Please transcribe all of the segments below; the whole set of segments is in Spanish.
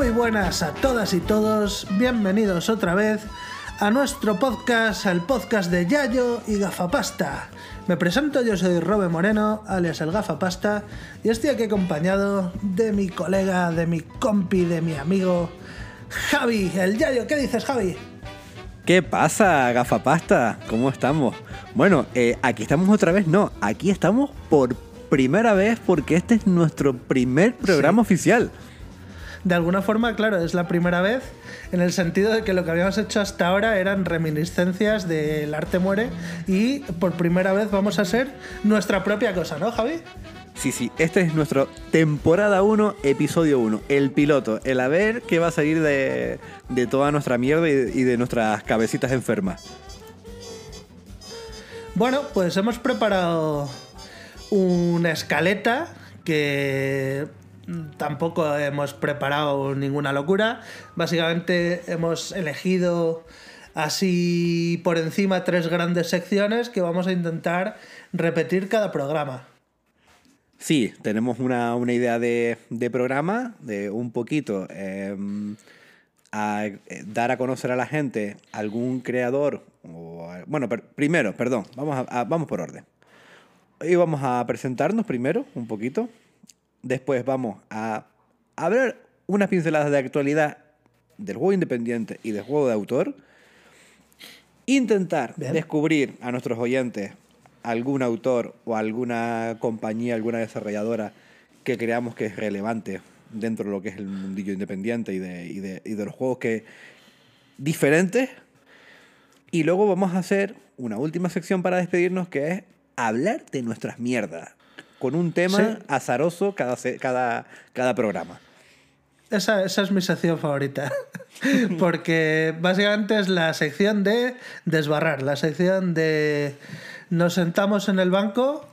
Muy buenas a todas y todos, bienvenidos otra vez a nuestro podcast, el podcast de Yayo y Gafapasta. Me presento, yo soy Robe Moreno, alias el Gafapasta, y estoy aquí acompañado de mi colega, de mi compi, de mi amigo, Javi, el Yayo. ¿Qué dices, Javi? ¿Qué pasa, Gafapasta? ¿Cómo estamos? Bueno, aquí estamos otra vez, no, aquí estamos por primera vez porque este es nuestro primer programa oficial. De alguna forma, claro, es la primera vez en el sentido de que lo que habíamos hecho hasta ahora eran reminiscencias del Arte Muere y por primera vez vamos a ser nuestra propia cosa, ¿no, Javi? Sí, este es nuestro temporada 1, episodio 1, el piloto, el a ver qué va a salir de toda nuestra mierda y de nuestras cabecitas enfermas. Bueno, pues hemos preparado una escaleta que tampoco hemos preparado ninguna locura. Básicamente hemos elegido así por encima 3 grandes secciones que vamos a intentar repetir cada programa. Sí, tenemos una idea de programa, de un poquito a dar a conocer a la gente algún creador. Vamos por orden. Hoy vamos a presentarnos primero un poquito. Después vamos a hablar unas pinceladas de actualidad del juego independiente y del juego de autor. Intentar descubrir a nuestros oyentes algún autor o alguna compañía, alguna desarrolladora que creamos que es relevante dentro de lo que es el mundillo independiente y de los juegos diferentes. Y luego vamos a hacer una última sección para despedirnos, que es hablar de nuestras mierdas, con un tema azaroso cada programa. Esa es mi sección favorita, porque básicamente es la sección de desbarrar, la sección de nos sentamos en el banco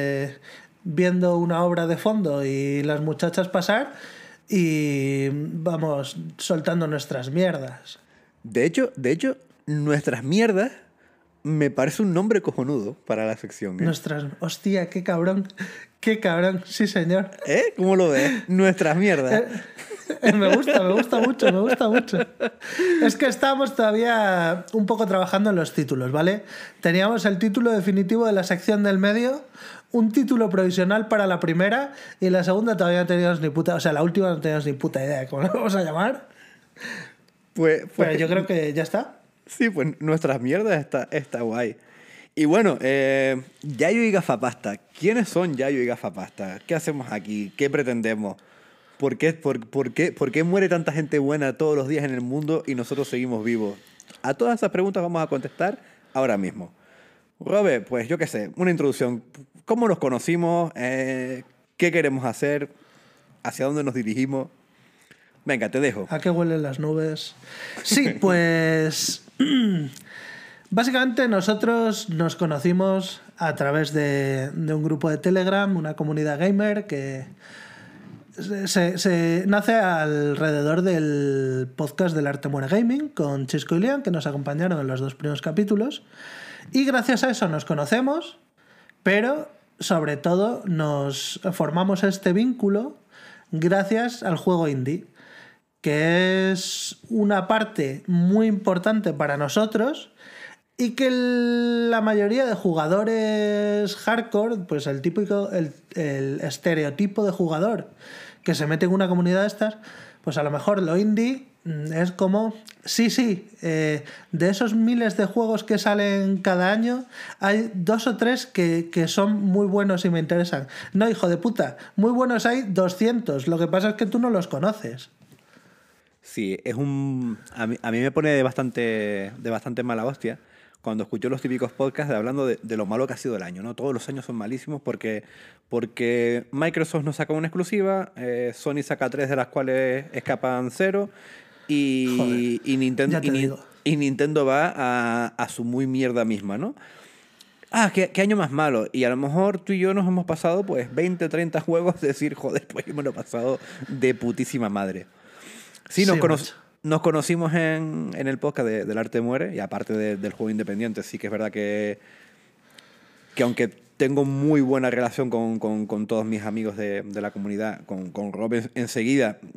viendo una obra de fondo y las muchachas pasar y vamos soltando nuestras mierdas. De hecho, nuestras mierdas me parece un nombre cojonudo para la sección. Hostia, qué cabrón, sí señor. ¿Cómo lo ves? Nuestras mierdas. Me gusta mucho. Es que estábamos todavía un poco trabajando en los títulos, ¿vale? Teníamos el título definitivo de la sección del medio, un título provisional para la primera y la segunda todavía no teníamos ni puta... O sea, la última no teníamos ni puta idea de cómo lo vamos a llamar. Pero yo creo que ya está. Sí, pues nuestras mierdas está guay. Y bueno, Yayo y Gafapasta. ¿Quiénes son Yayo y Gafapasta? ¿Qué hacemos aquí? ¿Qué pretendemos? ¿Por qué muere tanta gente buena todos los días en el mundo y nosotros seguimos vivos? A todas esas preguntas vamos a contestar ahora mismo. Robe, pues yo qué sé, una introducción. ¿Cómo nos conocimos? ¿Qué queremos hacer? ¿Hacia dónde nos dirigimos? Venga, te dejo. ¿A qué huelen las nubes? Sí, pues... Básicamente nosotros nos conocimos a través de un grupo de Telegram, una comunidad gamer que se nace alrededor del podcast del Arte Muere Gaming con Chisco y Lian, que nos acompañaron en los 2 primeros capítulos. Y gracias a eso nos conocemos, pero sobre todo nos formamos este vínculo gracias al juego indie, que es una parte muy importante para nosotros y que la mayoría de jugadores hardcore, pues el estereotipo de jugador que se mete en una comunidad de estas, pues a lo mejor lo indie es como, de esos miles de juegos que salen cada año, hay 2 o 3 que son muy buenos y me interesan. No, hijo de puta, muy buenos hay 200, lo que pasa es que tú no los conoces. Sí, a mí me pone de bastante mala hostia cuando escucho los típicos podcasts hablando de lo malo que ha sido el año, ¿no? Todos los años son malísimos porque Microsoft nos saca una exclusiva, Sony saca 3 de las cuales escapan 0 y Nintendo va a su muy mierda misma, ¿no? ¿Qué año más malo? Y a lo mejor tú y yo nos hemos pasado pues 20, 30 juegos de decir, joder, pues yo me lo he pasado de putísima madre. Sí, nos conocimos en el podcast del Arte Muere, y aparte del juego independiente, sí que es verdad que aunque tengo muy buena relación con todos mis amigos de la comunidad, con Rob enseguida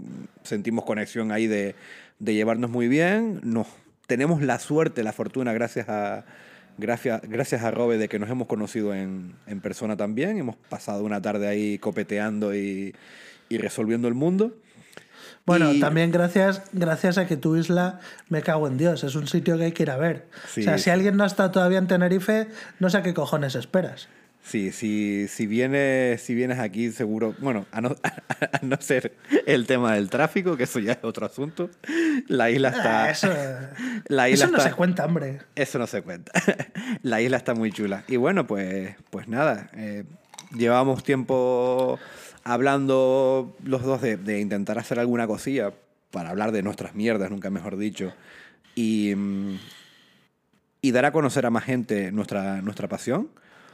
sentimos conexión ahí de llevarnos muy bien. Tenemos la suerte, la fortuna, gracias a Robe, de que nos hemos conocido en persona también. Hemos pasado una tarde ahí copeteando y resolviendo el mundo. Bueno, también gracias a que tu isla, me cago en Dios, es un sitio que hay que ir a ver. Sí, o sea, si alguien no ha estado todavía en Tenerife, no sé a qué cojones esperas. Sí, si vienes aquí, seguro, bueno, a no ser el tema del tráfico, que eso ya es otro asunto, la isla está... Eso no se cuenta, hombre. Eso no se cuenta. La isla está muy chula. Y bueno, pues nada, llevamos tiempo hablando los dos de intentar hacer alguna cosilla para hablar de nuestras mierdas, nunca mejor dicho, y dar a conocer a más gente nuestra pasión.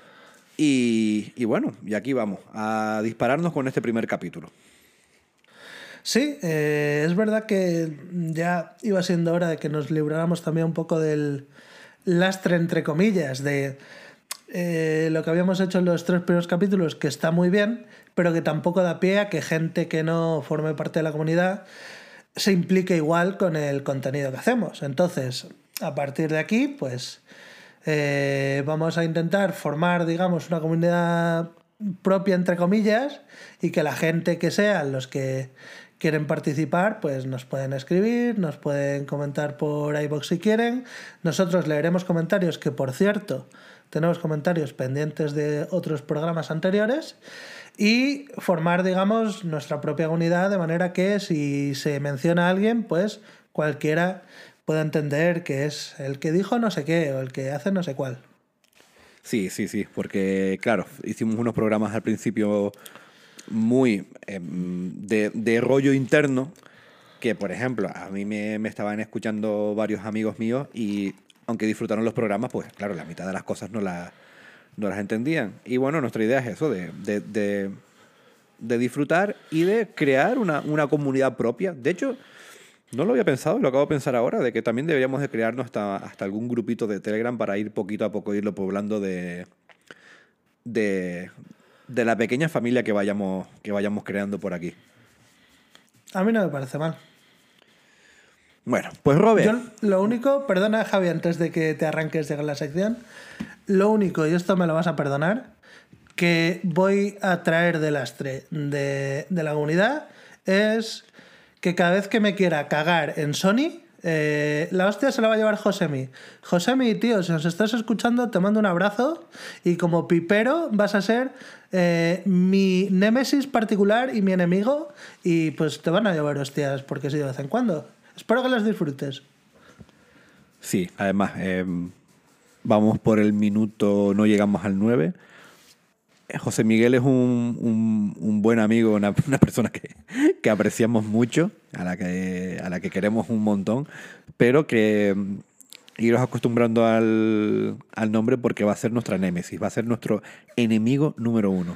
Y bueno, y aquí vamos, a dispararnos con este primer capítulo. Sí, es verdad que ya iba siendo hora de que nos libráramos también un poco del lastre, entre comillas, de lo que habíamos hecho en los 3 primeros capítulos, que está muy bien, pero que tampoco da pie a que gente que no forme parte de la comunidad se implique igual con el contenido que hacemos. Entonces, a partir de aquí, pues vamos a intentar formar, digamos, una comunidad propia, entre comillas, y que la gente que sean los que quieren participar, pues nos pueden escribir, nos pueden comentar por iVoox si quieren. Nosotros leeremos comentarios, que por cierto, tenemos comentarios pendientes de otros programas anteriores, y formar, digamos, nuestra propia comunidad, de manera que si se menciona a alguien, pues cualquiera pueda entender que es el que dijo no sé qué o el que hace no sé cuál. Sí, porque claro, hicimos unos programas al principio muy de rollo interno, que por ejemplo a mí me estaban escuchando varios amigos míos y aunque disfrutaron los programas, pues claro, la mitad de las cosas no las entendían. Y bueno, nuestra idea es eso, de disfrutar y de crear una comunidad propia. De hecho, no lo había pensado, lo acabo de pensar ahora, de que también deberíamos de crearnos hasta algún grupito de Telegram para ir poquito a poco irlo poblando de la pequeña familia que vayamos creando por aquí. A mí no me parece mal. Bueno, pues Robert. Yo lo único, perdona Javi, antes de que te arranques de la sección, lo único, y esto me lo vas a perdonar, que voy a traer de lastre de la comunidad es que cada vez que me quiera cagar en Sony, la hostia se la va a llevar Josemi. Josemi, tío, si nos estás escuchando, te mando un abrazo, y como pipero vas a ser mi némesis particular y mi enemigo, y pues te van a llevar hostias porque sí, de vez en cuando. Espero que las disfrutes. Sí, además, vamos por el minuto, no llegamos al 9. José Miguel es un buen amigo, una persona que apreciamos mucho, a la que queremos un montón, pero que iros acostumbrando al nombre, porque va a ser nuestra némesis, va a ser nuestro enemigo número 1.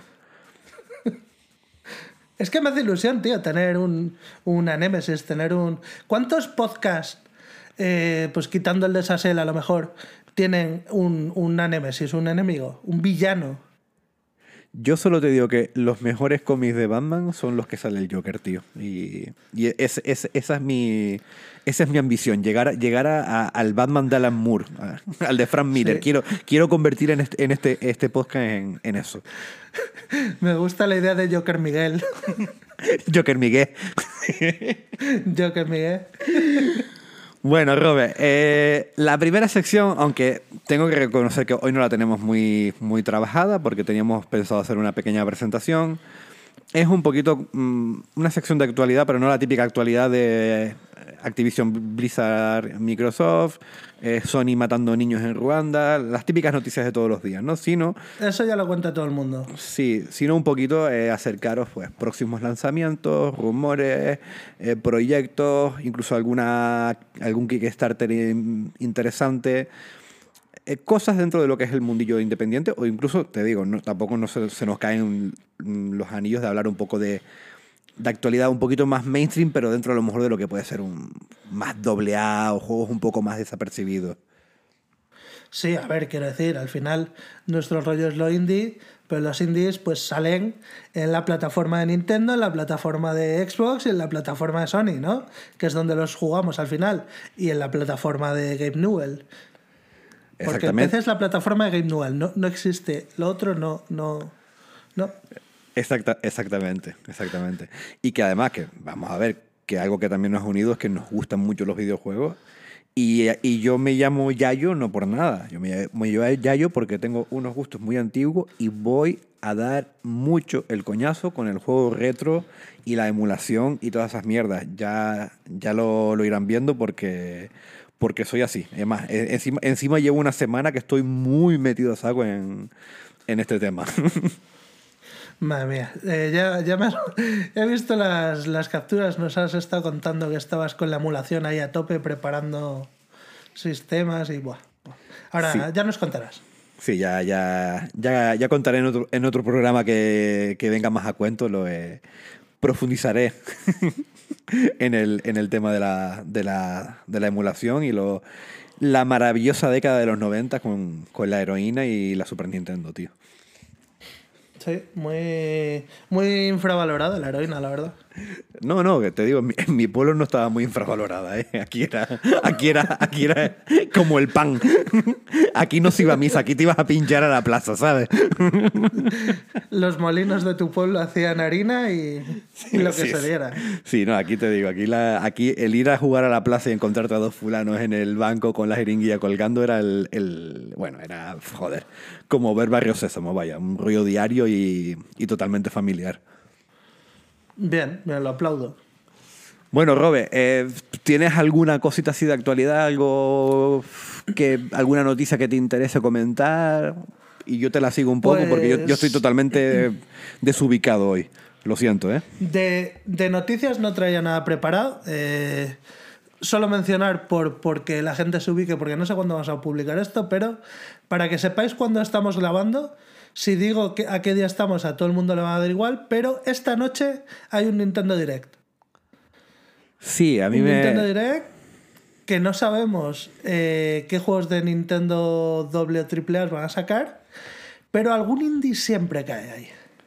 Es que me hace ilusión, tío, tener una némesis, tener un... ¿Cuántos podcasts, pues quitando el de Sassel a lo mejor, tienen una némesis, un enemigo, un villano? Yo solo te digo que los mejores cómics de Batman son los que sale el Joker, tío. Y esa es mi ambición, llegar al Batman de Alan Moore, al de Frank Miller. Sí. Quiero convertir en este podcast en eso. Me gusta la idea de Joker Miguel. Joker Miguel. Joker Miguel. Bueno, Robert, la primera sección, aunque tengo que reconocer que hoy no la tenemos muy, muy trabajada porque teníamos pensado hacer una pequeña presentación, es un poquito una sección de actualidad, pero no la típica actualidad de Activision Blizzard, Microsoft, Sony matando niños en Ruanda, las típicas noticias de todos los días, ¿no? Sino, eso ya lo cuenta todo el mundo. Sí, sino un poquito acercaros pues próximos lanzamientos, rumores, proyectos, incluso algún Kickstarter interesante, cosas dentro de lo que es el mundillo independiente, o incluso, te digo, tampoco se nos caen los anillos de hablar un poco de actualidad un poquito más mainstream, pero dentro a lo mejor de lo que puede ser un más AA o juegos un poco más desapercibidos. Sí, a ver, quiero decir, al final nuestro rollo es lo indie, pero los indies pues salen en la plataforma de Nintendo, en la plataforma de Xbox y en la plataforma de Sony, ¿no? Que es donde los jugamos al final, y en la plataforma de Gabe Newell. Porque el PC es la plataforma de Gabe Newell, no existe, lo otro no. Exactamente. Y que además, que vamos a ver, que algo que también nos ha unido es que nos gustan mucho los videojuegos. Y yo me llamo Yayo no por nada. Yo me llamo Yayo porque tengo unos gustos muy antiguos y voy a dar mucho el coñazo con el juego retro y la emulación y todas esas mierdas. Ya lo irán viendo porque soy así. Además, encima llevo una semana que estoy muy metido a saco en este tema. Madre mía, he visto las capturas, nos has estado contando que estabas con la emulación ahí a tope preparando sistemas y buah. Ahora sí. Ya nos contarás. Sí, ya contaré en otro programa que venga más a cuento, profundizaré en el tema de la emulación y la maravillosa década de los 90 con la heroína y la Super Nintendo, tío. Sí, muy infravalorada la heroína, la verdad. No, que te digo, en mi pueblo no estaba muy infravalorada, ¿eh? Aquí era como el pan. Aquí no se iba a misa, aquí te ibas a pinchar a la plaza, ¿sabes? Los molinos de tu pueblo hacían harina y lo que se diera. Sí, no, aquí te digo, aquí el ir a jugar a la plaza y encontrarte a dos fulanos en el banco con la jeringuilla colgando era era, joder, como ver Barrio Sésamo, vaya, un rollo diario y totalmente familiar. Bien, me lo aplaudo. Bueno, Robe, ¿tienes alguna cosita así de actualidad? ¿Alguna noticia que te interese comentar? Y yo te la sigo un poco porque yo estoy totalmente desubicado hoy. Lo siento, ¿eh? De noticias no traía nada preparado. Solo mencionar porque la gente se ubique, porque no sé cuándo vamos a publicar esto, pero para que sepáis cuándo estamos grabando, si digo a qué día estamos, a todo el mundo le va a dar igual, pero esta noche hay un Nintendo Direct. Sí, a mí Nintendo Direct que no sabemos qué juegos de Nintendo doble o triple A van a sacar, pero algún indie siempre cae ahí.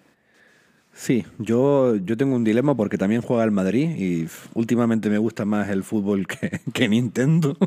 Sí, yo tengo un dilema porque también juega el Madrid y últimamente me gusta más el fútbol que Nintendo.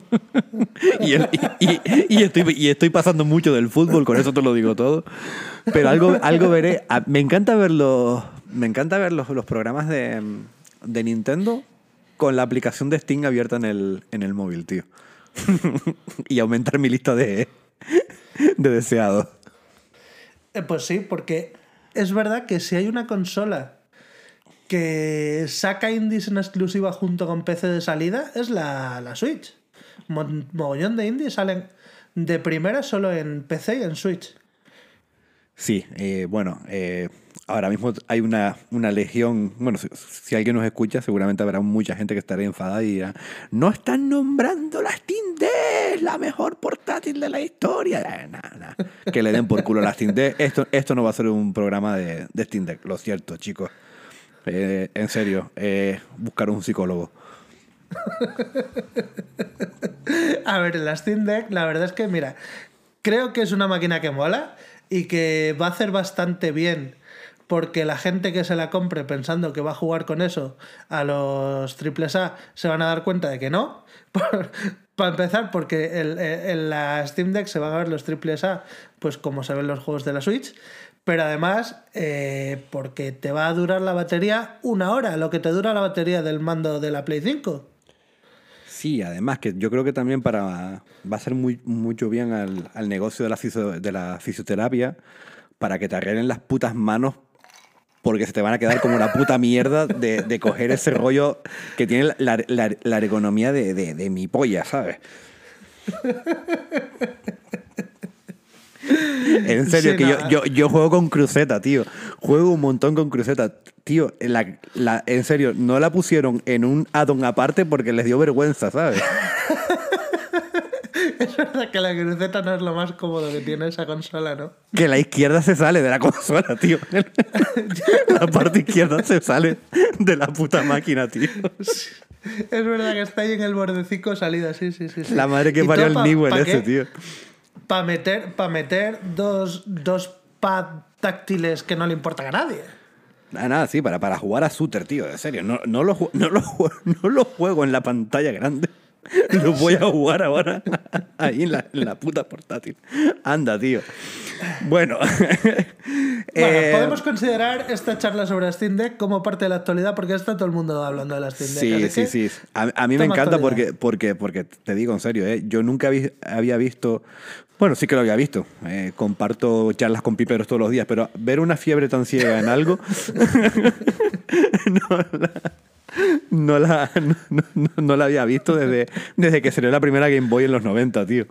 y estoy pasando mucho del fútbol, con eso te lo digo todo. Pero algo veré. Me encanta ver los programas de Nintendo con la aplicación de Steam abierta en el móvil, tío. Y aumentar mi lista de deseados. Pues sí, porque es verdad que si hay una consola que saca indies en exclusiva junto con PC de salida, es la Switch. Mogollón de indies salen de primera solo en PC y en Switch. Sí, ahora mismo hay una legión. Bueno, si alguien nos escucha, seguramente habrá mucha gente que estará enfadada y dirá: no están nombrando la Steam Deck, la mejor portátil de la historia. Nah. Que le den por culo a la Steam Deck. Esto no va a ser un programa de Steam Deck, lo cierto, chicos. En serio, buscar un psicólogo. A ver, la Steam Deck, la verdad es que, mira, creo que es una máquina que mola y que va a hacer bastante bien, porque la gente que se la compre pensando que va a jugar con eso a los AAA se van a dar cuenta de que no. Para empezar, porque en la Steam Deck se van a ver los AAA pues como se ven los juegos de la Switch, pero además porque te va a durar la batería 1 hora, lo que te dura la batería del mando de la Play 5. Sí, además que yo creo que también va a ser mucho bien al negocio de la fisioterapia, para que te arreglen las putas manos, porque se te van a quedar como una puta mierda de coger ese rollo que tiene la ergonomía de mi polla, ¿sabes? En serio, sí, que yo juego con cruceta, tío. Juego un montón con cruceta. Tío, en serio, no la pusieron en un add-on aparte porque les dio vergüenza, ¿sabes? Es verdad que la cruceta no es lo más cómodo que tiene esa consola, ¿no? Que la izquierda se sale de la consola, tío. La parte izquierda se sale de la puta máquina, tío. Sí. Es verdad que está ahí en el bordecico salida, sí. La madre que parió el Newell ese, tío. meter dos pad táctiles que no le importan a nadie. Nada, sí, para jugar a shooter, tío, en serio. No lo juego en la pantalla grande. Lo voy a jugar ahora ahí en la puta portátil. Anda, tío. Bueno. Podemos considerar esta charla sobre Steam Deck como parte de la actualidad porque está todo el mundo hablando de la Steam Deck. Sí. A mí me encanta porque te digo en serio, yo nunca había visto... Bueno, sí que lo había visto. Comparto charlas con piperos todos los días, pero ver una fiebre tan ciega en algo... No la había visto desde que salió la primera Game Boy en los 90, tío.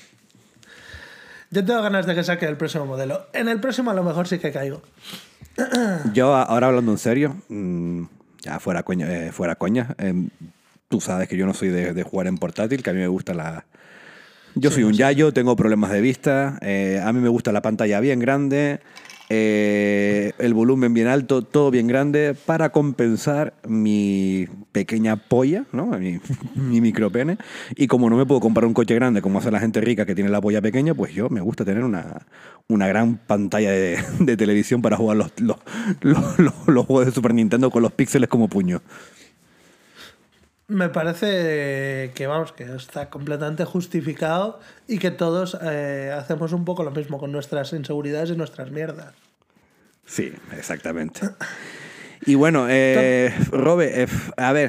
Yo tengo ganas de que saque el próximo modelo. En el próximo a lo mejor sí que caigo. Yo ahora hablando en serio, ya fuera coña, tú sabes que yo no soy de jugar en portátil, que a mí me gusta la... Yo soy un yayo, tengo problemas de vista, a mí me gusta la pantalla bien grande, el volumen bien alto, todo bien grande, para compensar mi pequeña polla, ¿no? mi micropene. Y como no me puedo comprar un coche grande como hace la gente rica que tiene la polla pequeña, pues yo me gusta tener una gran pantalla de televisión para jugar los juegos de Super Nintendo con los píxeles como puño. Me parece que está completamente justificado y que todos hacemos un poco lo mismo con nuestras inseguridades y nuestras mierdas. Sí, exactamente. Y bueno, Robe, a ver,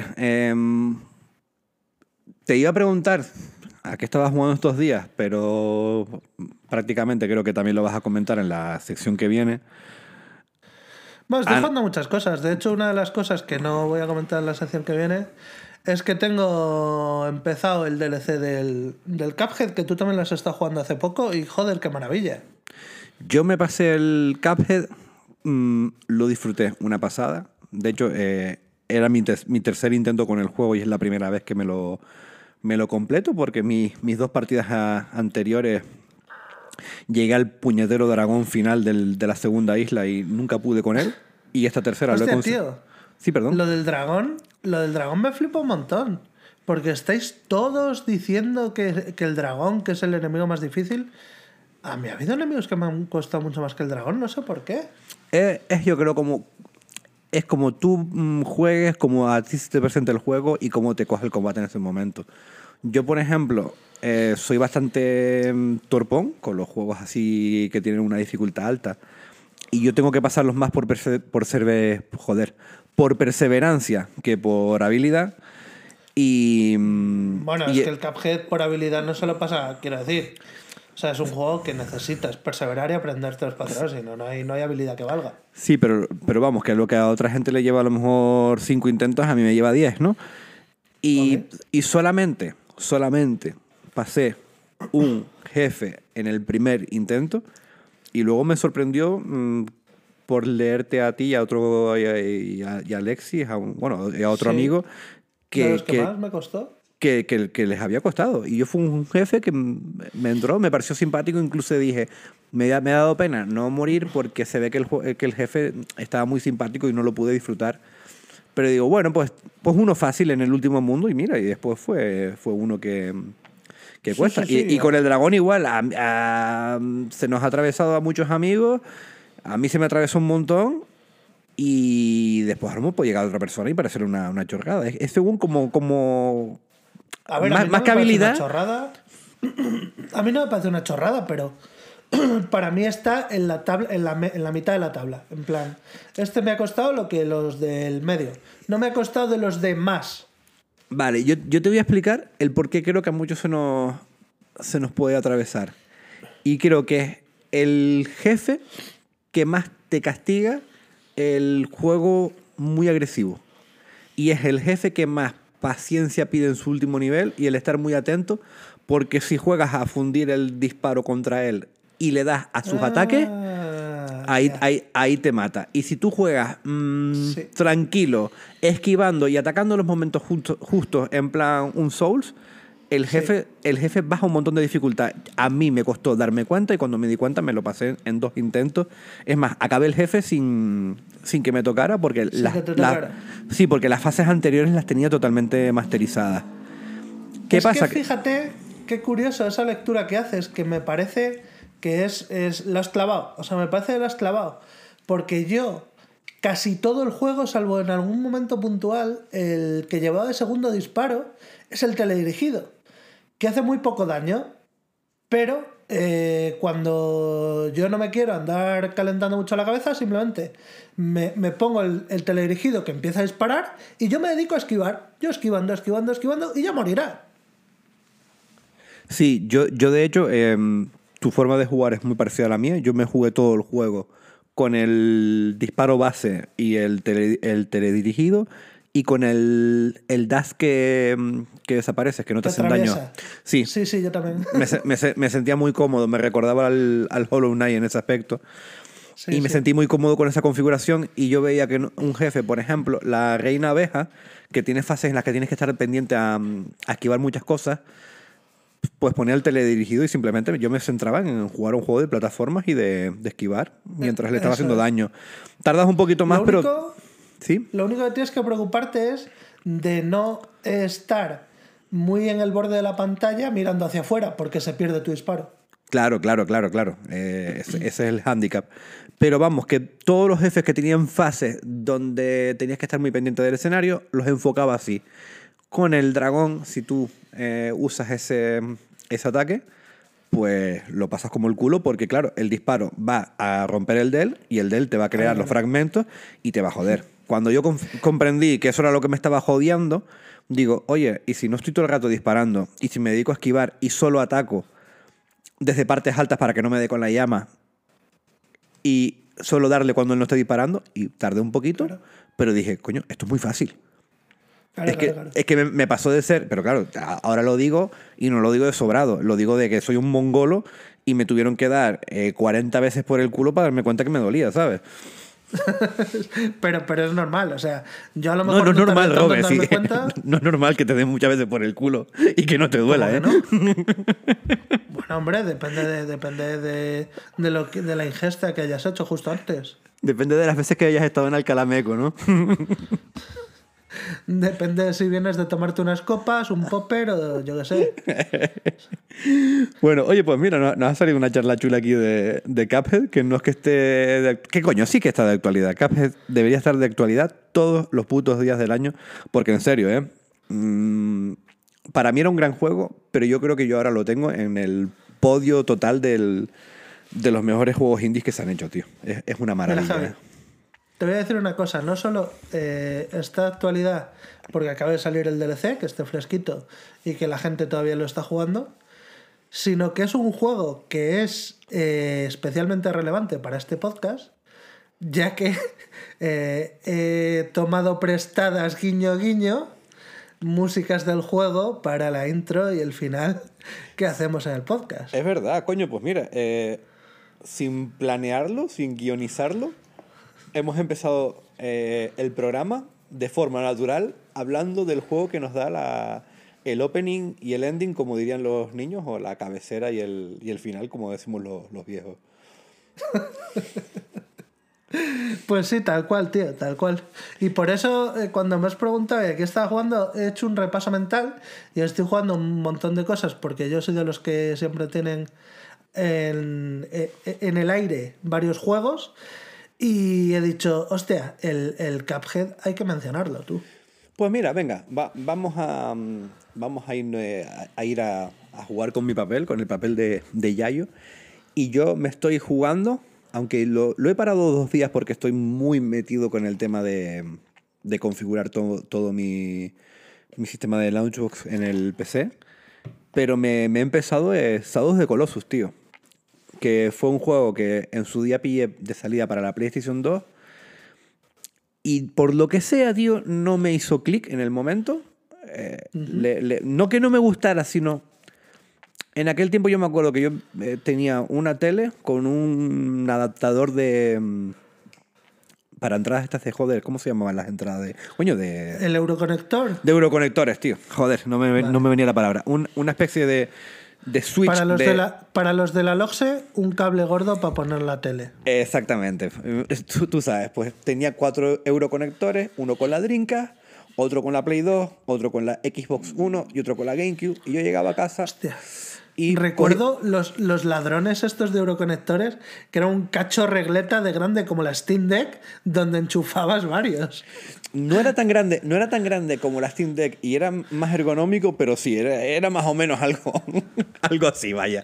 te iba a preguntar a qué estabas jugando estos días, pero prácticamente creo que también lo vas a comentar en la sección que viene. Bueno, estoy jugando muchas cosas. De hecho, una de las cosas que no voy a comentar en la sección que viene es que tengo empezado el DLC del Cuphead, que tú también lo has estado jugando hace poco, y joder, qué maravilla. Yo me pasé el Cuphead, lo disfruté una pasada. De hecho, era mi tercer intento con el juego y es la primera vez que me lo completo, porque mis dos partidas anteriores llegué al puñetero dragón final de la segunda isla y nunca pude con él. Y esta tercera Hostia, lo he conseguido. tío. Sí, perdón. Lo del dragón me flipa un montón. Porque estáis todos diciendo que el dragón, que es el enemigo más difícil. A mí ha habido enemigos que me han costado mucho más que el dragón, no sé por qué. Yo creo es como tú juegues, como a ti se te presenta el juego y cómo te coge el combate en ese momento. Yo, por ejemplo, soy bastante torpón con los juegos así que tienen una dificultad alta. Y yo tengo que pasarlos más por perseverancia que por habilidad. Bueno, es que el Cuphead por habilidad no se lo pasa, quiero decir. O sea, es un juego que necesitas perseverar y aprenderte los patrones, si no hay habilidad que valga. Sí, pero vamos, que lo que a otra gente le lleva a lo mejor 5 intentos, a mí me lleva 10, ¿no? Y solamente pasé un jefe en el primer intento y luego me sorprendió por leerte a ti y a otro y a Alexis, a otro amigo ¿De los que más me costó? Que les había costado. Y yo fue un jefe que me entró, me pareció simpático, incluso dije, me ha dado pena no morir porque se ve que el jefe estaba muy simpático y no lo pude disfrutar. Pero digo, bueno, pues uno fácil en el último mundo y mira, y después fue uno que cuesta. Sí. Y con el dragón igual, se nos ha atravesado a muchos amigos, a mí se me atravesó un montón y después a lo mejor puede llegar a otra persona y parecer una chorrada. Es según como a ver, más que habilidad. A mí no me parece una chorrada, pero para mí está en la tabla, en la mitad de la tabla. En plan, este me ha costado lo que los del medio. No me ha costado de los de más. Vale, yo te voy a explicar el por qué creo que a muchos se nos puede atravesar. Y creo que es el jefe que más te castiga el juego muy agresivo. Y es el jefe que más paciencia pide en su último nivel y el estar muy atento, porque si juegas a fundir el disparo contra él y le das a sus ataques, ahí te mata. Y si tú juegas tranquilo, esquivando y atacando en los momentos justos, en plan un Souls, el jefe baja un montón de dificultad. A mí me costó darme cuenta y cuando me di cuenta me lo pasé en 2 intentos. Es más, acabé el jefe sin que me tocara porque porque las fases anteriores las tenía totalmente masterizadas. ¿Qué pasa? Que fíjate qué curioso esa lectura que haces, que me parece que lo has clavado. O sea, me parece que lo has clavado. Porque yo, casi todo el juego, salvo en algún momento puntual, el que llevaba de segundo disparo es el teledirigido, que hace muy poco daño, pero cuando yo no me quiero andar calentando mucho la cabeza, simplemente me pongo el teledirigido que empieza a disparar y yo me dedico a esquivar. Yo esquivando y ya morirá. Sí, yo de hecho, tu forma de jugar es muy parecida a la mía. Yo me jugué todo el juego con el disparo base y el teledirigido y con el dash que desaparece, que no te hacen daño. Sí, yo también. Me sentía muy cómodo, me recordaba al Hollow Knight en ese aspecto. Y me sentí muy cómodo con esa configuración y yo veía que un jefe, por ejemplo, la reina abeja, que tiene fases en las que tienes que estar pendiente a esquivar muchas cosas, pues ponía el teledirigido y simplemente yo me centraba en jugar un juego de plataformas y de esquivar mientras le estaba haciendo daño. Tardas un poquito más, pero... ¿Sí? Lo único que tienes que preocuparte es de no estar muy en el borde de la pantalla mirando hacia afuera, porque se pierde tu disparo. Claro. Ese es el hándicap. Pero vamos, que todos los jefes que tenían fases donde tenías que estar muy pendiente del escenario, los enfocaba así. Con el dragón, si tú usas ese ataque, pues lo pasas como el culo porque, claro, el disparo va a romper el de él y el de él te va a crear los fragmentos y te va a joder. Cuando yo comprendí que eso era lo que me estaba jodiendo, digo, oye, ¿y si no estoy todo el rato disparando y si me dedico a esquivar y solo ataco desde partes altas para que no me dé con la llama y solo darle cuando él no esté disparando? Y tardé un poquito, pero dije, coño, esto es muy fácil. Es que me pasó de ser, pero claro, ahora lo digo y no lo digo de sobrado, lo digo de que soy un mongolo y me tuvieron que dar 40 veces por el culo para darme cuenta que me dolía, ¿sabes? pero es normal, o sea, yo a lo mejor no es normal, Robert, sí. Cuenta... No es normal que te den muchas veces por el culo y que no te duela, ¿eh? ¿No? Bueno, hombre, depende de la ingesta que hayas hecho justo antes. Depende de las veces que hayas estado en Alcalá Meco, ¿no? Depende de si vienes de tomarte unas copas, un popper o yo qué sé. Bueno, oye, pues mira, nos ha salido una charla chula aquí de Cuphead, que no es que esté... ¿Qué coño? Sí que está de actualidad. Cuphead debería estar de actualidad todos los putos días del año, porque en serio, para mí era un gran juego, pero yo creo que yo ahora lo tengo en el podio total de los mejores juegos indies que se han hecho, tío. Es una maravilla. Mira, Javi, te voy a decir una cosa, no solo esta actualidad porque acaba de salir el DLC, que esté fresquito y que la gente todavía lo está jugando, sino que es un juego que es especialmente relevante para este podcast, ya que he tomado prestadas, guiño guiño, músicas del juego para la intro y el final que hacemos en el podcast. Es verdad, coño, pues mira, sin planearlo, sin guionizarlo, hemos empezado el programa de forma natural hablando del juego que nos da el opening y el ending, como dirían los niños, o la cabecera y el final, como decimos los viejos. Pues sí, tal cual, tío, tal cual. Y por eso, cuando me has preguntado ¿qué estaba jugando? He hecho un repaso mental y estoy jugando un montón de cosas porque yo soy de los que siempre tienen en el aire varios juegos. Y he dicho, hostia, el Cuphead hay que mencionarlo, tú. Pues mira, venga, vamos a ir a jugar con mi papel, con el papel de Yayo. Y yo me estoy jugando, aunque lo he parado 2 días porque estoy muy metido con el tema de configurar todo mi sistema de Launchbox en el PC. Pero me he empezado Shadow of the Colossus, tío. Que fue un juego que en su día pillé de salida para la PlayStation 2 y por lo que sea, tío, no me hizo clic en el momento. No que no me gustara, sino... En aquel tiempo yo me acuerdo que yo tenía una tele con un adaptador para entradas estas de joder, ¿cómo se llamaban las entradas? ¿El Euroconector? De Euroconectores, tío. Joder, no me venía la palabra. Una especie de switch. Para los de la LOGSE, un cable gordo para poner la tele. Exactamente. Tú sabes, pues tenía 4 Euroconectores, uno con la Dreamcast, otro con la Play 2, otro con la Xbox One y otro con la GameCube. Y yo llegaba a casa... Hostia. Y recuerdo los ladrones estos de Euroconectores, que era un cacho regleta de grande como la Steam Deck, donde enchufabas varios. No era tan grande como la Steam Deck y era más ergonómico, pero sí, era más o menos algo, algo así, vaya.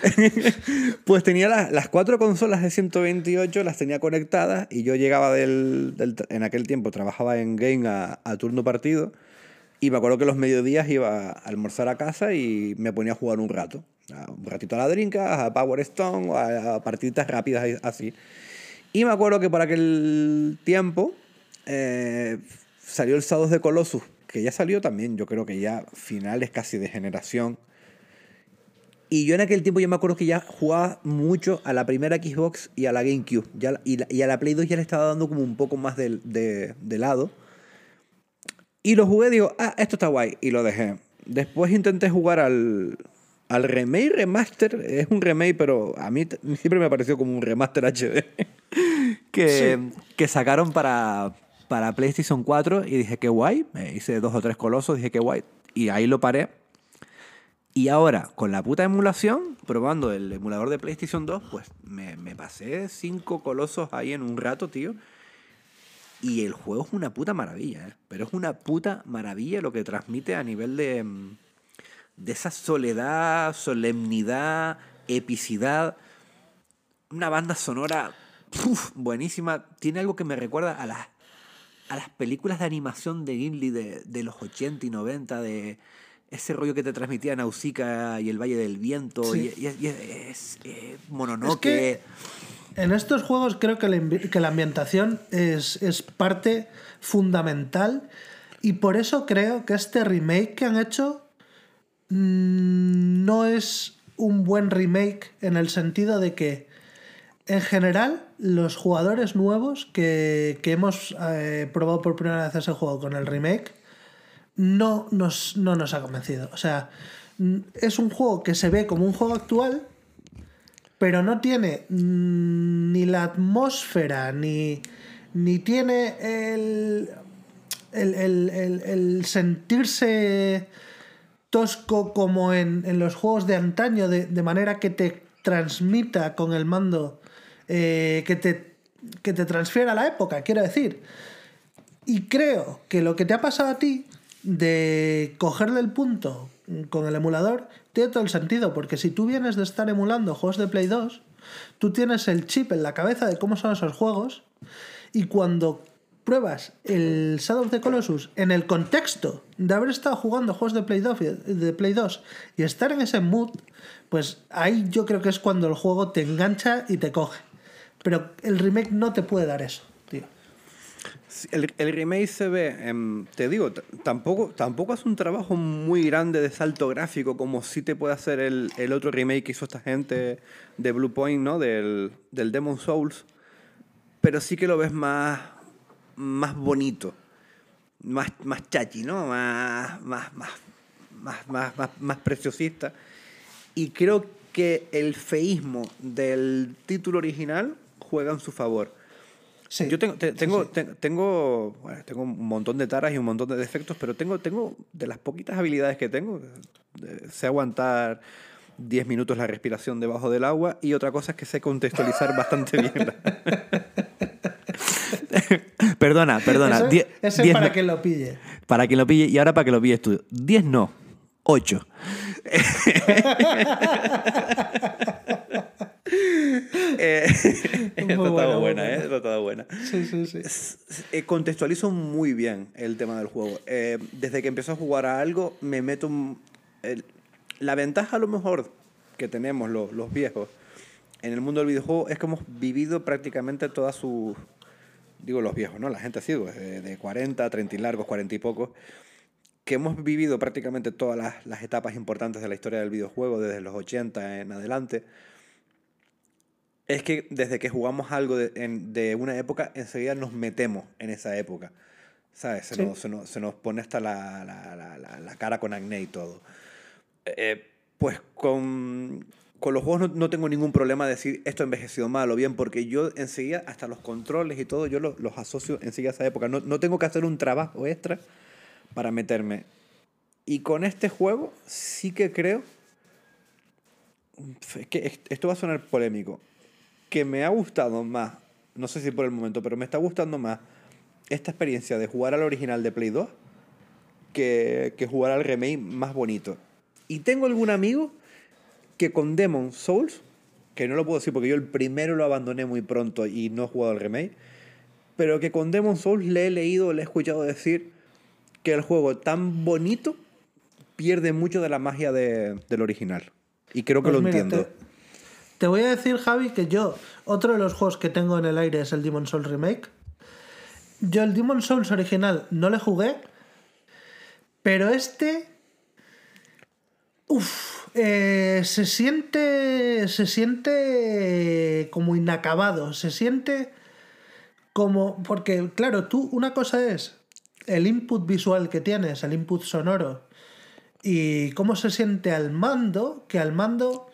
Pues tenía las 4 consolas de 128, las tenía conectadas y yo llegaba en aquel tiempo trabajaba en Game a turno partido. Y me acuerdo que los mediodías iba a almorzar a casa y me ponía a jugar un rato. Un ratito a la Dreamcast, a Power Stone, o a partiditas rápidas así. Y me acuerdo que por aquel tiempo salió el Shadow of the Colossus, que ya salió también, yo creo que ya finales casi de generación. Y yo en aquel tiempo yo me acuerdo que ya jugaba mucho a la primera Xbox y a la GameCube. Y a la Play 2 ya le estaba dando como un poco más de lado. Y lo jugué, digo, esto está guay, y lo dejé. Después intenté jugar al remake, remaster. Es un remake, pero a mí siempre me pareció como un remaster HD. que sacaron para PlayStation 4 y dije, qué guay. Me hice 2 o 3 colosos, dije, qué guay. Y ahí lo paré. Y ahora, con la puta emulación, probando el emulador de PlayStation 2, pues me pasé 5 colosos ahí en un rato, tío. Y el juego es una puta maravilla, ¿eh? Pero es una puta maravilla lo que transmite a nivel de esa soledad, solemnidad, epicidad. Una banda sonora buenísima. Tiene algo que me recuerda a las películas de animación de Gimli de los 80 y 90, de ese rollo que te transmitía Nausicaa y el Valle del Viento. Sí. Y es Mononoke. Es que en estos juegos creo que la ambientación es parte fundamental, y por eso creo que este remake que han hecho no es un buen remake, en el sentido de que en general los jugadores nuevos que hemos probado por primera vez ese juego con el remake no nos ha convencido. O sea, es un juego que se ve como un juego actual, pero no tiene ni la atmósfera, ni tiene el sentirse tosco como en los juegos de antaño, de manera que te transmita con el mando, que te transfiera a la época, quiero decir. Y creo que lo que te ha pasado a ti, de cogerle el punto con el emulador, tiene todo el sentido, porque si tú vienes de estar emulando juegos de Play 2, tú tienes el chip en la cabeza de cómo son esos juegos, y cuando pruebas el Shadow of the Colossus en el contexto de haber estado jugando juegos de Play 2 y estar en ese mood, pues ahí yo creo que es cuando el juego te engancha y te coge. Pero el remake no te puede dar eso, tío. El remake se ve, te digo, tampoco es un trabajo muy grande de salto gráfico como sí te puede hacer el otro remake que hizo esta gente de Blue Point, ¿no? Del Demon's Souls. Pero sí que lo ves más bonito, más chachi, ¿no? Más preciosista. Y creo que el feísmo del título original juega en su favor. Sí, yo tengo un montón de taras y un montón de defectos, pero tengo de las poquitas habilidades que tengo, sé aguantar 10 minutos la respiración debajo del agua, y otra cosa es que sé contextualizar bastante bien. Perdona. Ese para no, que lo pille. Para que lo pille, y ahora para que lo pilles tú. 10 no, 8. Esta estaba buena, Esta estaba buena. Sí. Contextualizo muy bien el tema del juego. Desde que empiezo a jugar a algo, me meto... la ventaja a lo mejor que tenemos los viejos en el mundo del videojuego es que hemos vivido prácticamente todas sus... Digo los viejos, ¿no? La gente así, de 40, 30 y largos, 40 y pocos, que hemos vivido prácticamente todas las etapas importantes de la historia del videojuego, desde los 80 en adelante. Es que desde que jugamos algo de una época, enseguida nos metemos en esa época, ¿sabes? Se nos pone hasta la cara con acné y todo. Pues con los juegos no tengo ningún problema de decir esto ha envejecido mal o bien, porque yo enseguida, hasta los controles y todo, yo los asocio enseguida a esa época. No tengo que hacer un trabajo extra para meterme. Y con este juego sí que creo, es que esto va a sonar polémico, que me ha gustado más, no sé si por el momento, pero me está gustando más esta experiencia de jugar al original de Play 2 que jugar al remake más bonito. Y tengo algún amigo que con Demon Souls, que no lo puedo decir porque yo el primero lo abandoné muy pronto y no he jugado al remake, pero que con Demon Souls le he leído, le he escuchado decir que el juego tan bonito pierde mucho de la magia del original. Y creo que Pues lo mira, entiendo. te voy a decir, Javi, que yo, otro de los juegos que tengo en el aire es el Demon Souls Remake. Yo el Demon Souls original no le jugué, pero este... se siente como inacabado, se siente como... Porque, claro, tú, una cosa es el input visual que tienes, el input sonoro, y cómo se siente al mando, que al mando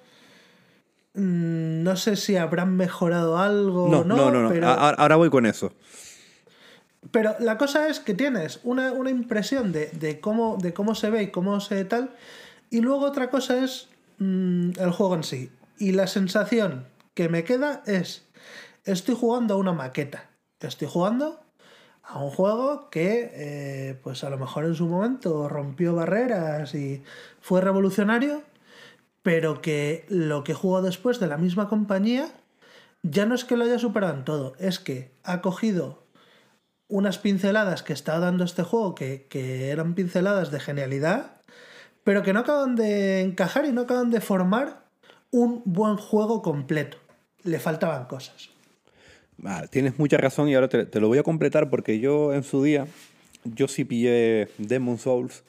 no sé si habrán mejorado algo o no, No. Ahora voy con eso. pero la cosa es que tienes una impresión de cómo se ve y cómo se tal, y luego otra cosa es el juego en sí. Y la sensación que me queda es, estoy jugando a una maqueta, estoy jugando a un juego que pues a lo mejor en su momento rompió barreras y fue revolucionario, pero que lo que juego después de la misma compañía ya no es que lo haya superado en todo, es que ha cogido unas pinceladas que está dando este juego que eran pinceladas de genialidad, pero que no acaban de encajar y no acaban de formar un buen juego completo. Le faltaban cosas. Tienes mucha razón y ahora te lo voy a completar porque yo en su día, yo sí pillé Demon Souls,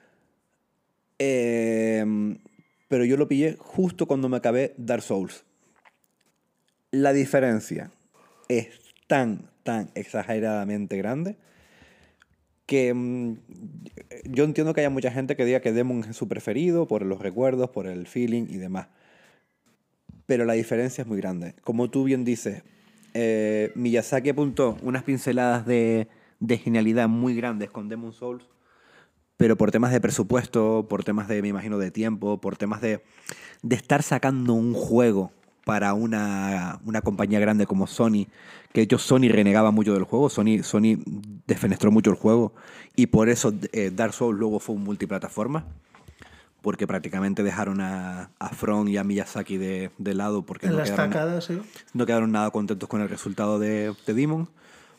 pero yo lo pillé justo cuando me acabé Dark Souls. La diferencia es tan exageradamente grande que yo entiendo que haya mucha gente que diga que Demon es su preferido por los recuerdos, por el feeling y demás. Pero la diferencia es muy grande. Como tú bien dices, Miyazaki apuntó unas pinceladas de genialidad muy grandes con Demon Souls, pero por temas de presupuesto, por temas de, me imagino, de tiempo, por temas de estar sacando un juego para una compañía grande como Sony, que de hecho Sony renegaba mucho del juego, Sony defenestró mucho el juego, y por eso Dark Souls luego fue un multiplataforma, porque prácticamente dejaron a From y a Miyazaki de lado, porque En la estacada, sí. no quedaron nada contentos con el resultado de Demon.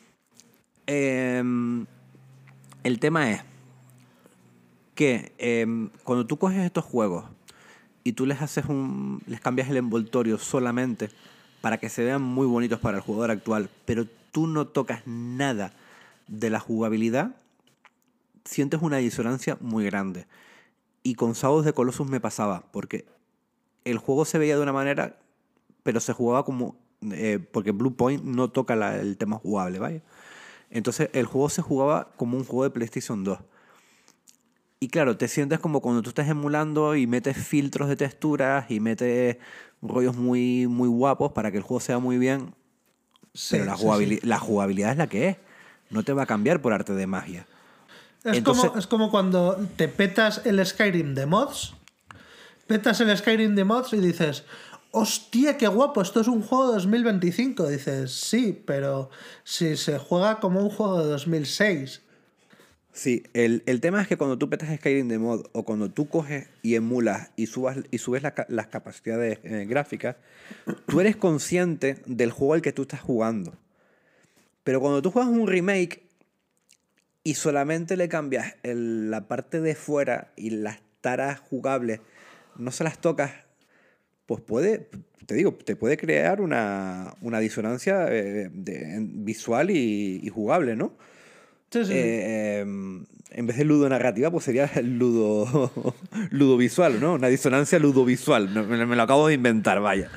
El tema es que cuando tú coges estos juegos y tú les cambias el envoltorio solamente para que se vean muy bonitos para el jugador actual, pero tú no tocas nada de la jugabilidad, sientes una disonancia muy grande. Y con Shadow of the Colossus me pasaba, porque el juego se veía de una manera, pero se jugaba como... porque Blue Point no toca el tema jugable, ¿vale? Entonces el juego se jugaba como un juego de PlayStation 2. Y claro, te sientes como cuando tú estás emulando y metes filtros de texturas y metes rollos muy, muy guapos para que el juego sea muy bien, Sí, pero la jugabilidad es la que es. No te va a cambiar por arte de magia. Entonces, Es como cuando te petas el Skyrim de mods. Petas el Skyrim de mods y dices, hostia, qué guapo, esto es un juego de 2025. Dices, sí, pero si se juega como un juego de 2006. sí, el tema es que cuando tú petas Skyrim de mod o cuando tú coges y emulas y subes las capacidades gráficas, tú eres consciente del juego al que tú estás jugando. Pero cuando tú juegas un remake y solamente le cambias la parte de fuera y las taras jugables, no se las tocas, pues te puede crear una disonancia visual y jugable, ¿no? Sí, sí, sí. En vez de ludonarrativa, pues sería ludovisual, ¿no? Una disonancia ludovisual. Me lo acabo de inventar, vaya.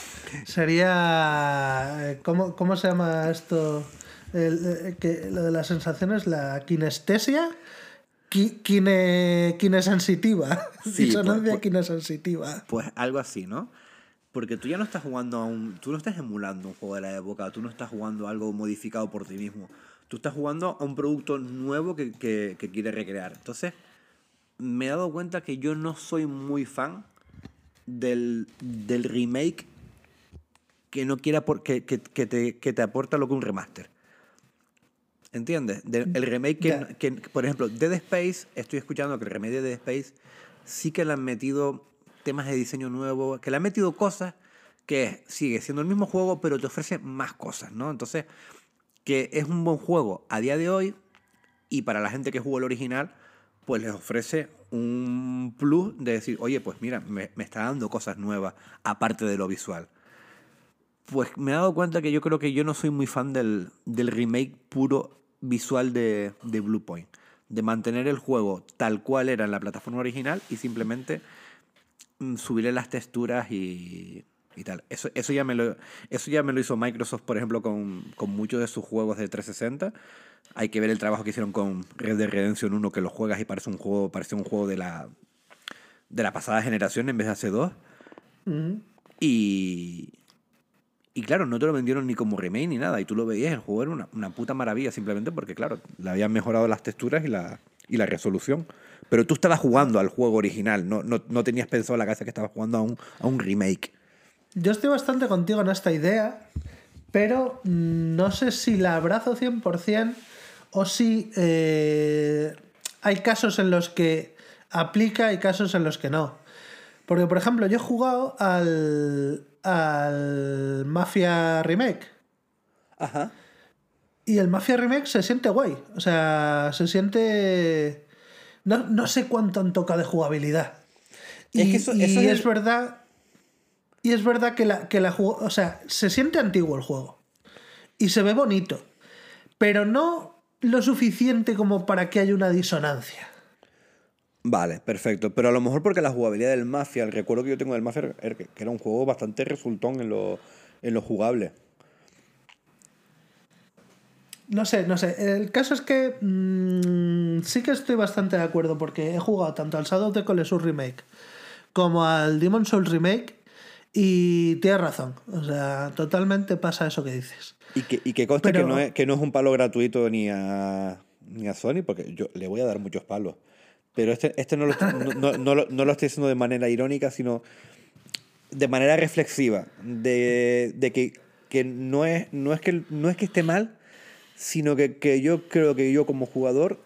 Sería... ¿Cómo se llama esto? Lo de las sensaciones, la kinestesia. Kinesensitiva. Sí, Disonancia kinesensitiva. pues algo así, ¿no? Porque tú ya no estás jugando tú no estás emulando un juego de la época, tú no estás jugando algo modificado por ti mismo. Tú estás jugando a un producto nuevo que quiere recrear. Entonces, me he dado cuenta que yo no soy muy fan del remake que no quiera que te aporta lo que un remaster. ¿Entiendes? El remake que, por ejemplo, Dead Space, estoy escuchando que el remake de Dead Space sí que le han metido temas de diseño nuevo, que le han metido cosas que sigue siendo el mismo juego, pero te ofrece más cosas, ¿no? Entonces, que es un buen juego a día de hoy, y para la gente que jugó el original, pues les ofrece un plus de decir, oye, pues mira, me está dando cosas nuevas, aparte de lo visual. Pues me he dado cuenta que yo creo que yo no soy muy fan del remake puro visual de Bluepoint. De mantener el juego tal cual era en la plataforma original y simplemente subirle las texturas y tal. Eso ya me lo hizo Microsoft, por ejemplo, con muchos de sus juegos de 360. Hay que ver el trabajo que hicieron con Red Dead Redemption 1, que lo juegas y parece un juego de la pasada generación en vez de hace dos. Y claro, no te lo vendieron ni como remake ni nada. Y tú lo veías, el juego era una puta maravilla, simplemente porque, claro, le habían mejorado las texturas y la resolución. Pero tú estabas jugando al juego original, no tenías pensado en la cabeza que estabas jugando a un remake. Yo estoy bastante contigo en esta idea, pero no sé si la abrazo 100% o si hay casos en los que aplica y casos en los que no. Porque, por ejemplo, yo he jugado al Mafia Remake. Ajá. Y el Mafia Remake se siente guay. O sea, se siente... No sé cuánto han tocado de jugabilidad. Y es verdad... Y es verdad que o sea, se siente antiguo el juego. Y se ve bonito. Pero no lo suficiente como para que haya una disonancia. Vale, perfecto. Pero a lo mejor porque la jugabilidad del Mafia, el recuerdo que yo tengo del Mafia, que era un juego bastante resultón en lo jugable. No sé. El caso es que sí que estoy bastante de acuerdo porque he jugado tanto al Shadow of the Colossus Remake como al Demon's Souls Remake y tienes razón. O sea, totalmente pasa eso que dices. Y que conste que no es un palo gratuito ni a Sony, porque yo le voy a dar muchos palos. Pero este no lo estoy diciendo de manera irónica, sino de manera reflexiva. De que no es que esté mal, sino que yo creo que yo como jugador,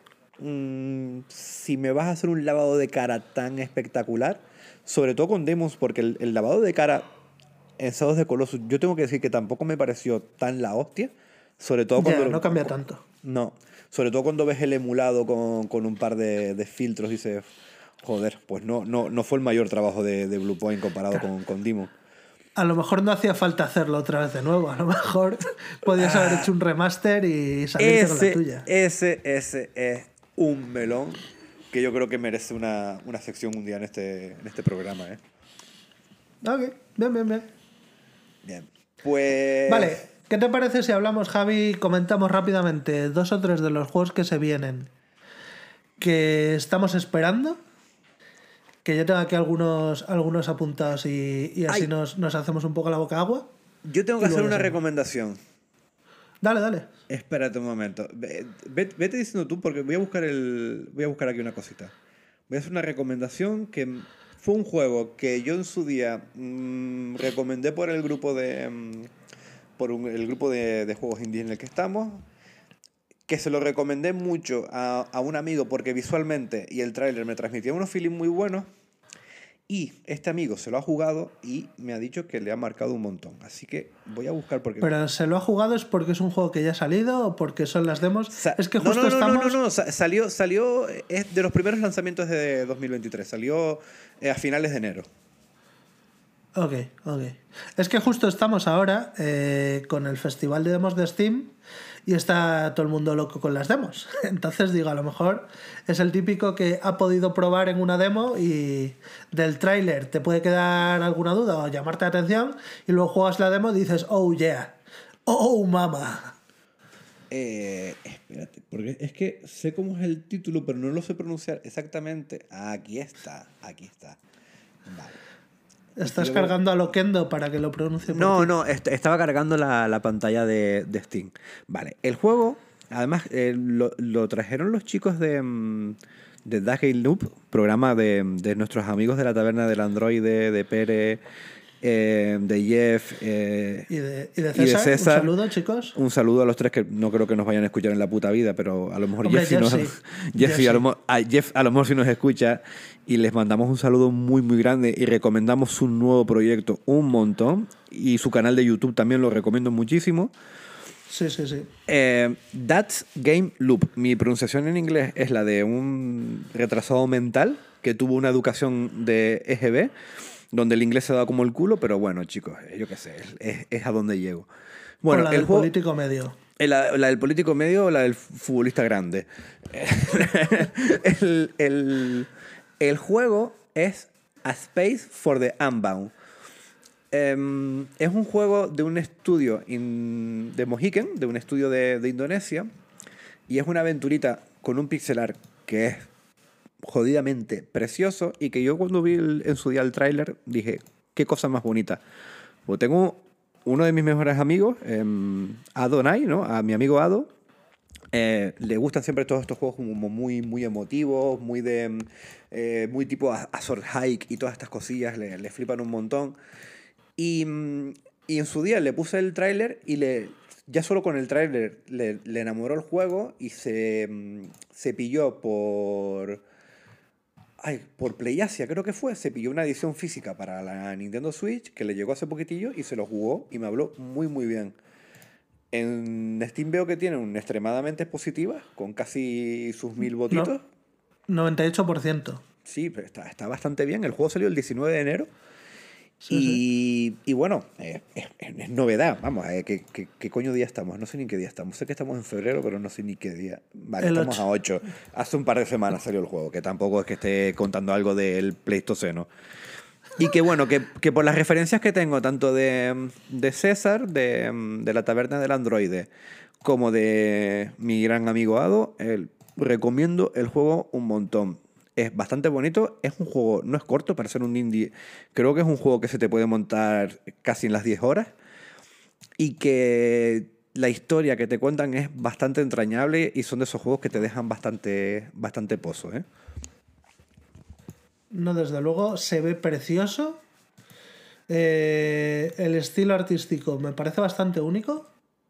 si me vas a hacer un lavado de cara tan espectacular, sobre todo con Demons, porque el lavado de cara en Shadow of the Colossus, yo tengo que decir que tampoco me pareció tan la hostia, sobre todo cuando... no cambia tanto. No, sobre todo cuando ves el emulado con un par de filtros, dices, joder, pues no fue el mayor trabajo de Bluepoint comparado con Demon. A lo mejor no hacía falta hacerlo otra vez de nuevo. A lo mejor podías haber hecho un remaster y salirte con la tuya. Ese es un melón que yo creo que merece una sección un día en este programa, ¿eh? Ok, bien. Bien, pues... Vale, ¿qué te parece si hablamos, Javi, comentamos rápidamente 2 o 3 de los juegos que se vienen, que estamos esperando? Que yo tengo aquí algunos apuntados y así nos hacemos un poco la boca agua. Yo tengo que hacer una recomendación. Dale. Espérate un momento. Vete diciendo tú, porque voy a buscar aquí una cosita. Voy a hacer una recomendación que fue un juego que yo en su día recomendé por el grupo el grupo de juegos indie en el que estamos, que se lo recomendé mucho a un amigo porque visualmente y el tráiler me transmitía unos feelings muy buenos, y este amigo se lo ha jugado y me ha dicho que le ha marcado un montón. Así que voy a buscar porque... ¿Pero se lo ha jugado es porque es un juego que ya ha salido o porque son las demos? Es que justo estamos... No. Salió, es de los primeros lanzamientos de 2023. Salió a finales de enero. Ok. Es que justo estamos ahora con el festival de demos de Steam y está todo el mundo loco con las demos. Entonces digo, a lo mejor es el típico que ha podido probar en una demo y del tráiler te puede quedar alguna duda o llamarte la atención y luego juegas la demo y dices, oh yeah, oh mama. Espérate, porque es que sé cómo es el título, pero no lo sé pronunciar exactamente. Aquí está. Vale. ¿Estás cargando a Loquendo para que lo pronuncie? No, estaba cargando la pantalla de Steam. Vale, el juego además, lo trajeron los chicos de Duck Game Loop, programa de nuestros amigos de la taberna del androide, de Pere, de Jeff y de César. Un saludo, chicos. Un saludo a los tres, que no creo que nos vayan a escuchar en la puta vida, pero a lo mejor Hombre, Jeff a lo mejor sí nos escucha, y les mandamos un saludo muy muy grande y recomendamos su nuevo proyecto un montón, y su canal de YouTube también lo recomiendo muchísimo. Sí. That's Game Loop. Mi pronunciación en inglés es la de un retrasado mental que tuvo una educación de EGB, donde el inglés se da como el culo, pero bueno, chicos, yo qué sé, es a donde llego. Bueno, o la del político medio. La del político medio o la del futbolista grande. el juego es A Space for the Unbound. Es un juego de un estudio de Mohican, de un estudio de Indonesia, y es una aventurita con un pixel art que es jodidamente precioso, y que yo cuando vi en su día el tráiler dije, qué cosa más bonita. Pues tengo uno de mis mejores amigos, Adonai, ¿no? A mi amigo Ado, le gustan siempre todos estos juegos como muy, muy emotivos, muy tipo Azor Hike y todas estas cosillas, le flipan un montón. Y en su día le puse el tráiler y ya solo con el tráiler le enamoró el juego, y se pilló por PlayAsia, creo que fue. Se pilló una edición física para la Nintendo Switch que le llegó hace poquitillo y se lo jugó y me habló muy muy bien. En Steam veo que tiene un extremadamente positiva, con casi sus 1000 votitos. 98%. Sí, pero está bastante bien. El juego salió el 19 de enero. Sí. Y bueno, es novedad. Vamos, ¿qué coño día estamos? No sé ni qué día estamos. Sé que estamos en febrero, pero no sé ni qué día. Vale, estamos a 8. Hace un par de semanas salió el juego, que tampoco es que esté contando algo del Pleistoceno. Y que bueno, que por las referencias que tengo, tanto de César, de la taberna del androide, como de mi gran amigo Ado, recomiendo el juego un montón. Es bastante bonito, es un juego, no es corto para ser un indie, creo que es un juego que se te puede montar casi en las 10 horas, y que la historia que te cuentan es bastante entrañable, y son de esos juegos que te dejan bastante pozo, ¿eh? No, desde luego, se ve precioso. El estilo artístico me parece bastante único.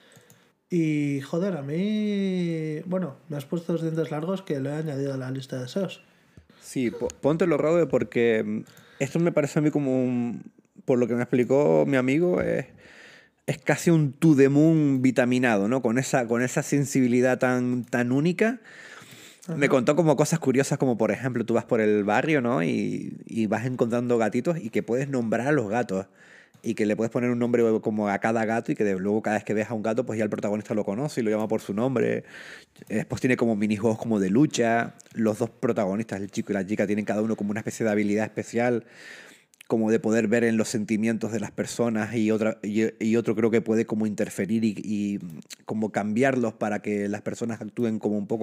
Y joder, a mí... Bueno, me has puesto los dientes largos que lo he añadido a la lista de deseos. Sí, póntelo, Raúl, porque esto me parece a mí como por lo que me explicó mi amigo, es casi un to the moon vitaminado, ¿no? Con esa sensibilidad tan única. Ajá. Me contó como cosas curiosas, como por ejemplo, tú vas por el barrio, ¿no? Y vas encontrando gatitos, y que puedes nombrar a los gatos, y que le puedes poner un nombre como a cada gato, y que luego cada vez que ves a un gato, pues ya el protagonista lo conoce y lo llama por su nombre. Después tiene como minijuegos como de lucha. Los dos protagonistas, el chico y la chica, tienen cada uno como una especie de habilidad especial, como de poder ver en los sentimientos de las personas, y otro creo que puede como interferir y como cambiarlos para que las personas actúen como un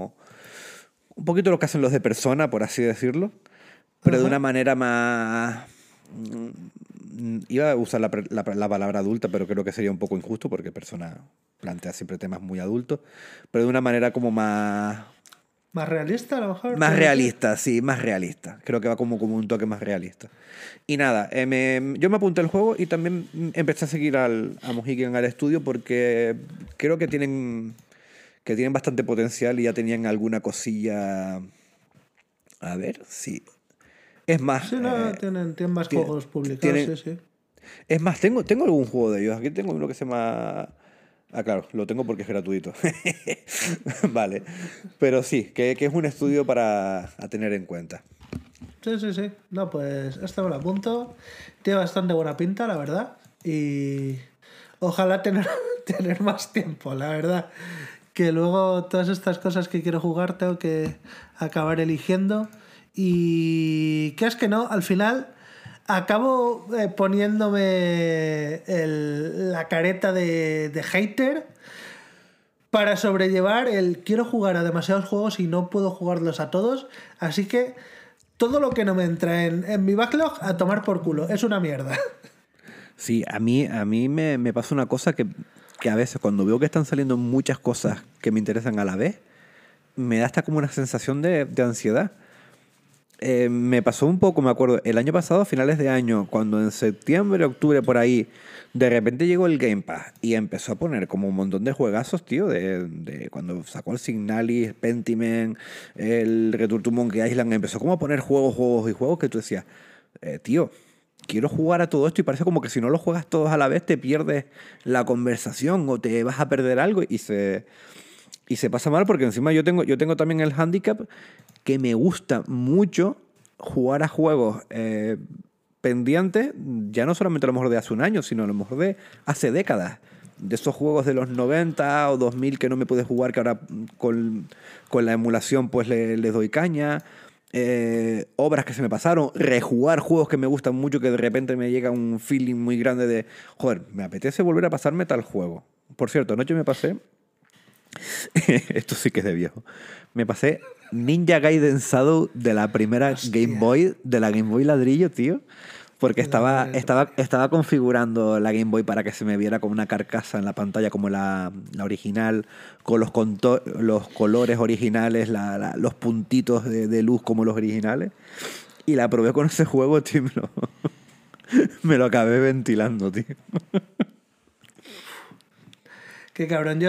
poquito lo que hacen los de Persona, por así decirlo, pero Ajá. de una manera más... Iba a usar la palabra adulta, pero creo que sería un poco injusto, porque Persona plantea siempre temas muy adultos, pero de una manera como más... ¿Más realista, a lo mejor? Más realista, sí, más realista. Creo que va como un toque más realista. Y nada, yo me apunté al juego, y también empecé a seguir a Mohican al estudio, porque creo que tienen bastante potencial, y ya tenían alguna cosilla... A ver, sí... Es más... Sí, no, tienen más juegos publicados, sí. Es más, tengo algún juego de ellos. Aquí tengo uno que se llama... Ah, claro, lo tengo porque es gratuito. Vale. Pero sí, que es un estudio a tener en cuenta. Sí. No, pues esto me lo apunto. Tiene bastante buena pinta, la verdad. Y ojalá tener más tiempo, la verdad. Que luego todas estas cosas que quiero jugar tengo que acabar eligiendo. Y que es que no, al final acabo poniéndome la careta de hater para sobrellevar quiero jugar a demasiados juegos y no puedo jugarlos a todos, así que todo lo que no me entra en mi backlog, a tomar por culo, es una mierda. Sí, a mí me pasa una cosa que que a veces cuando veo que están saliendo muchas cosas que me interesan a la vez, me da hasta como una sensación de ansiedad. Me pasó un poco, me acuerdo, el año pasado, a finales de año, cuando en septiembre, octubre, por ahí, de repente llegó el Game Pass y empezó a poner como un montón de juegazos, tío, de cuando sacó el Signalis, Pentiment, el Return to Monkey Island, empezó como a poner juegos que tú decías, tío, quiero jugar a todo esto, y parece como que si no lo juegas todos a la vez te pierdes la conversación o te vas a perder algo, y se pasa mal, porque encima yo tengo también el handicap que me gusta mucho jugar a juegos pendientes, ya no solamente a lo mejor de hace un año, sino a lo mejor de hace décadas. De esos juegos de los 90 o 2000 que no me pude jugar, que ahora con la emulación pues les doy caña. Obras que se me pasaron, rejugar juegos que me gustan mucho, que de repente me llega un feeling muy grande de, joder, me apetece volver a pasarme tal juego. Por cierto, anoche me pasé... Esto sí que es de viejo. Me pasé Ninja Gaiden Shadow de la primera Game Boy, de la Game Boy ladrillo, tío. Porque estaba configurando la Game Boy para que se me viera como una carcasa en la pantalla como la original, con los colores originales, los puntitos de luz como los originales. Y la probé con ese juego, tío. Me lo acabé ventilando, tío. Qué cabrón,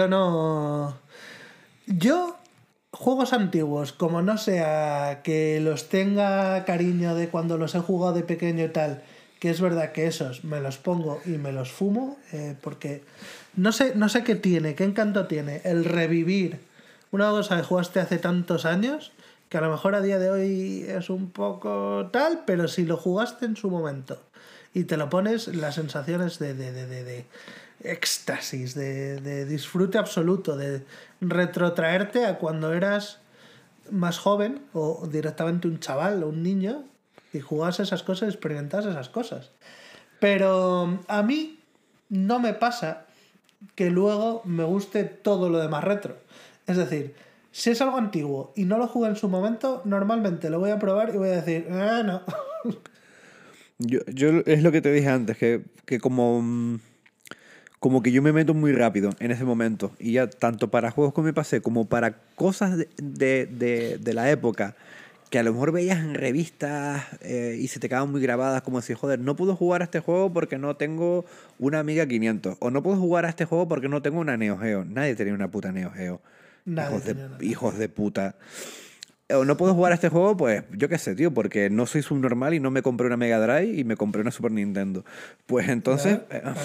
Yo, juegos antiguos, como no sea que los tenga cariño de cuando los he jugado de pequeño y tal, que es verdad que esos me los pongo y me los fumo, porque no sé qué tiene, qué encanto tiene el revivir una cosa que jugaste hace tantos años, que a lo mejor a día de hoy es un poco tal, pero si lo jugaste en su momento y te lo pones, las sensaciones de éxtasis, de disfrute absoluto, de retrotraerte a cuando eras más joven o directamente un chaval o un niño y jugabas esas cosas y experimentabas esas cosas. Pero a mí no me pasa que luego me guste todo lo demás retro. Es decir, si es algo antiguo y no lo jugué en su momento, normalmente lo voy a probar y voy a decir, no. Yo es lo que te dije antes, que como que yo me meto muy rápido en ese momento. Y ya tanto para juegos que me pasé como para cosas de la época que a lo mejor veías en revistas y se te quedaban muy grabadas, como decir, joder, no puedo jugar a este juego porque no tengo una Amiga 500. O no puedo jugar a este juego porque no tengo una Neo Geo. Nadie tenía una puta Neo Geo. Hijos de puta. O no puedo jugar a este juego, pues yo qué sé, tío, porque no soy subnormal y no me compré una Mega Drive y me compré una Super Nintendo. Pues entonces,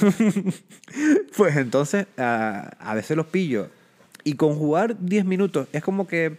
a veces los pillo. Y con jugar 10 minutos es como que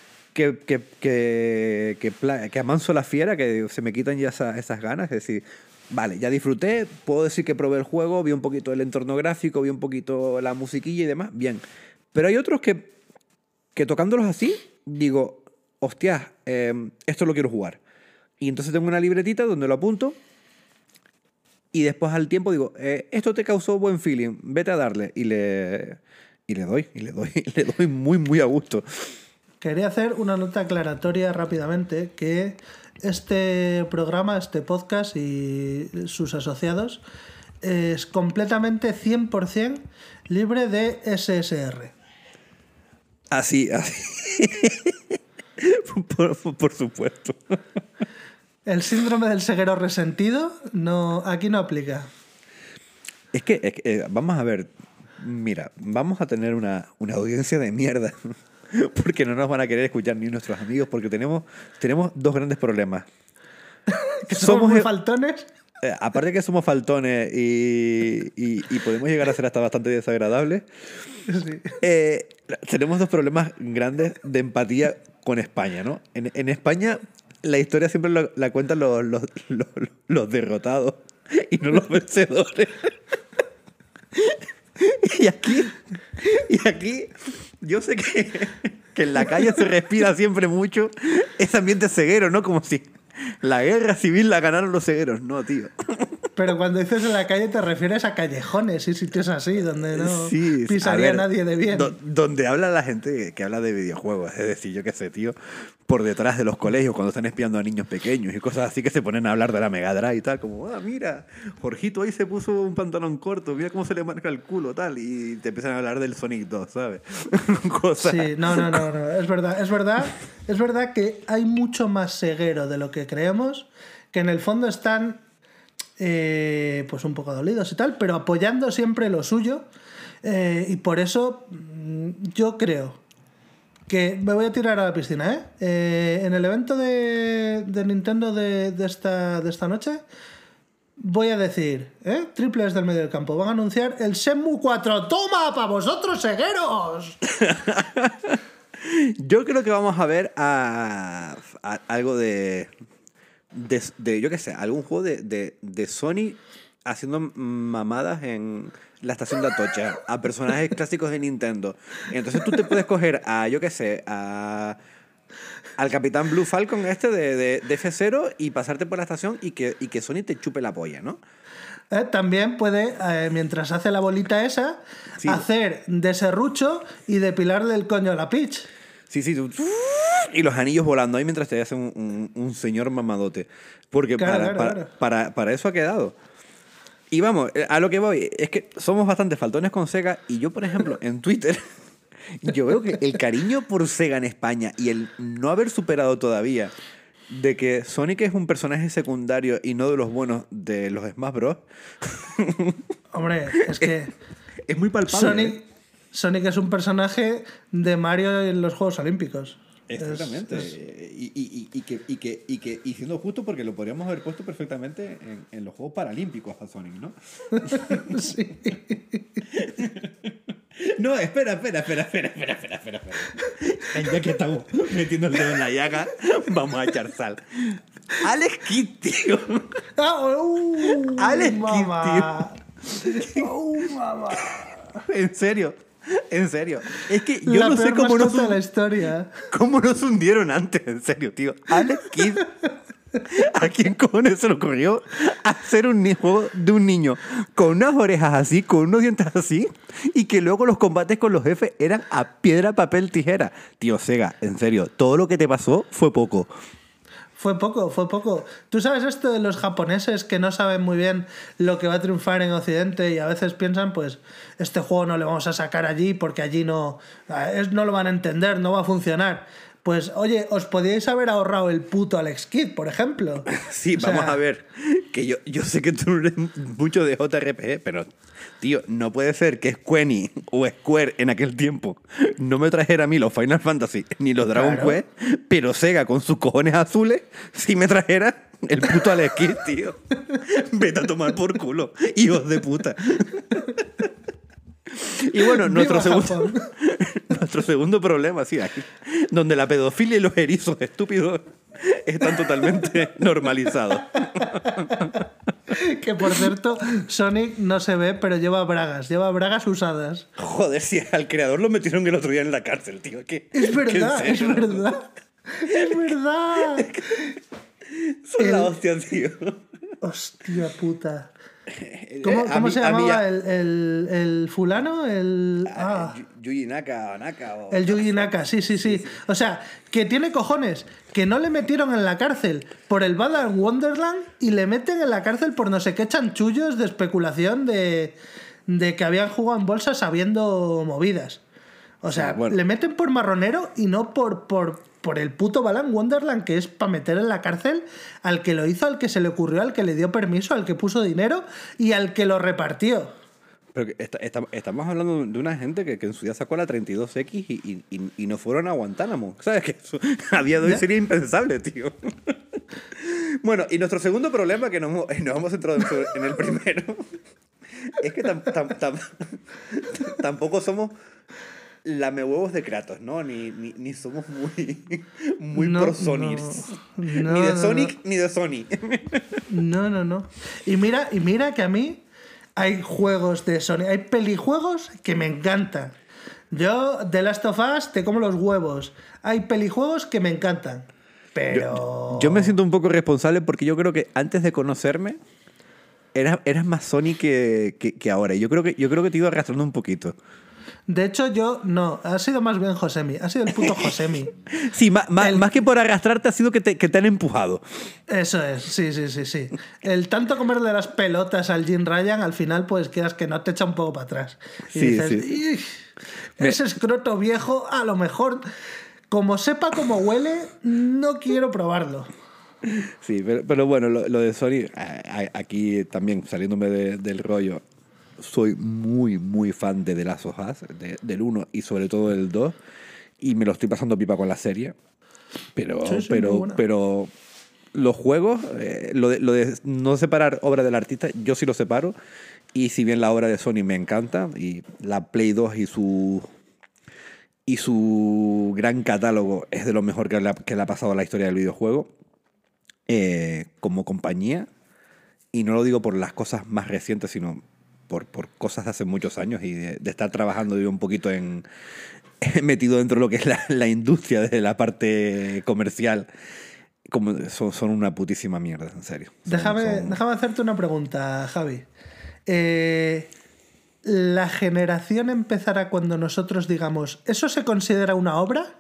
amanso la fiera, que se me quitan ya esas ganas. Es decir, vale, ya disfruté, puedo decir que probé el juego, vi un poquito el entorno gráfico, vi un poquito la musiquilla y demás, bien. Pero hay otros que tocándolos así, digo, hostia, esto lo quiero jugar. Y entonces tengo una libretita donde lo apunto y después al tiempo digo, esto te causó buen feeling, vete a darle. Y le doy muy, muy a gusto. Quería hacer una nota aclaratoria rápidamente, que este programa, este podcast y sus asociados es completamente 100% libre de SSR. Así. Por supuesto. El síndrome del ceguero resentido aquí no aplica. Es que vamos a ver, mira, vamos a tener una audiencia de mierda. Porque no nos van a querer escuchar ni nuestros amigos, porque tenemos dos grandes problemas. ¿Que somos muy faltones? Aparte que somos faltones y podemos llegar a ser hasta bastante desagradables, sí. Tenemos dos problemas grandes de empatía con España, ¿no? En España la historia siempre la cuentan los derrotados y no los vencedores. Y aquí yo sé que en la calle se respira siempre mucho ese ambiente ceguero, ¿no? Como si la guerra civil la ganaron los cegueros. No, tío. Pero cuando dices en la calle te refieres a callejones y sitios así, donde no Sí, pisaría nadie de bien. Donde habla la gente que habla de videojuegos, es decir, yo qué sé, tío, por detrás de los colegios cuando están espiando a niños pequeños y cosas así que se ponen a hablar de la Mega Drive y tal, como, mira, Jorgito ahí se puso un pantalón corto, mira cómo se le marca el culo, tal, y te empiezan a hablar del Sonic 2, ¿sabes? Cosas. Sí, no, es verdad que hay mucho más ceguero de lo que creemos, que en el fondo están pues un poco dolidos y tal, pero apoyando siempre lo suyo, y por eso yo creo que me voy a tirar a la piscina, en el evento de Nintendo de esta noche voy a decir, triples del medio del campo, van a anunciar el Shenmue 4. ¡Toma para vosotros, cegueros! Yo creo que vamos a ver a algo de yo qué sé, algún juego de Sony haciendo mamadas en la estación de Atocha a personajes clásicos de Nintendo. Entonces tú te puedes coger a, yo qué sé, al Capitán Blue Falcon de F0 y pasarte por la estación y que Sony te chupe la polla, ¿no? También puede, mientras hace la bolita esa, sí, hacer de serrucho y depilarle el coño a la Peach. Sí, y los anillos volando ahí mientras te hace un señor mamadote. Porque para eso ha quedado. Y vamos, a lo que voy, es que somos bastante faltones con Sega. Y yo, por ejemplo, en Twitter, yo veo que el cariño por Sega en España y el no haber superado todavía de que Sonic es un personaje secundario y no de los buenos de los Smash Bros. Hombre, es que es muy palpable. Sonic es un personaje de Mario en los Juegos Olímpicos. Exactamente. Y siendo justo, porque lo podríamos haber puesto perfectamente en los Juegos Paralímpicos a Sonic, ¿no? Sí. No, espera. Ya que estamos metiendo el dedo en la llaga, vamos a echar sal. Alex Kidd, tío. Alex Kidd, tío. Mamá. En serio. Es que yo no sé cómo no la historia. ¿Cómo nos hundieron antes? En serio, tío. Alex Kidd. ¿A quién cojones se le ocurrió hacer un juego de un niño con unas orejas así, con unos dientes así, y que luego los combates con los jefes eran a piedra, papel, tijera? Tío, Sega, en serio, todo lo que te pasó fue poco. Fue poco. ¿Tú sabes esto de los japoneses que no saben muy bien lo que va a triunfar en Occidente y a veces piensan, pues, este juego no le vamos a sacar allí porque allí no lo van a entender, no va a funcionar? Pues, oye, os podíais haber ahorrado el puto Alex Kidd, por ejemplo. Sí, vamos a ver. Que yo sé que tú no eres mucho de JRPG, pero, tío, no puede ser que Square o Square en aquel tiempo no me trajera a mí los Final Fantasy ni los Dragon Quest, pero Sega con sus cojones azules sí me trajera el puto Alex Kidd, tío. Vete a tomar por culo, hijos de puta. Y bueno, nuestro segundo problema, sí, aquí, donde la pedofilia y los erizos estúpidos están totalmente normalizados. Que por cierto, Sonic no se ve, pero lleva bragas usadas. Joder, si al creador lo metieron el otro día en la cárcel, tío. Es verdad. Son la hostia, tío. Hostia puta. ¿Cómo se llamaba el fulano? Yuji Naka. El Yuji Naka, sí. O sea, que tiene cojones, que no le metieron en la cárcel por el Balan Wonderland y le meten en la cárcel por no sé qué chanchullos de especulación de que habían jugado en bolsa sabiendo movidas. O sea, bueno, le meten por marronero y no por el puto Balan Wonderland, que es para meter en la cárcel al que lo hizo, al que se le ocurrió, al que le dio permiso, al que puso dinero y al que lo repartió. Pero estamos hablando de una gente que en su día sacó la 32X y no fueron a Guantánamo. ¿Sabes? Que eso a día de hoy sería impensable, tío. Bueno, y nuestro segundo problema, que nos hemos centrado en el primero, es que tampoco somos lamehuevos de Kratos, ¿no? Ni somos muy pro Sonics. Ni de Sonic ni de Sony. No. Y mira que a mí hay juegos de Sony, hay pelijuegos que me encantan. Yo, The Last of Us, te como los huevos. Hay pelijuegos que me encantan. Pero Yo me siento un poco responsable porque yo creo que antes de conocerme, eras más Sony que ahora. Yo creo que te iba arrastrando un poquito. De hecho, yo no, ha sido más bien Josemi, ha sido el puto Josemi. Sí, más que por arrastrarte ha sido que te han empujado. Eso es, sí. El tanto comerle las pelotas al Jim Ryan, al final, pues quedas que no te echa un poco para atrás. Y dices, sí. Ese escroto viejo, a lo mejor, como sepa cómo huele, no quiero probarlo. Sí, pero bueno, lo de Sony, aquí también saliéndome del rollo, soy muy, muy fan de The Last of Us, del 1 y sobre todo del 2, y me lo estoy pasando pipa con la serie. Pero los juegos, lo de no separar obra del artista, yo sí lo separo, y si bien la obra de Sony me encanta, y la Play 2 y su gran catálogo es de lo mejor que le ha pasado a la historia del videojuego, como compañía, y no lo digo por las cosas más recientes, sino por cosas de hace muchos años y de estar trabajando yo un poquito metido dentro de lo que es la industria desde la parte comercial, como son una putísima mierda, en serio. Déjame hacerte una pregunta, Javi. ¿La generación empezará cuando nosotros digamos, ¿eso se considera una obra?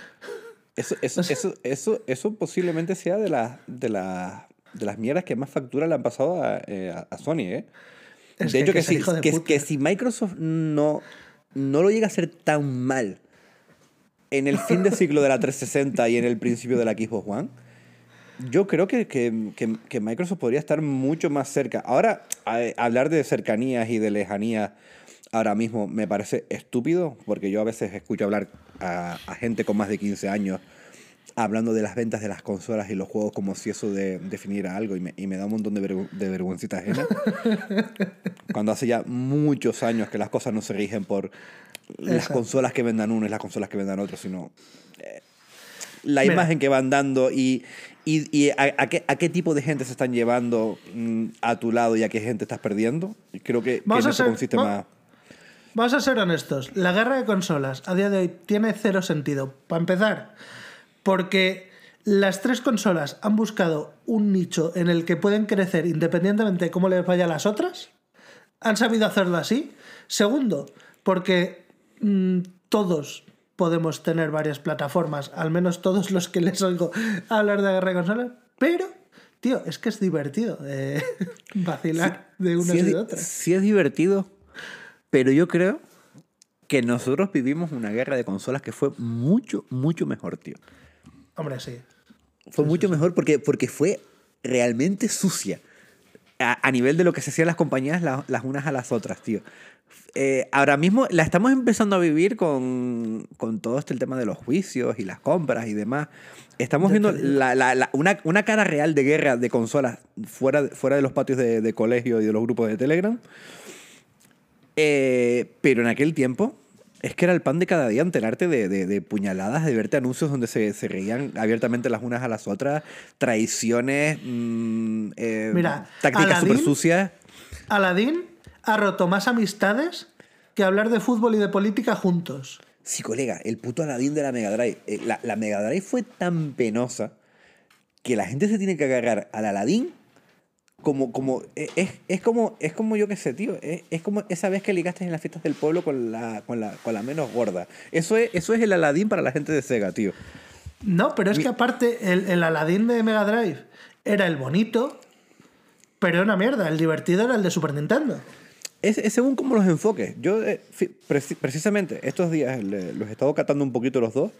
Eso posiblemente sea de las mierdas que más factura le han pasado a Sony, ¿eh? De hecho, que si Microsoft no lo llega a hacer tan mal en el fin de ciclo de la 360 y en el principio de la Xbox One, yo creo que Microsoft podría estar mucho más cerca. Ahora, hablar de cercanías y de lejanías ahora mismo me parece estúpido, porque yo a veces escucho hablar a gente con más de 15 años hablando de las ventas de las consolas y los juegos como si eso definiera algo, y me da un montón de vergüencita ajena. Cuando hace ya muchos años que las cosas no se rigen por las consolas que vendan uno y las consolas que vendan otro, sino la imagen que van dando y a qué tipo de gente se están llevando a tu lado y a qué gente estás perdiendo. Creo que en eso consiste más. Vamos a ser honestos. La guerra de consolas a día de hoy tiene cero sentido. Para empezar, porque las tres consolas han buscado un nicho en el que pueden crecer independientemente de cómo les vaya a las otras. Han sabido hacerlo así. Segundo, porque todos podemos tener varias plataformas, al menos todos los que les oigo hablar de guerra de consolas, pero, tío, es que es divertido vacilar de unas y de otras. Sí es divertido, pero yo creo que nosotros vivimos una guerra de consolas que fue mucho, mucho mejor, tío. Hombre, sí. Fue mucho mejor porque fue realmente sucia. A nivel de lo que se hacían las compañías las unas a las otras, tío. Ahora mismo la estamos empezando a vivir con todo el tema de los juicios y las compras y demás. Estamos viendo una cara real de guerra de consolas fuera de los patios de colegio y de los grupos de Telegram. Pero en aquel tiempo es que era el pan de cada día enterarte de puñaladas, de verte anuncios donde se reían abiertamente las unas a las otras, traiciones, Mira, tácticas súper sucias. Aladdin ha roto más amistades que hablar de fútbol y de política juntos. Sí, colega, el puto Aladdin de la Mega Drive. La Mega Drive fue tan penosa que la gente se tiene que agarrar al Aladdin es como yo qué sé, tío. Es como esa vez que ligaste en las fiestas del pueblo con la menos gorda. Eso es el Aladdin para la gente de Sega, tío. No, pero es que aparte el Aladdin de Mega Drive era el bonito, pero era una mierda. El divertido era el de Super Nintendo. Es según cómo los enfoques. Yo, precisamente, estos días los he estado catando un poquito los dos.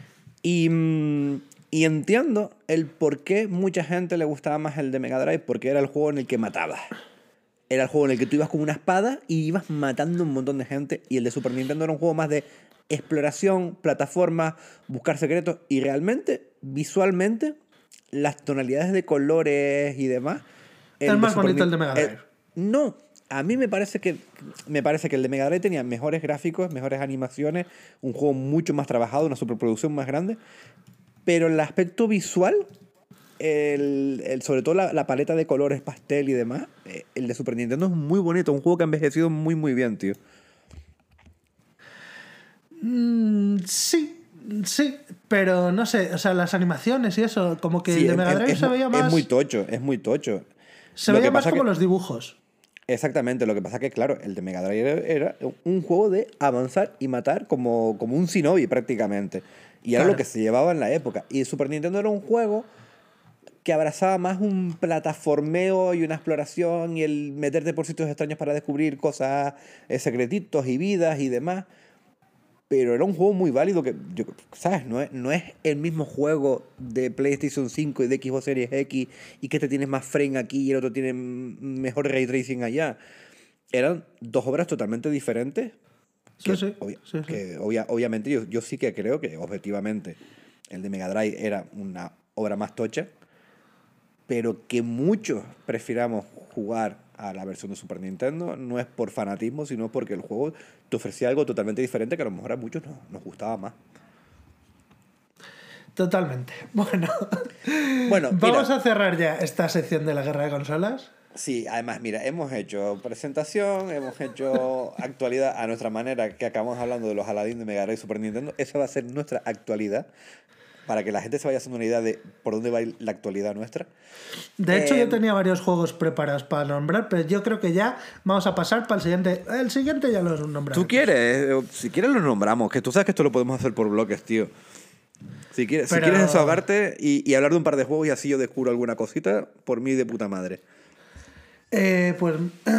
Y entiendo el por qué mucha gente le gustaba más el de Mega Drive, porque era el juego en el que matabas. Era el juego en el que tú ibas con una espada y ibas matando un montón de gente. Y el de Super Nintendo era un juego más de exploración, plataforma, buscar secretos. Y realmente, visualmente, las tonalidades de colores y demás... Es más bonito el de Mega Drive. No, a mí me parece que el de Mega Drive tenía mejores gráficos, mejores animaciones, un juego mucho más trabajado, una superproducción más grande. Pero el aspecto visual, sobre todo la paleta de colores pastel y demás, el de Super Nintendo es muy bonito. Un juego que ha envejecido muy, muy bien, tío. Sí, pero no sé, o sea, las animaciones y eso, como que sí, el de Mega Drive se veía más... Es muy tocho. Se Lo veía que más pasa como que- los dibujos. Exactamente, lo que pasa que, claro, el de Mega Drive era un juego de avanzar y matar como un shinobi prácticamente. Y era lo Claro. que se llevaba en la época. Y Super Nintendo era un juego que abrazaba más un plataformeo y una exploración y el meterte por sitios extraños para descubrir cosas, secretitos y vidas y demás. Pero era un juego muy válido que, ¿sabes? No es el mismo juego de PlayStation 5 y de Xbox Series X y que te tienes más frame aquí y el otro tiene mejor ray tracing allá. Eran dos obras totalmente diferentes Sí, sí. Sí, sí. obviamente yo sí que creo que objetivamente el de Mega Drive era una obra más tocha, pero que muchos prefiramos jugar a la versión de Super Nintendo no es por fanatismo, sino porque el juego te ofrecía algo totalmente diferente que a lo mejor a muchos nos gustaba más. Totalmente. Bueno, Bueno, vamos mira, a cerrar ya esta sección de la guerra de consolas. sí, además, mira, hemos hecho presentación, hemos hecho actualidad a nuestra manera, que acabamos hablando de los Aladdin de Mega Drive y Super Nintendo. Esa va a ser nuestra actualidad, para que la gente se vaya haciendo una idea de por dónde va a ir la actualidad nuestra. De hecho, yo tenía varios juegos preparados para nombrar, pero yo creo que ya vamos a pasar para el siguiente. El siguiente ya lo nombraremos. Tú quieres, si quieres lo nombramos, que tú sabes que esto lo podemos hacer por bloques, tío. Si quieres Pero- desahogarte y hablar de un par de juegos y así yo descubro alguna cosita, por mí de puta madre. Pues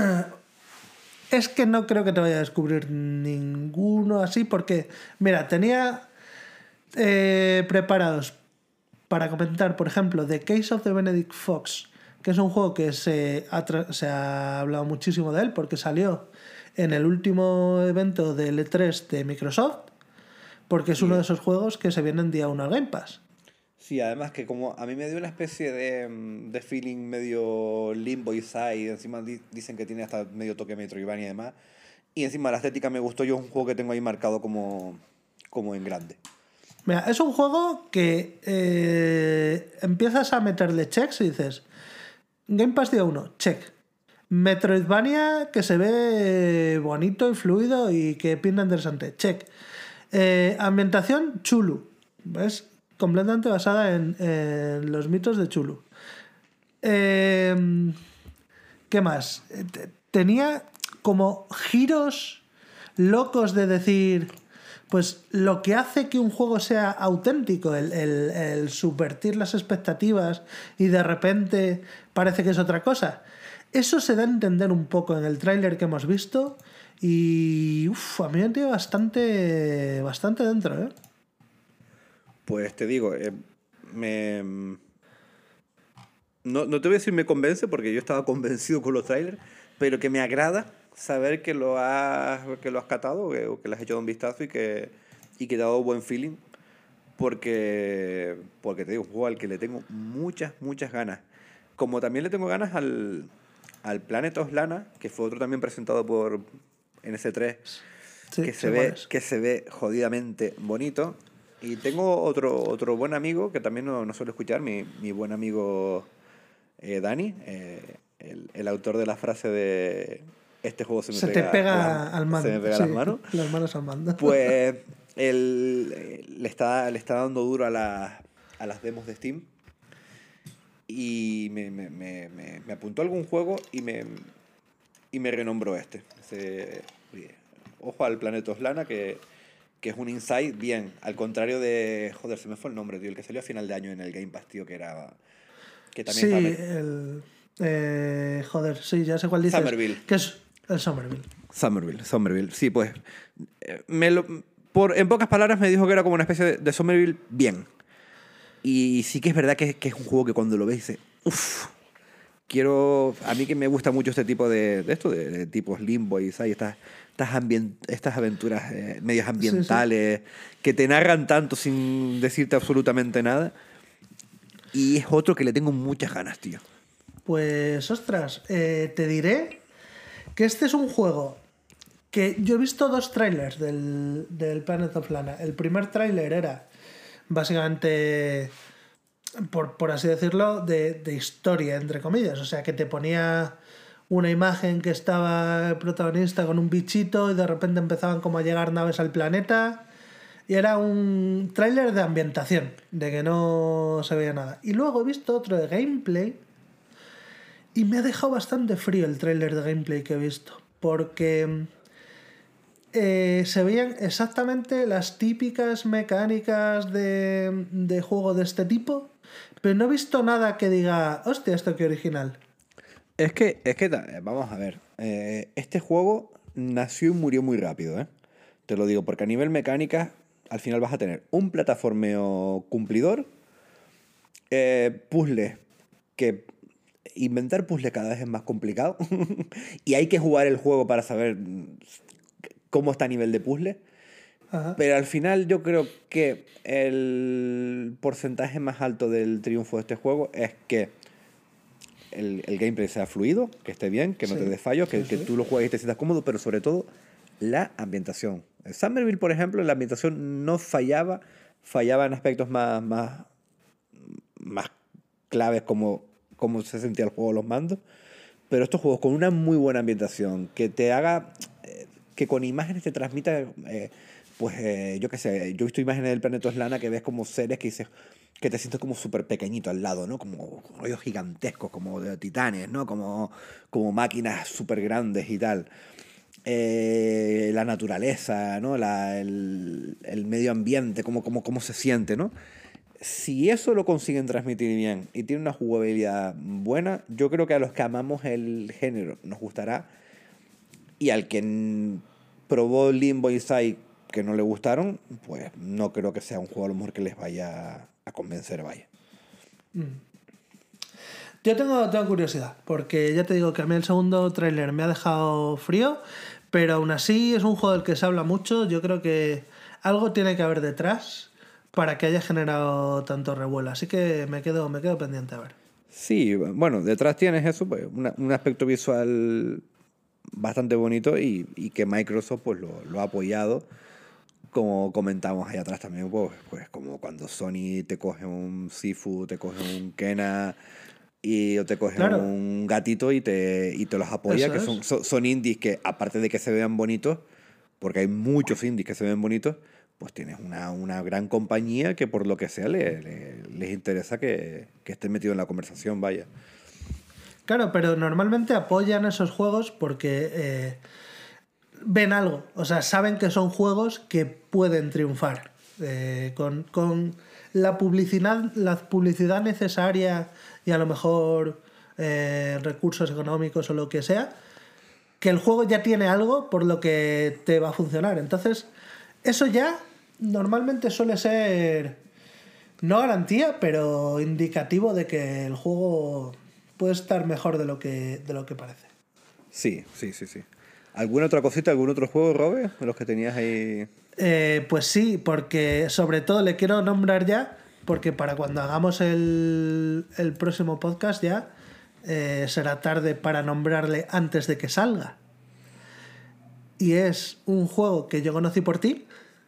es que no creo que te vaya a descubrir ninguno así, porque, mira, tenía preparados para comentar, por ejemplo, The Case of the Benedict Fox, que es un juego que se ha hablado muchísimo de él porque salió en el último evento del E3 de Microsoft, porque es uno de esos juegos que se vienen día 1 al Game Pass. Sí, además que como a mí me dio una especie de feeling medio limbo y side, encima dicen que tiene hasta medio toque Metroidvania y demás, y encima la estética me gustó, yo es un juego que tengo ahí marcado como en grande. Mira, es un juego que empiezas a meterle checks y dices, Game Pass día 1, check. Metroidvania que se ve bonito y fluido y que pinta interesante, check. Ambientación, Chulu. ¿Ves? Completamente basada en los mitos de Chulu. ¿Qué más? Tenía como giros locos de decir, pues lo que hace que un juego sea auténtico, el subvertir las expectativas y de repente parece que es otra cosa. Eso se da a entender un poco en el tráiler que hemos visto y a mí me tiene bastante dentro, ¿eh? Pues te digo, no te voy a decir me convence, porque yo estaba convencido con los trailers, pero que me agrada saber que lo has catado, o que le has echado un vistazo y que te ha dado buen feeling, porque te digo, un juego al que le tengo muchas ganas. Como también le tengo ganas al Planet of Lana, que fue otro también presentado por NS3, Sí, que se ve jodidamente bonito. Y tengo otro buen amigo que también no suele escuchar, mi buen amigo Dani, el autor de la frase de este juego se me te pega al mando. se me pega Sí, las manos. Las manos al mando. Pues él le está dando duro a las demos de Steam y me apuntó algún juego y me renombró este. Oye, ojo al Planeta Oslana, que es un insight bien, al contrario de... Joder, se me fue el nombre, tío, el que salió a final de año en el Game Pass, tío, que también Sí, joder, sí, ya sé cuál dices. Somerville. Que es el Somerville. Somerville, sí, pues... en pocas palabras me dijo que era como una especie de Somerville bien. Y sí que es verdad que es un juego que cuando lo ves dices, uff, a mí que me gusta mucho este tipo de tipos limbo y ¿sabes? Estas aventuras medias ambientales, que te narran tanto sin decirte absolutamente nada. Y es otro que le tengo muchas ganas, tío. Pues, ostras, te diré que este es un juego que yo he visto 2 trailers del Planet of Lana. El primer tráiler era básicamente, por así decirlo, de historia, entre comillas. O sea, que te ponía una imagen que estaba el protagonista con un bichito y de repente empezaban como a llegar naves al planeta. Y era un tráiler de ambientación, de que no se veía nada. Y luego he visto otro de gameplay Y me ha dejado bastante frío el tráiler de gameplay que he visto. Porque se veían exactamente las típicas mecánicas de juego de este tipo. Pero no he visto nada que diga, hostia, esto qué original. Vamos a ver. Este juego nació y murió muy rápido, ¿eh? Te lo digo, porque a nivel mecánica, al final vas a tener un plataformeo cumplidor, puzzles, que inventar puzzles cada vez es más complicado, y hay que jugar el juego para saber cómo está a nivel de puzzle. Ajá. Pero al final yo creo que el porcentaje más alto del triunfo de este juego es que el gameplay sea fluido, que esté bien, que no Sí, te dé fallos, que, sí, que sí. tú lo juegues y te sientas cómodo, pero sobre todo la ambientación. En Somerville, por ejemplo, la ambientación no fallaba, fallaba en aspectos más claves como cómo se sentía el juego, los mandos, pero estos juegos con una muy buena ambientación, que te haga, que con imágenes te transmita, yo qué sé, yo he visto imágenes del planeta Oslana que ves como seres que dices, que te sientes como súper pequeñito al lado, ¿no? Como rollos gigantescos, como de titanes, ¿no? Como máquinas súper grandes y tal. La naturaleza, ¿no? El medio ambiente, cómo se siente, ¿no? Si eso lo consiguen transmitir bien y tiene una jugabilidad buena, yo creo que a los que amamos el género nos gustará. Y al que probó Limbo y Sai que no le gustaron, pues no creo que sea un juego a lo mejor que les vaya a convencer, vaya. Yo tengo curiosidad, porque ya te digo que a mí el segundo tráiler me ha dejado frío, pero aún así es un juego del que se habla mucho. Yo creo que algo tiene que haber detrás para que haya generado tanto revuelo. Así que me quedo pendiente a ver. Sí, bueno, detrás tienes eso, pues, un aspecto visual bastante bonito y que Microsoft pues lo ha apoyado, como comentamos ahí atrás también, pues como cuando Sony te coge un Sifu, te coge un Kena o te coge Claro, un gatito y te los apoya, eso que es. son indies que aparte de que se vean bonitos, porque hay muchos indies que se ven bonitos, pues tienes una gran compañía que por lo que sea les interesa que estén metidos en la conversación, vaya. Claro, pero normalmente apoyan esos juegos porque ven algo. O sea, saben que son juegos que pueden triunfar. Con la publicidad necesaria y a lo mejor recursos económicos o lo que sea, que el juego ya tiene algo por lo que te va a funcionar. Entonces, eso ya normalmente suele ser no garantía, pero indicativo de que el juego puede estar mejor de lo que parece. Sí, sí, sí, sí. ¿Alguna otra cosita, algún otro juego, Robe, de los que tenías ahí? Pues sí, porque sobre todo le quiero nombrar ya, porque para cuando hagamos el próximo podcast ya será tarde para nombrarle antes de que salga. Y es un juego que yo conocí por ti,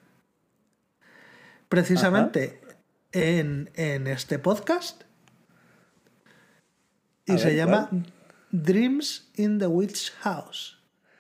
Ajá. precisamente en este podcast, A y se ver, llama ¿cuál? Dreams in the Witch House.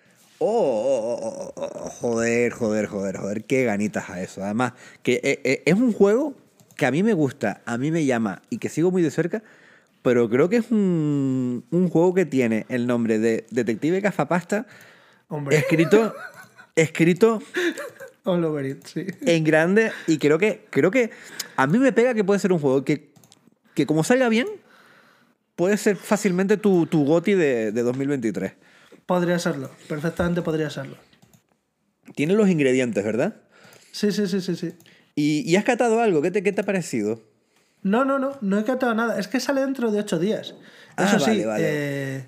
Joder, joder, joder, joder, qué ganitas a eso. Además, que es un juego que a mí me gusta, a mí me llama y que sigo muy de cerca, pero creo que es un juego que tiene el nombre de Detective Gafapasta Hombre, escrito, escrito all over it, sí. en grande y creo que a mí me pega que puede ser un juego que como salga bien, puede ser fácilmente tu GOTY de 2023. Podría serlo, perfectamente podría serlo. Tiene los ingredientes, ¿verdad? Sí, sí, sí, sí, sí. ¿Y has catado algo? ¿Qué te ha parecido? No he catado nada. Es que sale dentro de 8 días. Ah, Eso vale, sí, vale.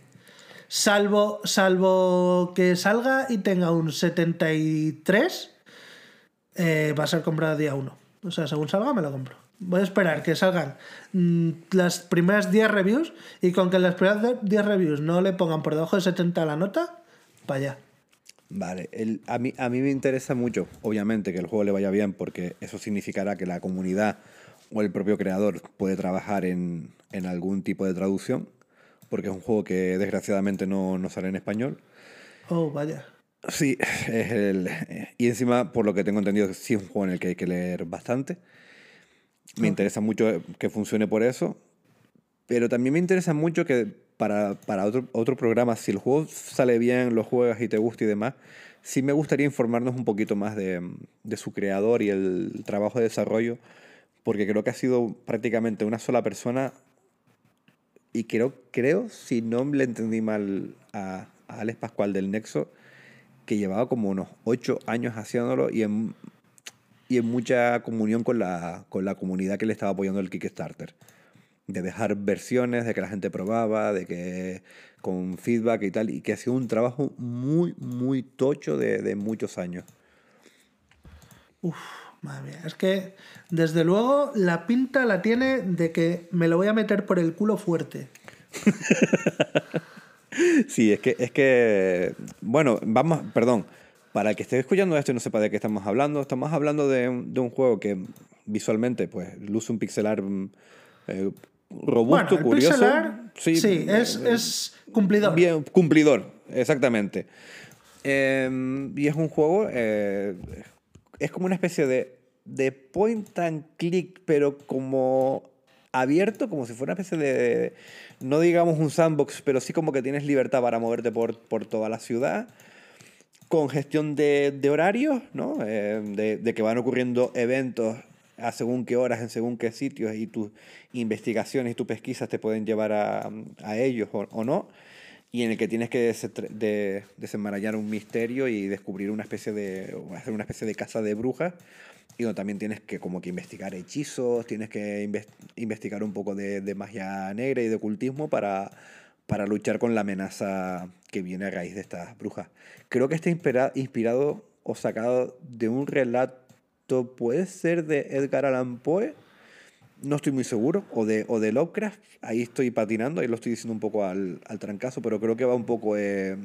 salvo que salga y tenga un 73, va a ser comprado día 1. O sea, según salga me lo compro. Voy a esperar que salgan las primeras 10 reviews y con que las primeras 10 reviews no le pongan por debajo de 70 la nota, para allá. Vale, a mí me interesa mucho, obviamente, que el juego le vaya bien, porque eso significará que la comunidad o el propio creador puede trabajar en algún tipo de traducción, porque es un juego que desgraciadamente no sale en español. Oh, vaya. Sí, y encima, por lo que tengo entendido, sí es un juego en el que hay que leer bastante. Me Ok. interesa mucho que funcione por eso, pero también me interesa mucho que para otro programa, si el juego sale bien, lo juegas y te gusta y demás, sí me gustaría informarnos un poquito más de su creador y el trabajo de desarrollo, porque creo que ha sido prácticamente una sola persona y creo si no le entendí mal a Alex Pascual del Nexo, que llevaba como unos 8 años haciéndolo y en mucha comunión con la comunidad que le estaba apoyando el Kickstarter. De dejar versiones, de que la gente probaba, de que con feedback y tal, y que ha sido un trabajo muy, muy tocho de muchos años. Uf, madre mía. Es que, desde luego, la pinta la tiene de que me lo voy a meter por el culo fuerte. Sí, es que, bueno, perdón, para el que esté escuchando esto y no sepa de qué estamos hablando de un juego que visualmente, pues, luce un pixel art robusto, Bueno, el curioso. pixel art, sí, es cumplidor. Bien, cumplidor, exactamente. Y es un juego, es como una especie de point and click, pero como abierto, como si fuera una especie no digamos un sandbox, pero sí como que tienes libertad para moverte por toda la ciudad, con gestión de horarios, ¿no? De que van ocurriendo eventos a según qué horas, en según qué sitios, y tus investigaciones y tus pesquisas te pueden llevar a ellos o no, y en el que tienes que desenmarañar un misterio y descubrir o hacer una especie de caza de brujas, y donde también tienes que como que investigar hechizos, tienes que investigar un poco de magia negra y de ocultismo para luchar con la amenaza que viene a raíz de estas brujas. Creo que está inspirado o sacado de un relato, puede ser de Edgar Allan Poe, no estoy muy seguro, o de Lovecraft, ahí estoy patinando, ahí lo estoy diciendo un poco al trancazo, pero creo que va un poco,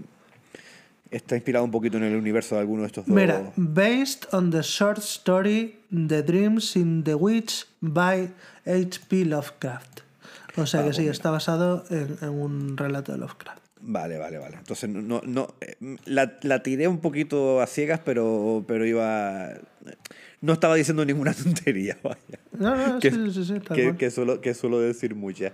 está inspirado un poquito en el universo de alguno de estos dos. Mira, based on the short story The Dreams in the Witch by H.P. Lovecraft. O sea que sí, está basado en un relato de Lovecraft. Vale. Entonces, la tiré un poquito a ciegas, pero no estaba diciendo ninguna tontería, vaya. No, sí, tal cual. Que suelo decir muchas.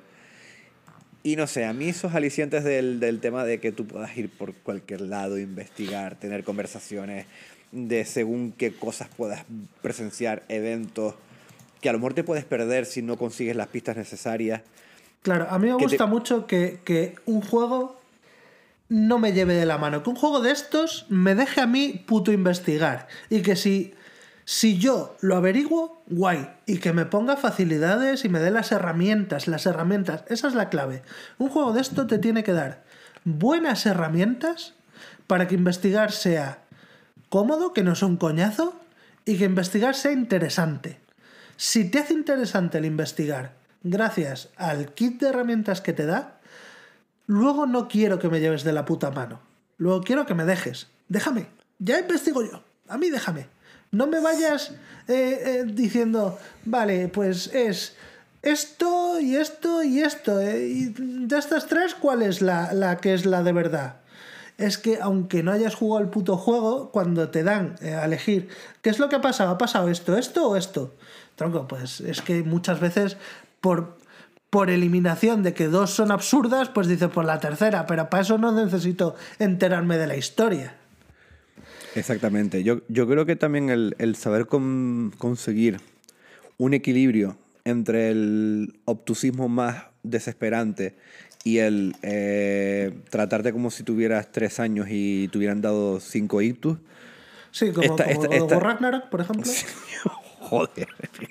Y no sé, a mí esos alicientes del tema de que tú puedas ir por cualquier lado, investigar, tener conversaciones, de según qué cosas puedas presenciar, eventos, que a lo mejor te puedes perder si no consigues las pistas necesarias. Claro, a mí me gusta mucho que un juego no me lleve de la mano, que un juego de estos me deje a mí puto investigar, y que si yo lo averiguo, guay, y que me ponga facilidades y me dé las herramientas, esa es la clave. Un juego de esto te tiene que dar buenas herramientas para que investigar sea cómodo, que no sea un coñazo, y que investigar sea interesante. Si te hace interesante el investigar gracias al kit de herramientas que te da, luego no quiero que me lleves de la puta mano. Luego quiero que me dejes. Déjame. Ya investigo yo. A mí déjame. No me vayas diciendo, vale, pues es esto y esto y esto. Y de estas tres, ¿cuál es la que es la de verdad? Es que aunque no hayas jugado el puto juego, cuando te dan a elegir ¿qué es lo que ha pasado? ¿Ha pasado esto o esto? Tronco, pues es que muchas veces por eliminación de que dos son absurdas, pues dices por la tercera, pero para eso no necesito enterarme de la historia. Exactamente. Yo creo que también el saber conseguir un equilibrio entre el obtusismo más desesperante y el tratarte como si tuvieras 3 años y te hubieran dado 5 ictus. Sí, como God of Ragnarok, por ejemplo. Sí, joder.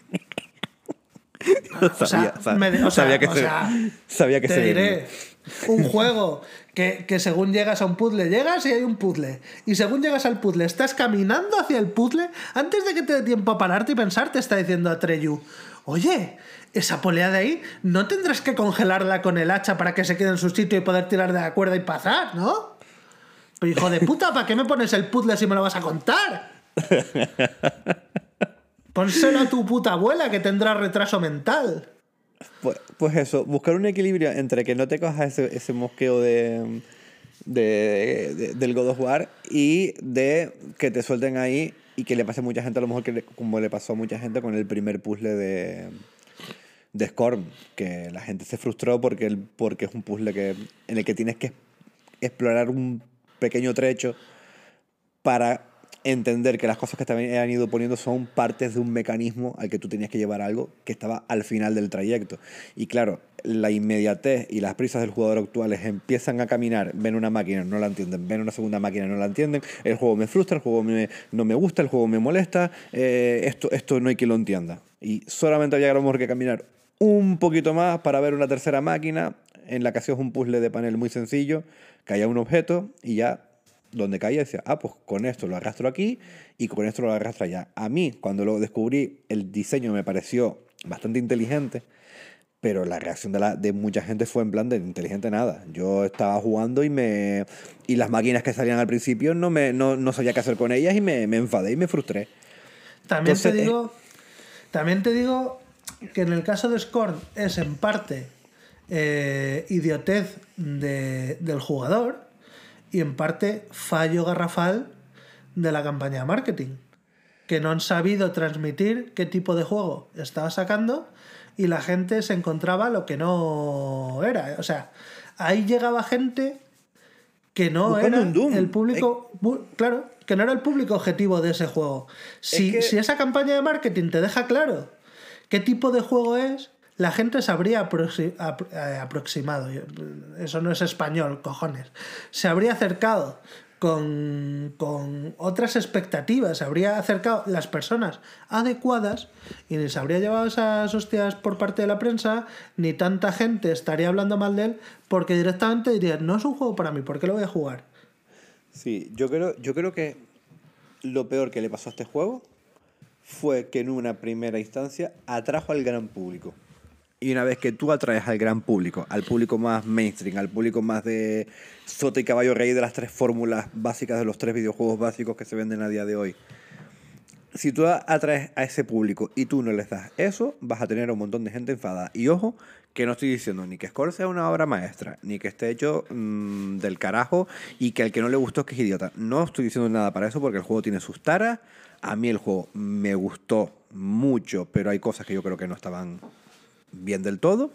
Sabía que te se diré, un juego que según llegas a un puzzle, llegas y hay un puzzle, y según llegas al puzzle estás caminando hacia el puzzle, antes de que te dé tiempo a pararte y pensar, te está diciendo Atreyu, oye, esa polea de ahí no tendrás que congelarla con el hacha para que se quede en su sitio y poder tirar de la cuerda y pasar, ¿no? Pero hijo de puta, ¿para qué me pones el puzzle si me lo vas a contar? Pónselo a tu puta abuela, que tendrá retraso mental. Pues eso, buscar un equilibrio entre que no te cojas ese mosqueo del God of War y de que te suelten ahí y que le pase a mucha gente, a lo mejor como le pasó a mucha gente con el primer puzzle de Scorn, que la gente se frustró porque es un puzzle en el que tienes que explorar un pequeño trecho para entender que las cosas que te han ido poniendo son partes de un mecanismo al que tú tenías que llevar algo que estaba al final del trayecto. Y claro, la inmediatez y las prisas del jugador actuales empiezan a caminar, ven una máquina, no la entienden, ven una segunda máquina, no la entienden, el juego me frustra, el juego no me gusta, el juego me molesta, esto no hay quien lo entienda. Y solamente había que caminar un poquito más para ver una tercera máquina en la que hacías un puzzle de panel muy sencillo, caía un objeto y ya donde caía decía, pues con esto lo arrastro aquí y con esto lo arrastro allá. A mí, cuando lo descubrí, el diseño me pareció bastante inteligente, pero la reacción de mucha gente fue en plan de inteligente nada. Yo estaba jugando y las máquinas que salían al principio no sabía qué hacer con ellas y me enfadé y me frustré. También te digo que en el caso de Scorn es en parte idiotez del jugador y en parte fallo garrafal de la campaña de marketing, que no han sabido transmitir qué tipo de juego estaba sacando y la gente se encontraba lo que no era. O sea, ahí llegaba gente que no buscando era un Doom. el público... Claro, que no era el público objetivo de ese juego. Si esa campaña de marketing te deja claro qué tipo de juego es, la gente se habría aproximado. Eso no es español, cojones. Se habría acercado con otras expectativas, se habría acercado las personas adecuadas y ni se habría llevado esas hostias por parte de la prensa, ni tanta gente estaría hablando mal de él, porque directamente dirían, no es un juego para mí, ¿por qué lo voy a jugar? Sí, yo creo que lo peor que le pasó a este juego fue que en una primera instancia atrajo al gran público. Y una vez que tú atraes al gran público, al público más mainstream, al público más de sota y caballo rey de las tres fórmulas básicas de los tres videojuegos básicos que se venden a día de hoy, si tú atraes a ese público y tú no les das eso, vas a tener un montón de gente enfadada. Y ojo, que no estoy diciendo ni que Score sea una obra maestra, ni que esté hecho del carajo y que al que no le gustó es que es idiota. No estoy diciendo nada para eso porque el juego tiene sus taras. A mí el juego me gustó mucho, pero hay cosas que yo creo que no estaban bien del todo,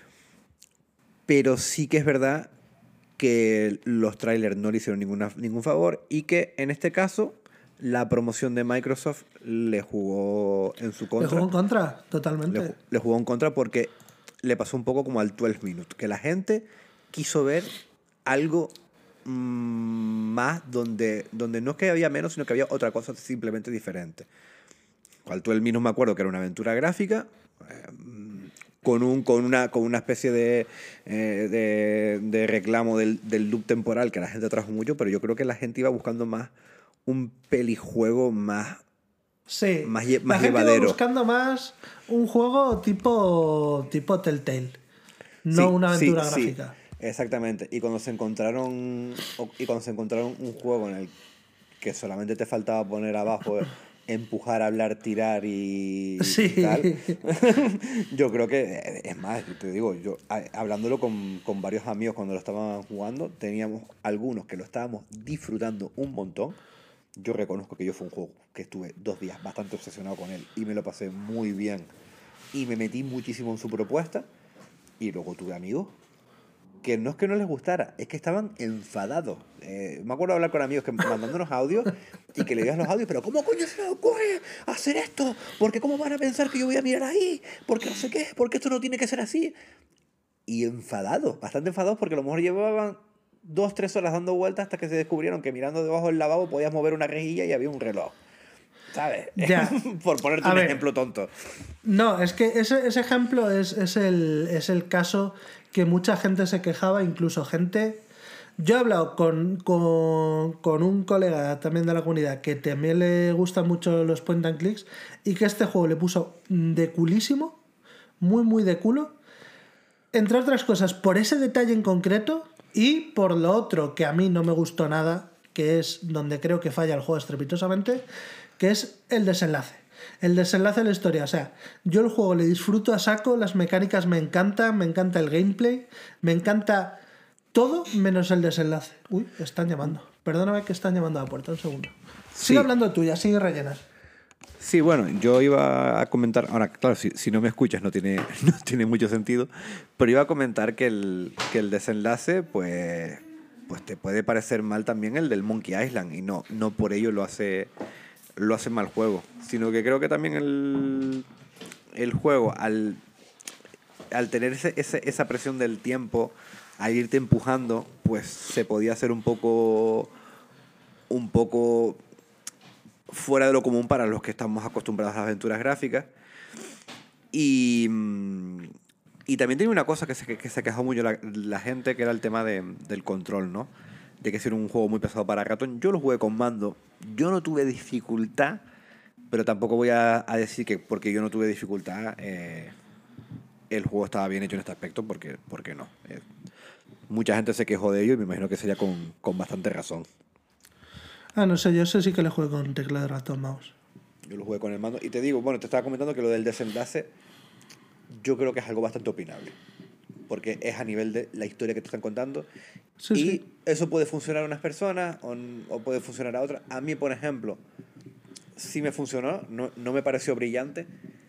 pero sí que es verdad que los trailers no le hicieron ningún favor y que en este caso la promoción de Microsoft le jugó en su contra. Le jugó en contra, totalmente. Le jugó en contra porque le pasó un poco como al 12 Minutes, que la gente quiso ver algo más donde no es que había menos, sino que había otra cosa simplemente diferente. Al 12 Minutes me acuerdo que era una aventura gráfica, con una especie de reclamo del loop temporal que a la gente atrajo mucho, pero yo creo que la gente iba buscando más un pelijuego más más llevadero. La gente iba buscando más un juego tipo Telltale, no una aventura gráfica. Sí, exactamente. Y cuando se encontraron un juego en el que solamente te faltaba poner abajo empujar, hablar, tirar y tal. Yo creo que, es más, te digo, yo hablándolo con varios amigos cuando lo estaban jugando, teníamos algunos que lo estábamos disfrutando un montón. Yo reconozco que fue un juego que estuve 2 días bastante obsesionado con él y me lo pasé muy bien y me metí muchísimo en su propuesta. Y luego tuve amigos que no es que no les gustara, es que estaban enfadados. Me acuerdo de hablar con amigos que mandándonos audios y que le digas los audios, pero ¿cómo coño se les ocurre hacer esto? Porque ¿cómo van a pensar que yo voy a mirar ahí? Porque no sé qué, porque esto no tiene que ser así. Y enfadados, bastante enfadados, porque a lo mejor llevaban 2-3 horas dando vueltas hasta que se descubrieron que mirando debajo del lavabo podías mover una rejilla y había un reloj. ¿Sabes? Ya. Por ponerte un ejemplo tonto. No, es que ese ejemplo es el caso que mucha gente se quejaba, incluso gente... Yo he hablado con un colega también de la comunidad que también le gustan mucho los point and clicks y que este juego le puso de culísimo, muy muy de culo, entre otras cosas por ese detalle en concreto y por lo otro que a mí no me gustó nada, que es donde creo que falla el juego estrepitosamente, que es el desenlace. El desenlace de la historia. O sea, yo el juego le disfruto a saco, las mecánicas me encantan, me encanta el gameplay, me encanta todo menos el desenlace. Uy, están llamando. Perdóname que están llamando a la puerta, un segundo. Sigue hablando tú, ya sigue rellenas. Sí, bueno, yo iba a comentar, ahora, claro, si no me escuchas no tiene, no tiene mucho sentido, pero iba a comentar que el desenlace, pues te puede parecer mal también el del Monkey Island, y no por ello lo hace mal juego, sino que creo que también el juego, al tener esa presión del tiempo, al irte empujando, pues se podía hacer un poco fuera de lo común para los que estamos acostumbrados a las aventuras gráficas. Y, y también tiene una cosa que se quejó mucho la gente, que era el tema del control, ¿no? De que era un juego muy pesado para ratón. Yo lo jugué con mando. Yo no tuve dificultad, pero tampoco voy a decir que porque yo no tuve dificultad, el juego estaba bien hecho en este aspecto, porque no. Mucha gente se quejó de ello y me imagino que sería con bastante razón. Ah, no sé, yo sé sí que le juego con teclado de ratón mouse. Yo lo jugué con el mando. Y te digo, bueno, te estaba comentando que lo del desenlace yo creo que es algo bastante opinable. Porque es a nivel de la historia que te están contando. Sí, Y sí. eso puede funcionar a unas personas o puede funcionar a otras. A mí, por ejemplo, sí me funcionó. No me pareció brillante.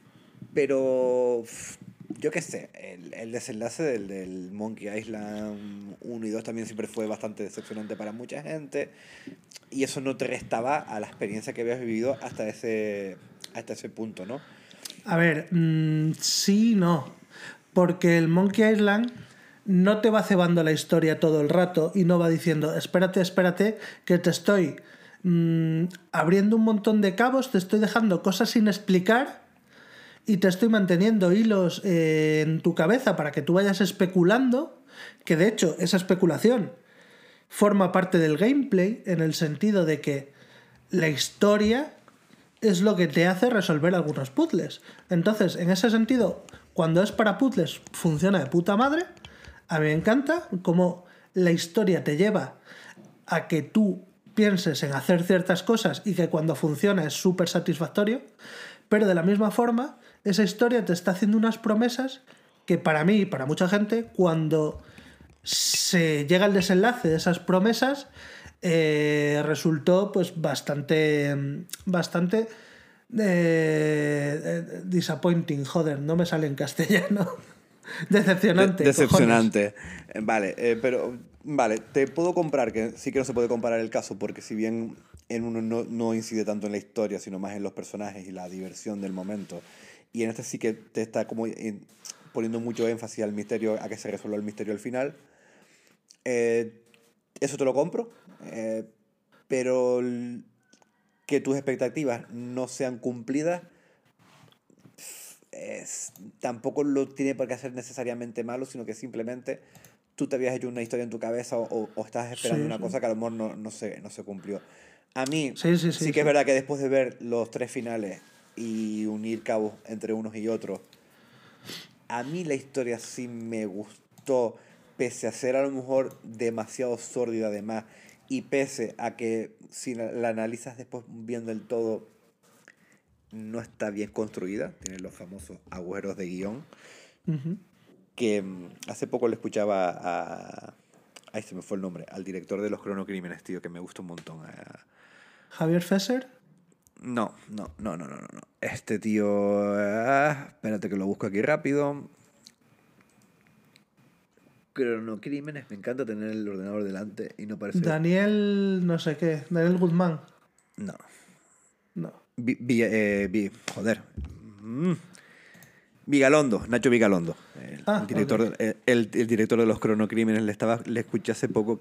Pero yo qué sé, el desenlace del Monkey Island 1 y 2 también siempre fue bastante decepcionante para mucha gente. Y eso no te restaba a la experiencia que habías vivido hasta ese punto, ¿no? A ver, sí y no. Porque el Monkey Island no te va cebando la historia todo el rato y no va diciendo, espérate, espérate, que te estoy abriendo un montón de cabos, te estoy dejando cosas sin explicar y te estoy manteniendo hilos en tu cabeza para que tú vayas especulando, que de hecho esa especulación forma parte del gameplay en el sentido de que la historia es lo que te hace resolver algunos puzzles. Entonces, en ese sentido, cuando es para puzzles, funciona de puta madre. A mí me encanta cómo la historia te lleva a que tú pienses en hacer ciertas cosas y que cuando funciona es súper satisfactorio. Pero de la misma forma, esa historia te está haciendo unas promesas que para mí y para mucha gente, cuando se llega al desenlace de esas promesas, resultó pues bastante disappointing, joder, no me sale en castellano. Decepcionante, cojones. Decepcionante. Vale, pero vale, te puedo comprar que sí que no se puede comparar el caso, porque si bien en uno no incide tanto en la historia, sino más en los personajes y la diversión del momento, y en este sí que te está como poniendo mucho énfasis al misterio, a que se resuelva el misterio al final, eh, eso te lo compro, pero que tus expectativas no sean cumplidas tampoco lo tiene por qué hacer necesariamente malo, sino que simplemente tú te habías hecho una historia en tu cabeza o estabas esperando Sí, una sí. cosa que a lo mejor no se cumplió. A mí Sí, sí, sí sí, que es sí. verdad que después de ver los tres finales y unir cabos entre unos y otros, a mí la historia sí me gustó, pese a ser a lo mejor demasiado sórdida además, y pese a que si la analizas después viendo el todo, no está bien construida, tiene los famosos agujeros de guión, Ujú. que hace poco le escuchaba a... Ahí se me fue el nombre, al director de los Cronocrímenes, tío, que me gusta un montón. Javier Fesser. No. Este tío... espérate que lo busco aquí rápido. Cronocrímenes, me encanta tener el ordenador delante y no parece... Daniel, no sé qué. Daniel Guzmán. No. No. Joder. Mm. Vigalondo, Nacho Vigalondo, Ah, ok. el director de los Cronocrímenes, le escuché hace poco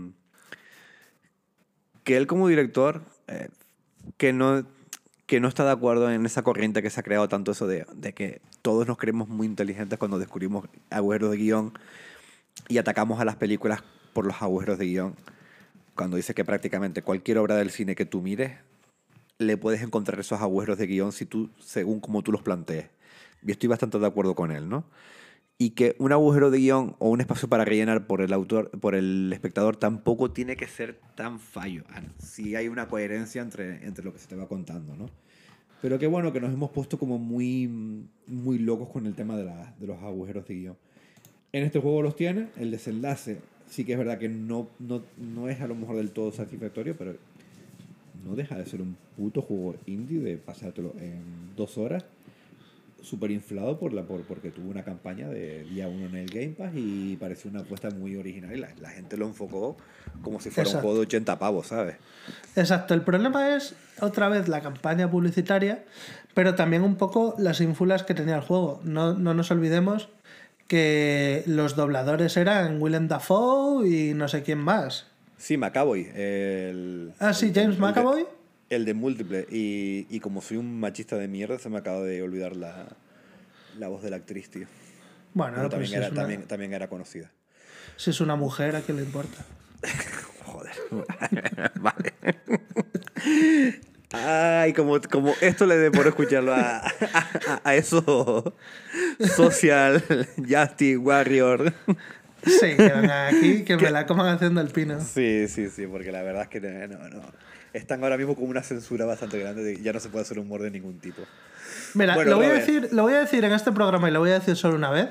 que él como director, que no, que no está de acuerdo en esa corriente que se ha creado tanto eso de que todos nos creemos muy inteligentes cuando descubrimos agujeros de guión y atacamos a las películas por los agujeros de guión. Cuando dice que prácticamente cualquier obra del cine que tú mires, le puedes encontrar esos agujeros de guión según como tú los plantees. Y estoy bastante de acuerdo con él, ¿no? Y que un agujero de guión o un espacio para rellenar por el autor, por el espectador, tampoco tiene que ser tan fallo. Si hay una coherencia entre lo que se te va contando, ¿no? Pero qué bueno que nos hemos puesto como muy locos con el tema de los agujeros de guión. En este juego los tiene, el desenlace sí que es verdad que no es a lo mejor del todo satisfactorio, pero no deja de ser un puto juego indie de pasártelo en 2 horas, súper inflado porque tuvo una campaña de día 1 en el Game Pass y pareció una apuesta muy original y la gente lo enfocó como si fuera un juego de 80 pavos, ¿sabes? Exacto, el problema es otra vez la campaña publicitaria, pero también un poco las ínfulas que tenía el juego. No nos olvidemos que los dobladores eran Willem Dafoe y no sé quién más. Sí, McAvoy. James McAvoy. El de Múltiple. Y como soy un machista de mierda, se me acaba de olvidar la voz de la actriz, tío. Bueno, pero pero también era conocida. Si es una mujer, ¿a quién le importa? Joder. Vale. Ay, como esto le dé por escucharlo a eso social Justice Warrior. Sí, que vengan aquí, que me la coman haciendo el pino. Sí, porque la verdad es que no. Están ahora mismo con una censura bastante grande. Ya no se puede hacer humor de ningún tipo. Mira, bueno, lo voy a decir en este programa y lo voy a decir solo una vez.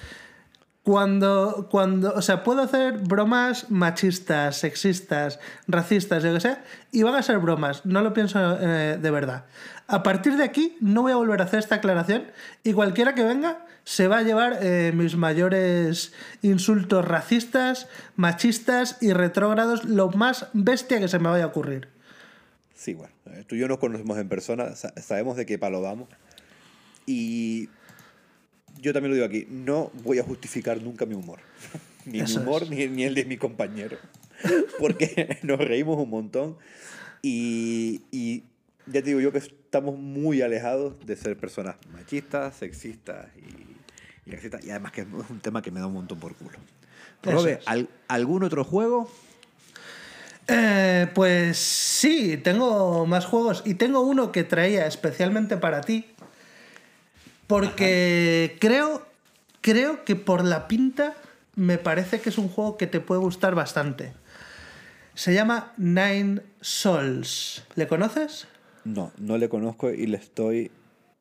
O sea, puedo hacer bromas machistas, sexistas, racistas, yo que sé, y van a ser bromas, no lo pienso de verdad. A partir de aquí no voy a volver a hacer esta aclaración y cualquiera que venga se va a llevar mis mayores insultos racistas, machistas y retrógrados, lo más bestia que se me vaya a ocurrir. Sí, bueno, tú y yo nos conocemos en persona, sabemos de qué palo vamos y... Yo también lo digo aquí, no voy a justificar nunca mi humor. Ni mi humor, ni el de mi compañero. Porque nos reímos un montón. Y ya te digo yo que estamos muy alejados de ser personas machistas, sexistas y racistas. Y además que es un tema que me da un montón por culo. Robe, ¿algún otro juego? Pues sí, tengo más juegos. Y tengo uno que traía especialmente para ti. Porque creo que por la pinta me parece que es un juego que te puede gustar bastante. Se llama Nine Sols. ¿Le conoces? No le conozco y estoy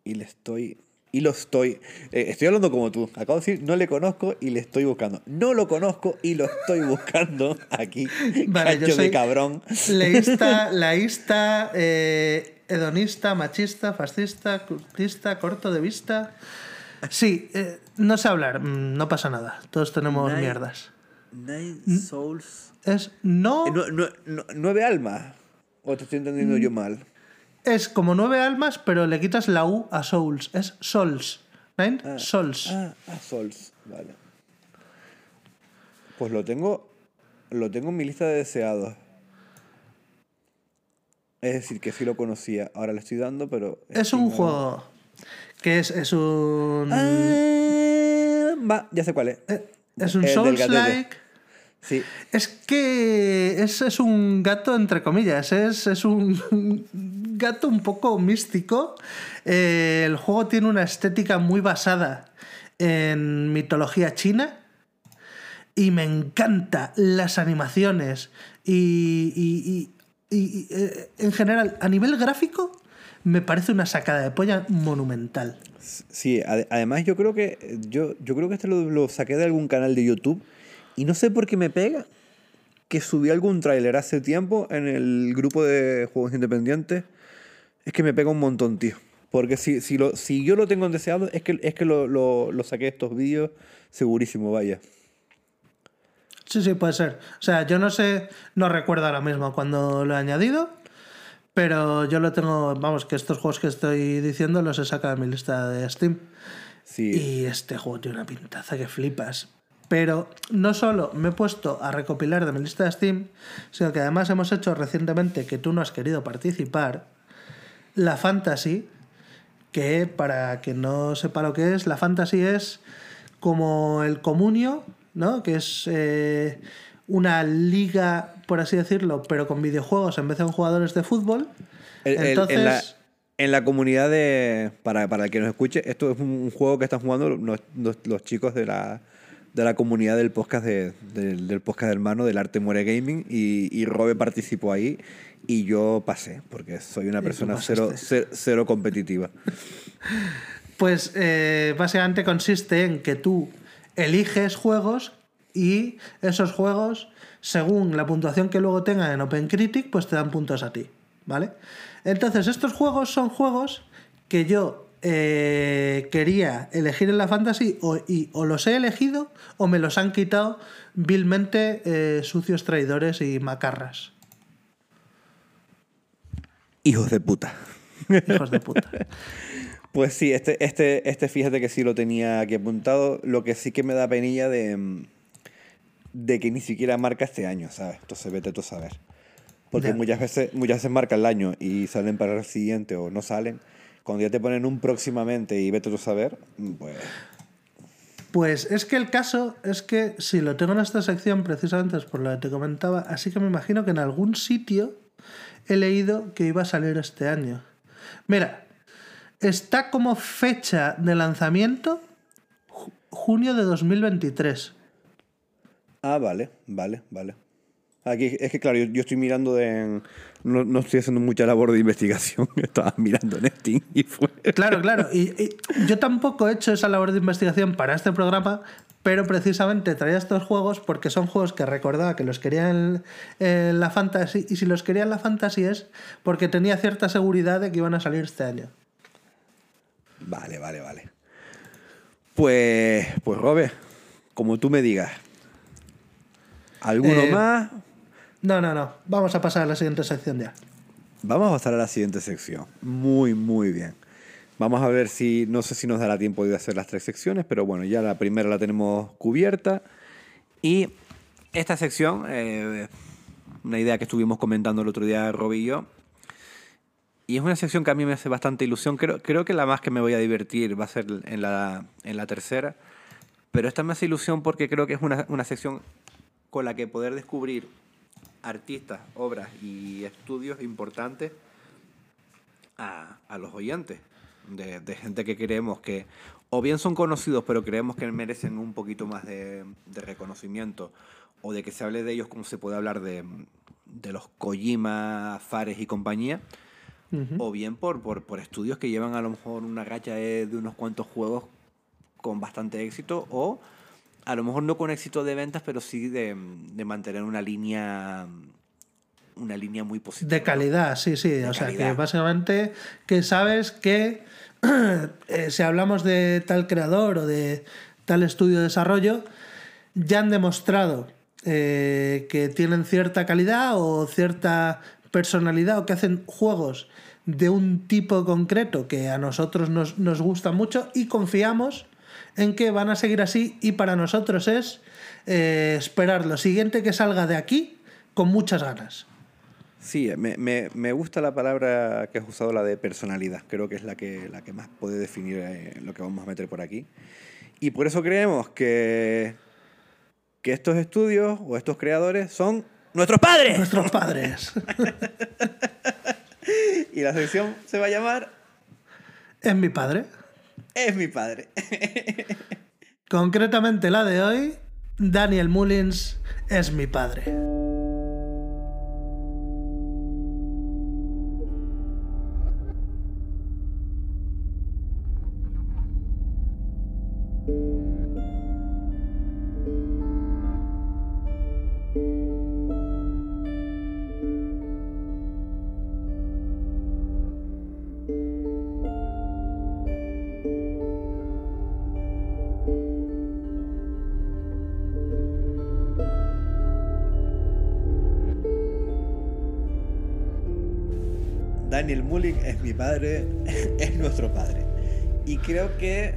hablando como tú. Acabo de decir, no le conozco y le estoy buscando. No lo conozco y lo estoy buscando aquí. Vale, yo soy de cabrón. laísta, hedonista, machista, fascista, cultista, corto de vista. Sí, no sé hablar, no pasa nada. Todos tenemos mierdas. Nine Souls. Es no... 9 almas. ¿O te estoy entendiendo yo mal? Es como 9 almas, pero le quitas la U a Souls. Es Souls. Nine Souls. Souls. Vale. Pues lo tengo en mi lista de deseados. Es decir, que sí lo conocía. Ahora le estoy dando, pero... Es un juego que es un... ya sé cuál es. Es un Souls-like. Sí. Es que es un gato entre comillas. Es un gato un poco místico. El juego tiene una estética muy basada en mitología china. Y me encanta las animaciones. Y en general, a nivel gráfico, me parece una sacada de polla monumental. Sí, además yo creo que este lo saqué de algún canal de YouTube y no sé por qué me pega que subí algún tráiler hace tiempo en el grupo de juegos independientes. Es que me pega un montón, tío. Porque si yo lo tengo en deseado, es que lo saqué de estos vídeos segurísimo, vaya. Sí, puede ser. O sea, yo no recuerdo ahora mismo cuando lo he añadido, pero yo lo tengo, vamos, que estos juegos que estoy diciendo los he sacado de mi lista de Steam. Sí. Y este juego tiene una pintaza que flipas. Pero no solo me he puesto a recopilar de mi lista de Steam, sino que además hemos hecho recientemente, que tú no has querido participar, la Fantasy, que para quien no sepa lo que es, la Fantasy es como el Comunio, ¿no? Que es una liga, por así decirlo, pero con videojuegos en vez de con jugadores de fútbol. Entonces... En la comunidad para el que nos escuche, esto es un juego que están jugando los chicos de la comunidad del podcast del podcast hermano del Arte Muere Gaming y Robe participó ahí y yo pasé porque soy una persona cero competitiva. Pues básicamente consiste en que tú eliges juegos y esos juegos, según la puntuación que luego tengan en OpenCritic, pues te dan puntos a ti, ¿vale? Entonces, estos juegos son juegos que yo quería elegir en la Fantasy o los he elegido o me los han quitado vilmente sucios traidores y macarras. Hijos de puta. Hijos de puta. Pues sí, este fíjate que sí lo tenía aquí apuntado. Lo que sí que me da penilla de que ni siquiera marca este año, ¿sabes? Entonces vete tú a saber. Porque muchas veces marca el año y salen para el siguiente o no salen. Cuando ya te ponen un próximamente y vete tú a saber, pues... Pues es que el caso es que si lo tengo en esta sección precisamente es por lo que te comentaba, así que me imagino que en algún sitio he leído que iba a salir este año. Mira, está como fecha de lanzamiento junio de 2023. Ah, vale. Aquí es que, claro, yo estoy mirando no estoy haciendo mucha labor de investigación. Estaba mirando en Steam y fue... Claro. Y yo tampoco he hecho esa labor de investigación para este programa, pero precisamente traía estos juegos porque son juegos que recordaba que los quería en la Fantasy, y si los quería en la Fantasy es porque tenía cierta seguridad de que iban a salir este año. Vale. Pues Robert, como tú me digas. ¿Alguno más? No. Vamos a pasar a la siguiente sección ya. Vamos a pasar a la siguiente sección. Muy bien. Vamos a ver no sé si nos dará tiempo de hacer las 3 secciones, pero bueno, ya la primera la tenemos cubierta. Y esta sección, una idea que estuvimos comentando el otro día Robbie y yo, y es una sección que a mí me hace bastante ilusión. Creo que la más que me voy a divertir va a ser en la tercera, pero esta me hace ilusión porque creo que es una sección con la que poder descubrir artistas, obras y estudios importantes a los oyentes, de gente que creemos que o bien son conocidos pero creemos que merecen un poquito más de reconocimiento, o de que se hable de ellos como se puede hablar de los Kojima, Fares y compañía, o bien por estudios que llevan a lo mejor una racha de unos cuantos juegos con bastante éxito, o a lo mejor no con éxito de ventas, pero sí de mantener una línea muy positiva. De calidad, ¿no? Sí. O sea, que básicamente que sabes que si hablamos de tal creador o de tal estudio de desarrollo, ya han demostrado que tienen cierta calidad o cierta personalidad, o que hacen juegos de un tipo concreto que a nosotros nos gusta mucho y confiamos en que van a seguir así, y para nosotros es esperar lo siguiente que salga de aquí con muchas ganas. Sí, me gusta la palabra que has usado, la de personalidad. Creo que es la que más puede definir lo que vamos a meter por aquí. Y por eso creemos que estos estudios o estos creadores son nuestros padres. Nuestros padres. Y la sección se va a llamar... ¿Es mi padre? Es mi padre. Concretamente la de hoy, Daniel Mullins es mi padre. Daniel Mullins es mi padre, es nuestro padre. Y creo que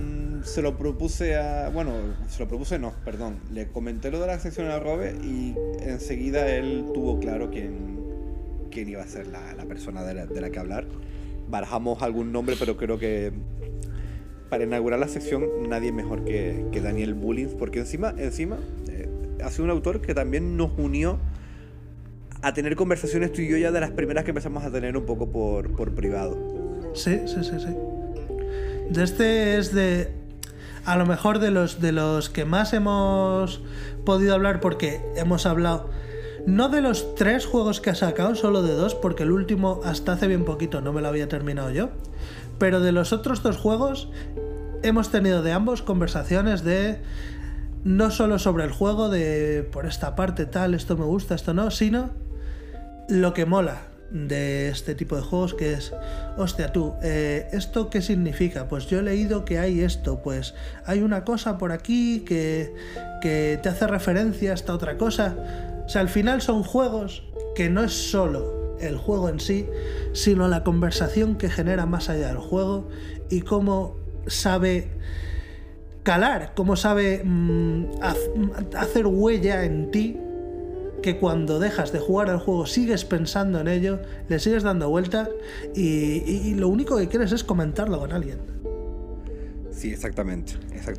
le comenté lo de la sección a Robe y enseguida él tuvo claro quién iba a ser la persona de la que hablar. Barajamos algún nombre, pero creo que para inaugurar la sección nadie mejor que Daniel Mullins, porque encima ha sido un autor que también nos unió a tener conversaciones tú y yo, ya de las primeras que empezamos a tener un poco por privado. Sí. De este es de... A lo mejor de los que más hemos podido hablar, porque hemos hablado no de los 3 juegos que ha sacado, solo de 2, porque el último hasta hace bien poquito no me lo había terminado yo, pero de los otros 2 juegos hemos tenido de ambos conversaciones de... No solo sobre el juego, de por esta parte tal, esto me gusta, esto no, sino lo que mola, de este tipo de juegos, que es, hostia tú, ¿esto qué significa? Pues yo he leído que hay esto, pues hay una cosa por aquí que te hace referencia a esta otra cosa. O sea, al final son juegos que no es solo el juego en sí, sino la conversación que genera más allá del juego y cómo sabe calar, cómo sabe hacer huella en ti, que cuando dejas de jugar al juego sigues pensando en ello, le sigues dando vueltas y lo único que quieres es comentarlo con alguien. Sí, exactamente.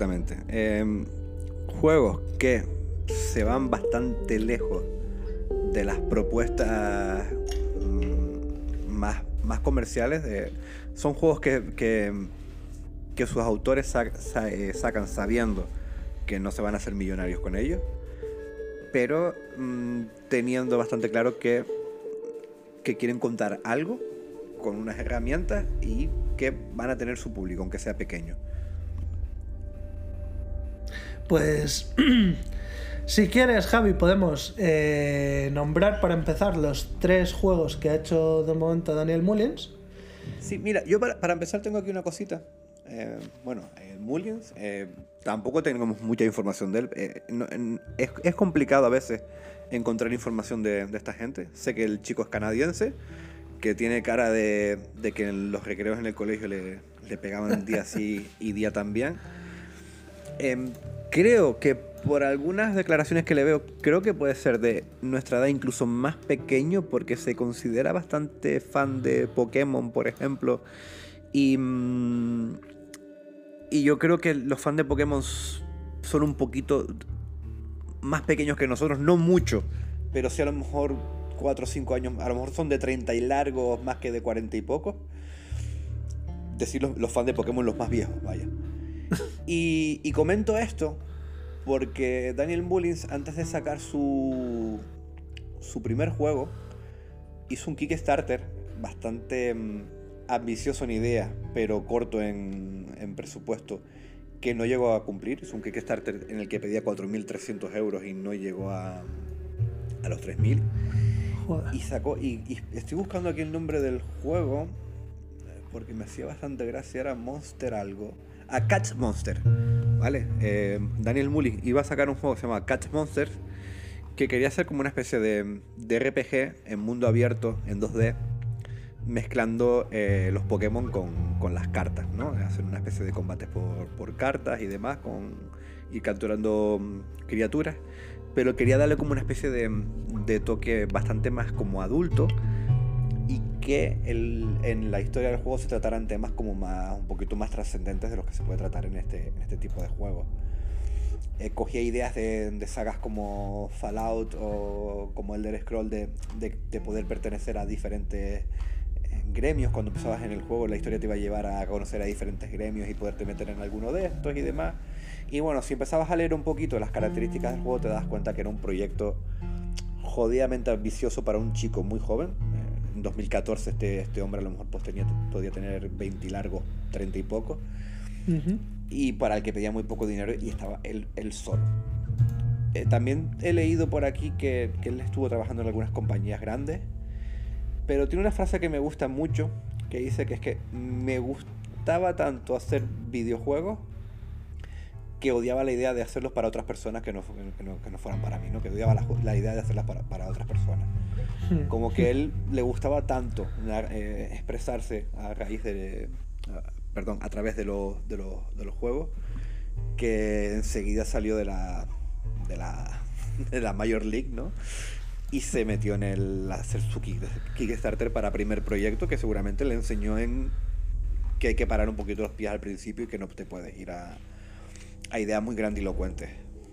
Juegos que se van bastante lejos de las propuestas más comerciales. Son juegos que sus autores sacan sabiendo que no se van a hacer millonarios con ellos, pero teniendo bastante claro que quieren contar algo con unas herramientas y que van a tener su público, aunque sea pequeño. Pues si quieres, Javi, podemos nombrar para empezar los 3 juegos que ha hecho de momento Daniel Mullins. Sí, mira, yo para empezar tengo aquí una cosita. Mullins, tampoco tenemos mucha información de él. Es complicado a veces encontrar información de esta gente. Sé que el chico es canadiense, que tiene cara de que en los recreos en el colegio le pegaban día sí y día también. Creo que por algunas declaraciones que le veo, creo que puede ser de nuestra edad, incluso más pequeño, porque se considera bastante fan de Pokémon, por ejemplo. Y yo creo que los fans de Pokémon son un poquito más pequeños que nosotros, no mucho, pero sí a lo mejor 4 o 5 años, a lo mejor son de 30 y largos más que de 40 y pocos. Decir los fans de Pokémon los más viejos, vaya. Y comento esto porque Daniel Mullins, antes de sacar su primer juego, hizo un Kickstarter bastante ambicioso en idea, pero corto en presupuesto, que no llegó a cumplir. Es un Kickstarter en el que pedía 4.300 euros y no llegó a los 3.000. Joder. Y sacó, y estoy buscando aquí el nombre del juego porque me hacía bastante gracia. Era Monster algo. Catch Monster, ¿vale? Daniel Mullins iba a sacar un juego que se llama Catch Monsters, que quería ser como una especie de RPG en mundo abierto, en 2D, mezclando los Pokémon con las cartas, ¿no? Hacer una especie de combates por cartas y demás, y capturando criaturas, pero quería darle como una especie de toque bastante más como adulto, y que en la historia del juego se trataran temas como un poquito más trascendentes de los que se puede tratar en este tipo de juegos. Cogía ideas de sagas como Fallout o como Elder Scrolls, de poder pertenecer a diferentes gremios. Cuando empezabas en el juego, la historia te iba a llevar a conocer a diferentes gremios y poderte meter en alguno de estos y demás. Y bueno, si empezabas a leer un poquito las características del juego, te das cuenta que era un proyecto jodidamente ambicioso para un chico muy joven. En 2014 este hombre a lo mejor podía tener 20 y largos, 30 y poco. Uh-huh. Y para el que pedía muy poco dinero, y estaba él solo. También he leído por aquí que él estuvo trabajando en algunas compañías grandes, pero tiene una frase que me gusta mucho, que dice que es que me gustaba tanto hacer videojuegos que odiaba la idea de hacerlos para otras personas que no fueran para mí, ¿no? Que odiaba la idea de hacerlas para otras personas. Como que a él le gustaba tanto expresarse a raíz a través de los juegos, que enseguida salió de la Major League, ¿no? Y se metió en hacer su Kickstarter para primer proyecto, que seguramente le enseñó que hay que parar un poquito los pies al principio y que no te puedes ir a ideas muy grandilocuentes.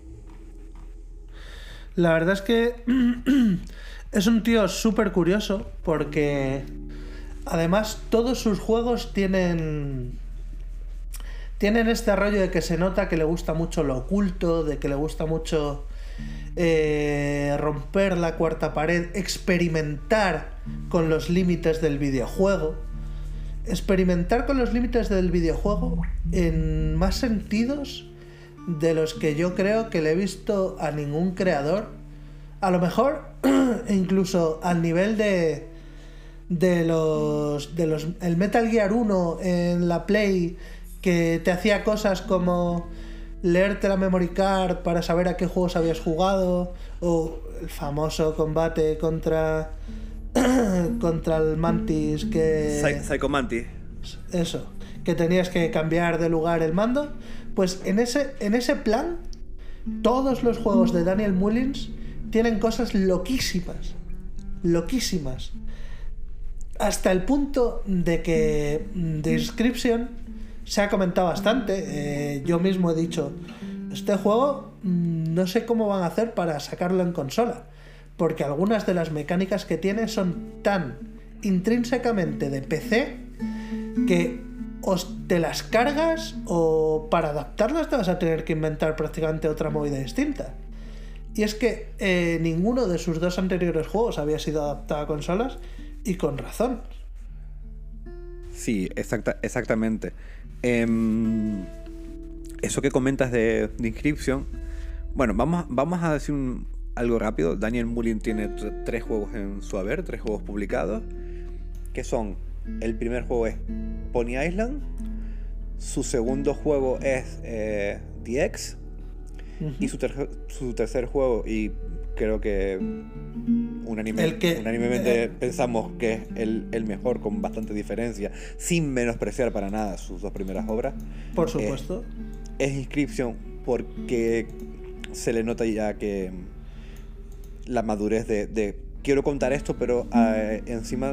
La verdad es que es un tío súper curioso, porque además todos sus juegos tienen este rollo de que se nota que le gusta mucho lo oculto, de que le gusta mucho romper la cuarta pared, experimentar con los límites del videojuego. Experimentar con los límites del videojuego en más sentidos de los que yo creo que le he visto a ningún creador. A lo mejor incluso al nivel de el Metal Gear 1 en la Play, que te hacía cosas como leerte la memory card para saber a qué juegos habías jugado, o el famoso combate contra el Mantis, que Psycho Mantis. eso, que tenías que cambiar de lugar el mando. Pues en ese plan, todos los juegos de Daniel Mullins tienen cosas loquísimas. Hasta el punto de que The Inscription se ha comentado bastante. Yo mismo he dicho, este juego no sé cómo van a hacer para sacarlo en consola, porque algunas de las mecánicas que tiene son tan intrínsecamente de PC que o te las cargas, o para adaptarlas te vas a tener que inventar prácticamente otra movida distinta. Y es que ninguno de sus dos anteriores juegos había sido adaptado a consolas, y con razón. Sí, exactamente. Eso que comentas de Inscription, bueno, vamos a decir algo rápido. Daniel Mullins tiene 3 juegos en su haber, 3 juegos publicados, que son: el primer juego es Pony Island, su segundo juego es The X, y su tercer juego, y creo que unánimemente pensamos que es el mejor, con bastante diferencia, sin menospreciar para nada sus 2 primeras obras. Por supuesto. Es Inscription, porque se le nota ya que la madurez de quiero contar esto, pero encima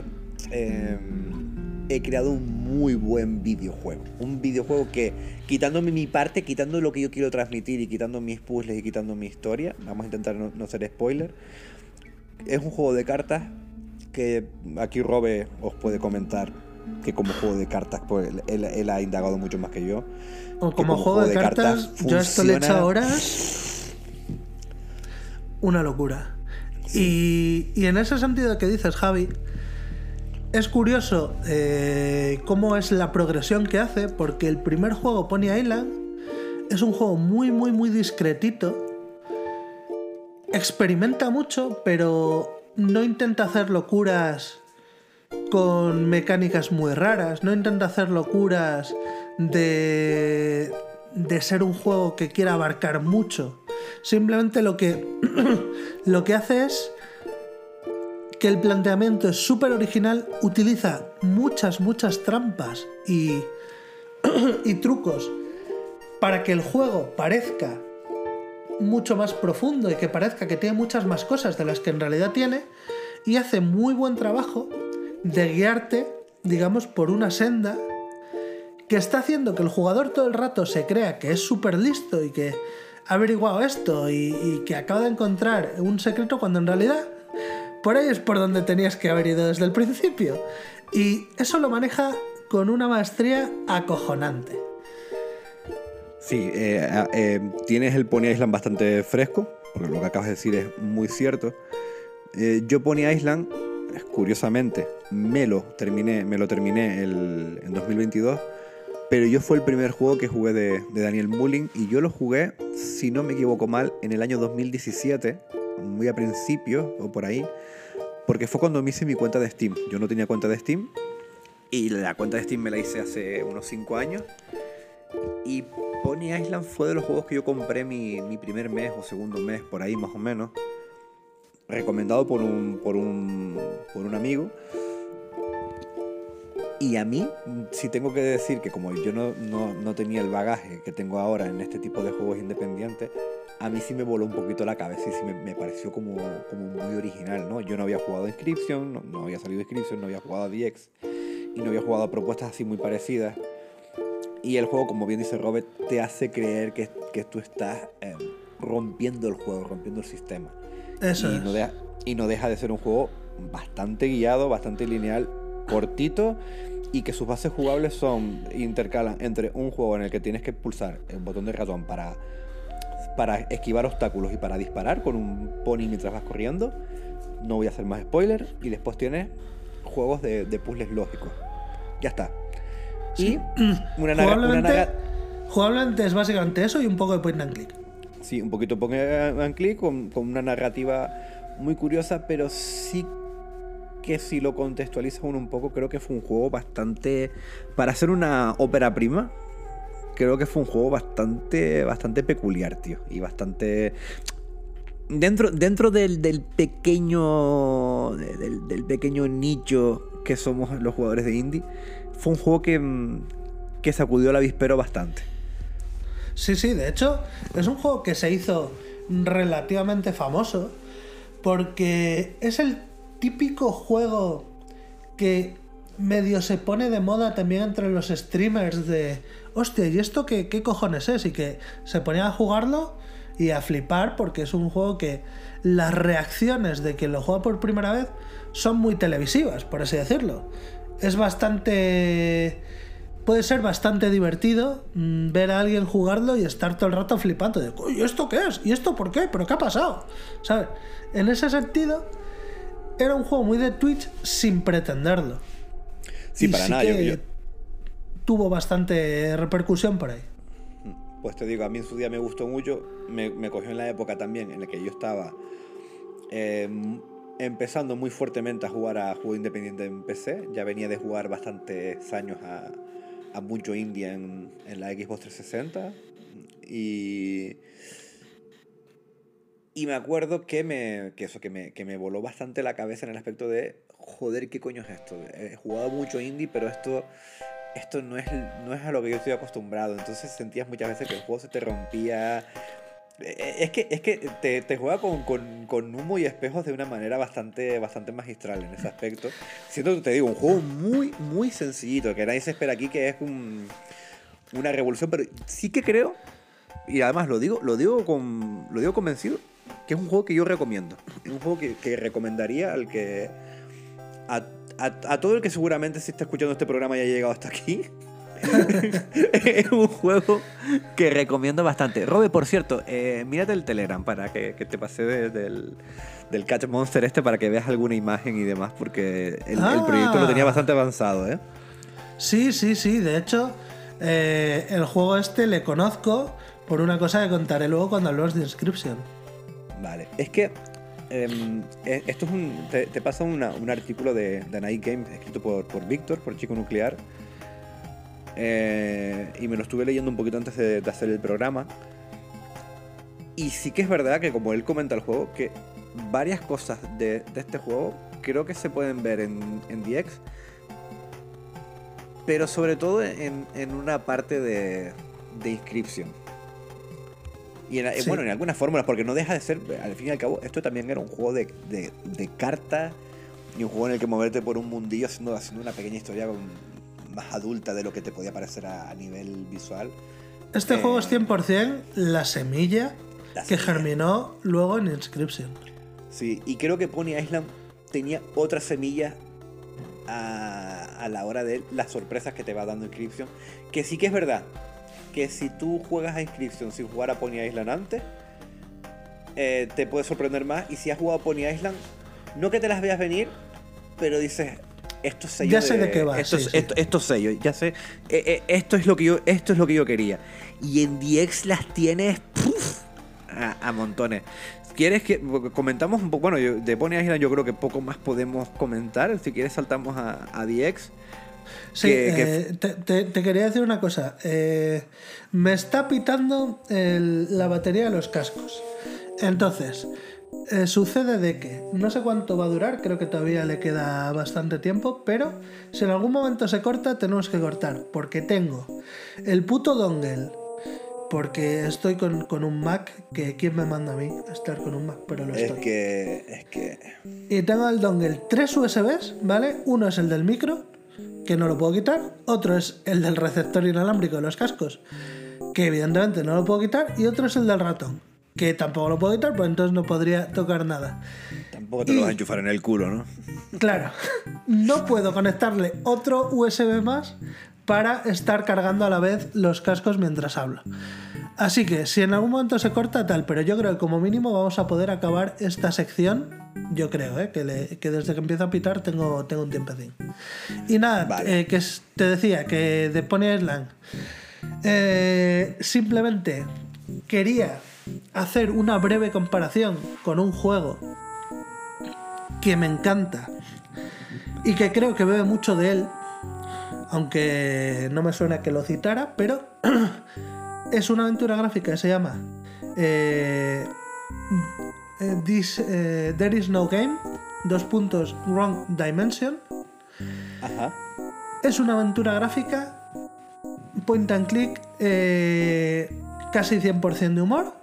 he creado un muy buen videojuego. Un videojuego que, quitándome mi parte, quitando lo que yo quiero transmitir y quitando mis puzzles y quitando mi historia, vamos a intentar no ser spoiler, es un juego de cartas que aquí Robe os puede comentar que como juego de cartas, pues él ha indagado mucho más que yo. Como juego de cartas yo esto le he hecho horas. Una locura. Sí. Y en ese sentido que dices, Javi, es curioso cómo es la progresión que hace, porque el primer juego, Pony Island, es un juego muy discretito. Experimenta mucho, pero no intenta hacer locuras con mecánicas muy raras. No intenta hacer locuras de ser un juego que quiera abarcar mucho. Simplemente lo que hace es que el planteamiento es súper original, utiliza muchas trampas y trucos para que el juego parezca mucho más profundo y que parezca que tiene muchas más cosas de las que en realidad tiene, y hace muy buen trabajo de guiarte, digamos, por una senda que está haciendo que el jugador todo el rato se crea que es súper listo y que ha averiguado esto y que acaba de encontrar un secreto, cuando en realidad por ahí es por donde tenías que haber ido desde el principio. Y eso lo maneja con una maestría acojonante. Sí, tienes el Pony Island bastante fresco, porque lo que acabas de decir es muy cierto. Yo Pony Island, curiosamente, me lo terminé en 2022, pero yo fue el primer juego que jugué de Daniel Mullins, y yo lo jugué, si no me equivoco mal, en el año 2017, muy a principios o por ahí, porque fue cuando me hice mi cuenta de Steam. Yo no tenía cuenta de Steam, y la cuenta de Steam me la hice hace unos 5 años, y Pony Island fue de los juegos que yo compré mi primer mes o segundo mes, por ahí más o menos, recomendado por un amigo. Y a mí, sí tengo que decir que como yo no tenía el bagaje que tengo ahora en este tipo de juegos independientes, a mí sí me voló un poquito la cabeza y sí me pareció como muy original, ¿no? Yo no había jugado a Inscription, no había salido Inscription, no había jugado a DX y no había jugado a propuestas así muy parecidas. Y el juego, como bien dice Robert, te hace creer que tú estás rompiendo el juego, rompiendo el sistema. Eso y no deja de ser un juego bastante guiado, bastante lineal, cortito, y que sus bases jugables intercalan entre un juego en el que tienes que pulsar el botón de ratón para esquivar obstáculos y para disparar con un pony mientras vas corriendo. No voy a hacer más spoilers. Y después tienes juegos de puzzles lógicos. Ya está. Sí. Y jugablemente es básicamente eso y un poco de point and click. Sí, un poquito point and click con una narrativa muy curiosa, pero sí que si lo contextualizas uno un poco, creo que fue un juego bastante... Para ser una ópera prima, creo que fue un juego bastante peculiar, tío. Y bastante... Dentro del pequeño nicho que somos los jugadores de indie, fue un juego que sacudió el avispero bastante. Sí, de hecho, es un juego que se hizo relativamente famoso porque es el típico juego que medio se pone de moda también entre los streamers de hostia, ¿y esto qué cojones es? Y que se ponían a jugarlo y a flipar porque es un juego que las reacciones de quien lo juega por primera vez son muy televisivas, por así decirlo. Es bastante... Puede ser bastante divertido ver a alguien jugarlo y estar todo el rato flipando de ¿y esto qué es? ¿Y esto por qué? ¿Pero qué ha pasado? ¿Sabes? En ese sentido, era un juego muy de Twitch sin pretenderlo. Sí, y para sí nada. Que tuvo bastante repercusión por ahí. Pues te digo, a mí en su día me gustó mucho. Me cogió en la época también en la que yo estaba empezando muy fuertemente a jugar a juego independiente en PC. Ya venía de jugar bastantes años a mucho indie en la Xbox 360 y me acuerdo que me voló bastante la cabeza en el aspecto de joder, ¿qué coño es esto? He jugado mucho indie, pero esto no es a lo que yo estoy acostumbrado. Entonces sentías muchas veces que el juego se te rompía. Es que te juega con humo y espejos de una manera bastante magistral en ese aspecto. Siento, te digo, un juego muy, muy sencillito, que nadie se espera aquí que es una revolución, pero sí que creo, y además lo digo convencido, que es un juego que yo recomiendo. Es un juego que recomendaría al que... A todo el que seguramente si está escuchando este programa y ha llegado hasta aquí. Es un juego que recomiendo bastante. Robe, por cierto, mírate el Telegram para que te pase del Catch Monster para que veas alguna imagen y demás, porque el proyecto lo tenía bastante avanzado, ¿eh? Sí. De hecho, el juego le conozco por una cosa que contaré luego cuando hablemos de Inscription. Vale, es que esto es te pasa un artículo de Night Games escrito por Víctor, por Chico Nuclear. Y me lo estuve leyendo un poquito antes de hacer el programa. Y sí que es verdad que, como él comenta el juego, que varias cosas de este juego creo que se pueden ver en DX, pero sobre todo en una parte de Inscription. Y sí. Bueno, en algunas fórmulas, porque no deja de ser, al fin y al cabo, esto también era un juego de cartas y un juego en el que moverte por un mundillo haciendo una pequeña historia más adulta de lo que te podía parecer a nivel visual. Este juego es 100% la semilla que germinó luego en Inscription. Sí, y creo que Pony Island tenía otra semilla a la hora de las sorpresas que te va dando Inscription, que sí que es verdad que si tú juegas a Inscription sin jugar a Pony Island antes, te puede sorprender más. Y si has jugado a Pony Island, no que te las veas venir, pero dices, estos sellos, ya sé de qué va, estos sellos, ya sé, esto es lo que yo quería. Y en DX las tienes a montones. ¿Quieres que comentamos un poco? Bueno, de Pony Island yo creo que poco más podemos comentar. Si quieres saltamos a DX. Sí, te quería decir una cosa. Me está pitando la batería de los cascos. Entonces, sucede de que no sé cuánto va a durar, creo que todavía le queda bastante tiempo, pero si en algún momento se corta, tenemos que cortar, porque tengo el puto dongle, porque estoy con un Mac, que ¿quién me manda a mí a estar con un Mac? Pero lo estoy. Es que... Y tengo el dongle 3 USBs, ¿vale? Uno es el del micro, que no lo puedo quitar. Otro es el del receptor inalámbrico de los cascos, que evidentemente no lo puedo quitar. Y otro es el del ratón, que tampoco lo puedo quitar, pues entonces no podría tocar nada. Tampoco te lo vas a enchufar en el culo, ¿no? Claro, no puedo conectarle otro USB más para estar cargando a la vez los cascos mientras hablo. Así que si en algún momento se corta tal, pero yo creo que como mínimo vamos a poder acabar esta sección. Yo creo que desde que empiezo a pitar tengo un tiempecín. Y nada, vale. Te decía que de Pony Island simplemente quería hacer una breve comparación con un juego que me encanta y que creo que bebe mucho de él, aunque no me suena que lo citara, pero es una aventura gráfica que se llama There is no game, Wrong Dimension. Ajá. Es una aventura gráfica, point and click, casi 100% de humor,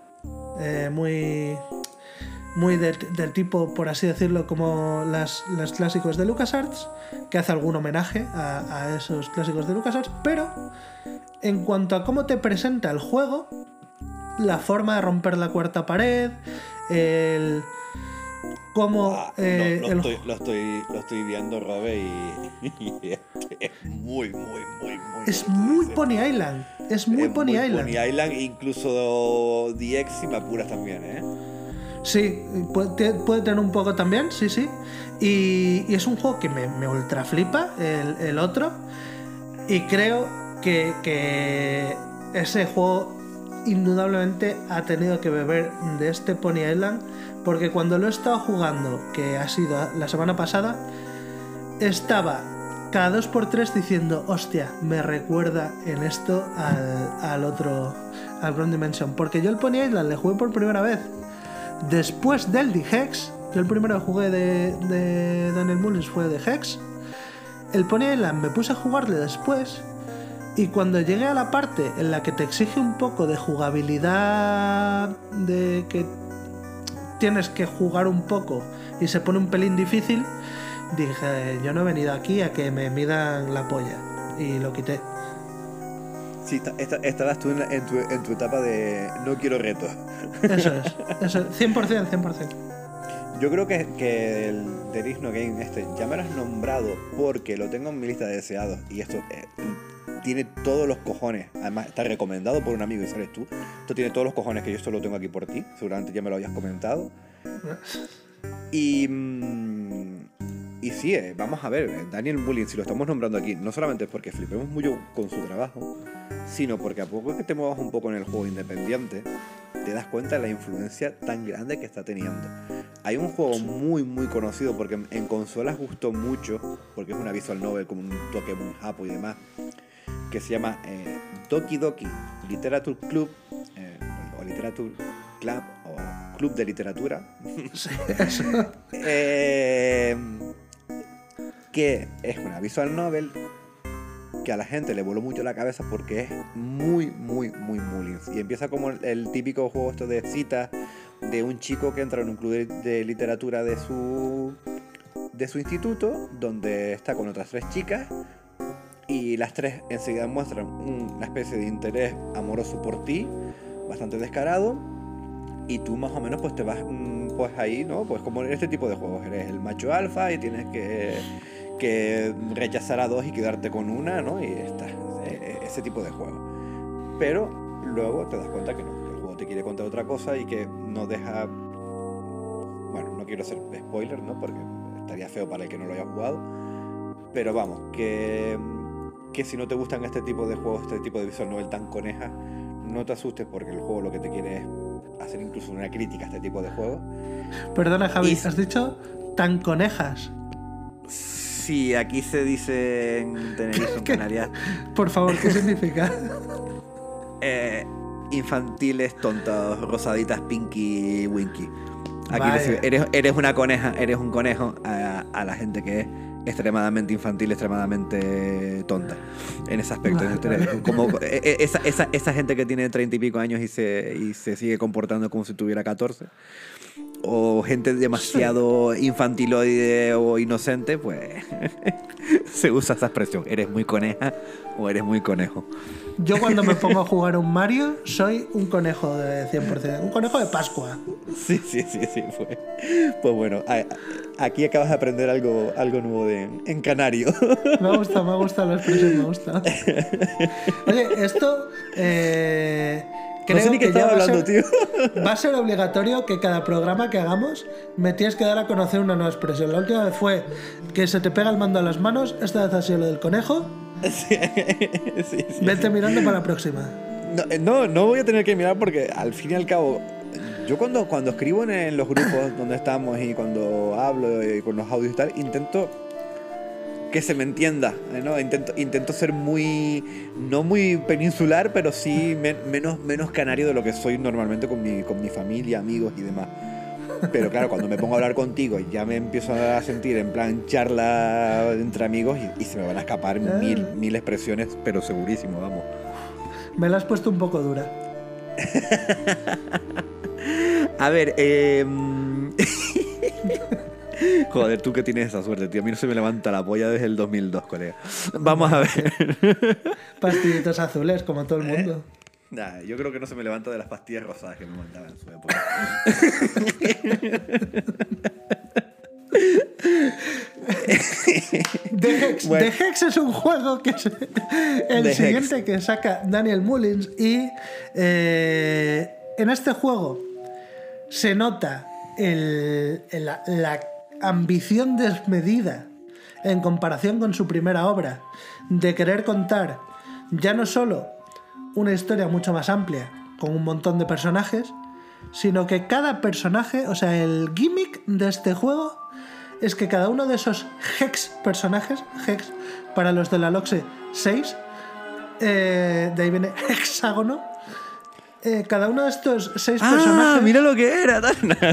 muy del tipo, por así decirlo, como las clásicos de LucasArts, que hace algún homenaje a esos clásicos de LucasArts, pero en cuanto a cómo te presenta el juego, la forma de romper la cuarta pared, el cómo lo estoy viendo, Robe, y es muy es muy Pony Island, es muy Pony Island. Pony Island, incluso DX y me apuras también, ¿eh? Sí, puede tener un poco también, sí. Y es un juego que me ultra flipa, el otro. Y creo que ese juego indudablemente ha tenido que beber de este Pony Island, porque cuando lo he estado jugando, que ha sido la semana pasada, estaba cada 2x3 diciendo, hostia, me recuerda en esto al otro, al Wrong Dimension, porque yo el Pony Island le jugué por primera vez después del The Hex. Yo el primero que jugué de Daniel Mullins fue The Hex. El Pony Island me puse a jugarle después, y cuando llegué a la parte en la que te exige un poco de jugabilidad, de que tienes que jugar un poco y se pone un pelín difícil, dije, yo no he venido aquí a que me midan la polla, y lo quité. Sí, estabas tú en tu etapa de no quiero retos. Eso es 100%. Yo creo que el There is no game ya me lo has nombrado porque lo tengo en mi lista de deseados, y esto tiene todos los cojones. Además está recomendado por un amigo y sabes tú. Esto tiene todos los cojones que yo esto lo tengo aquí por ti. Seguramente ya me lo habías comentado. Y sí, vamos a ver, Daniel Mullins, si lo estamos nombrando aquí, no solamente es porque flipemos mucho con su trabajo, sino porque a poco que te muevas un poco en el juego independiente, te das cuenta de la influencia tan grande que está teniendo. Hay un juego muy conocido, porque en consolas gustó mucho, porque es una visual novel con un toque muy japo y demás, que se llama Doki Doki Literature Club, o Literature Club, o Club de Literatura. Sí, eso. Que es una visual novel que a la gente le voló mucho la cabeza porque es muy Mullins. Y empieza como el típico juego esto de citas de un chico que entra en un club de literatura de su instituto, donde está con otras 3 chicas, y las 3 enseguida muestran una especie de interés amoroso por ti, bastante descarado, y tú más o menos pues te vas pues ahí, ¿no? Pues como en este tipo de juegos, eres el macho alfa y tienes que rechazar a 2 y quedarte con una, ¿no? Y está, ese tipo de juego. Pero luego te das cuenta que no, que el juego te quiere contar otra cosa y que no deja... Bueno, no quiero hacer spoiler, ¿no? Porque estaría feo para el que no lo haya jugado. Pero vamos, que si no te gustan este tipo de juegos, este tipo de visual novel tan coneja, no te asustes, porque el juego lo que te quiere es hacer incluso una crítica a este tipo de juegos. Perdona, Javi, has dicho tan conejas. Sí, aquí se dice en Tenerife, en Canarias. Por favor, ¿qué significa? Infantiles, tontos, rosaditas, pinky, winky. Aquí Vaya. eres una coneja, eres un conejo a la gente que es extremadamente infantil, extremadamente tonta en ese aspecto. Vale. Como esa gente que tiene 30 y pico años y se sigue comportando como si tuviera 14, o gente demasiado infantiloide o inocente, pues se usa esa expresión, eres muy coneja o eres muy conejo. Yo cuando me pongo a jugar un Mario soy un conejo de 100%, un conejo de Pascua. Sí, pues bueno, aquí acabas de aprender algo nuevo en canario. Me ha gustado la expresión, me gusta. Oye, esto creo no sé ni qué estaba hablando, tío. Va a ser obligatorio que cada programa que hagamos me tienes que dar a conocer una nueva expresión. La última vez fue que se te pega el mando a las manos, esta vez ha sido lo del conejo. Sí. Vete mirando para la próxima. No voy a tener que mirar, porque al fin y al cabo, yo cuando escribo en los grupos donde estamos y cuando hablo y con los audios y tal, intento que se me entienda, ¿no? Intento ser no muy peninsular, pero sí menos canario de lo que soy normalmente con mi familia, amigos y demás. Pero claro, cuando me pongo a hablar contigo ya me empiezo a sentir en plan charla entre amigos y se me van a escapar mil expresiones, pero segurísimo, vamos. Me la has puesto un poco dura. A ver, joder, tú que tienes esa suerte, tío. A mí no se me levanta la polla desde el 2002, colega. Vamos a ver. Pastillitos azules, como todo el mundo. Nah, yo creo que no se me levanta de las pastillas rosadas que me mandaban en su época. The Hex es un juego que es el siguiente que saca Daniel Mullins y en este juego se nota la ambición desmedida en comparación con su primera obra de querer contar ya no solo una historia mucho más amplia con un montón de personajes, sino que cada personaje, o sea, el gimmick de este juego es que cada uno de esos Hex personajes, Hex para los de la LOXE 6, de ahí viene hexágono, cada uno de estos 6 personajes... ¡Mira lo que era!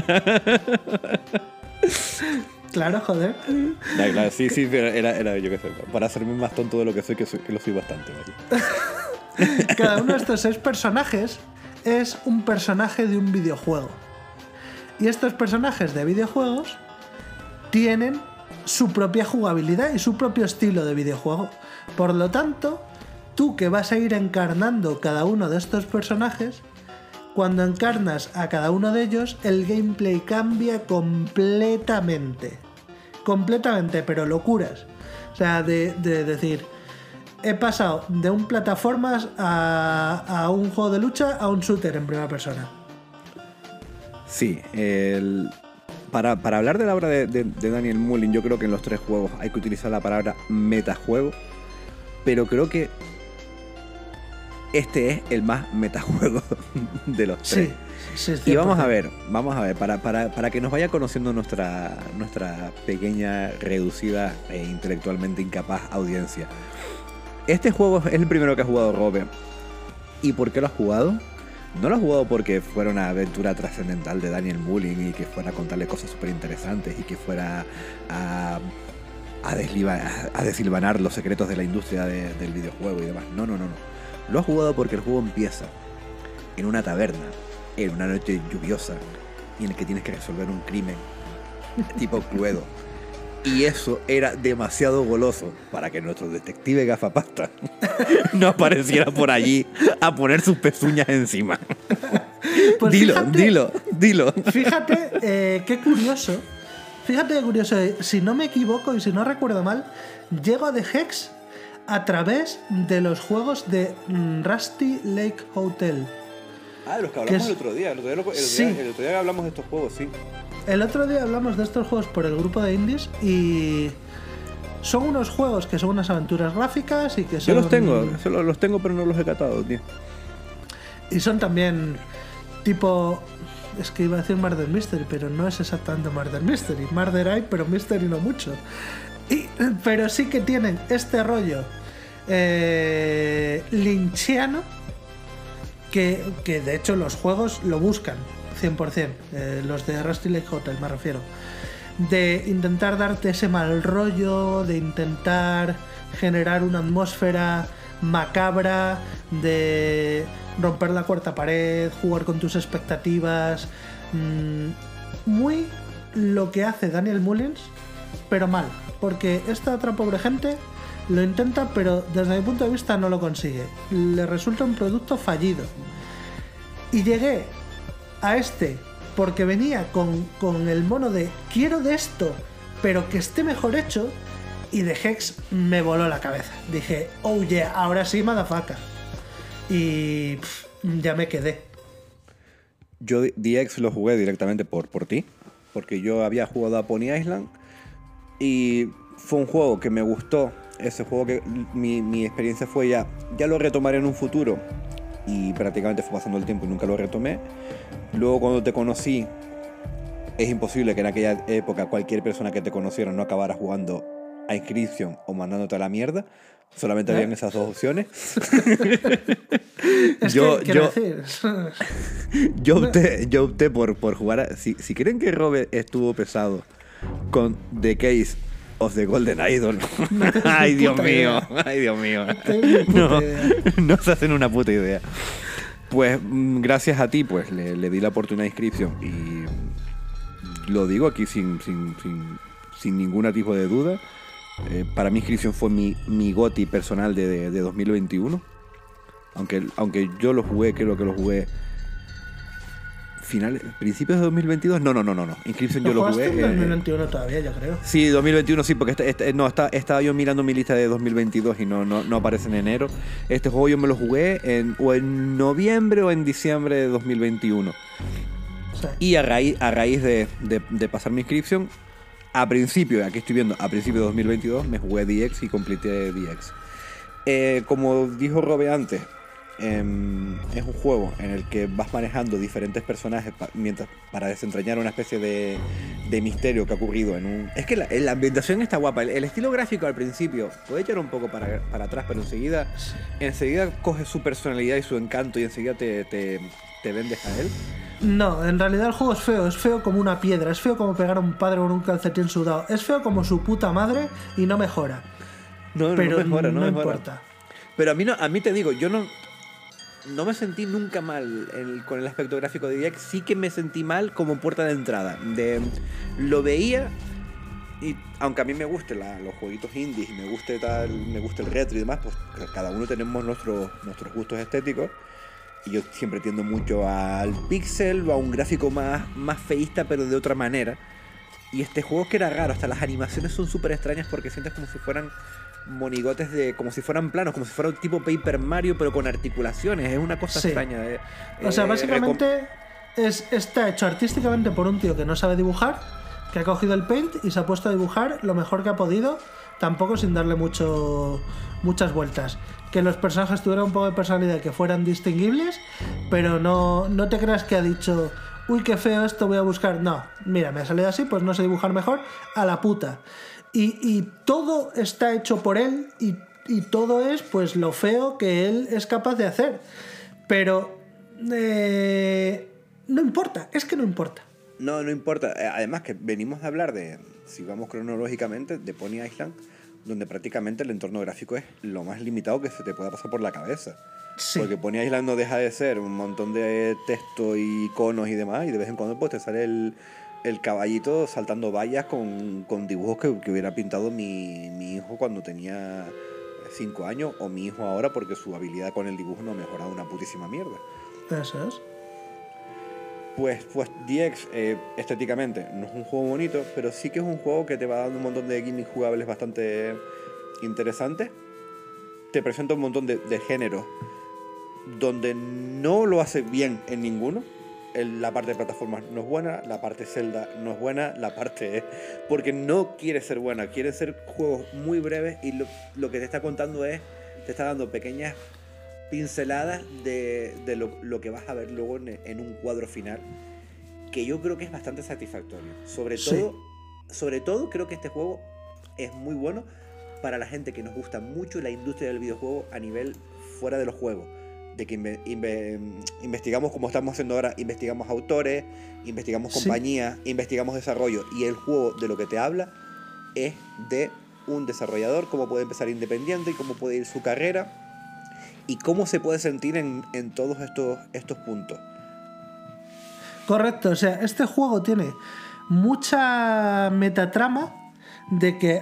Claro, joder. Claro, sí, pero era yo qué sé, para hacerme más tonto de lo que soy, que lo soy bastante. Cada uno de estos 6 personajes es un personaje de un videojuego. Y estos personajes de videojuegos tienen su propia jugabilidad y su propio estilo de videojuego. Por lo tanto, tú que vas a ir encarnando cada uno de estos personajes, cuando encarnas a cada uno de ellos, el gameplay cambia completamente. Completamente, pero locuras. O sea, de decir, he pasado de un plataformas a un juego de lucha a un shooter en primera persona. Sí, para hablar de la obra de Daniel Mullins, yo creo que en los 3 juegos hay que utilizar la palabra metajuego, pero creo que este es el más metajuego de los 3. Sí, y vamos a ver, para que nos vaya conociendo nuestra pequeña, reducida e intelectualmente incapaz audiencia. Este juego es el primero que ha jugado Robe. ¿Y por qué lo has jugado? No lo has jugado porque fuera una aventura trascendental de Daniel Mullins y que fuera a contarle cosas súper interesantes y que fuera a desilvanar los secretos de la industria del videojuego y demás. No. Lo has jugado porque el juego empieza en una taberna, en una noche lluviosa, y en el que tienes que resolver un crimen tipo Cluedo. Y eso era demasiado goloso para que nuestro detective gafapasta no apareciera por allí a poner sus pezuñas encima. Pues dilo. Fíjate qué curioso. Si no me equivoco y si no recuerdo mal, llego a The Hex a través de los juegos de Rusty Lake Hotel. De los que hablamos el otro día. El otro día hablamos de estos juegos, sí. El otro día hablamos de estos juegos por el grupo de indies y son unos juegos que son unas aventuras gráficas y que son... Yo los tengo, pero no los he catado, tío. Y son también tipo... Es que iba a decir Murder Mystery, pero no es exactamente Murder Mystery. Murder hay, pero Mystery no mucho. Pero sí que tienen este rollo lynchiano que de hecho los juegos lo buscan 100%, los de Rusty Lake Hotel me refiero, de intentar darte ese mal rollo, de intentar generar una atmósfera macabra, de romper la cuarta pared, jugar con tus expectativas, muy lo que hace Daniel Mullins, pero mal, porque esta otra pobre gente lo intenta, pero desde mi punto de vista no lo consigue, le resulta un producto fallido. Y llegué a porque venía con el mono de quiero de esto, pero que esté mejor hecho, y The Hex me voló la cabeza. Dije, oh yeah, ahora sí, motherfucker. Y ya me quedé. Yo The Hex lo jugué directamente por ti, porque yo había jugado a Pony Island y fue un juego que me gustó. Ese juego que mi experiencia fue ya lo retomaré en un futuro, y prácticamente fue pasando el tiempo y nunca lo retomé. Luego, cuando te conocí, es imposible que en aquella época cualquier persona que te conociera no acabara jugando a Inscription o mandándote a la mierda. Solamente habían esas dos opciones. Es yo, que, quiero yo, decir... yo opté por jugar si creen que Robe estuvo pesado con The Case of the Golden Idol. Ay, Dios mío. Ay, Dios mío. No se hacen una puta idea. Pues gracias a ti, pues le di la oportunidad de Inscription. Y lo digo aquí sin ningún tipo de duda. Para mí Inscription fue mi GOTY personal de 2021. Aunque yo lo jugué, creo que lo jugué principios de 2022. No. Inscription yo lo jugué. En 2021 todavía, yo creo. Sí, 2021 sí, porque estaba yo mirando mi lista de 2022 y no aparece en enero. Este juego yo me lo jugué o en noviembre o en diciembre de 2021. Sí. Y a raíz de pasar mi Inscription, aquí estoy viendo, a principio de 2022 me jugué DX y completé DX. Como dijo Robe antes, es un juego en el que vas manejando diferentes personajes para desentrañar una especie de misterio que ha ocurrido en un... Es que la ambientación está guapa. El estilo gráfico al principio puede echar un poco para atrás, pero enseguida coge su personalidad y su encanto y enseguida te vendes a él. No, en realidad el juego es feo como una piedra, es feo como pegar a un padre con un calcetín sudado, es feo como su puta madre y no mejora. No mejora. Importa. Pero a mí te digo, yo no me sentí nunca mal con el aspecto gráfico de DX. Sí que me sentí mal como puerta de entrada. Lo veía y aunque a mí me gusten los jueguitos indies y me guste el retro y demás, pues cada uno tenemos nuestros gustos estéticos. Y yo siempre tiendo mucho al pixel o a un gráfico más feísta, pero de otra manera. Y este juego que era raro, hasta las animaciones son súper extrañas porque sientes como si fueran monigotes como si fueran planos, como si fuera un tipo Paper Mario, pero con articulaciones. Es una cosa extraña. O sea, básicamente está hecho artísticamente por un tío que no sabe dibujar, que ha cogido el Paint y se ha puesto a dibujar lo mejor que ha podido, tampoco sin darle muchas vueltas. Que los personajes tuvieran un poco de personalidad, que fueran distinguibles, pero no te creas que ha dicho, uy, qué feo esto, voy a buscar. No, mira, me ha salido así, pues no sé dibujar mejor, a la puta. Y todo está hecho por él y todo es pues lo feo que él es capaz de hacer. Pero no importa, es que no importa. No importa. Además que venimos a hablar si vamos cronológicamente, de Pony Island, donde prácticamente el entorno gráfico es lo más limitado que se te pueda pasar por la cabeza. Sí. Porque Pony Island no deja de ser un montón de texto y iconos y demás, y de vez en cuando pues te sale el caballito saltando vallas con dibujos que hubiera pintado mi hijo cuando tenía 5 años, o mi hijo ahora, porque su habilidad con el dibujo no ha mejorado una putísima mierda. Eso es. Pues DX estéticamente no es un juego bonito, pero sí que es un juego que te va dando un montón de gimmicks jugables bastante interesantes. Te presenta un montón de géneros donde no lo hace bien en ninguno. La parte de plataformas no es buena, la parte Zelda no es buena, la parte... porque no quiere ser buena, quiere ser juegos muy breves y lo que te está contando te está dando pequeñas pinceladas de lo que vas a ver luego en un cuadro final, que yo creo que es bastante satisfactorio. Sobre todo creo que este juego es muy bueno para la gente que nos gusta mucho la industria del videojuego a nivel fuera de los juegos, de que investigamos, como estamos haciendo ahora, investigamos autores, investigamos compañías, investigamos desarrollo, y el juego de lo que te habla es de un desarrollador, cómo puede empezar independiente y cómo puede ir su carrera y cómo se puede sentir en todos estos puntos. Correcto, o sea, este juego tiene mucha metatrama de que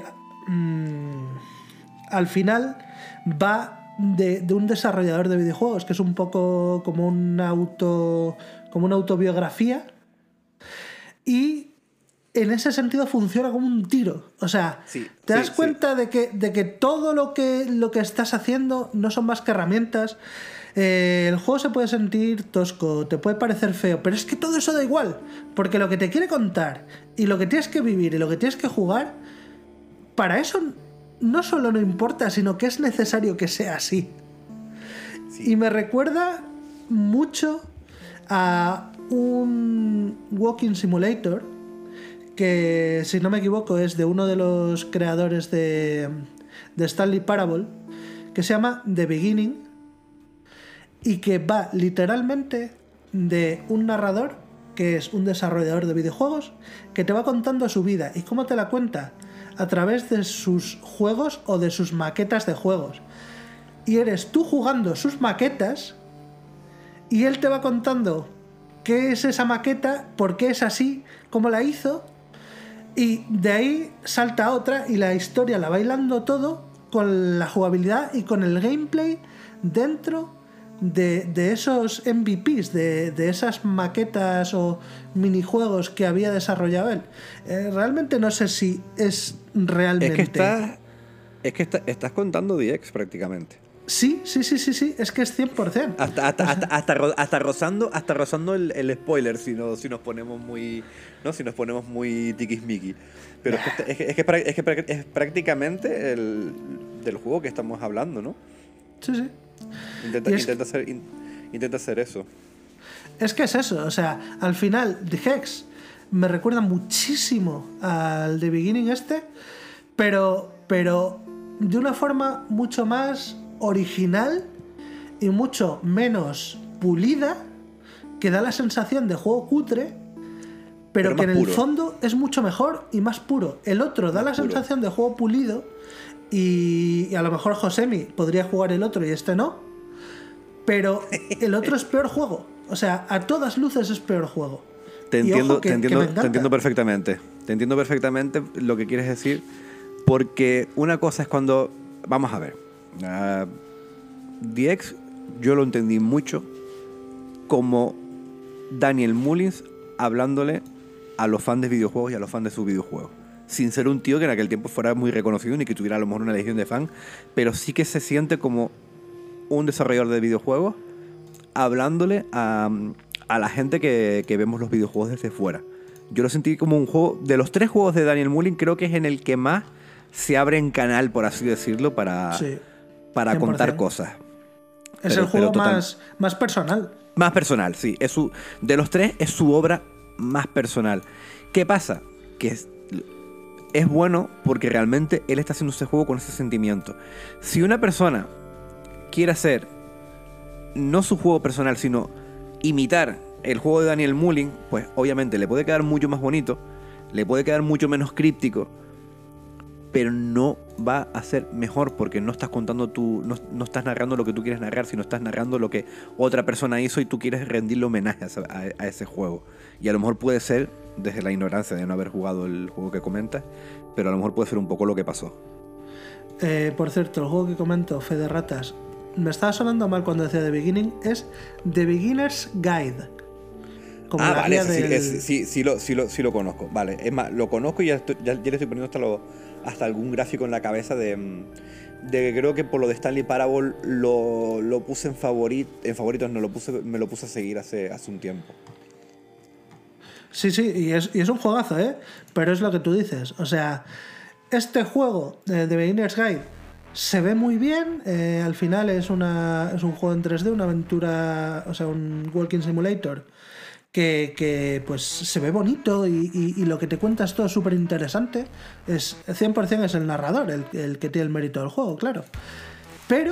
al final va de un desarrollador de videojuegos, que es un poco como una autobiografía, y en ese sentido funciona como un tiro. O sea, te das cuenta de que todo lo que estás haciendo no son más que herramientas. El juego se puede sentir tosco, te puede parecer feo, pero es que todo eso da igual, porque lo que te quiere contar y lo que tienes que vivir y lo que tienes que jugar, para eso no solo no importa, sino que es necesario que sea así. Y me recuerda mucho a un walking simulator que si no me equivoco es de uno de los creadores de Stanley Parable, que se llama The Beginning, y que va literalmente de un narrador que es un desarrollador de videojuegos que te va contando su vida. ¿Y cómo te la cuenta? A través de sus juegos o de sus maquetas de juegos. Y eres tú jugando sus maquetas y él te va contando qué es esa maqueta, por qué es así, cómo la hizo, y de ahí salta otra y la historia la va hilando todo con la jugabilidad y con el gameplay dentro de esos MVPs, de esas maquetas o minijuegos que había desarrollado él. Realmente no sé si es realmente... Es que estás contando DX prácticamente. Sí, es que es 100%. Hasta rozando el spoiler si nos ponemos muy, ¿no? Si nos ponemos muy tiquismiqui. Pero es prácticamente del juego que estamos hablando, ¿no? Sí. Intenta hacer eso. Es que es eso, o sea, al final The Hex me recuerda muchísimo al The Beginning pero de una forma mucho más original y mucho menos pulida, que da la sensación de juego cutre, pero que en el fondo es mucho mejor y más puro. El otro da la sensación de juego pulido y a lo mejor Josemi podría jugar el otro y este no, pero el otro es peor juego. O sea, a todas luces es peor juego. Te entiendo perfectamente. Te entiendo perfectamente lo que quieres decir, porque una cosa es cuando... Vamos a ver. DX yo lo entendí mucho como Daniel Mullins hablándole a los fans de videojuegos y a los fans de sus videojuegos, sin ser un tío que en aquel tiempo fuera muy reconocido ni que tuviera a lo mejor una legión de fans, pero sí que se siente como un desarrollador de videojuegos hablándole a la gente que vemos los videojuegos desde fuera. Yo lo sentí como un juego, de los 3 juegos de Daniel Mullins, creo que es en el que más se abre en canal, por así decirlo, para contar cosas. Es el juego más personal. Más personal, sí. De los 3 es su obra más personal. ¿Qué pasa? Que es bueno porque realmente él está haciendo ese juego con ese sentimiento. Si una persona quiere hacer no su juego personal, sino imitar el juego de Daniel Mullins, pues obviamente le puede quedar mucho más bonito, le puede quedar mucho menos críptico, pero no va a ser mejor porque no estás contando no estás narrando lo que tú quieres narrar, sino estás narrando lo que otra persona hizo y tú quieres rendirle homenaje a ese juego. Y a lo mejor puede ser, desde la ignorancia de no haber jugado el juego que comentas, pero a lo mejor puede ser un poco lo que pasó. Por cierto, el juego que comento, Fe de Ratas, me estaba sonando mal cuando decía The Beginning, es The Beginner's Guide. Como vale, sí lo conozco. Vale, es más, lo conozco y ya le estoy poniendo hasta algún gráfico en la cabeza de que creo que por lo de Stanley Parable lo puse en favoritos, no me lo puse a seguir hace un tiempo. Sí, y es un juegazo, pero es lo que tú dices, o sea, este juego de The Beginner's Guide se ve muy bien, al final es un juego en 3D, una aventura, o sea, un walking simulator que pues se ve bonito y lo que te cuenta es todo súper interesante. 100% es el narrador el que tiene el mérito del juego, claro. Pero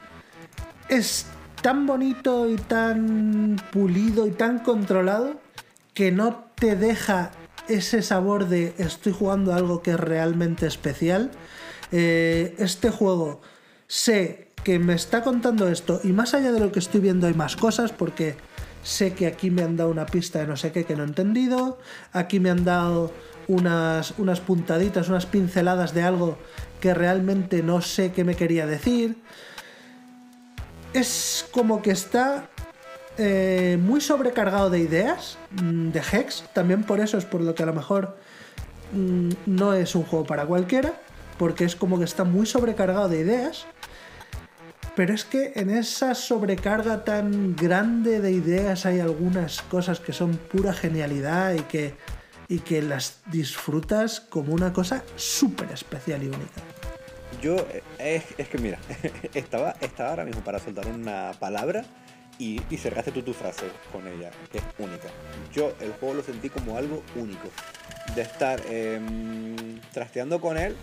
es tan bonito y tan pulido y tan controlado que no te deja ese sabor de estoy jugando algo que es realmente especial. Este juego sé que me está contando esto y más allá de lo que estoy viendo hay más cosas, porque sé que aquí me han dado una pista de no sé qué que no he entendido, aquí me han dado unas puntaditas, unas pinceladas de algo que realmente no sé qué me quería decir. Es como que está muy sobrecargado de ideas, de Hex, también por eso es por lo que a lo mejor no es un juego para cualquiera, porque es como que está muy sobrecargado de ideas. Pero es que en esa sobrecarga tan grande de ideas hay algunas cosas que son pura genialidad y que las disfrutas como una cosa súper especial y única. Yo, es que mira, estaba ahora mismo para soltar una palabra y cerraste tú tu frase con ella, que es única. Yo el juego lo sentí como algo único. De estar trasteando con él,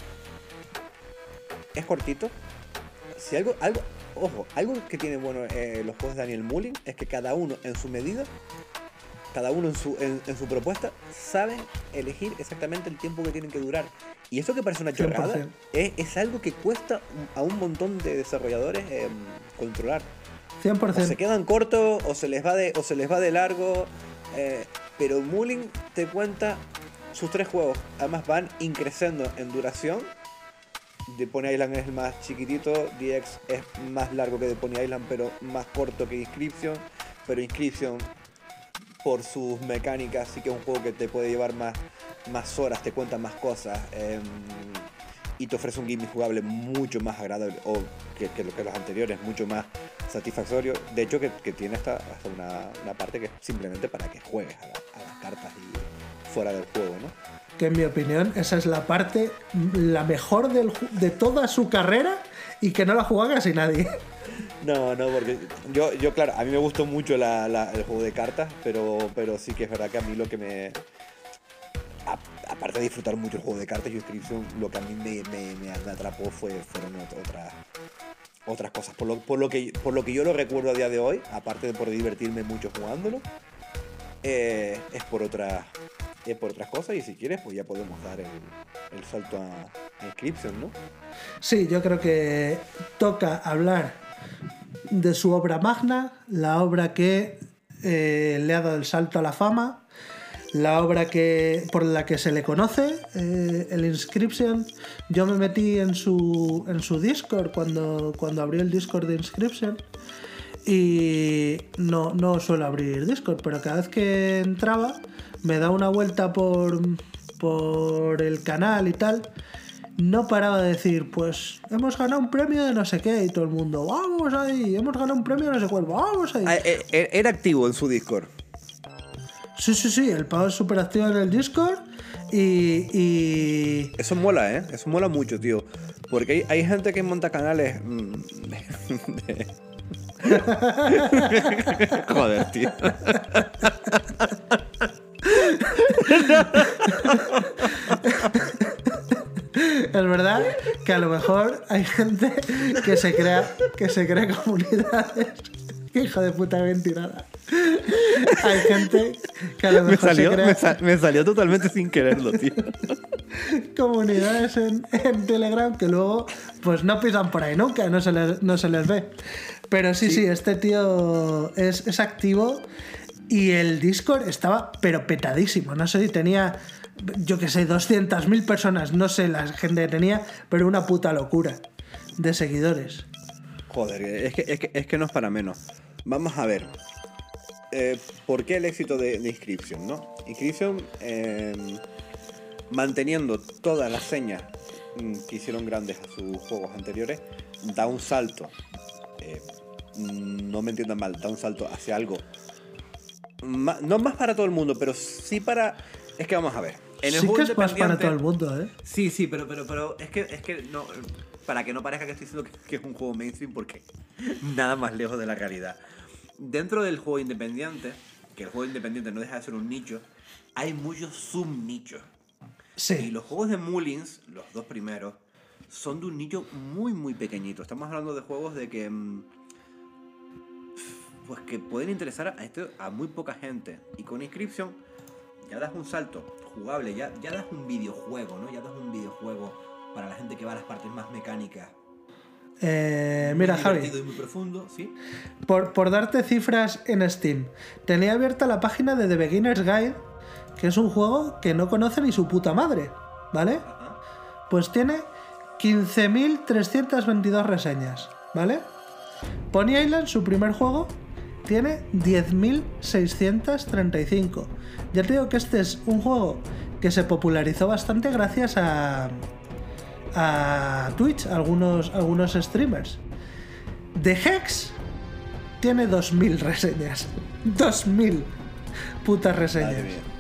es cortito. Si ojo, algo que tiene bueno los juegos de Daniel Mullin es que cada uno en su medida, cada uno en su propuesta, saben elegir exactamente el tiempo que tienen que durar. Y eso que parece una chorrada, es algo que cuesta a un montón de desarrolladores controlar. 100%. O se quedan cortos, o se les va de largo, pero Mullin te cuenta sus 3 juegos. Además van increciendo en duración. The Pony Island es el más chiquitito, DX es más largo que The Pony Island, pero más corto que Inscription. Pero Inscription, por sus mecánicas, sí que es un juego que te puede llevar más horas, te cuenta más cosas, y te ofrece un gameplay jugable mucho más agradable que lo que los anteriores, mucho más satisfactorio. De hecho, que tiene hasta una parte que es simplemente para que juegues a las cartas y fuera del juego, ¿no? Que en mi opinión esa es la parte la mejor de toda su carrera y que no la juega casi nadie. No, porque yo claro, a mí me gustó mucho el juego de cartas, pero sí que es verdad que a mí lo que me... Aparte de disfrutar mucho el juego de cartas y Inscription, lo que a mí me atrapó fueron otras cosas. Por lo que yo lo recuerdo a día de hoy, aparte de por divertirme mucho jugándolo, es por otras cosas. Y si quieres, pues ya podemos dar el salto a Inscription, ¿no? Sí, yo creo que toca hablar de su obra magna, la obra que le ha dado el salto a la fama, la obra por la que se le conoce, el Inscription. Yo me metí en su Discord cuando abrió el Discord de Inscription, y no suelo abrir Discord, pero cada vez que entraba me da una vuelta por el canal y tal. No paraba de decir, pues hemos ganado un premio de no sé qué, y todo el mundo, vamos ahí, hemos ganado un premio de no sé cuál, vamos ahí. Era activo en su Discord. Sí, el pavo es súper activo en el Discord y... Eso mola, eso mola mucho, tío. Porque hay gente que monta canales... Joder, tío. Es verdad que a lo mejor hay gente que se crea comunidades. Qué hijo de puta mentirada. Hay gente que a lo mejor me salió totalmente sin quererlo, tío. Comunidades en Telegram que luego pues no pisan por ahí nunca, no se les ve. Pero sí, este tío es activo, y el Discord estaba pero petadísimo. No sé si tenía, yo que sé, 200.000 personas, no sé la gente que tenía, pero una puta locura de seguidores. Joder, es que no es para menos. Vamos a ver. ¿Por qué el éxito de Inscription, no? Inscription, manteniendo todas las señas que hicieron grandes a sus juegos anteriores, da un salto. No me entiendan mal, da un salto hacia algo. No más para todo el mundo, pero sí para... Es que vamos a ver. En el sí juego que es más para todo el mundo, ¿eh? Sí, pero es que no... Para que no parezca que estoy diciendo que es un juego mainstream, porque nada más lejos de la realidad. Dentro del juego independiente, que el juego independiente no deja de ser un nicho, hay muchos subnichos. Sí. Y los juegos de Mullins, los 2 primeros, son de un nicho muy, muy pequeñito. Estamos hablando de juegos de que... pues que pueden interesar a muy poca gente. Y con Inscription ya das un salto jugable, ya das un videojuego, ¿no? Ya das un videojuego para la gente que va a las partes más mecánicas. Mira, Javi, y muy profundo, ¿sí? por darte cifras en Steam, tenía abierta la página de The Beginner's Guide, que es un juego que no conoce ni su puta madre, ¿vale? Ajá. Pues tiene 15.322 reseñas, ¿vale? Pony Island, su primer juego, tiene 10.635. Ya te digo que este es un juego que se popularizó bastante gracias a Twitch, algunos streamers. The Hex tiene 2.000 reseñas. 2.000 putas reseñas.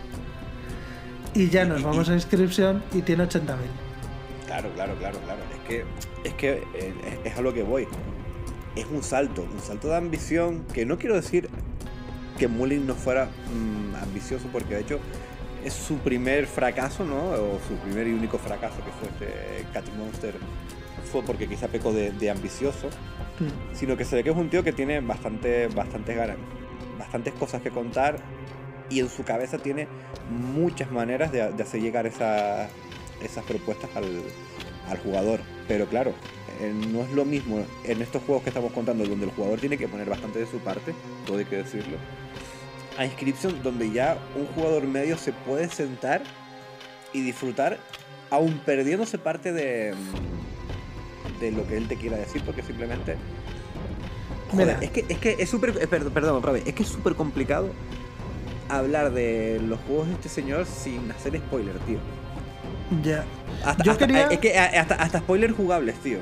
Y ya nos vamos a Inscription y tiene 80.000. Claro. Es que es a lo que voy. es un salto de ambición, que no quiero decir que Mullin no fuera ambicioso, porque de hecho es su primer fracaso, ¿no? O su primer y único fracaso, que fue este Cat Monster, fue porque quizá pecó de ambicioso, sino que se ve que es un tío que tiene bastantes cosas que contar, y en su cabeza tiene muchas maneras de hacer llegar esas propuestas al jugador. Pero claro, no es lo mismo en estos juegos que estamos contando, donde el jugador tiene que poner bastante de su parte, todo hay que decirlo, a Inscription, donde ya un jugador medio se puede sentar y disfrutar, aún perdiéndose parte de lo que él te quiera decir, porque simplemente... Joder, es que es súper... Perdón, otra vez. Es que es súper complicado hablar de los juegos de este señor sin hacer spoiler, tío. Ya. Es que hasta spoilers jugables, tío.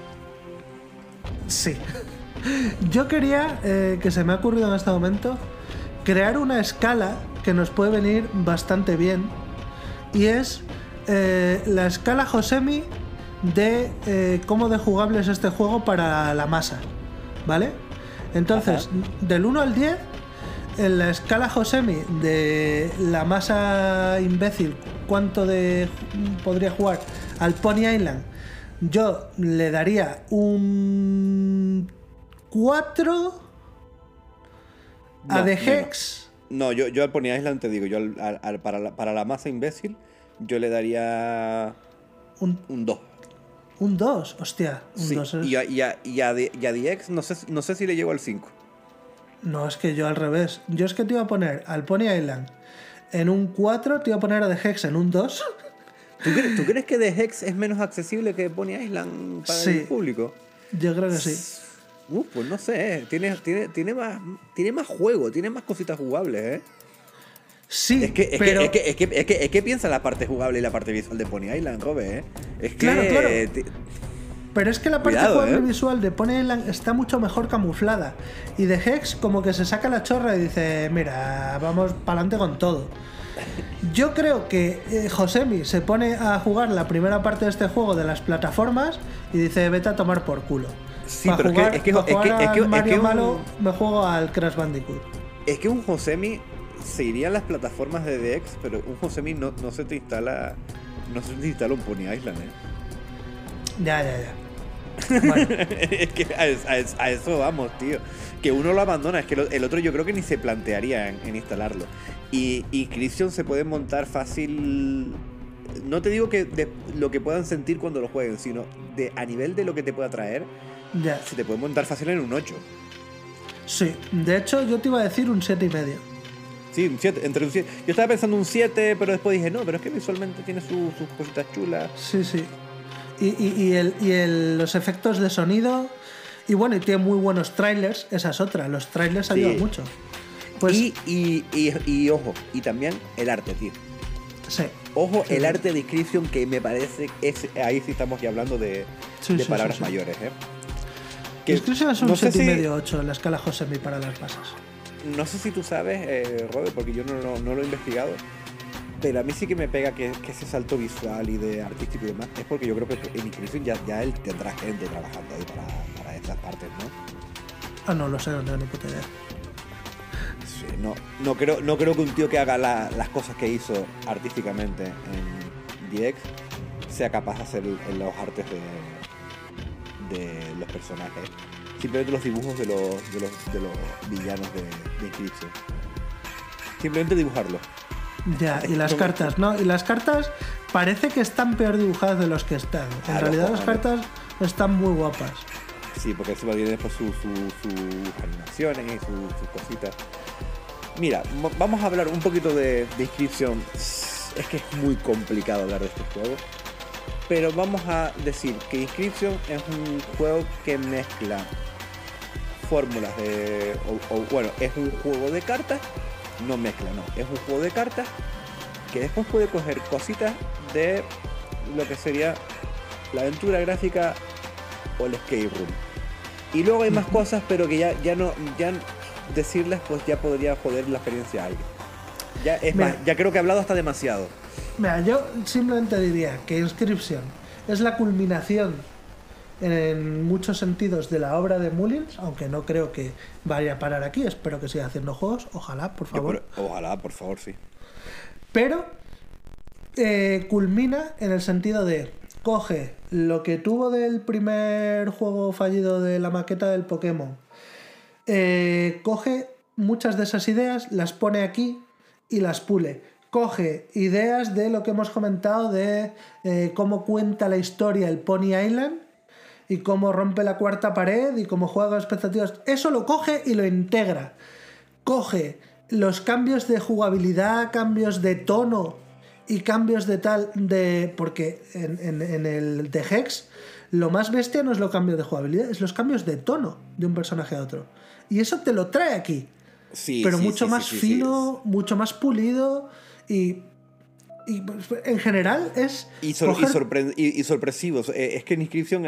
Sí. Yo quería, que se me ha ocurrido en este momento, crear una escala que nos puede venir bastante bien, y es la escala Josemi de cómo de jugable es este juego para la masa, ¿vale? Entonces, del 1 al 10, en la escala Josemi de la masa imbécil, ¿cuánto podría jugar al Pony Island? Yo le daría un 4. A The Hex. No, yo al Pony Island te digo, yo para la masa imbécil, yo le daría un 2. Un 2, hostia. Un 2 es... Y a The Hex no sé si le llego al 5. No, es que yo al revés. Yo es que te iba a poner al Pony Island en un 4, te iba a poner a The Hex en un 2. ¿Tú crees que The Hex es menos accesible que Pony Island para el público? Yo creo que sí. Pues no sé, tiene más juego, tiene más cositas jugables, ¿eh? Sí, pero... Es que piensa la parte jugable y la parte visual de Pony Island, Robe, ¿eh? Es que... Claro. Pero es que la parte jugable visual de Pony Island está mucho mejor camuflada. Y The Hex como que se saca la chorra y dice, mira, vamos para adelante con todo. Yo creo que Josemi se pone a jugar la primera parte de este juego de las plataformas y dice, vete a tomar por culo. Sí, pero es que Mario malo, me juego al Crash Bandicoot. Es que un Josemi se iría a las plataformas de DX, pero un Josemi no se te instala un Pony Island, Ya. Bueno. Es que a eso vamos, tío. Que uno lo abandona, es que el otro yo creo que ni se plantearía en instalarlo. Y Inscription se puede montar fácil. No te digo que de lo que puedan sentir cuando lo jueguen, sino a nivel de lo que te pueda traer. Ya. Se te puede montar fácil en un 8. Sí, de hecho yo te iba a decir un 7,5. Sí, un 7, entre un 7. Yo estaba pensando un 7, pero después dije, no, pero es que visualmente tiene sus cositas chulas. Sí. Y los efectos de sonido. Y bueno, y tiene muy buenos trailers, esa es otra. Los trailers ayudan mucho. Pues, y ojo, y también el arte, tío. Sí. Ojo, el arte de Inscription, que me parece, ahí sí estamos ya hablando de palabras mayores, ¿eh? Inscription es un 7,5-8 en la escala Josemi para las masas. No sé si tú sabes, Robert, porque yo no lo he investigado, pero a mí sí que me pega que ese salto visual y de artístico y demás, es porque yo creo que en Inscription ya él tendrá gente trabajando ahí para estas partes, ¿no? No lo sé, no tengo ni puta idea. Sí, no creo que un tío que haga las cosas que hizo artísticamente en DX sea capaz de hacer los artes de los personajes. Simplemente los dibujos de los villanos de Inscription. Simplemente dibujarlos. Ya, y las cartas, ¿no? Y las cartas parece que están peor dibujadas de los que están. En realidad las cartas están muy guapas. Sí, porque encima viene después sus animaciones y sus cositas. Mira, vamos a hablar un poquito de Inscription. Es que es muy complicado hablar de este juego, pero vamos a decir que Inscription es un juego que mezcla fórmulas bueno, es un juego de cartas. No mezcla, no. Es un juego de cartas que después puede coger cositas de lo que sería la aventura gráfica o el escape room. Y luego hay más cosas, pero que ya decirlas pues ya podría joder la experiencia a alguien. Ya creo que he hablado hasta demasiado. Mira, yo simplemente diría que Inscription es la culminación en muchos sentidos de la obra de Mullins, aunque no creo que vaya a parar aquí, espero que siga haciendo juegos, ojalá, por favor. Ojalá, por favor, sí. Pero culmina en el sentido de coge lo que tuvo del primer juego fallido de la maqueta del Pokémon, coge muchas de esas ideas, las pone aquí y las pule. Coge ideas de lo que hemos comentado de cómo cuenta la historia el Pony Island y cómo rompe la cuarta pared y cómo juega con expectativas. Eso lo coge y lo integra. Coge los cambios de jugabilidad, cambios de tono y cambios de tal, porque en el de Hex lo más bestia no es los cambios de jugabilidad, es los cambios de tono de un personaje a otro. Y eso te lo trae aquí. Sí, pero sí, mucho sí, más sí, fino, mucho más pulido y en general es... Y sorpresivos. Es que en Inscription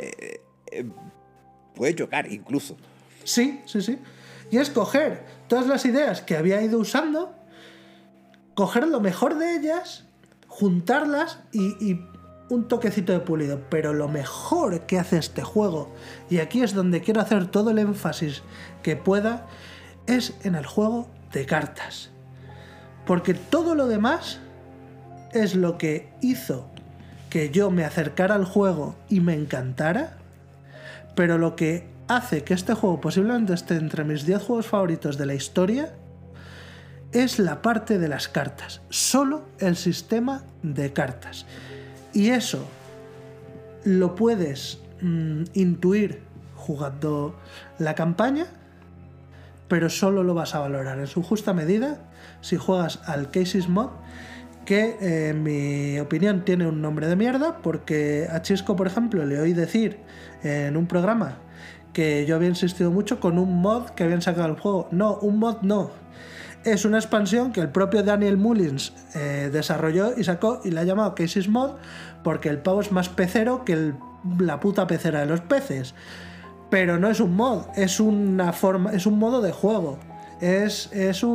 puede chocar incluso. Sí. Y es coger todas las ideas que había ido usando, coger lo mejor de ellas, juntarlas y un toquecito de pulido. Pero lo mejor que hace este juego, y aquí es donde quiero hacer todo el énfasis que pueda, es en el juego de cartas. Porque todo lo demás es lo que hizo que yo me acercara al juego y me encantara, pero lo que hace que este juego posiblemente esté entre mis 10 juegos favoritos de la historia es la parte de las cartas, solo el sistema de cartas. Y eso lo puedes intuir jugando la campaña, pero solo lo vas a valorar en su justa medida si juegas al Cases Mod, que en mi opinión tiene un nombre de mierda, porque a Chisco, por ejemplo, le oí decir en un programa que yo había insistido mucho con un mod que habían sacado al juego. No, un mod no. Es una expansión que el propio Daniel Mullins desarrolló y sacó y la ha llamado Cases Mod porque el pavo es más pecero que la puta pecera de los peces. Pero no es un mod, es una forma, es un modo de juego. Es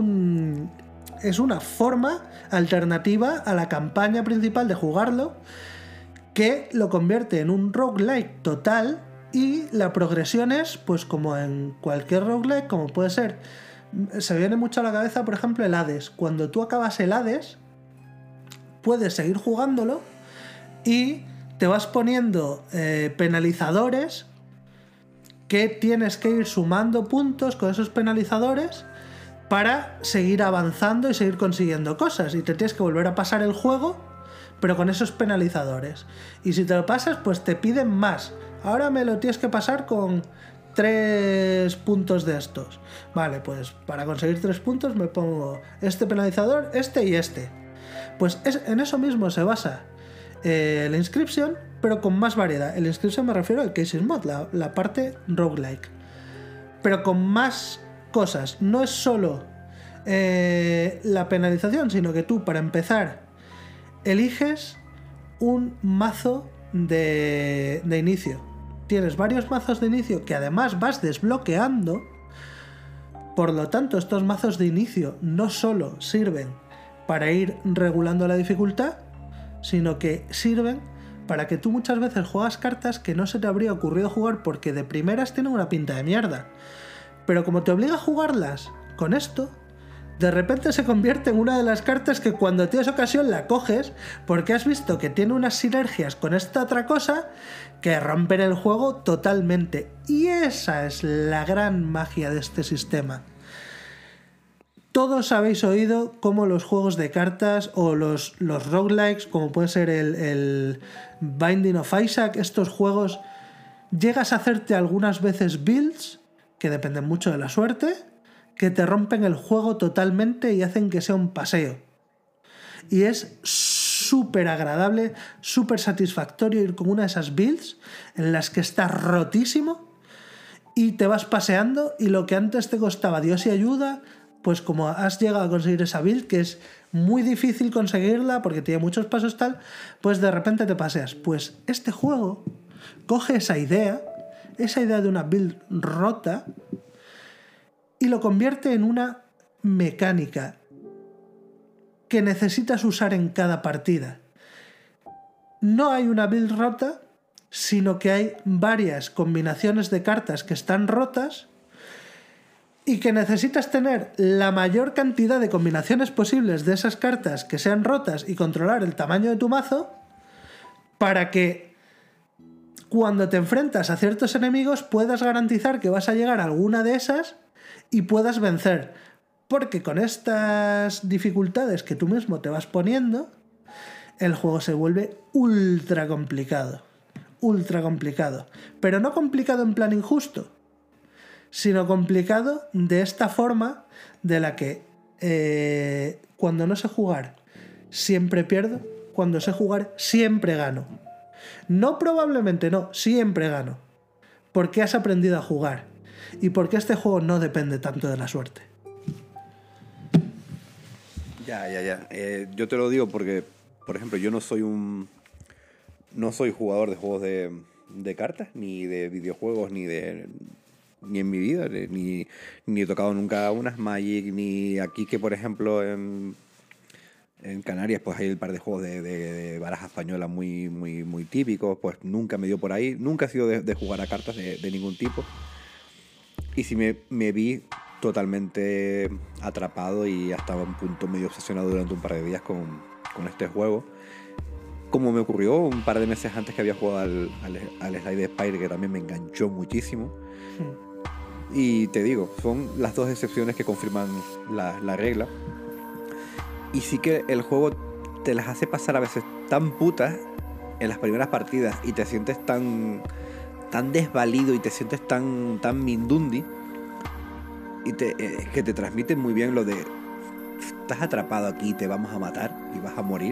una forma alternativa a la campaña principal de jugarlo, que lo convierte en un roguelike total, y la progresión es pues como en cualquier roguelike, como puede ser. Se viene mucho a la cabeza, por ejemplo, el Hades. Cuando tú acabas el Hades, puedes seguir jugándolo y te vas poniendo penalizadores que tienes que ir sumando puntos con esos penalizadores para seguir avanzando y seguir consiguiendo cosas, y te tienes que volver a pasar el juego pero con esos penalizadores, y si te lo pasas pues te piden más. Ahora me lo tienes que pasar con 3 puntos de estos. Vale, pues para conseguir 3 puntos me pongo este penalizador, este y este. Pues en eso mismo se basa la Inscription, pero con más variedad. El Inscription me refiero al Cases Mod, la parte roguelike, pero con más cosas. No es solo la penalización, sino que tú, para empezar, eliges un mazo de inicio. Tienes varios mazos de inicio que además vas desbloqueando. Por lo tanto, estos mazos de inicio no solo sirven para ir regulando la dificultad, sino que sirven para que tú muchas veces juegas cartas que no se te habría ocurrido jugar porque de primeras tienen una pinta de mierda. Pero como te obliga a jugarlas con esto, de repente se convierte en una de las cartas que cuando tienes ocasión la coges porque has visto que tiene unas sinergias con esta otra cosa que rompen el juego totalmente. Y esa es la gran magia de este sistema. Todos habéis oído cómo los juegos de cartas o los roguelikes, como puede ser el Binding of Isaac, estos juegos, llegas a hacerte algunas veces builds que dependen mucho de la suerte, que te rompen el juego totalmente y hacen que sea un paseo. Y es súper agradable, súper satisfactorio ir con una de esas builds en las que estás rotísimo y te vas paseando, y lo que antes te costaba Dios y ayuda, pues como has llegado a conseguir esa build, que es muy difícil conseguirla porque tiene muchos pasos tal, pues de repente te paseas. Pues este juego coge esa idea de una build rota y lo convierte en una mecánica que necesitas usar en cada partida. No hay una build rota sino que hay varias combinaciones de cartas que están rotas y que necesitas tener la mayor cantidad de combinaciones posibles de esas cartas que sean rotas y controlar el tamaño de tu mazo para que cuando te enfrentas a ciertos enemigos puedas garantizar que vas a llegar a alguna de esas y puedas vencer. Porque con estas dificultades que tú mismo te vas poniendo, el juego se vuelve ultra complicado. Ultra complicado. Pero no complicado en plan injusto, sino complicado de esta forma de la que cuando no sé jugar siempre pierdo, cuando sé jugar siempre gano. No probablemente, no, siempre gano. Porque has aprendido a jugar y porque este juego no depende tanto de la suerte. Ya. Yo te lo digo porque, por ejemplo, yo no soy jugador de juegos de cartas, ni de videojuegos, ni en mi vida, ni he tocado nunca unas Magic, ni aquí que, por ejemplo, en Canarias pues hay un par de juegos de baraja española muy típicos, pues nunca me dio por ahí, nunca he sido de jugar a cartas de ningún tipo. Y sí me vi totalmente atrapado y hasta un punto medio obsesionado durante un par de días con este juego. Como me ocurrió un par de meses antes que había jugado al Slide Spire, que también me enganchó muchísimo. Y te digo, son las dos excepciones que confirman la regla. Y sí que el juego te las hace pasar a veces tan putas en las primeras partidas y te sientes tan desvalido y te sientes tan mindundi y que te transmite muy bien lo de estás atrapado aquí, te vamos a matar y vas a morir,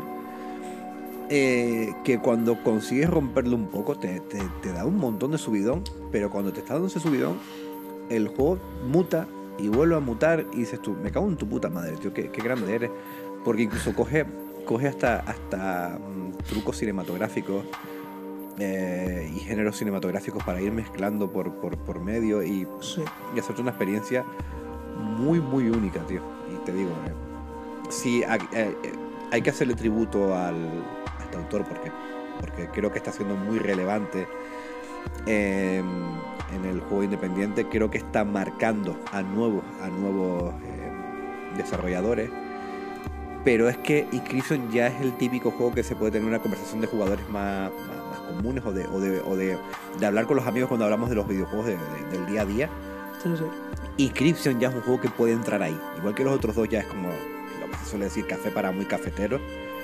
que cuando consigues romperlo un poco te da un montón de subidón, pero cuando te está dando ese subidón el juego muta y vuelve a mutar y dices tú, me cago en tu puta madre, tío, qué grande eres, porque incluso coge hasta trucos cinematográficos y géneros cinematográficos para ir mezclando por medio y hacerte una experiencia muy única, tío. Y te digo, sí, hay que hacerle tributo a este autor porque creo que está siendo muy relevante en el juego independiente. Creo que está marcando a nuevos desarrolladores. Pero es que Inscription ya es el típico juego que se puede tener una conversación de jugadores más comunes o de hablar con los amigos cuando hablamos de los videojuegos del día a día. Sí. Inscription ya es un juego que puede entrar ahí. Igual que los otros dos ya es como lo que se suele decir, café para muy cafeteros,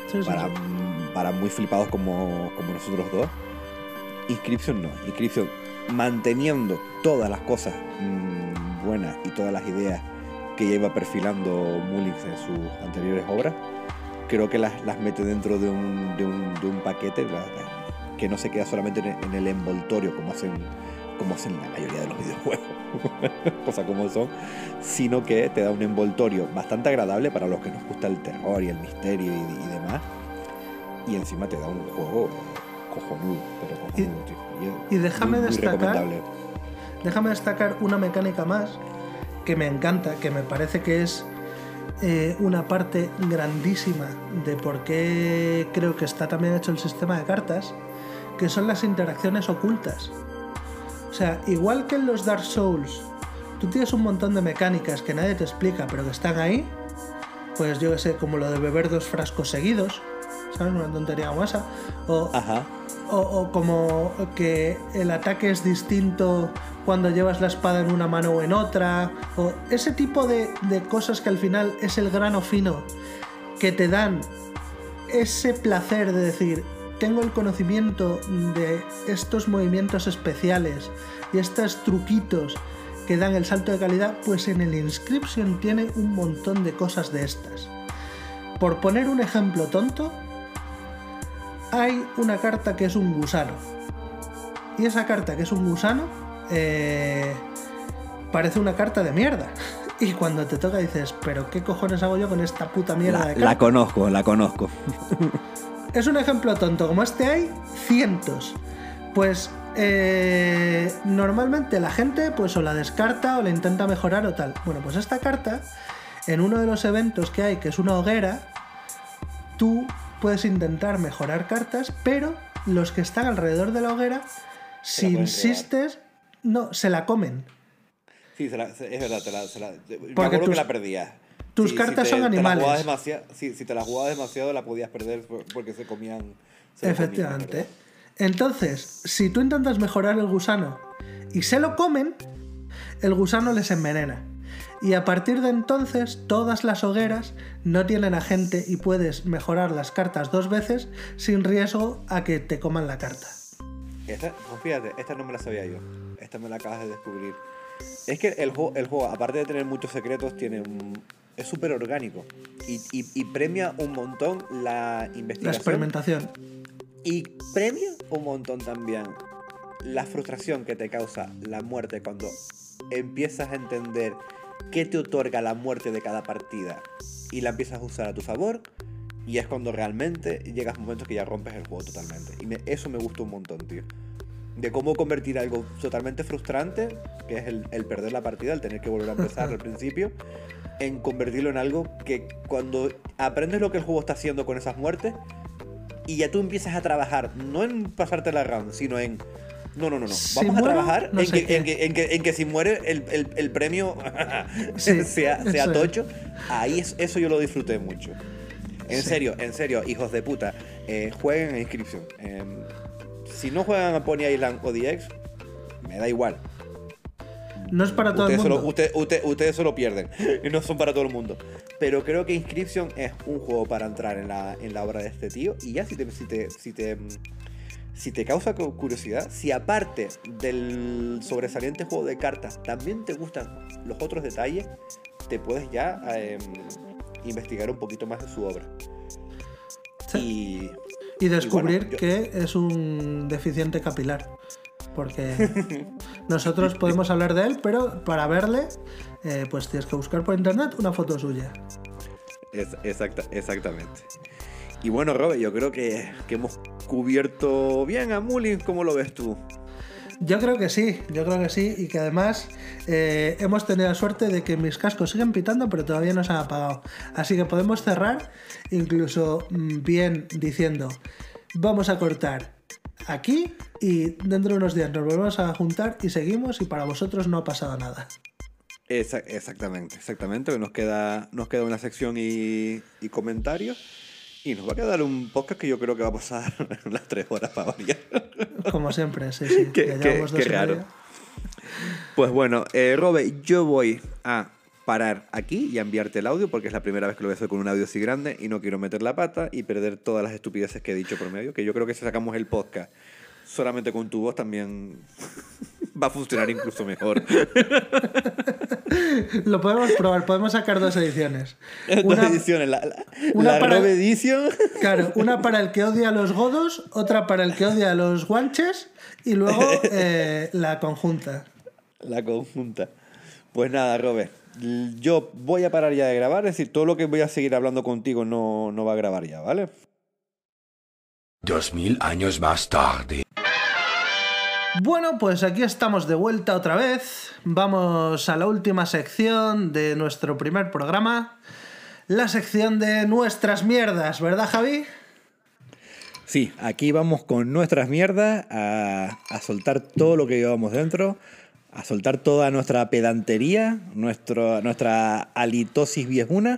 para muy flipados como nosotros dos. Inscription no. Inscription, manteniendo todas las cosas buenas y todas las ideas que ya iba perfilando Mullins en sus anteriores obras, creo que las mete dentro de un paquete que no se queda solamente en el envoltorio como hacen la mayoría de los videojuegos, cosas como son, sino que te da un envoltorio bastante agradable para los que nos gusta el terror y el misterio y demás, y encima te da un juego cojonudo, tío. Y déjame destacar una mecánica más que me encanta, que me parece que es una parte grandísima de por qué creo que está también hecho el sistema de cartas, que son las interacciones ocultas. O sea, igual que en los Dark Souls tú tienes un montón de mecánicas que nadie te explica pero que están ahí, pues yo que sé, como lo de beber 2 frascos seguidos, ¿sabes? Una tontería como esa. O como que el ataque es distinto cuando llevas la espada en una mano o en otra, o ese tipo de cosas que al final es el grano fino que te dan ese placer de decir, tengo el conocimiento de estos movimientos especiales y estos truquitos que dan el salto de calidad, pues en el Inscription tiene un montón de cosas de estas. Por poner un ejemplo tonto, hay una carta que es un gusano. Y esa carta que es un gusano parece una carta de mierda. Y cuando te toca dices, ¿pero qué cojones hago yo con esta puta mierda de carta? La conozco. Es un ejemplo tonto. Como este hay cientos. Pues normalmente la gente pues o la descarta o la intenta mejorar o tal. Bueno, pues esta carta, en uno de los eventos que hay, que es una hoguera, tú puedes intentar mejorar cartas, pero los que están alrededor de la hoguera, si insistes, no, se la comen. Sí, es verdad, me acuerdo que la perdías. Tus cartas son animales. Si te la jugabas demasiado, la podías perder porque se comían. Efectivamente. Entonces, si tú intentas mejorar el gusano y se lo comen, el gusano les envenena. Y a partir de entonces, todas las hogueras no tienen agente y puedes mejorar las cartas 2 veces sin riesgo a que te coman la carta. Fíjate, esta no me la sabía yo. Esta me la acabas de descubrir. Es que el juego, aparte de tener muchos secretos, es súper orgánico y premia un montón la investigación. La experimentación. Y premia un montón también la frustración que te causa la muerte cuando empiezas a entender qué te otorga la muerte de cada partida y la empiezas a usar a tu favor, y es cuando realmente llegas a momentos que ya rompes el juego totalmente. Y eso me gusta un montón, tío. De cómo convertir algo totalmente frustrante, que es el perder la partida, el tener que volver a empezar al principio, en convertirlo en algo que cuando aprendes lo que el juego está haciendo con esas muertes, y ya tú empiezas a trabajar, no en pasarte la run, sino en... No. Vamos a trabajar en que si muere el premio sea tocho. Ahí eso yo lo disfruté mucho. En serio, hijos de puta. Jueguen a Inscription. Si no juegan a Pony Island o DX, me da igual. No es para todo el mundo. Ustedes solo pierden. Y no son para todo el mundo. Pero creo que Inscription es un juego para entrar en la obra de este tío. Y ya si te causa curiosidad, si aparte del sobresaliente juego de cartas también te gustan los otros detalles, te puedes ya investigar un poquito más de su obra. Sí. Y descubrir que es un deficiente capilar. Porque nosotros podemos hablar de él, pero para verle, pues tienes que buscar por internet una foto suya. Exactamente. Y bueno, Robert, yo creo que hemos cubierto bien a Mullins. ¿Cómo lo ves tú? Yo creo que sí, y que además hemos tenido la suerte de que mis cascos siguen pitando, pero todavía no se han apagado. Así que podemos cerrar incluso bien diciendo, vamos a cortar aquí y dentro de unos días nos volvemos a juntar y seguimos, y para vosotros no ha pasado nada. Exactamente. Nos queda una sección y comentarios. Y nos va a quedar un podcast que yo creo que va a pasar las 3 horas para variar. Como siempre, sí. Qué raro. Pues bueno, Robert, yo voy a parar aquí y a enviarte el audio, porque es la primera vez que lo voy a hacer con un audio así grande y no quiero meter la pata y perder todas las estupideces que he dicho por medio, que yo creo que si sacamos el podcast solamente con tu voz también va a funcionar incluso mejor. Lo podemos probar, podemos sacar 2 ediciones. Dos ediciones, la Robe Edition. Claro, una para el que odia a los godos, otra para el que odia a los guanches, y luego la conjunta. La conjunta. Pues nada, Robe, yo voy a parar ya de grabar, es decir, todo lo que voy a seguir hablando contigo no va a grabar ya, ¿vale? 2000 años más tarde. Bueno, pues aquí estamos de vuelta otra vez. Vamos a la última sección de nuestro primer programa. La sección de nuestras mierdas, ¿verdad, Javi? Sí, aquí vamos con nuestras mierdas a soltar todo lo que llevamos dentro, a soltar toda nuestra pedantería, nuestra halitosis viejuna,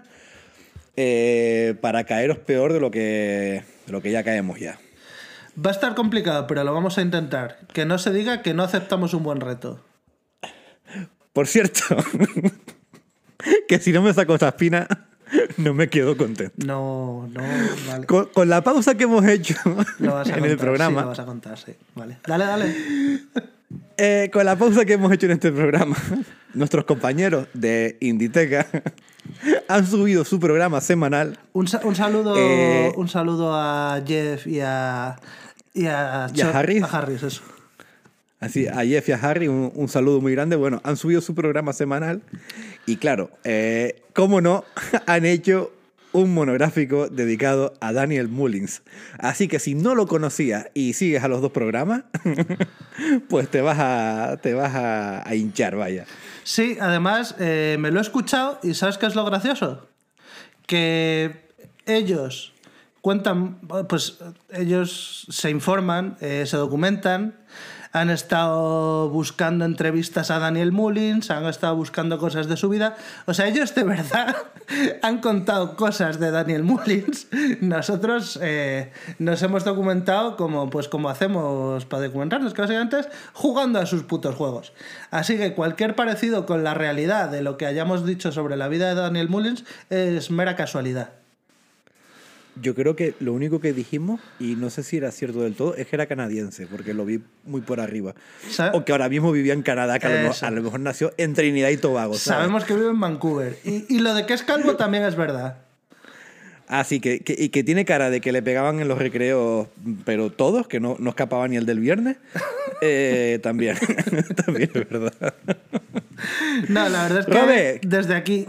para caeros peor de lo que ya caemos ya. Va a estar complicado, pero lo vamos a intentar. Que no se diga que no aceptamos un buen reto. Por cierto, que si no me saco esa espina, no me quedo contento. No, vale. Con la pausa que hemos hecho en el programa. Sí, lo vas a contar, sí. Vale. Dale. Con la pausa que hemos hecho en este programa, nuestros compañeros de Inditeca han subido su programa semanal. Un saludo a Jeff y a Harris. A Harris, eso. Así, a Jeff y a Harry, un saludo muy grande. Bueno, han subido su programa semanal y claro, cómo no, han hecho un monográfico dedicado a Daniel Mullins. Así que si no lo conocías y sigues a los 2 programas, pues te vas a hinchar, vaya. Sí, además me lo he escuchado y ¿sabes qué es lo gracioso? Que ellos, cuentan, pues ellos se informan, se documentan, han estado buscando entrevistas a Daniel Mullins, han estado buscando cosas de su vida. O sea, ellos de verdad han contado cosas de Daniel Mullins. Nosotros nos hemos documentado como hacemos para documentarnos, que básicamente es jugando a sus putos juegos. Así que cualquier parecido con la realidad de lo que hayamos dicho sobre la vida de Daniel Mullins es mera casualidad. Yo creo que lo único que dijimos, y no sé si era cierto del todo, es que era canadiense, porque lo vi muy por arriba. O que ahora mismo vivía en Canadá, que a lo mejor nació en Trinidad y Tobago. ¿Sabes? Sabemos que vive en Vancouver. Y lo de que es calvo también es verdad. Así que tiene cara de que le pegaban en los recreos, pero todos, que no escapaba ni el del viernes. También es verdad. No, la verdad es que Robert, desde aquí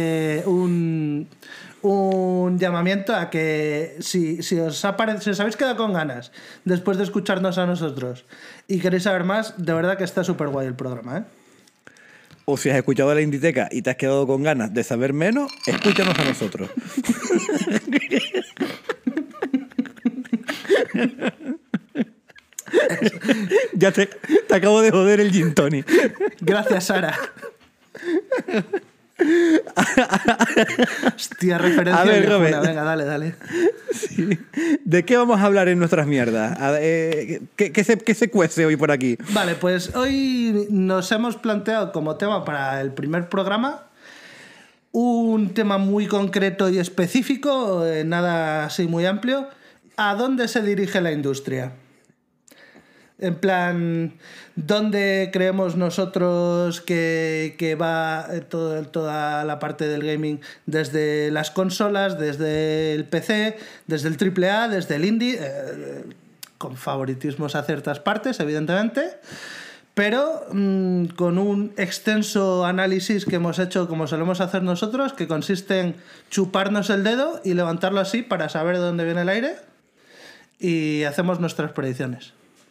un llamamiento a que si os habéis quedado con ganas después de escucharnos a nosotros y queréis saber más, de verdad que está súper guay el programa, ¿eh? O si has escuchado la Inditeca y te has quedado con ganas de saber menos, escúchanos a nosotros. Ya te acabo de joder el gin tonic. Gracias, Sara. Hostia, referencia. A ver, viejuna. Robert. Venga, dale. Sí. ¿De qué vamos a hablar en nuestras mierdas? ¿Qué se cuece hoy por aquí? Vale, pues hoy nos hemos planteado como tema para el primer programa un tema muy concreto y específico, nada así muy amplio. ¿A dónde se dirige la industria? En plan, ¿dónde creemos nosotros que va toda la parte del gaming? Desde las consolas, desde el PC, desde el AAA, desde el indie, con favoritismos a ciertas partes, evidentemente, pero con un extenso análisis que hemos hecho como solemos hacer nosotros, que consiste en chuparnos el dedo y levantarlo así para saber de dónde viene el aire, y hacemos nuestras predicciones.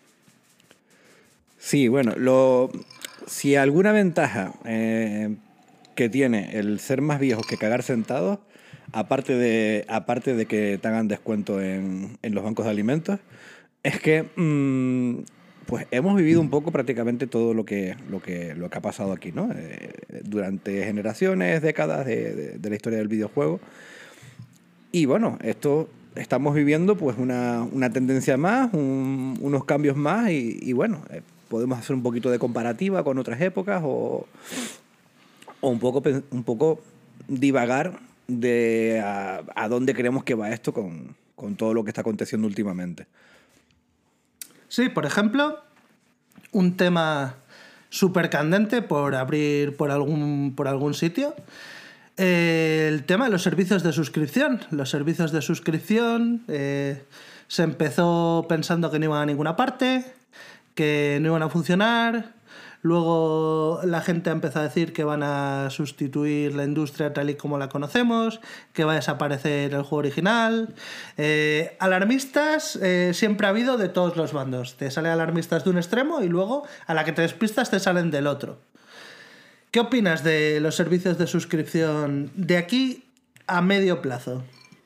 Sí, bueno, si alguna ventaja que tiene el ser más viejos que cagar sentados, aparte de que te hagan descuento en los bancos de alimentos, es que pues hemos vivido un poco prácticamente todo lo que ha pasado aquí, ¿no? Durante generaciones, décadas de la historia del videojuego. Y bueno, esto estamos viviendo pues una tendencia más, unos cambios más y bueno, podemos hacer un poquito de comparativa con otras épocas o un poco divagar de a dónde creemos que va esto con todo lo que está aconteciendo últimamente. Sí, por ejemplo, un tema súper candente por abrir por algún sitio, el tema de los servicios de suscripción. Los servicios de suscripción se empezó pensando que no iban a ninguna parte, que no iban a funcionar. Luego la gente empezó a decir que van a sustituir la industria tal y como la conocemos, que va a desaparecer el juego original. Alarmistas siempre ha habido de todos los bandos. Te salen alarmistas de un extremo y luego a la que te despistas te salen del otro. ¿Qué opinas de los servicios de suscripción de aquí a medio plazo?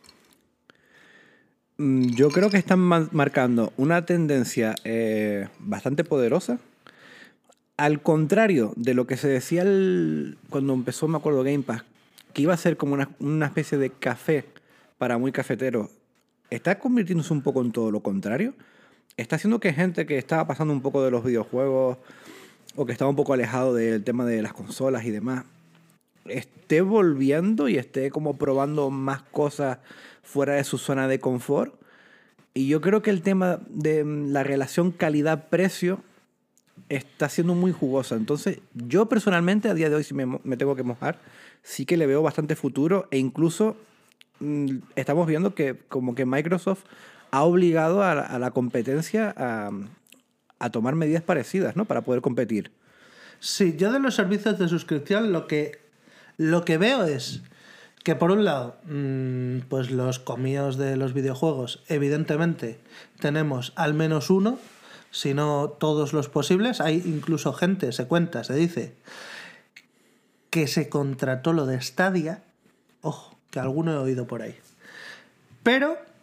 Yo creo que están marcando una tendencia bastante poderosa. Al contrario de lo que se decía cuando empezó, me acuerdo, Game Pass, que iba a ser como una especie de café para muy cafeteros, está convirtiéndose un poco en todo lo contrario. Está haciendo que gente que estaba pasando un poco de los videojuegos o que estaba un poco alejado del tema de las consolas y demás, esté volviendo y esté como probando más cosas fuera de su zona de confort. Y yo creo que el tema de la relación calidad-precio está siendo muy jugosa. Entonces, yo personalmente, a día de hoy, si me tengo que mojar, sí que le veo bastante futuro e incluso estamos viendo que como que Microsoft ha obligado a la competencia a tomar medidas parecidas, ¿no? Para poder competir. Sí, yo de los servicios de suscripción lo que veo es que por un lado, pues los comíos de los videojuegos, evidentemente tenemos al menos uno, si no todos los posibles. Hay incluso gente, se dice, que se contrató lo de Stadia. Ojo, que alguno he oído por ahí. Pero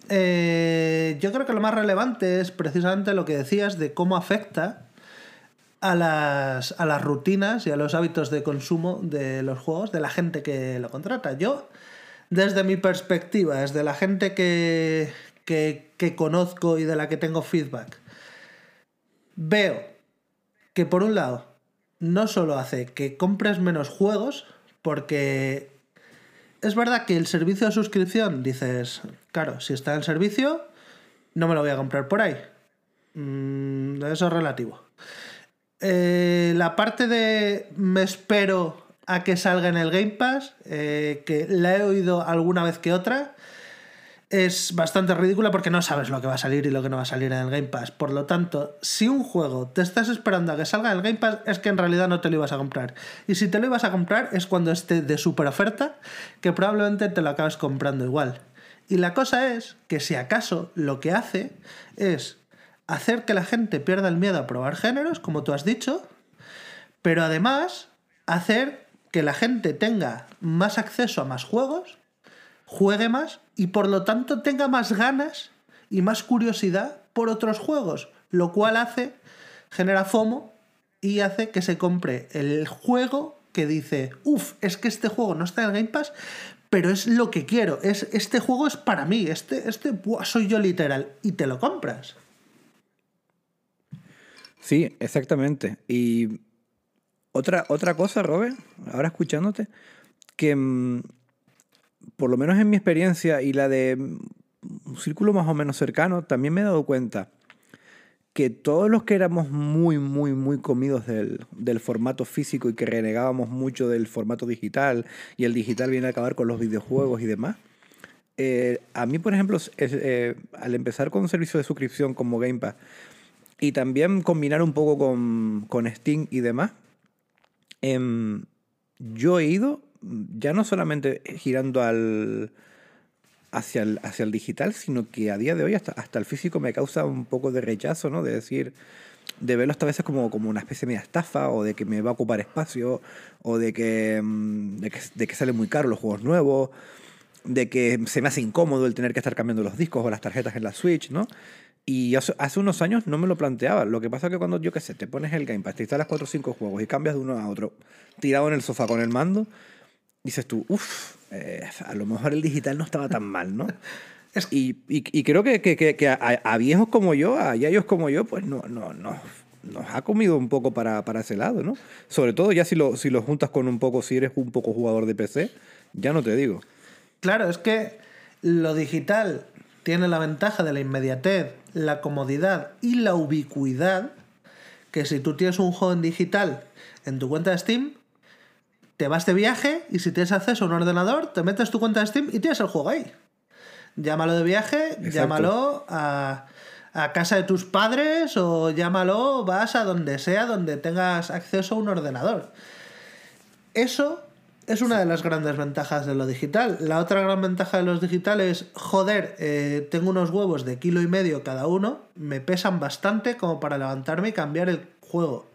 Yo creo que lo más relevante es precisamente lo que decías de cómo afecta a las rutinas y a los hábitos de consumo de los juegos de la gente que lo contrata. Yo, desde mi perspectiva, desde la gente que conozco y de la que tengo feedback, veo que por un lado no solo hace que compres menos juegos, porque es verdad que el servicio de suscripción, dices, claro, si está en el servicio, no me lo voy a comprar por ahí. Eso es relativo. La parte de me espero a que salga en el Game Pass, que la he oído alguna vez que otra, es bastante ridícula porque no sabes lo que va a salir y lo que no va a salir en el Game Pass. Por lo tanto, si un juego te estás esperando a que salga en el Game Pass, es que en realidad no te lo ibas a comprar. Y si te lo ibas a comprar es cuando esté de super oferta, que probablemente te lo acabes comprando igual. Y la cosa es que si acaso lo que hace es hacer que la gente pierda el miedo a probar géneros, como tú has dicho, pero además hacer que la gente tenga más acceso a más juegos, juegue más y por lo tanto tenga más ganas y más curiosidad por otros juegos, lo cual genera FOMO y hace que se compre el juego que dice, es que este juego no está en el Game Pass, pero es lo que quiero, este juego es para mí, soy yo literal, y te lo compras. Sí, exactamente. Y otra cosa, Robert, ahora escuchándote, que por lo menos en mi experiencia y la de un círculo más o menos cercano, también me he dado cuenta que todos los que éramos muy, muy, muy comidos del formato físico y que renegábamos mucho del formato digital, y el digital viene a acabar con los videojuegos y demás, a mí, por ejemplo, al empezar con un servicio de suscripción como Game Pass y también combinar un poco con Steam y demás, yo he ido ya no solamente girando hacia el digital, sino que a día de hoy hasta el físico me causa un poco de rechazo, ¿no? De decir, de verlo hasta a veces como una especie de media estafa, o de que me va a ocupar espacio, o de que salen muy caros los juegos nuevos, de que se me hace incómodo el tener que estar cambiando los discos o las tarjetas en la Switch, ¿no? Y hace unos años no me lo planteaba. Lo que pasa es que cuando, yo qué sé, te pones el Game Pass, te instalas 4 o 5 juegos y cambias de uno a otro, tirado en el sofá con el mando, dices tú, a lo mejor el digital no estaba tan mal, ¿no? Y creo que a viejos como yo, a yayos como yo, pues nos ha comido un poco para ese lado, ¿no? Sobre todo ya si lo juntas con un poco, si eres un poco jugador de PC, ya no te digo. Claro, es que lo digital tiene la ventaja de la inmediatez, la comodidad y la ubicuidad, que si tú tienes un juego en digital en tu cuenta de Steam, te vas de viaje y si tienes acceso a un ordenador, te metes tu cuenta de Steam y tienes el juego ahí. Llámalo de viaje, exacto. Llámalo a casa de tus padres o llámalo, vas a donde sea donde tengas acceso a un ordenador. Eso es una de las grandes ventajas de lo digital. La otra gran ventaja de los digitales es, joder, tengo unos huevos de 1,5 kilos cada uno, me pesan bastante como para levantarme y cambiar el juego.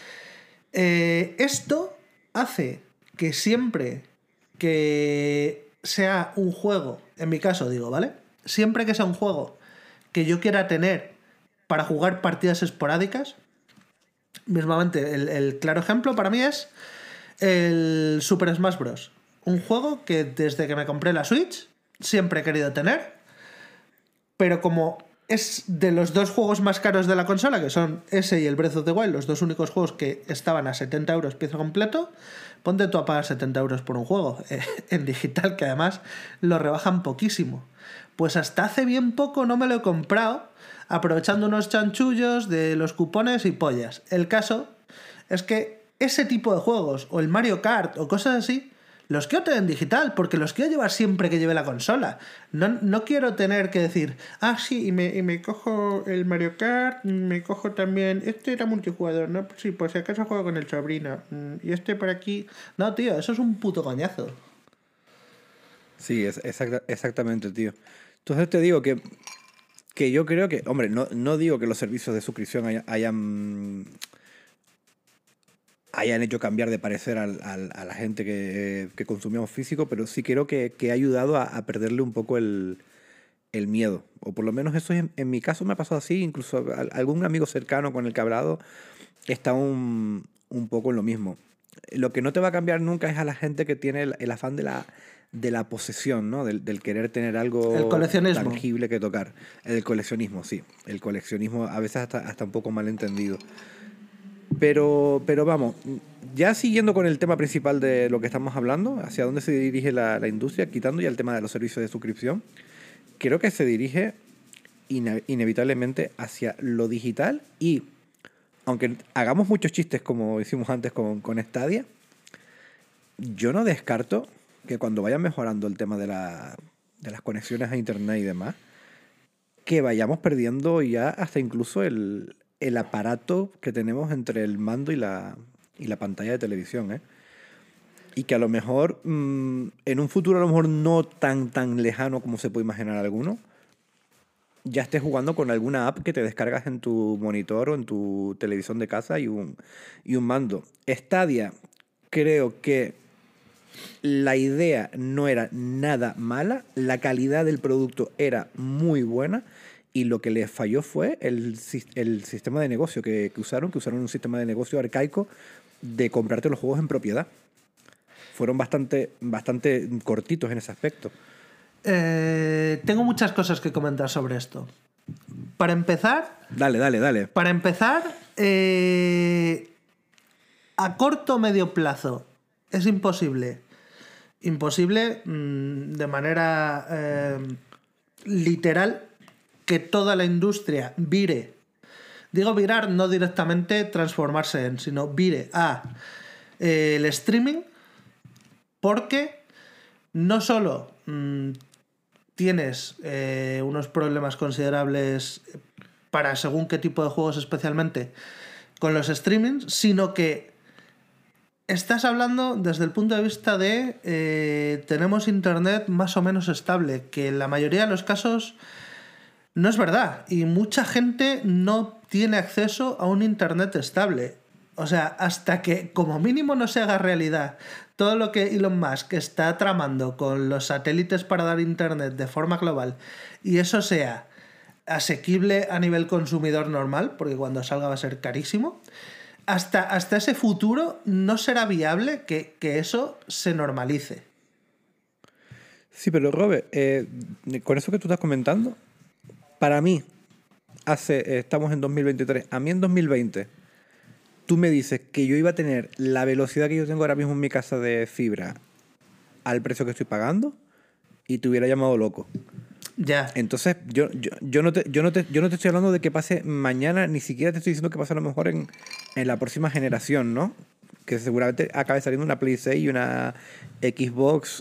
Esto hace que siempre que sea un juego, en mi caso digo, ¿vale? Siempre que sea un juego que yo quiera tener para jugar partidas esporádicas, mismamente el claro ejemplo para mí es el Super Smash Bros. Un juego que desde que me compré la Switch siempre he querido tener, pero como es de los dos juegos más caros de la consola, que son ese y el Breath of the Wild, los dos únicos juegos que estaban a 70 euros precio completo, ponte tú a pagar 70 euros por un juego en digital, que además lo rebajan poquísimo. Pues hasta hace bien poco no me lo he comprado, aprovechando unos chanchullos de los cupones y pollas. El caso es que ese tipo de juegos, o el Mario Kart, o cosas así, los quiero tener en digital, porque los quiero llevar siempre que lleve la consola. No quiero tener que decir, sí, y me cojo el Mario Kart, me cojo también, este era multijugador, ¿no? Sí, por si acaso juego con el sobrino, y este por aquí. No, tío, eso es un puto coñazo. Sí, exactamente, tío. Entonces te digo que yo creo que, hombre, no digo que los servicios de suscripción hayan hecho cambiar de parecer a la gente que consumíamos físico, pero sí creo que ha ayudado a perderle un poco el el miedo. O por lo menos eso en mi caso me ha pasado así. Incluso algún amigo cercano con el que he hablado está un poco en lo mismo. Lo que no te va a cambiar nunca es a la gente que tiene el afán de la posesión, ¿no? Del querer tener algo El coleccionismo. tangible que tocar. El coleccionismo, sí. El coleccionismo a veces hasta un poco malentendido. Pero vamos, ya siguiendo con el tema principal de lo que estamos hablando, hacia dónde se dirige la industria, quitando ya el tema de los servicios de suscripción, creo que se dirige inevitablemente hacia lo digital y, aunque hagamos muchos chistes como hicimos antes con Stadia, yo no descarto que cuando vaya mejorando el tema de las conexiones a internet y demás, que vayamos perdiendo ya hasta incluso el aparato que tenemos entre el mando y la pantalla de televisión, ¿eh? Y que a lo mejor, en un futuro a lo mejor no tan lejano como se puede imaginar alguno, ya estés jugando con alguna app que te descargas en tu monitor o en tu televisión de casa y un mando. Stadia, creo que la idea no era nada mala, la calidad del producto era muy buena y lo que les falló fue el sistema de negocio que usaron un sistema de negocio arcaico de comprarte los juegos en propiedad. Fueron bastante cortitos en ese aspecto. Tengo muchas cosas que comentar sobre esto. Para empezar... Dale. Para empezar, a corto o medio plazo es imposible de manera literal que toda la industria vire. Digo virar, no directamente transformarse en, sino vire a el streaming, porque no solo tienes unos problemas considerables para según qué tipo de juegos especialmente con los streamings, sino que estás hablando desde el punto de vista de tenemos internet más o menos estable, que en la mayoría de los casos no es verdad, y mucha gente no tiene acceso a un internet estable. O sea, hasta que como mínimo no se haga realidad todo lo que Elon Musk está tramando con los satélites para dar internet de forma global y eso sea asequible a nivel consumidor normal, porque cuando salga va a ser carísimo, hasta ese futuro no será viable que eso se normalice. Sí, pero Robert, con eso que tú estás comentando, para mí, estamos en 2023, a mí en 2020, tú me dices que yo iba a tener la velocidad que yo tengo ahora mismo en mi casa de fibra al precio que estoy pagando y te hubiera llamado loco. Ya. Entonces, yo no te estoy hablando de que pase mañana, ni siquiera te estoy diciendo que pase a lo mejor en la próxima generación, ¿no? Que seguramente acabe saliendo una Play 6 y una Xbox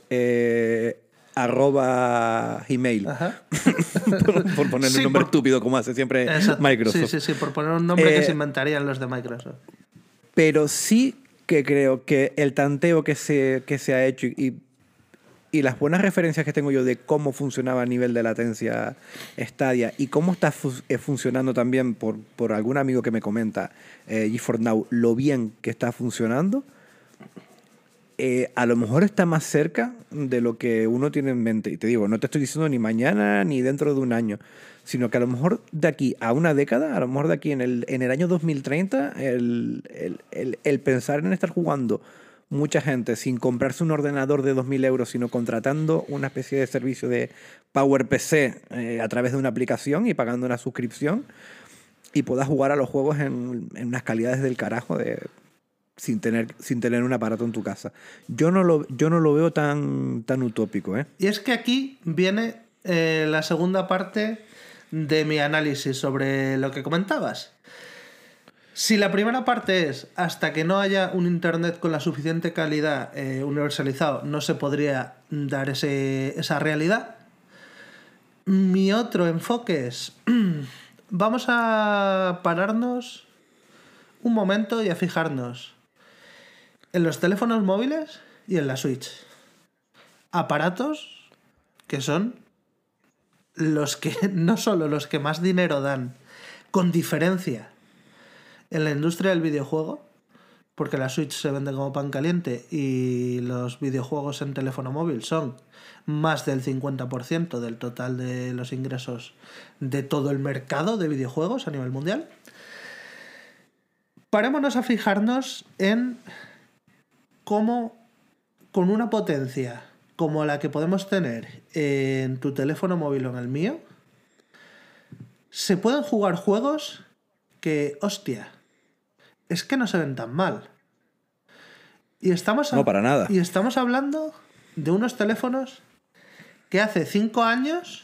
@Gmail. por ponerle un nombre estúpido como hace siempre Exacto. Microsoft. Sí, por poner un nombre que se inventarían los de Microsoft. Pero sí que creo que el tanteo que se ha hecho y las buenas referencias que tengo yo de cómo funcionaba a nivel de latencia Stadia y cómo está funcionando también por algún amigo que me comenta GeForce Now, lo bien que está funcionando, a lo mejor está más cerca de lo que uno tiene en mente. Y te digo, no te estoy diciendo ni mañana ni dentro de un año, sino que a lo mejor de aquí a una década, a lo mejor de aquí en el año 2030, el pensar en estar jugando mucha gente sin comprarse un ordenador de 2.000 euros, sino contratando una especie de servicio de PowerPC a través de una aplicación y pagando una suscripción y puedas jugar a los juegos en unas calidades del carajo sin tener un aparato en tu casa. Yo no lo veo tan utópico, ¿eh? Y es que aquí viene la segunda parte de mi análisis sobre lo que comentabas. Si la primera parte es hasta que no haya un internet con la suficiente calidad universalizado, no se podría dar esa realidad. Mi otro enfoque es vamos a pararnos un momento y a fijarnos en los teléfonos móviles y en la Switch. Aparatos que son los que no solo los que más dinero dan, con diferencia, en la industria del videojuego, porque la Switch se vende como pan caliente y los videojuegos en teléfono móvil son más del 50% del total de los ingresos de todo el mercado de videojuegos a nivel mundial. Parémonos a fijarnos en cómo, con una potencia como la que podemos tener en tu teléfono móvil o en el mío, se pueden jugar juegos que, hostia, es que no se ven tan mal. Y No, para nada. Y estamos hablando de unos teléfonos que hace 5 años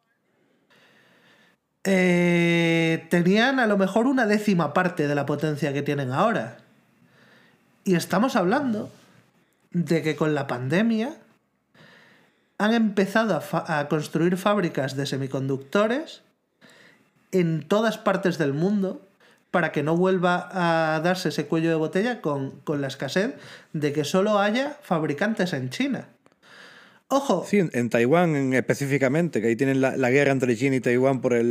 tenían a lo mejor una 10ª parte de la potencia que tienen ahora. Y estamos hablando de que con la pandemia han empezado a construir fábricas de semiconductores en todas partes del mundo para que no vuelva a darse ese cuello de botella con la escasez de que solo haya fabricantes en China. Ojo. Sí, en Taiwán específicamente, que ahí tienen la guerra entre China y Taiwán por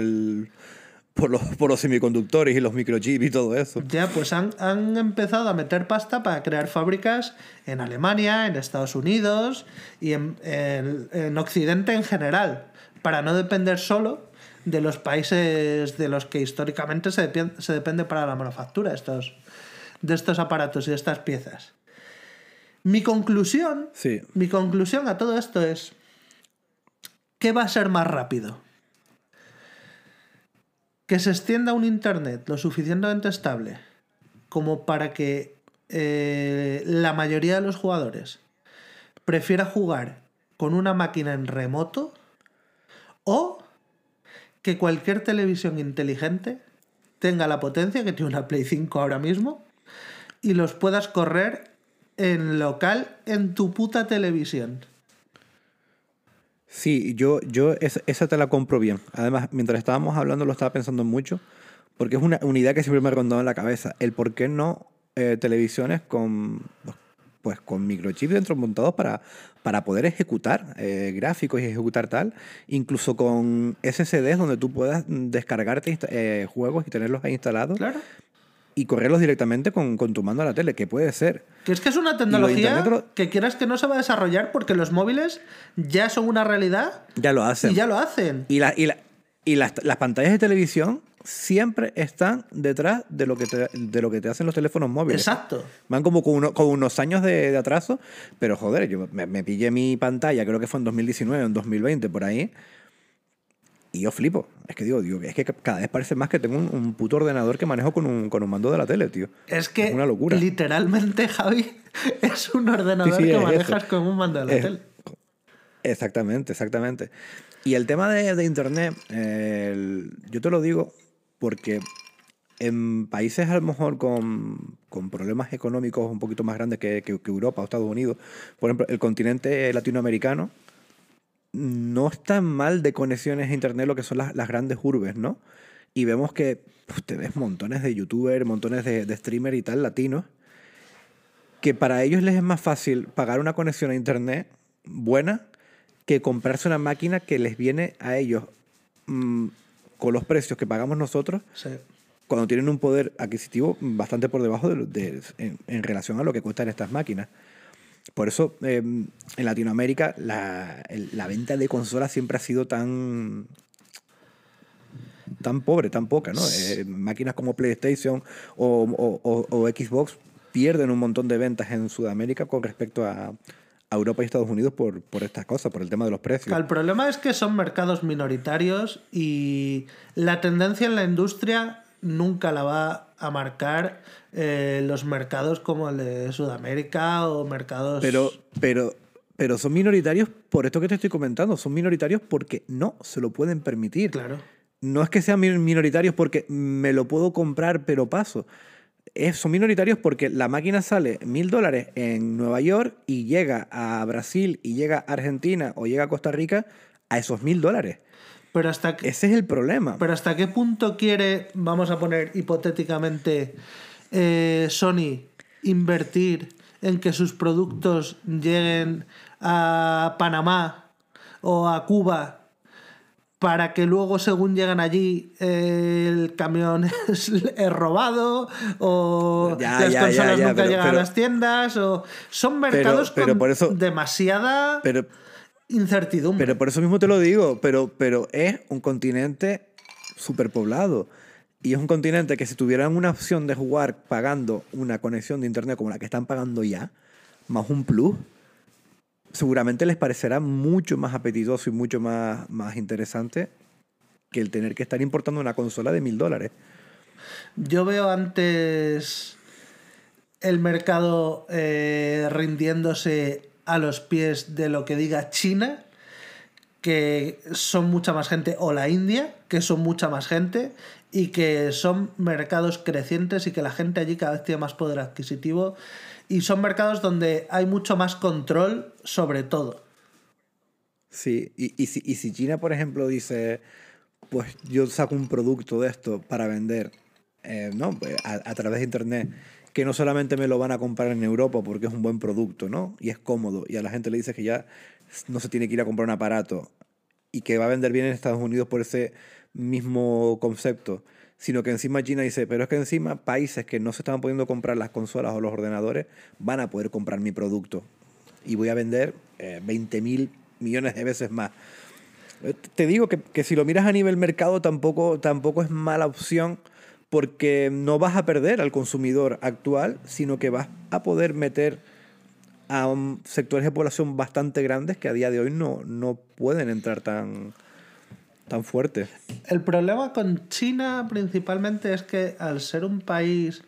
los semiconductores y los microchips y todo eso. Ya, pues han empezado a meter pasta para crear fábricas en Alemania, en Estados Unidos y en Occidente en general, para no depender solo de los países de los que históricamente se depende para la manufactura de estos aparatos y de estas piezas. Mi conclusión a todo esto es: ¿qué va a ser más rápido? Que se extienda un internet lo suficientemente estable como para que la mayoría de los jugadores prefiera jugar con una máquina en remoto, o que cualquier televisión inteligente tenga la potencia que tiene una Play 5 ahora mismo y los puedas correr en local en tu puta televisión. Sí, yo esa te la compro bien. Además, mientras estábamos hablando lo estaba pensando mucho, porque es una idea que siempre me ha rondado en la cabeza. El por qué no televisiones con microchips dentro montados para poder ejecutar gráficos y ejecutar tal, incluso con SSDs donde tú puedas descargarte juegos y tenerlos ahí instalados. Claro. Y correrlos directamente con tu mando a la tele, que puede ser. Que es una tecnología que quieras que no se va a desarrollar porque los móviles ya son una realidad. Ya lo hacen. Y ya lo hacen. Y las pantallas de televisión siempre están detrás de lo que te hacen los teléfonos móviles. Exacto. Van como con unos años de atraso, pero joder, yo me pillé mi pantalla, creo que fue en 2019 o en 2020, por ahí. Y yo flipo. Es que digo, es que cada vez parece más que tengo un puto ordenador que manejo con un mando de la tele, tío. Es que es una locura. Literalmente, Javi, es un ordenador que manejas con un mando de la tele. Exactamente. Y el tema de Internet, yo te lo digo porque en países a lo mejor con problemas económicos un poquito más grandes que Europa o Estados Unidos, por ejemplo, el continente latinoamericano, no es tan mal de conexiones a internet lo que son las grandes urbes, ¿no? Y vemos que te ves montones de youtubers, montones de streamers y tal, latinos, que para ellos les es más fácil pagar una conexión a internet buena que comprarse una máquina que les viene a ellos con los precios que pagamos nosotros, sí, cuando tienen un poder adquisitivo bastante por debajo en relación a lo que cuestan estas máquinas. Por eso, en Latinoamérica, la venta de consolas siempre ha sido tan pobre, tan poca, ¿no? Máquinas como PlayStation o Xbox pierden un montón de ventas en Sudamérica con respecto a Europa y Estados Unidos por estas cosas, por el tema de los precios. El problema es que son mercados minoritarios y la tendencia en la industria nunca la va a marcar los mercados como el de Sudamérica o mercados... Pero son minoritarios por esto que te estoy comentando. Son minoritarios porque no se lo pueden permitir. Claro. No es que sean minoritarios porque me lo puedo comprar pero paso. Son minoritarios porque la máquina sale $1.000 en Nueva York y llega a Brasil y llega a Argentina o llega a Costa Rica a esos $1.000. Pero ese es el problema. Pero ¿hasta qué punto quiere, vamos a poner hipotéticamente, Sony invertir en que sus productos lleguen a Panamá o a Cuba para que luego según llegan allí el camión es robado o las consolas nunca llegan a las tiendas o son mercados con por eso, demasiada incertidumbre. Pero por eso mismo te lo digo, pero es un continente superpoblado y es un continente que si tuvieran una opción de jugar pagando una conexión de internet como la que están pagando ya, más un plus, seguramente les parecerá mucho más apetitoso y mucho más interesante que el tener que estar importando una consola de $1.000. Yo veo antes el mercado rindiéndose a los pies de lo que diga China, que son mucha más gente, o la India, que son mucha más gente, y que son mercados crecientes y que la gente allí cada vez tiene más poder adquisitivo. Y son mercados donde hay mucho más control sobre todo. Sí, y si China, por ejemplo, dice, pues yo saco un producto de esto para vender ¿no? Pues a través de internet, que no solamente me lo van a comprar en Europa porque es un buen producto, ¿no? Y es cómodo, y a la gente le dice que ya no se tiene que ir a comprar un aparato y que va a vender bien en Estados Unidos por ese mismo concepto, sino que encima China dice, pero es que encima países que no se estaban pudiendo comprar las consolas o los ordenadores van a poder comprar mi producto y voy a vender 20.000 millones de veces más. Te digo que si lo miras a nivel mercado tampoco es mala opción, porque no vas a perder al consumidor actual, sino que vas a poder meter a sectores de población bastante grandes que a día de hoy no pueden entrar tan fuerte. El problema con China principalmente es que al ser un país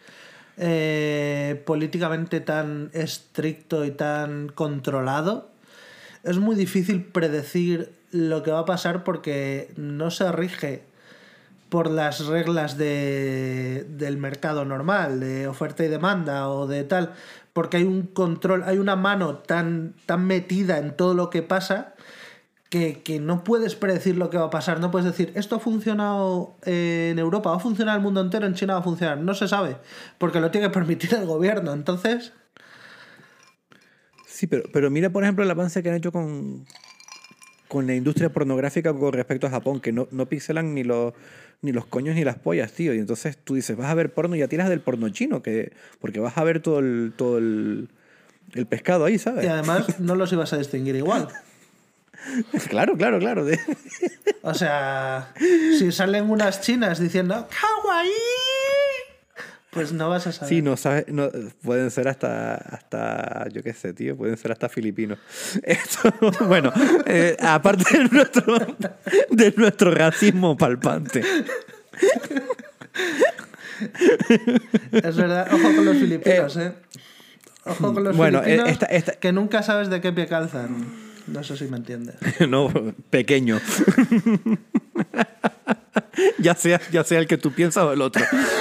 políticamente tan estricto y tan controlado, es muy difícil predecir lo que va a pasar porque no se rige por las reglas del mercado normal, de oferta y demanda o de tal, porque hay un control, hay una mano tan metida en todo lo que pasa que no puedes predecir lo que va a pasar. No puedes decir, esto ha funcionado en Europa, va a funcionar en el mundo entero, en China va a funcionar. No se sabe, porque lo tiene que permitir el gobierno. Entonces... Sí, pero mira, por ejemplo, el avance que han hecho con la industria pornográfica con respecto a Japón, que no pixelan ni los coños ni las pollas, tío. Y entonces tú dices, vas a ver porno y ya tiras del porno chino, porque vas a ver todo el pescado ahí, ¿sabes? Y además no los ibas a distinguir igual. Claro. O sea, si salen unas chinas diciendo ¡kawaii! Pues no vas a saber. Sí, no sabes, no, pueden ser hasta yo qué sé, tío, pueden ser hasta filipinos. Esto, bueno, aparte de nuestro racismo palpante. Es verdad, ojo con los filipinos, Ojo con los filipinos, que nunca sabes de qué pie calzan. No sé si me entiendes. No, pequeño. ya sea el que tú piensas o el otro.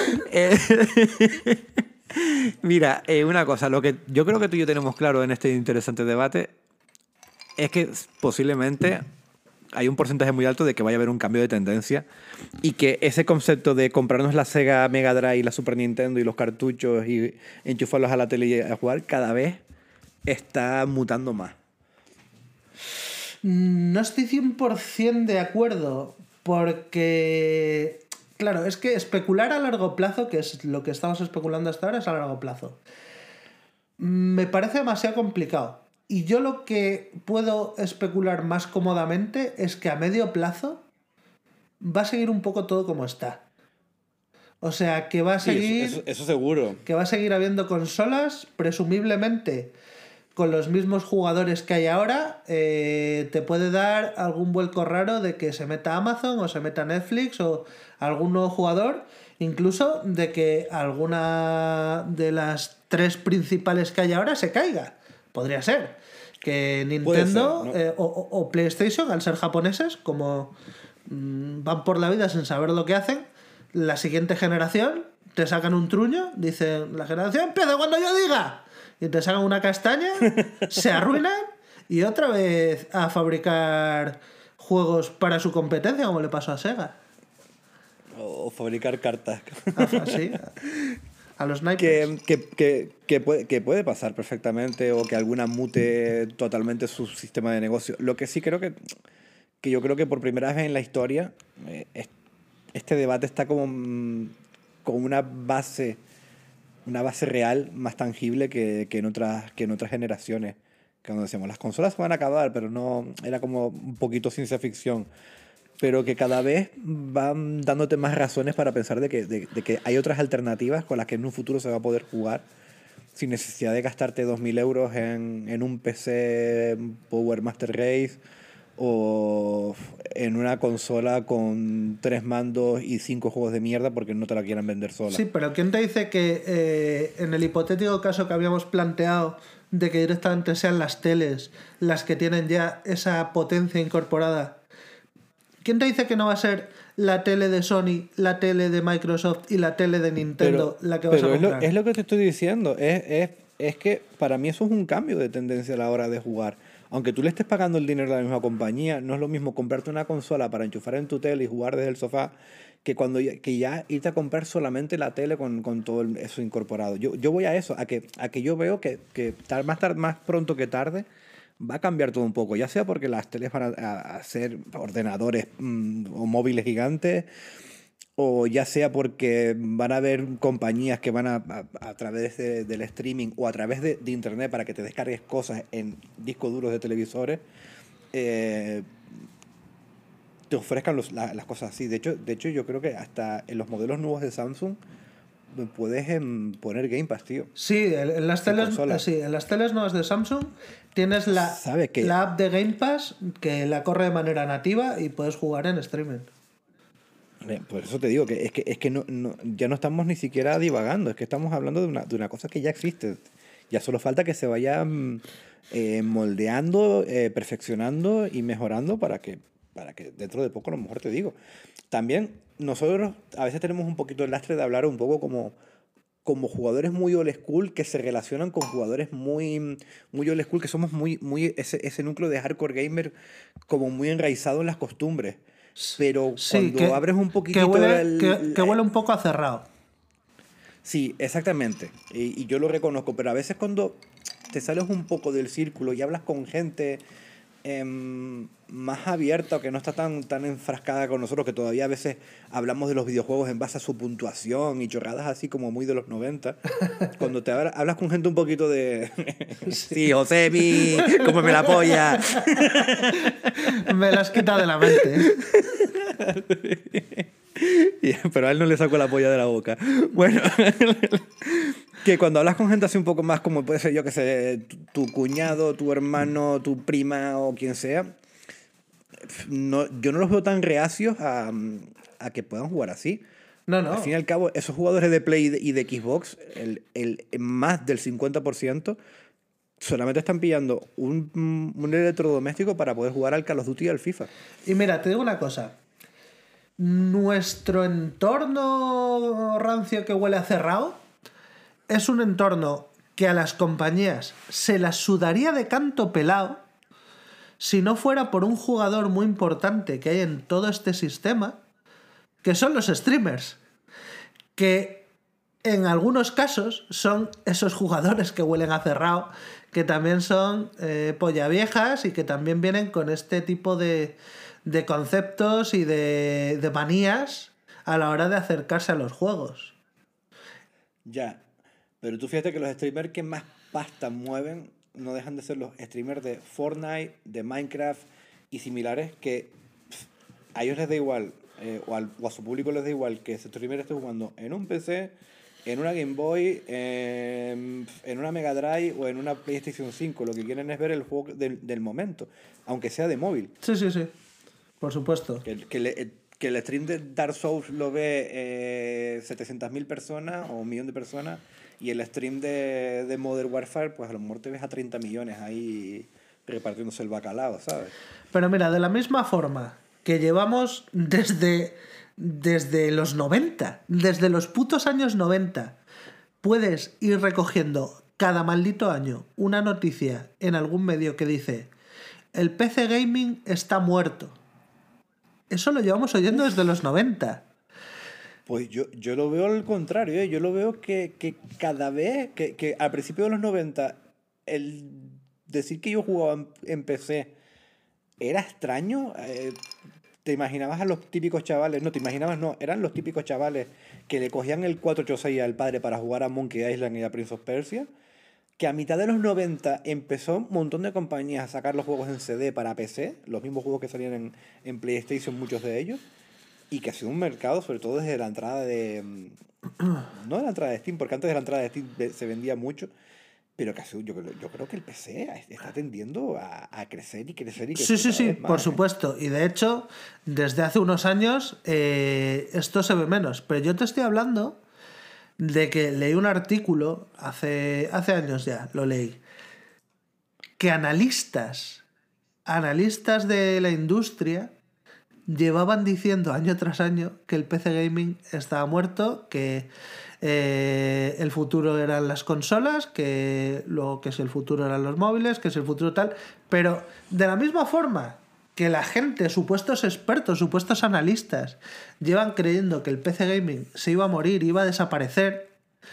Mira, una cosa, lo que yo creo que tú y yo tenemos claro en este interesante debate es que posiblemente hay un porcentaje muy alto de que vaya a haber un cambio de tendencia y que ese concepto de comprarnos la Sega Mega Drive, la Super Nintendo y los cartuchos y enchufarlos a la tele y a jugar cada vez está mutando más. No estoy 100% de acuerdo, porque, claro, es que especular a largo plazo, que es lo que estamos especulando hasta ahora, es a largo plazo. Me parece demasiado complicado. Y yo lo que puedo especular más cómodamente es que a medio plazo va a seguir un poco todo como está. O sea, que va a seguir... Sí, eso seguro. Que va a seguir habiendo consolas, presumiblemente... con los mismos jugadores que hay ahora, te puede dar algún vuelco raro de que se meta Amazon o se meta Netflix o algún nuevo jugador, incluso de que alguna de las 3 principales que hay ahora se caiga. Podría ser. Que Nintendo ser, ¿no? o PlayStation, al ser japoneses, como van por la vida sin saber lo que hacen, la siguiente generación te sacan un truño, dicen, la generación empieza cuando yo diga. Y te sacan una castaña, se arruinan y otra vez a fabricar juegos para su competencia, como le pasó a Sega. O fabricar cartas. Sí, a los naipes. Que puede pasar perfectamente, o que alguna mute totalmente su sistema de negocio. Lo que sí creo que que yo creo que por primera vez en la historia este debate está como con una base real más tangible que en otras generaciones. Que cuando decíamos, las consolas se van a acabar, pero no, era como un poquito ciencia ficción. Pero que cada vez van dándote más razones para pensar de que hay otras alternativas con las que en un futuro se va a poder jugar sin necesidad de gastarte 2.000 euros en un PC Power Master Race o en una consola con 3 mandos y 5 juegos de mierda porque no te la quieran vender sola. Sí, pero ¿quién te dice que en el hipotético caso que habíamos planteado de que directamente sean las teles las que tienen ya esa potencia incorporada? ¿Quién te dice que no va a ser la tele de Sony, la tele de Microsoft y la tele de Nintendo la que vas a comprar? Es lo que te estoy diciendo. Es que para mí eso es un cambio de tendencia a la hora de jugar. Aunque tú le estés pagando el dinero a la misma compañía, no es lo mismo comprarte una consola para enchufar en tu tele y jugar desde el sofá que ya irte a comprar solamente la tele con todo eso incorporado. Yo voy a eso, a que yo veo que más pronto que tarde va a cambiar todo un poco, ya sea porque las teles van a ser ordenadores o móviles gigantes, o ya sea porque van a haber compañías que van a través del streaming o a través de internet para que te descargues cosas en discos duros de televisores, te ofrezcan las cosas así. De hecho, yo creo que hasta en los modelos nuevos de Samsung puedes poner Game Pass, tío. Sí, en las teles nuevas de Samsung tienes la app de Game Pass que la corre de manera nativa y puedes jugar en streaming. Por eso te digo que es que ya no estamos ni siquiera divagando, es que estamos hablando de una cosa que ya existe. Ya solo falta que se vaya moldeando, perfeccionando y mejorando para que dentro de poco, a lo mejor te digo. También nosotros a veces tenemos un poquito el lastre de hablar un poco como jugadores muy old school que se relacionan con jugadores muy, muy old school, que somos muy ese núcleo de hardcore gamer como muy enraizado en las costumbres. Pero sí, cuando abres un poquitito... Que huele un poco a cerrado. Sí, exactamente. Y yo lo reconozco, pero a veces cuando te sales un poco del círculo y hablas con gente más abierta o que no está tan enfrascada con nosotros, que todavía a veces hablamos de los videojuegos en base a su puntuación y chorradas así como muy de los 90, cuando te hablas con gente un poquito de... sí, Josemi, cómeme la polla. Me la has quitado de la mente. Pero a él no le saco la polla de la boca. Bueno, que cuando hablas con gente así un poco más como puede ser, yo que sé, tu cuñado, tu hermano, tu prima o quien sea, yo no los veo tan reacios a que puedan jugar así. No. Al fin y al cabo, esos jugadores de Play y de Xbox, el más del 50%, solamente están pillando un electrodoméstico para poder jugar al Call of Duty y al FIFA. Y mira, te digo una cosa. Nuestro entorno rancio que huele a cerrado es un entorno que a las compañías se las sudaría de canto pelado si no fuera por un jugador muy importante que hay en todo este sistema, que son los streamers, que en algunos casos son esos jugadores que huelen a cerrado, que también son polla viejas y que también vienen con este tipo de conceptos y de manías a la hora de acercarse a los juegos. Ya, pero tú fíjate que los streamers que más pasta mueven no dejan de ser los streamers de Fortnite, de Minecraft y similares, que a ellos les da igual, o a su público les da igual que ese streamer esté jugando en un PC, en una Game Boy, en una Mega Drive o en una PlayStation 5. Lo que quieren es ver el juego del momento, aunque sea de móvil. Sí. Por supuesto. Que el stream de Dark Souls lo ve 700.000 personas o 1.000.000 de personas, y el stream de Modern Warfare, pues a lo mejor te ves a 30 millones ahí repartiéndose el bacalao, ¿sabes? Pero mira, de la misma forma que llevamos desde los 90, desde los putos años 90, puedes ir recogiendo cada maldito año una noticia en algún medio que dice el PC Gaming está muerto. Eso lo llevamos oyendo desde los 90. Pues yo lo veo al contrario, ¿eh? Yo lo veo que cada vez, que al principio de los 90, el decir que yo jugaba en PC era extraño. Te imaginabas a los típicos chavales, no te imaginabas, no, eran los típicos chavales que le cogían el 486 al padre para jugar a Monkey Island y a Prince of Persia, que a mitad de los 90 empezó un montón de compañías a sacar los juegos en CD para PC, los mismos juegos que salían en PlayStation, muchos de ellos, y que ha sido un mercado, sobre todo desde la entrada de... No de la entrada de Steam, porque antes de la entrada de Steam se vendía mucho, pero que ha sido, yo creo que el PC está tendiendo a crecer y crecer y crecer. Sí, por supuesto. Y de hecho, desde hace unos años esto se ve menos. Pero yo te estoy hablando de que leí un artículo hace años ya, lo leí, que analistas de la industria llevaban diciendo año tras año que el PC gaming estaba muerto, que el futuro eran las consolas, que luego que si el futuro eran los móviles, que si el futuro tal, pero de la misma forma que la gente, supuestos expertos, supuestos analistas, llevan creyendo que el PC gaming se iba a morir, iba a desaparecer,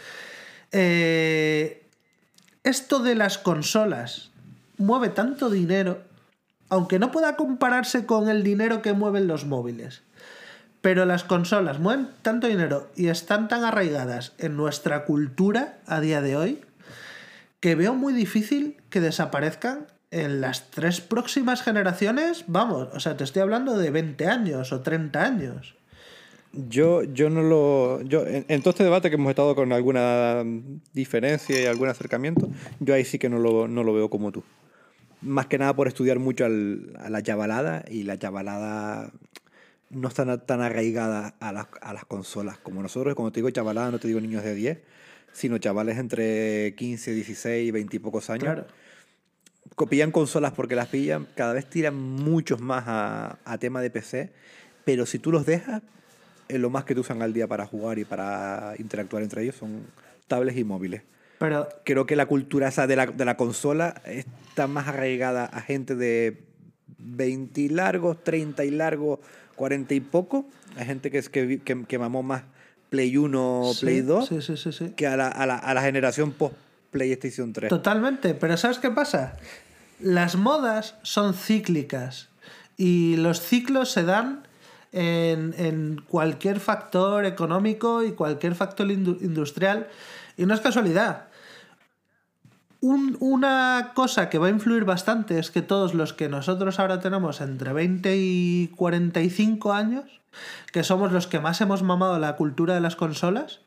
esto de las consolas mueve tanto dinero, aunque no pueda compararse con el dinero que mueven los móviles, pero las consolas mueven tanto dinero y están tan arraigadas en nuestra cultura a día de hoy que veo muy difícil que desaparezcan en las 3 próximas generaciones. Vamos, o sea, te estoy hablando de 20 años o 30 años. Yo no lo... en todo este debate que hemos estado con alguna diferencia y algún acercamiento, yo ahí sí que no lo veo como tú. Más que nada por estudiar mucho a la chavalada, y la chavalada no está tan arraigada a las consolas como nosotros. Cuando te digo chavalada no te digo niños de 10, sino chavales entre 15, 16, 20 y pocos años. Claro. Pillan consolas porque las pillan, cada vez tiran muchos más a tema de PC, pero si tú los dejas, lo más que te usan al día para jugar y para interactuar entre ellos son tablets y móviles. Pero creo que la cultura esa de la consola está más arraigada a gente de 20 y largos, 30 y largos, 40 y poco. Hay gente que mamó más Play 1 o Play 2 sí. que a la generación post-PlayStation 3. Totalmente, pero ¿sabes qué pasa? Las modas son cíclicas y los ciclos se dan en cualquier factor económico y cualquier factor industrial, y no es casualidad. Una cosa que va a influir bastante es que todos los que nosotros ahora tenemos entre 20 y 45 años, que somos los que más hemos mamado la cultura de las consolas,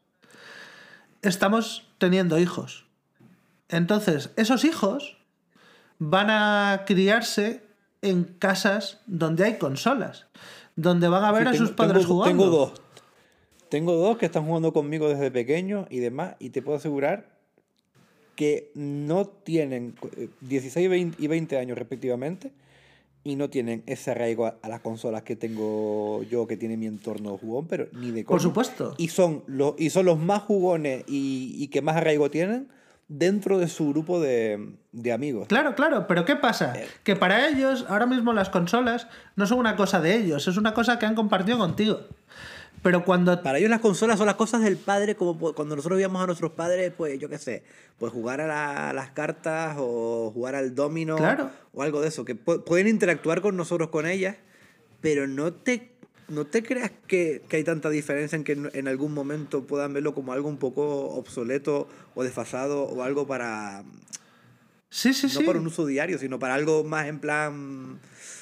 estamos teniendo hijos. Entonces, esos hijos van a criarse en casas donde hay consolas, donde van a ver a sus padres jugando. Tengo dos que están jugando conmigo desde pequeños y demás, y te puedo asegurar que no tienen 16 y 20 años respectivamente, y no tienen ese arraigo a las consolas que tengo yo, que tiene mi entorno jugón, pero ni de coña. Por supuesto. Y son los más jugones y que más arraigo tienen dentro de su grupo de amigos. Claro, pero ¿qué pasa? Que para ellos, ahora mismo las consolas no son una cosa de ellos, es una cosa que han compartido contigo. Pero cuando... Para ellos las consolas son las cosas del padre, como cuando nosotros veíamos a nuestros padres, pues yo qué sé, pues jugar a las cartas o jugar al domino, claro, o algo de eso, que pueden interactuar con nosotros con ellas, pero no te creas que hay tanta diferencia en que en algún momento puedan verlo como algo un poco obsoleto o desfasado o algo para... No para un uso diario, sino para algo más en plan...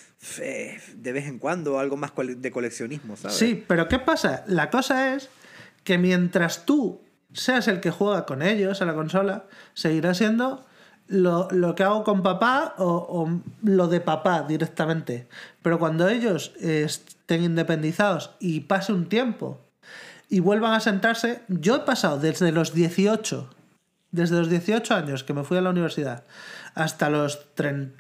de vez en cuando, algo más de coleccionismo, ¿sabes? Sí, pero ¿qué pasa? La cosa es que mientras tú seas el que juega con ellos a la consola, seguirá siendo lo que hago con papá o lo de papá directamente. Pero cuando ellos estén independizados y pase un tiempo y vuelvan a sentarse, yo he pasado desde los 18 años que me fui a la universidad hasta los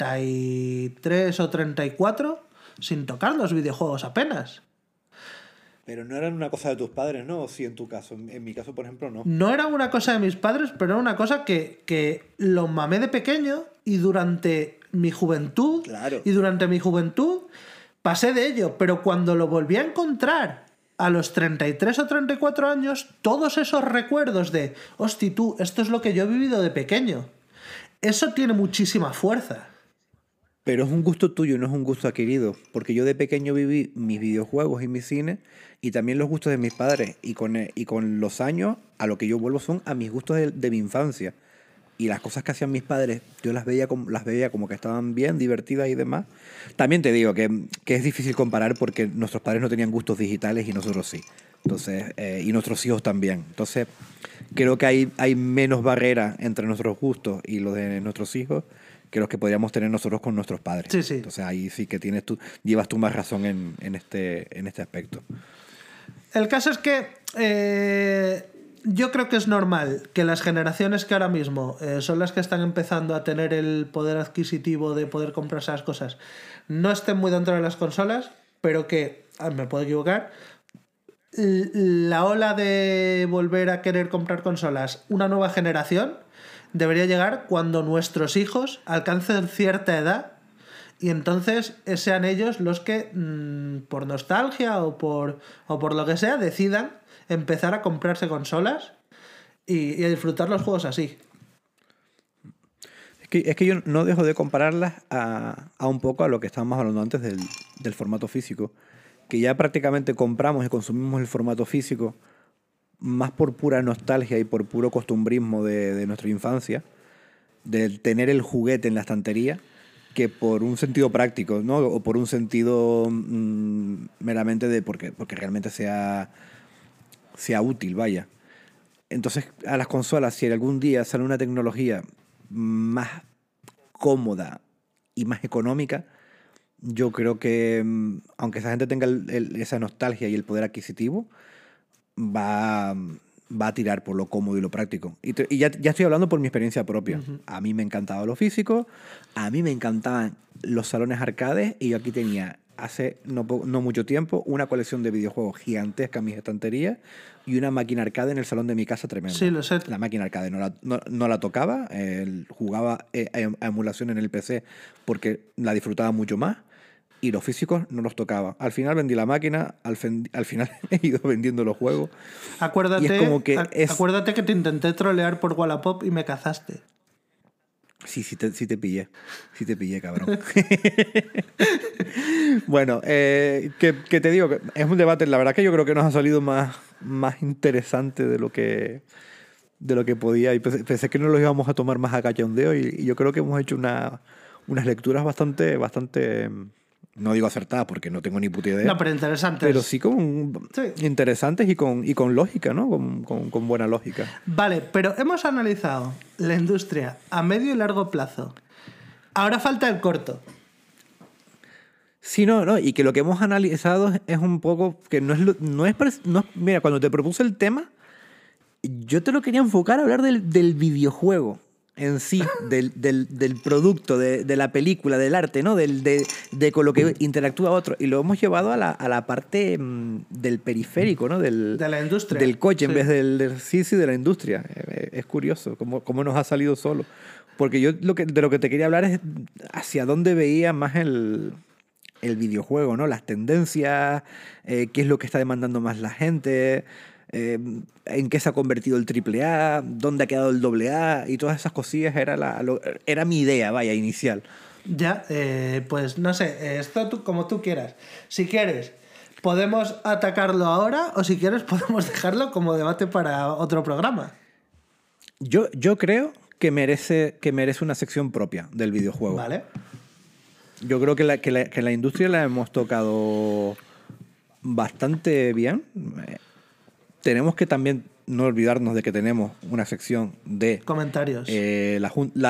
33 o 34 sin tocar los videojuegos apenas. Pero no eran una cosa de tus padres, ¿no? O sí, en tu caso. En mi caso, por ejemplo, no. No era una cosa de mis padres, pero era una cosa que lo mamé de pequeño y durante mi juventud. Claro. Y durante mi juventud pasé de ello. Pero cuando lo volví a encontrar a los 33 o 34 años, todos esos recuerdos de, hostia, tú, esto es lo que yo he vivido de pequeño. Eso tiene muchísima fuerza. Pero es un gusto tuyo, no es un gusto adquirido. Porque yo de pequeño viví mis videojuegos y mi cine y también los gustos de mis padres. Y con los años, a lo que yo vuelvo son a mis gustos de mi infancia. Y las cosas que hacían mis padres, yo las veía como que estaban bien, divertidas y demás. También te digo que es difícil comparar porque nuestros padres no tenían gustos digitales y nosotros sí. Entonces, y nuestros hijos también. Entonces, creo que hay menos barreras entre nuestros gustos y los de nuestros hijos que los que podríamos tener nosotros con nuestros padres. Sí, sí. Entonces, ahí sí que llevas tú más razón en este aspecto. El caso es que yo creo que es normal que las generaciones que ahora mismo son las que están empezando a tener el poder adquisitivo de poder comprarse las cosas no estén muy dentro de las consolas, pero que, me puedo equivocar, la ola de volver a querer comprar consolas, una nueva generación, debería llegar cuando nuestros hijos alcancen cierta edad y entonces sean ellos los que, por nostalgia o por lo que sea, decidan empezar a comprarse consolas y a disfrutar los juegos así. Es que yo no dejo de compararlas a un poco a lo que estábamos hablando antes del formato físico, que ya prácticamente compramos y consumimos el formato físico más por pura nostalgia y por puro costumbrismo de nuestra infancia, de tener el juguete en la estantería, que por un sentido práctico, ¿no? O por un sentido meramente de porque realmente sea útil, vaya. Entonces, a las consolas, si algún día sale una tecnología más cómoda y más económica, yo creo que, aunque esa gente tenga esa nostalgia y el poder adquisitivo, va a tirar por lo cómodo y lo práctico. Y ya estoy hablando por mi experiencia propia. Uh-huh. A mí me encantaba lo físico, a mí me encantaban los salones arcades, y yo aquí tenía, hace no mucho tiempo, una colección de videojuegos gigantesca en mis estanterías y una máquina arcade en el salón de mi casa tremenda. Sí, lo sé. La máquina arcade no la tocaba, jugaba a emulación en el PC porque la disfrutaba mucho más. Y los físicos no los tocaba. Al final vendí la máquina, al final he ido vendiendo los juegos. Acuérdate, y es como que acuérdate que te intenté trolear por Wallapop y me cazaste. Sí te pillé. Sí te pillé, cabrón. Bueno, que te digo, que es un debate, la verdad que yo creo que nos ha salido más interesante de lo que podía. Y pensé que no lo íbamos a tomar más a cachondeo, y yo creo que hemos hecho unas lecturas bastante no digo acertadas porque no tengo ni puta idea. No, pero interesantes. Pero sí interesantes y con lógica, ¿no? Con buena lógica. Vale, pero hemos analizado la industria a medio y largo plazo. Ahora falta el corto. Sí, no, y que lo que hemos analizado es un poco que no es mira, cuando te propuse el tema, yo te lo quería enfocar a hablar del videojuego en sí, del producto, de la película, del arte, ¿no? De con lo que interactúa otro. Y lo hemos llevado a la parte del periférico, ¿no? De la industria. Del coche, sí. En vez de la industria. Es curioso cómo nos ha salido solo. Porque yo de lo que te quería hablar es hacia dónde veía más el videojuego, ¿no? Las tendencias, qué es lo que está demandando más la gente, en qué se ha convertido el AAA, dónde ha quedado el AA, y todas esas cosillas era mi idea, vaya, inicial. Ya, pues no sé, esto como tú quieras. Si quieres, podemos atacarlo ahora, o si quieres podemos dejarlo como debate para otro programa. Yo creo que merece una sección propia del videojuego. Vale. Yo creo que la industria la hemos tocado bastante bien. Tenemos que también no olvidarnos de que tenemos una sección de comentarios. La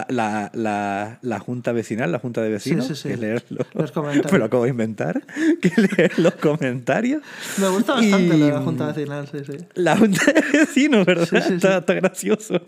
junta vecinal, la junta de vecinos, sí. que es leer los comentarios. Me lo acabo de inventar, que es leer los comentarios. Me gusta bastante lo de la junta vecinal, sí. La junta de vecinos, ¿verdad? Sí. Está gracioso.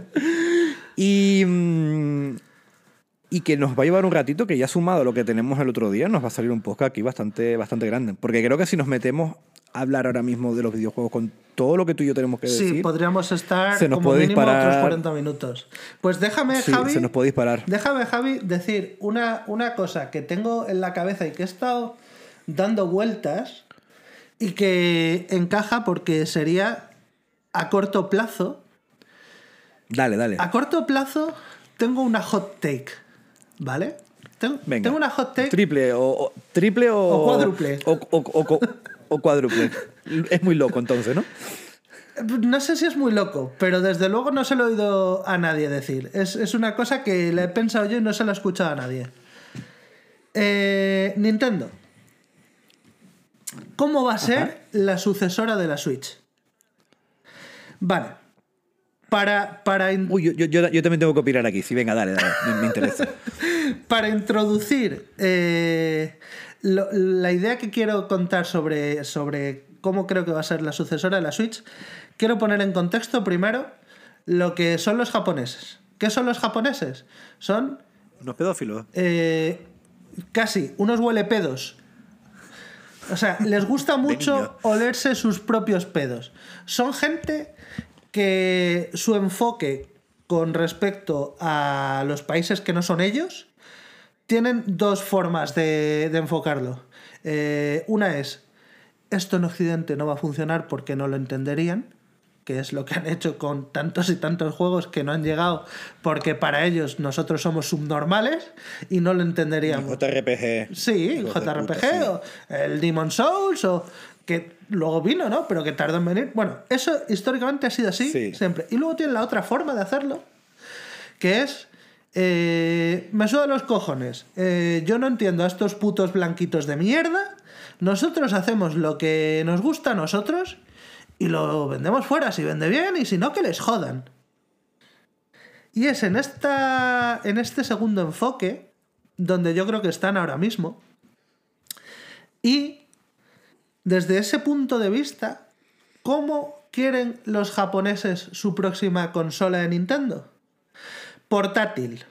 Y que nos va a llevar un ratito, que ya sumado a lo que tenemos el otro día, nos va a salir un podcast aquí bastante grande. Porque creo que si nos metemos a hablar ahora mismo de los videojuegos con todo lo que tú y yo tenemos que decir... Sí, podríamos estar se nos como puede mínimo disparar... otros 40 minutos. Pues déjame, Javi... se nos puede disparar. Déjame, Javi, decir una cosa que tengo en la cabeza y que he estado dando vueltas y que encaja porque sería a corto plazo. Dale. A corto plazo tengo una hot take, ¿vale? Venga. Tengo una hot take. Triple O cuádruple. O cuádruple. Es muy loco entonces, ¿no? No sé si es muy loco, pero desde luego no se lo he oído a nadie decir. Es una cosa que le he pensado yo y no se lo he escuchado a nadie. Nintendo. ¿Cómo va a ser la sucesora de la Switch? Vale. Uy, yo también tengo que opinar aquí. Sí, venga, dale, me interesa. Para introducir la idea que quiero contar sobre cómo creo que va a ser la sucesora de la Switch, quiero poner en contexto primero lo que son los japoneses. ¿Qué son los japoneses? Son Unos pedófilos. casi unos huelepedos. O sea, les gusta mucho olerse sus propios pedos. Son gente que su enfoque con respecto a los países que no son ellos tienen dos formas de enfocarlo. Una es, esto en Occidente no va a funcionar porque no lo entenderían, que es lo que han hecho con tantos y tantos juegos que no han llegado porque para ellos nosotros somos subnormales y no lo entenderíamos. JRPG. Sí, JRPG o el Demon's Souls o que luego vino, ¿no? Pero que tardó en venir. Bueno, eso históricamente ha sido así siempre. Y luego tienen la otra forma de hacerlo, que es me suda los cojones. Yo no entiendo a estos putos blanquitos de mierda. Nosotros hacemos lo que nos gusta a nosotros y lo vendemos fuera si vende bien y si no, que les jodan. Y es en este segundo enfoque donde yo creo que están ahora mismo. Y desde ese punto de vista, ¿cómo quieren los japoneses su próxima consola de Nintendo? Portátil.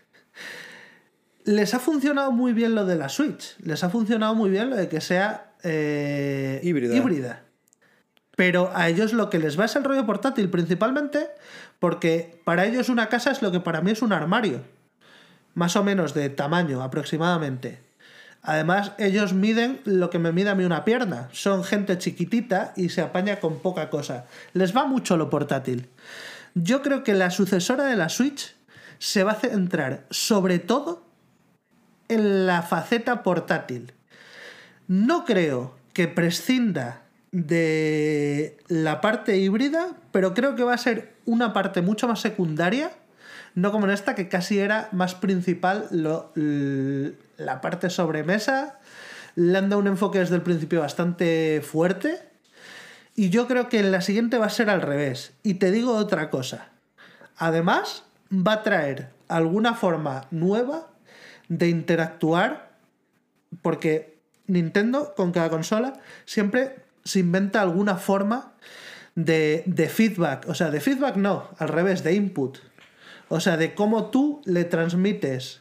Les ha funcionado muy bien lo de la Switch. Les ha funcionado muy bien lo de que sea híbrida. Pero a ellos lo que les va es el rollo portátil, principalmente porque para ellos una casa es lo que para mí es un armario. Más o menos de tamaño, aproximadamente. Además, ellos miden lo que me mide a mí una pierna. Son gente chiquitita y se apaña con poca cosa. Les va mucho lo portátil. Yo creo que la sucesora de la Switch se va a centrar sobre todo en la faceta portátil. No creo que prescinda de la parte híbrida, pero creo que va a ser una parte mucho más secundaria, no como en esta que casi era más principal la parte sobremesa. Le han dado un enfoque desde el principio bastante fuerte y yo creo que en la siguiente va a ser al revés. Y te digo otra cosa, además va a traer alguna forma nueva de interactuar, porque Nintendo con cada consola siempre se inventa alguna forma de feedback. O sea, de feedback no, al revés, de input. O sea, de cómo tú le transmites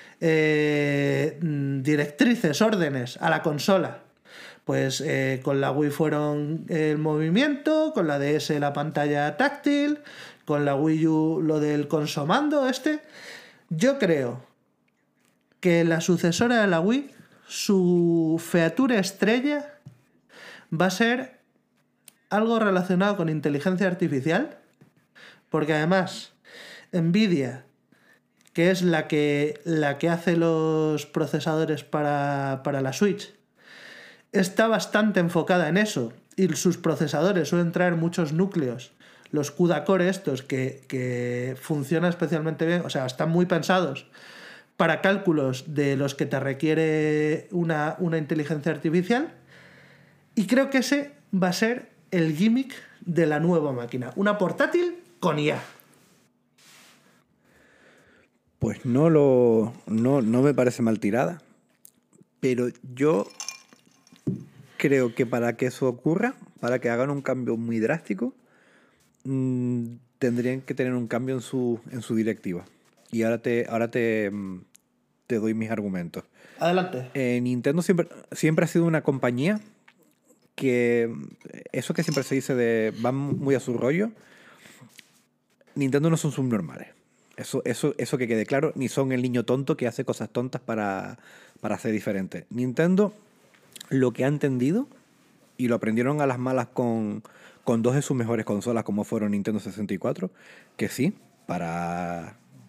directrices, órdenes a la consola. Pues con la Wii fueron el movimiento, con la DS la pantalla táctil, con la Wii U lo del consomando este. Yo creo que la sucesora de la Wii, su featura estrella va a ser algo relacionado con inteligencia artificial, porque además Nvidia, que es la que hace los procesadores para la Switch, está bastante enfocada en eso, y sus procesadores suelen traer muchos núcleos, los CUDA Core estos, que funcionan especialmente bien, o sea, están muy pensados para cálculos de los que te requiere una inteligencia artificial, y creo que ese va a ser el gimmick de la nueva máquina, una portátil con IA. Pues no me parece mal tirada, pero yo creo que para que eso ocurra, para que hagan un cambio muy drástico, tendrían que tener un cambio en su directiva. Y ahora te doy mis argumentos. Adelante. Nintendo siempre ha sido una compañía que, eso que siempre se dice de van muy a su rollo, Nintendo no son subnormales. Eso que quede claro, ni son el niño tonto que hace cosas tontas para ser diferente. Nintendo lo que ha entendido, y lo aprendieron a las malas con dos de sus mejores consolas, como fueron Nintendo 64, que sí, para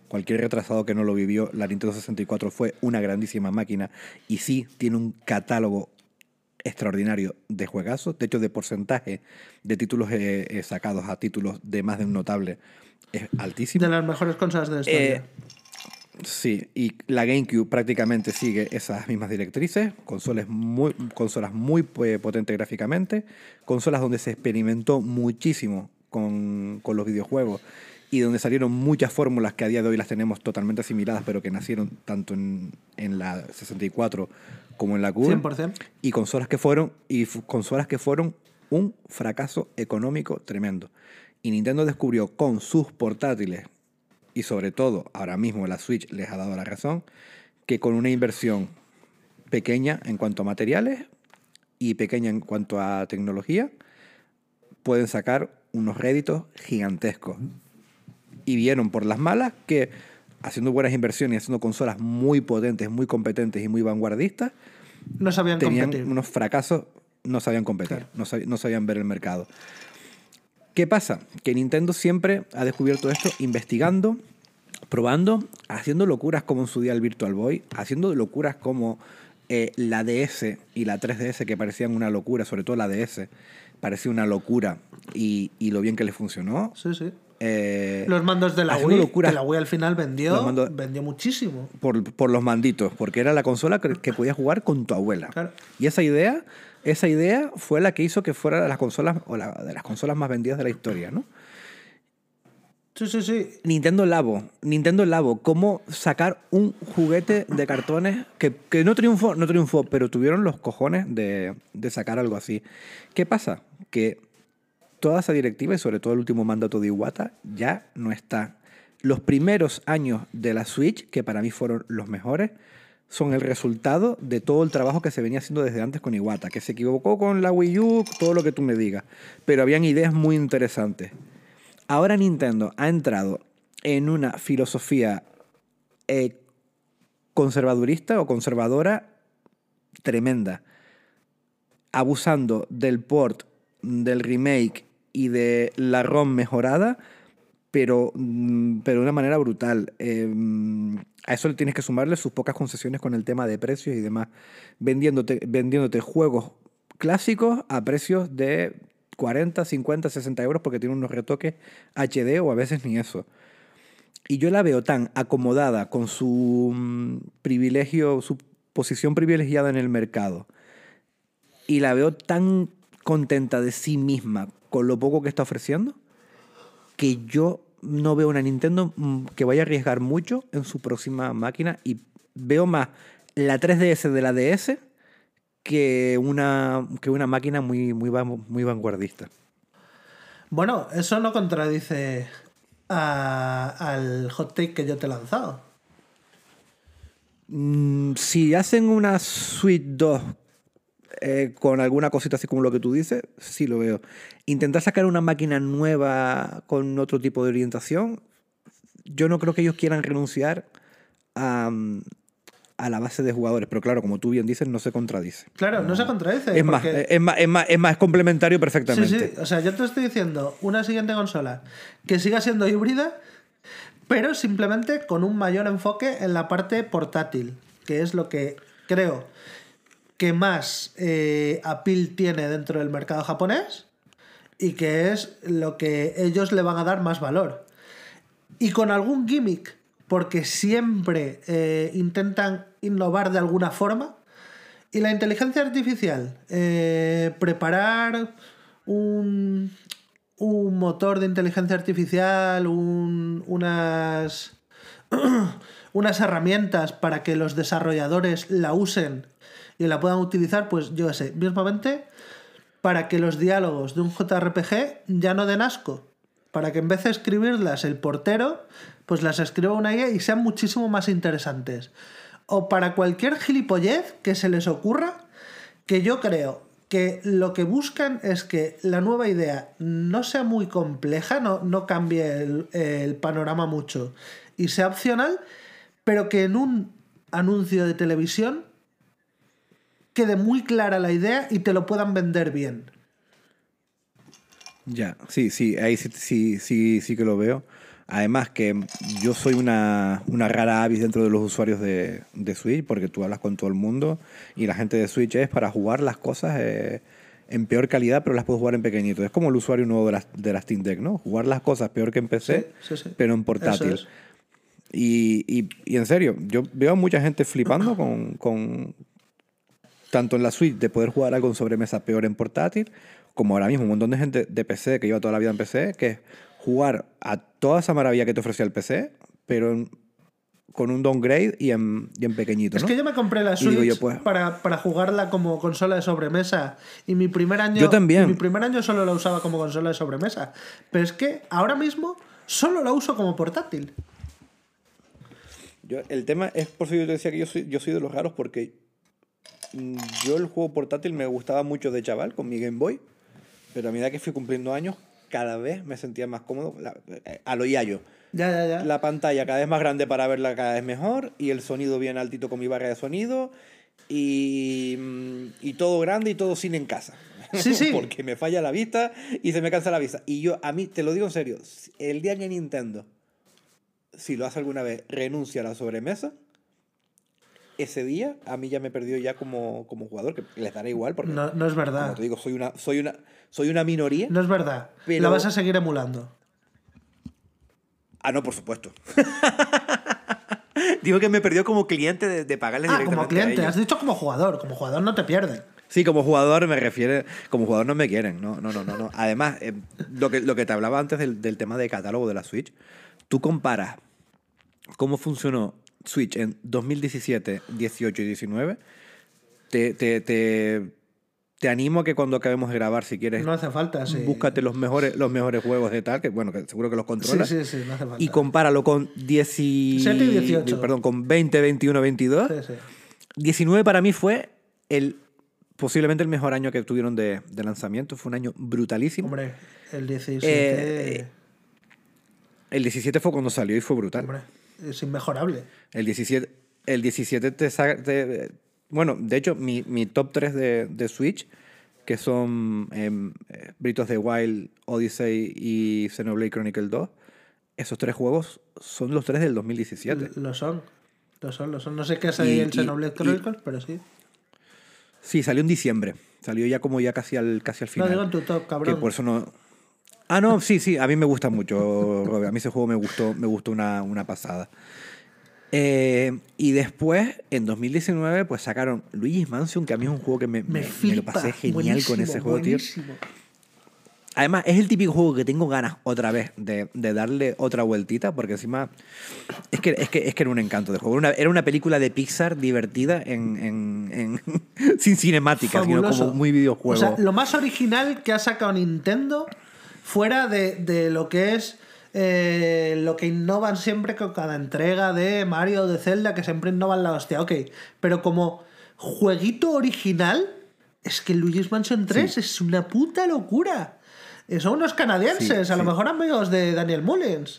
cualquier retrasado que no lo vivió, la Nintendo 64 fue una grandísima máquina y sí tiene un catálogo extraordinario de juegazos. De hecho, de porcentaje de títulos sacados a títulos de más de un notable es altísimo. De las mejores consolas de la historia. Sí, y la GameCube prácticamente sigue esas mismas directrices, consolas muy potentes gráficamente, consolas donde se experimentó muchísimo con los videojuegos y donde salieron muchas fórmulas que a día de hoy las tenemos totalmente asimiladas, pero que nacieron tanto en la 64 como en la Cube. 100%. Y consolas que fueron un fracaso económico tremendo. Y Nintendo descubrió con sus portátiles, y sobre todo ahora mismo la Switch les ha dado la razón, que con una inversión pequeña en cuanto a materiales y pequeña en cuanto a tecnología, pueden sacar unos réditos gigantescos. Y vieron por las malas que haciendo buenas inversiones y haciendo consolas muy potentes, muy competentes y muy vanguardistas, No sabían tenían competir. unos fracasos, no sabían competir, Claro. no sabían ver el mercado. ¿Qué pasa? Que Nintendo siempre ha descubierto esto investigando, probando, haciendo locuras como en su día el Virtual Boy, haciendo locuras como la DS y la 3DS que parecían una locura, sobre todo la DS, parecía una locura y lo bien que le funcionó. Sí, sí. Los mandos de la haciendo Wii, locuras- que la Wii al final vendió mandos- vendió muchísimo. por los manditos, porque era la consola que podías jugar con tu abuela. Claro. Y esa idea fue la que hizo que fuera de las consolas de las consolas más vendidas de la historia, ¿no? Sí, sí, sí. Nintendo Labo, cómo sacar un juguete de cartones que no triunfó, pero tuvieron los cojones de sacar algo así. ¿Qué pasa? Que toda esa directiva y sobre todo el último mandato de Iwata ya no está. Los primeros años de la Switch, que para mí fueron los mejores, son el resultado de todo el trabajo que se venía haciendo desde antes con Iwata, que se equivocó con la Wii U, todo lo que tú me digas, pero habían ideas muy interesantes. Ahora Nintendo ha entrado en una filosofía conservadurista o conservadora tremenda, abusando del port, del remake y de la ROM mejorada, pero de una manera brutal. A eso le tienes que sumarle sus pocas concesiones con el tema de precios y demás, vendiéndote juegos clásicos a precios de 40, 50, 60 euros porque tiene unos retoques HD o a veces ni eso. Y yo la veo tan acomodada con su privilegio, su posición privilegiada en el mercado, y la veo tan contenta de sí misma con lo poco que está ofreciendo, que yo no veo una Nintendo que vaya a arriesgar mucho en su próxima máquina, y veo más la 3DS de la DS que una máquina muy vanguardista. Bueno, eso no contradice al hot take que yo te he lanzado. Si hacen una Switch 2 con alguna cosita así como lo que tú dices, sí lo veo. Intentar sacar una máquina nueva con otro tipo de orientación, yo no creo que ellos quieran renunciar a la base de jugadores, pero claro, como tú bien dices, no se contradice. Claro, no se contradice. Es más, porque- es más complementario perfectamente. Sí, sí. O sea, yo te estoy diciendo una siguiente consola que siga siendo híbrida, pero simplemente con un mayor enfoque en la parte portátil, que es lo que creo que más appeal tiene dentro del mercado japonés y que es lo que ellos le van a dar más valor. Y con algún gimmick, porque siempre intentan innovar de alguna forma. Y la inteligencia artificial, preparar un motor de inteligencia artificial, unas herramientas para que los desarrolladores la usen y la puedan utilizar, pues yo qué sé, mismamente para que los diálogos de un JRPG ya no den asco, para que en vez de escribirlas el portero, pues las escriba una IA y sean muchísimo más interesantes. O para cualquier gilipollez que se les ocurra, que yo creo que lo que buscan es que la nueva idea no sea muy compleja, no cambie el panorama mucho y sea opcional, pero que en un anuncio de televisión quede muy clara la idea y te lo puedan vender bien. Ya, sí, ahí sí que lo veo. Además que yo soy una rara avis dentro de los usuarios de Switch, porque tú hablas con todo el mundo y la gente de Switch es para jugar las cosas en peor calidad, pero las puedes jugar en pequeñito. Es como el usuario nuevo de la Steam Deck, ¿no? Jugar las cosas peor que en PC, Sí. pero en portátil. Eso es. Y en serio, yo veo a mucha gente flipando con tanto en la Switch de poder jugar algo en sobremesa peor en portátil, como ahora mismo un montón de gente de PC que lleva toda la vida en PC, que es jugar a toda esa maravilla que te ofrecía el PC, pero con un downgrade y en pequeñito, Es ¿no? que yo me compré la Y digo Switch yo, pues, para jugarla como consola de sobremesa. Y mi primer año. Yo también. y mi primer año solo la usaba como consola de sobremesa. Pero es que ahora mismo solo la uso como portátil. el tema es, por eso yo te decía que yo soy de los raros, porque yo el juego portátil me gustaba mucho de chaval con mi Game Boy, pero a medida que fui cumpliendo años, cada vez me sentía más cómodo a lo Yayo. Ya. La pantalla cada vez más grande para verla cada vez mejor, y el sonido bien altito con mi barra de sonido, y todo grande y todo cine en casa. Sí. Porque me falla la vista y se me cansa la vista. Y a mí, te lo digo en serio, el día que Nintendo, si lo hace alguna vez, renuncia a la sobremesa, ese día a mí ya me perdió ya como jugador, que les dará igual, porque No es verdad. como te digo, soy una minoría. No es verdad. Pero- La vas a seguir emulando. Ah, no, por supuesto. Digo que me perdió como cliente de pagarles directamente Como a cliente. ellos. Has dicho como jugador. Como jugador no te pierden. Sí, como jugador me refiere, como jugador no me quieren, no. Además, lo que te hablaba antes del tema de catálogo de la Switch, tú comparas cómo funcionó Switch en 2017, 18 y 19, te animo a que cuando acabemos de grabar, si quieres, No hace falta, sí. búscate los mejores juegos de tal, que bueno, que seguro que los controlas. Sí, no hace falta. Y compáralo con 7 y 18. Perdón, con 20, 21, 22. Sí. 19 para mí fue posiblemente el mejor año que tuvieron de lanzamiento. Fue un año brutalísimo. Hombre, el 17... El 17 fue cuando salió y fue brutal. Hombre, es inmejorable. El 17 bueno, de hecho, mi top 3 de Switch, que son Breath of the Wild, Odyssey y Xenoblade Chronicle 2, esos 3 juegos son los 3 del 2017. Lo son. No sé qué es ahí el Xenoblade Chronicles, pero sí. Sí, salió en diciembre. Salió ya como casi al final. No, digo en tu top, cabrón. Que por eso no... Ah, no, sí, a mí me gusta mucho, Robert. A mí ese juego me gustó una pasada. Y después, en 2019, pues sacaron Luigi's Mansion, que a mí es un juego que me lo pasé genial con ese juego, buenísimo. tío. Además, es el típico juego que tengo ganas otra vez de darle otra vueltita, porque encima es que era un encanto de juego. Era una película de Pixar divertida sin cinemáticas, sino como muy videojuego. O sea, lo más original que ha sacado Nintendo fuera de lo que es lo que innovan siempre con cada entrega de Mario o de Zelda, que siempre innovan la hostia, ok. Pero como jueguito original, es que Luigi's Mansion 3 es una puta locura. Son unos canadienses, a lo mejor amigos de Daniel Mullins.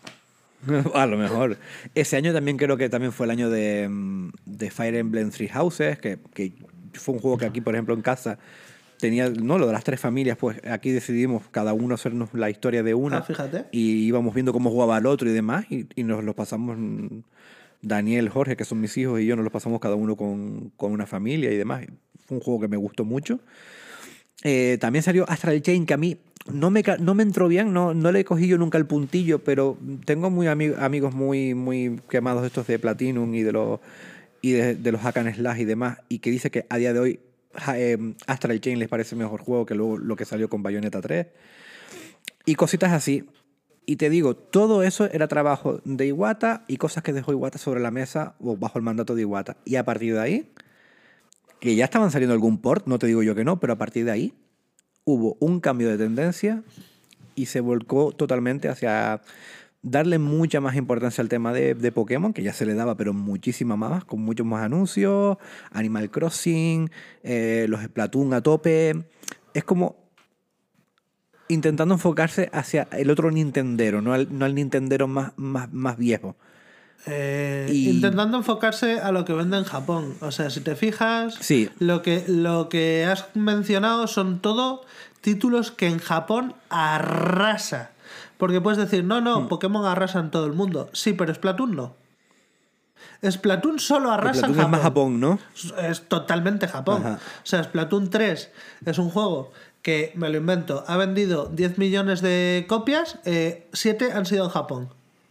A lo mejor. Ese año también creo que también fue el año de Fire Emblem Three Houses, que fue un juego que aquí, por ejemplo, en casa tenía, ¿no? Lo de las 3 familias, pues aquí decidimos cada uno hacernos la historia de una. Fíjate. Y íbamos viendo cómo jugaba el otro y demás, y nos lo pasamos, Daniel, Jorge, que son mis hijos, y yo nos lo pasamos cada uno con una familia y demás. Fue un juego que me gustó mucho. También salió Astral Chain, que a mí no me entró bien, no le he cogido nunca el puntillo, pero tengo muy amigos muy quemados estos de Platinum y de los Hack and Slash y demás, y que dice que a día de hoy Astral Chain les parece mejor juego que luego lo que salió con Bayonetta 3 y cositas así. Y te digo, todo eso era trabajo de Iwata y cosas que dejó Iwata sobre la mesa o bajo el mandato de Iwata, y a partir de ahí, que ya estaban saliendo algún port, no te digo yo que no, pero a partir de ahí hubo un cambio de tendencia y se volcó totalmente hacia darle mucha más importancia al tema de Pokémon, que ya se le daba, pero muchísima más, con muchos más anuncios, Animal Crossing, los Splatoon a tope. Es como intentando enfocarse hacia el otro Nintendero, no al Nintendero más viejo. Intentando enfocarse a lo que vende en Japón. O sea, si te fijas, Sí. lo que has mencionado son todo títulos que en Japón arrasa. Porque puedes decir, no, Pokémon arrasa en todo el mundo. Sí, pero Splatoon no. Splatoon solo arrasa en Splatoon Japón. es más Japón, ¿no? Es totalmente Japón. Ajá. O sea, Splatoon 3 es un juego que, me lo invento, ha vendido 10 millones de copias, 7 han sido en Japón.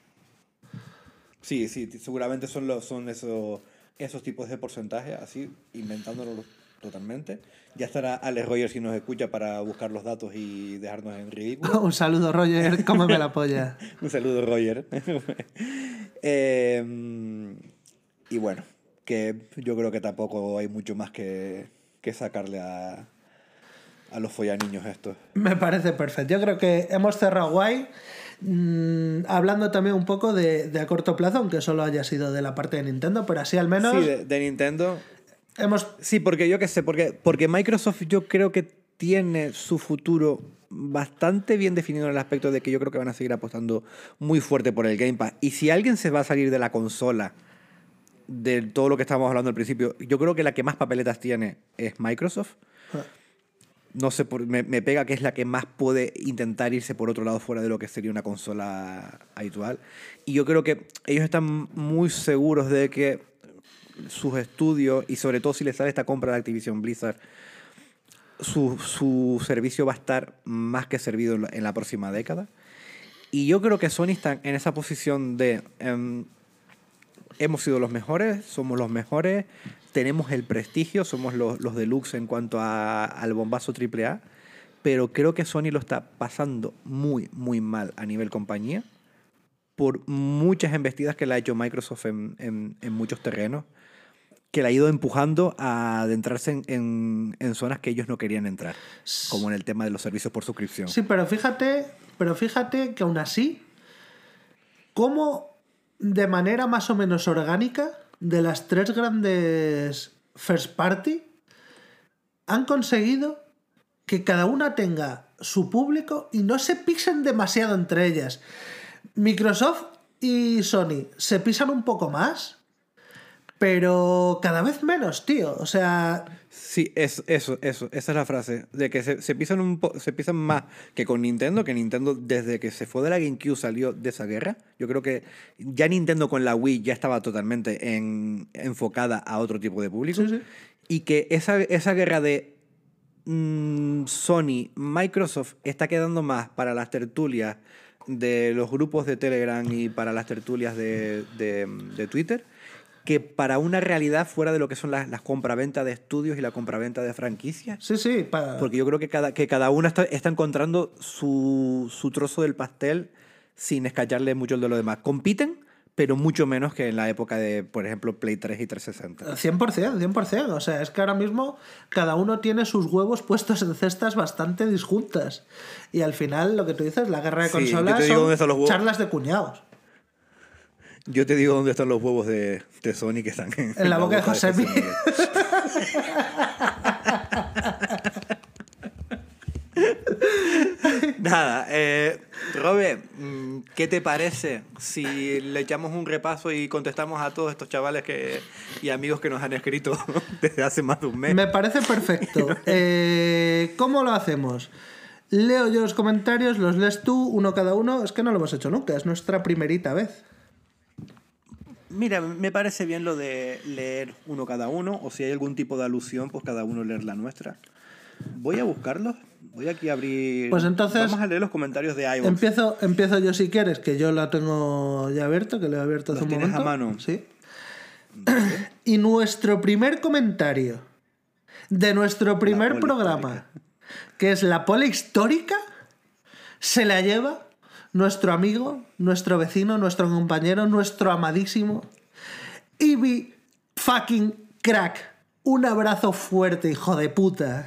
Sí, seguramente son esos tipos de porcentajes, así, inventándolo totalmente. Ya estará Alex Rogers si nos escucha para buscar los datos y dejarnos en ridículo. Un saludo, Roger, cómeme la polla. Un saludo, Roger. Y bueno, que yo creo que tampoco hay mucho más que sacarle a los follaniños estos. Me parece perfecto. Yo creo que hemos cerrado guay. Hablando también un poco de a corto plazo, aunque solo haya sido de la parte de Nintendo, pero así al menos Sí, de Nintendo. hemos... Sí, porque yo qué sé, porque Microsoft yo creo que tiene su futuro bastante bien definido en el aspecto de que yo creo que van a seguir apostando muy fuerte por el Game Pass. Y si alguien se va a salir de la consola, de todo lo que estábamos hablando al principio, yo creo que la que más papeletas tiene es Microsoft. No sé, me pega que es la que más puede intentar irse por otro lado fuera de lo que sería una consola habitual. Y yo creo que ellos están muy seguros de que sus estudios, y sobre todo si les sale esta compra de Activision Blizzard, su servicio va a estar más que servido en la próxima década. Y yo creo que Sony está en esa posición de hemos sido los mejores, somos los mejores, tenemos el prestigio, somos los deluxe en cuanto al bombazo AAA, pero creo que Sony lo está pasando muy, muy mal a nivel compañía por muchas embestidas que le ha hecho Microsoft en muchos terrenos, que le ha ido empujando a adentrarse en zonas que ellos no querían entrar, como en el tema de los servicios por suscripción. Sí, pero fíjate que aún así, como de manera más o menos orgánica, de las 3 grandes first party, han conseguido que cada una tenga su público y no se pisen demasiado entre ellas. Microsoft y Sony se pisan un poco más, pero cada vez menos, tío. O sea... Sí, eso, esa es la frase, de que se pisan más que con Nintendo, que Nintendo desde que se fue de la GameCube salió de esa guerra. Yo creo que ya Nintendo con la Wii ya estaba totalmente enfocada a otro tipo de público. Sí, sí. Y que esa guerra de Sony, Microsoft está quedando más para las tertulias de los grupos de Telegram y para las tertulias de Twitter, que para una realidad fuera de lo que son las compraventas de estudios y la compraventa de franquicias. Sí. Porque yo creo que cada una está encontrando su trozo del pastel sin escacharle mucho el de lo demás. Compiten, pero mucho menos que en la época de, por ejemplo, Play 3 y 360. 100%. O sea, es que ahora mismo cada uno tiene sus huevos puestos en cestas bastante disjuntas. Y al final, lo que tú dices, la guerra de Sí, consolas yo te digo dónde están los son huevos. charlas de cuñados. Yo te digo dónde están los huevos de Sony que están En la boca de José Miguel. Nada, Robe, ¿qué te parece si le echamos un repaso y contestamos a todos estos chavales y amigos que nos han escrito desde hace más de un mes? Me parece perfecto. ¿Cómo lo hacemos? Leo yo los comentarios, los lees tú, uno cada uno. Es que no lo hemos hecho nunca, es nuestra primerita vez. Mira, me parece bien lo de leer uno cada uno, o si hay algún tipo de alusión, pues cada uno leer la nuestra. Voy a buscarlos. Voy aquí a abrir... Pues entonces... Vamos a leer los comentarios de iVoox. Empiezo yo si quieres, que yo la tengo ya abierto, que lo he abierto hace un momento. ¿Los tienes a mano? Sí. Y nuestro primer comentario de nuestro primer programa, que es la pole histórica, se la lleva nuestro amigo, nuestro vecino, nuestro compañero, nuestro amadísimo Eevee fucking Crack. Un abrazo fuerte, hijo de puta.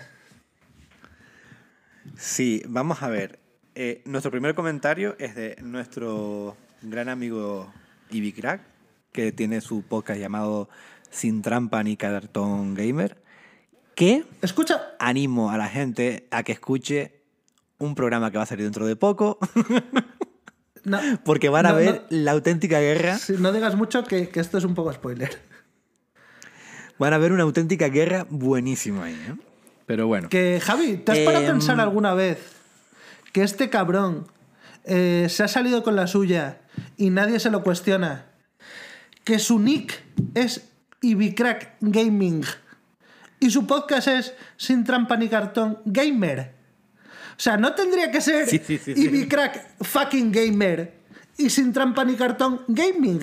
Sí, vamos a ver. Nuestro primer comentario es de nuestro gran amigo Eevee Crack, que tiene su podcast llamado Sin Trampa ni Cartón Gamer, que Escucha. animo a la gente a que escuche un programa que va a salir dentro de poco, No, porque van a ver la auténtica guerra. sí, no digas mucho, que esto es un poco spoiler. Van a ver una auténtica guerra buenísima ahí, ¿eh? Pero bueno. Que, Javi, ¿te has parado a pensar alguna vez que este cabrón se ha salido con la suya y nadie se lo cuestiona, que su nick es Ibicrack Gaming y su podcast es Sin Trampa ni Cartón Gamer. O sea, no tendría que ser Sí. Ibicrack fucking Gamer y Sin Trampa ni Cartón Gaming.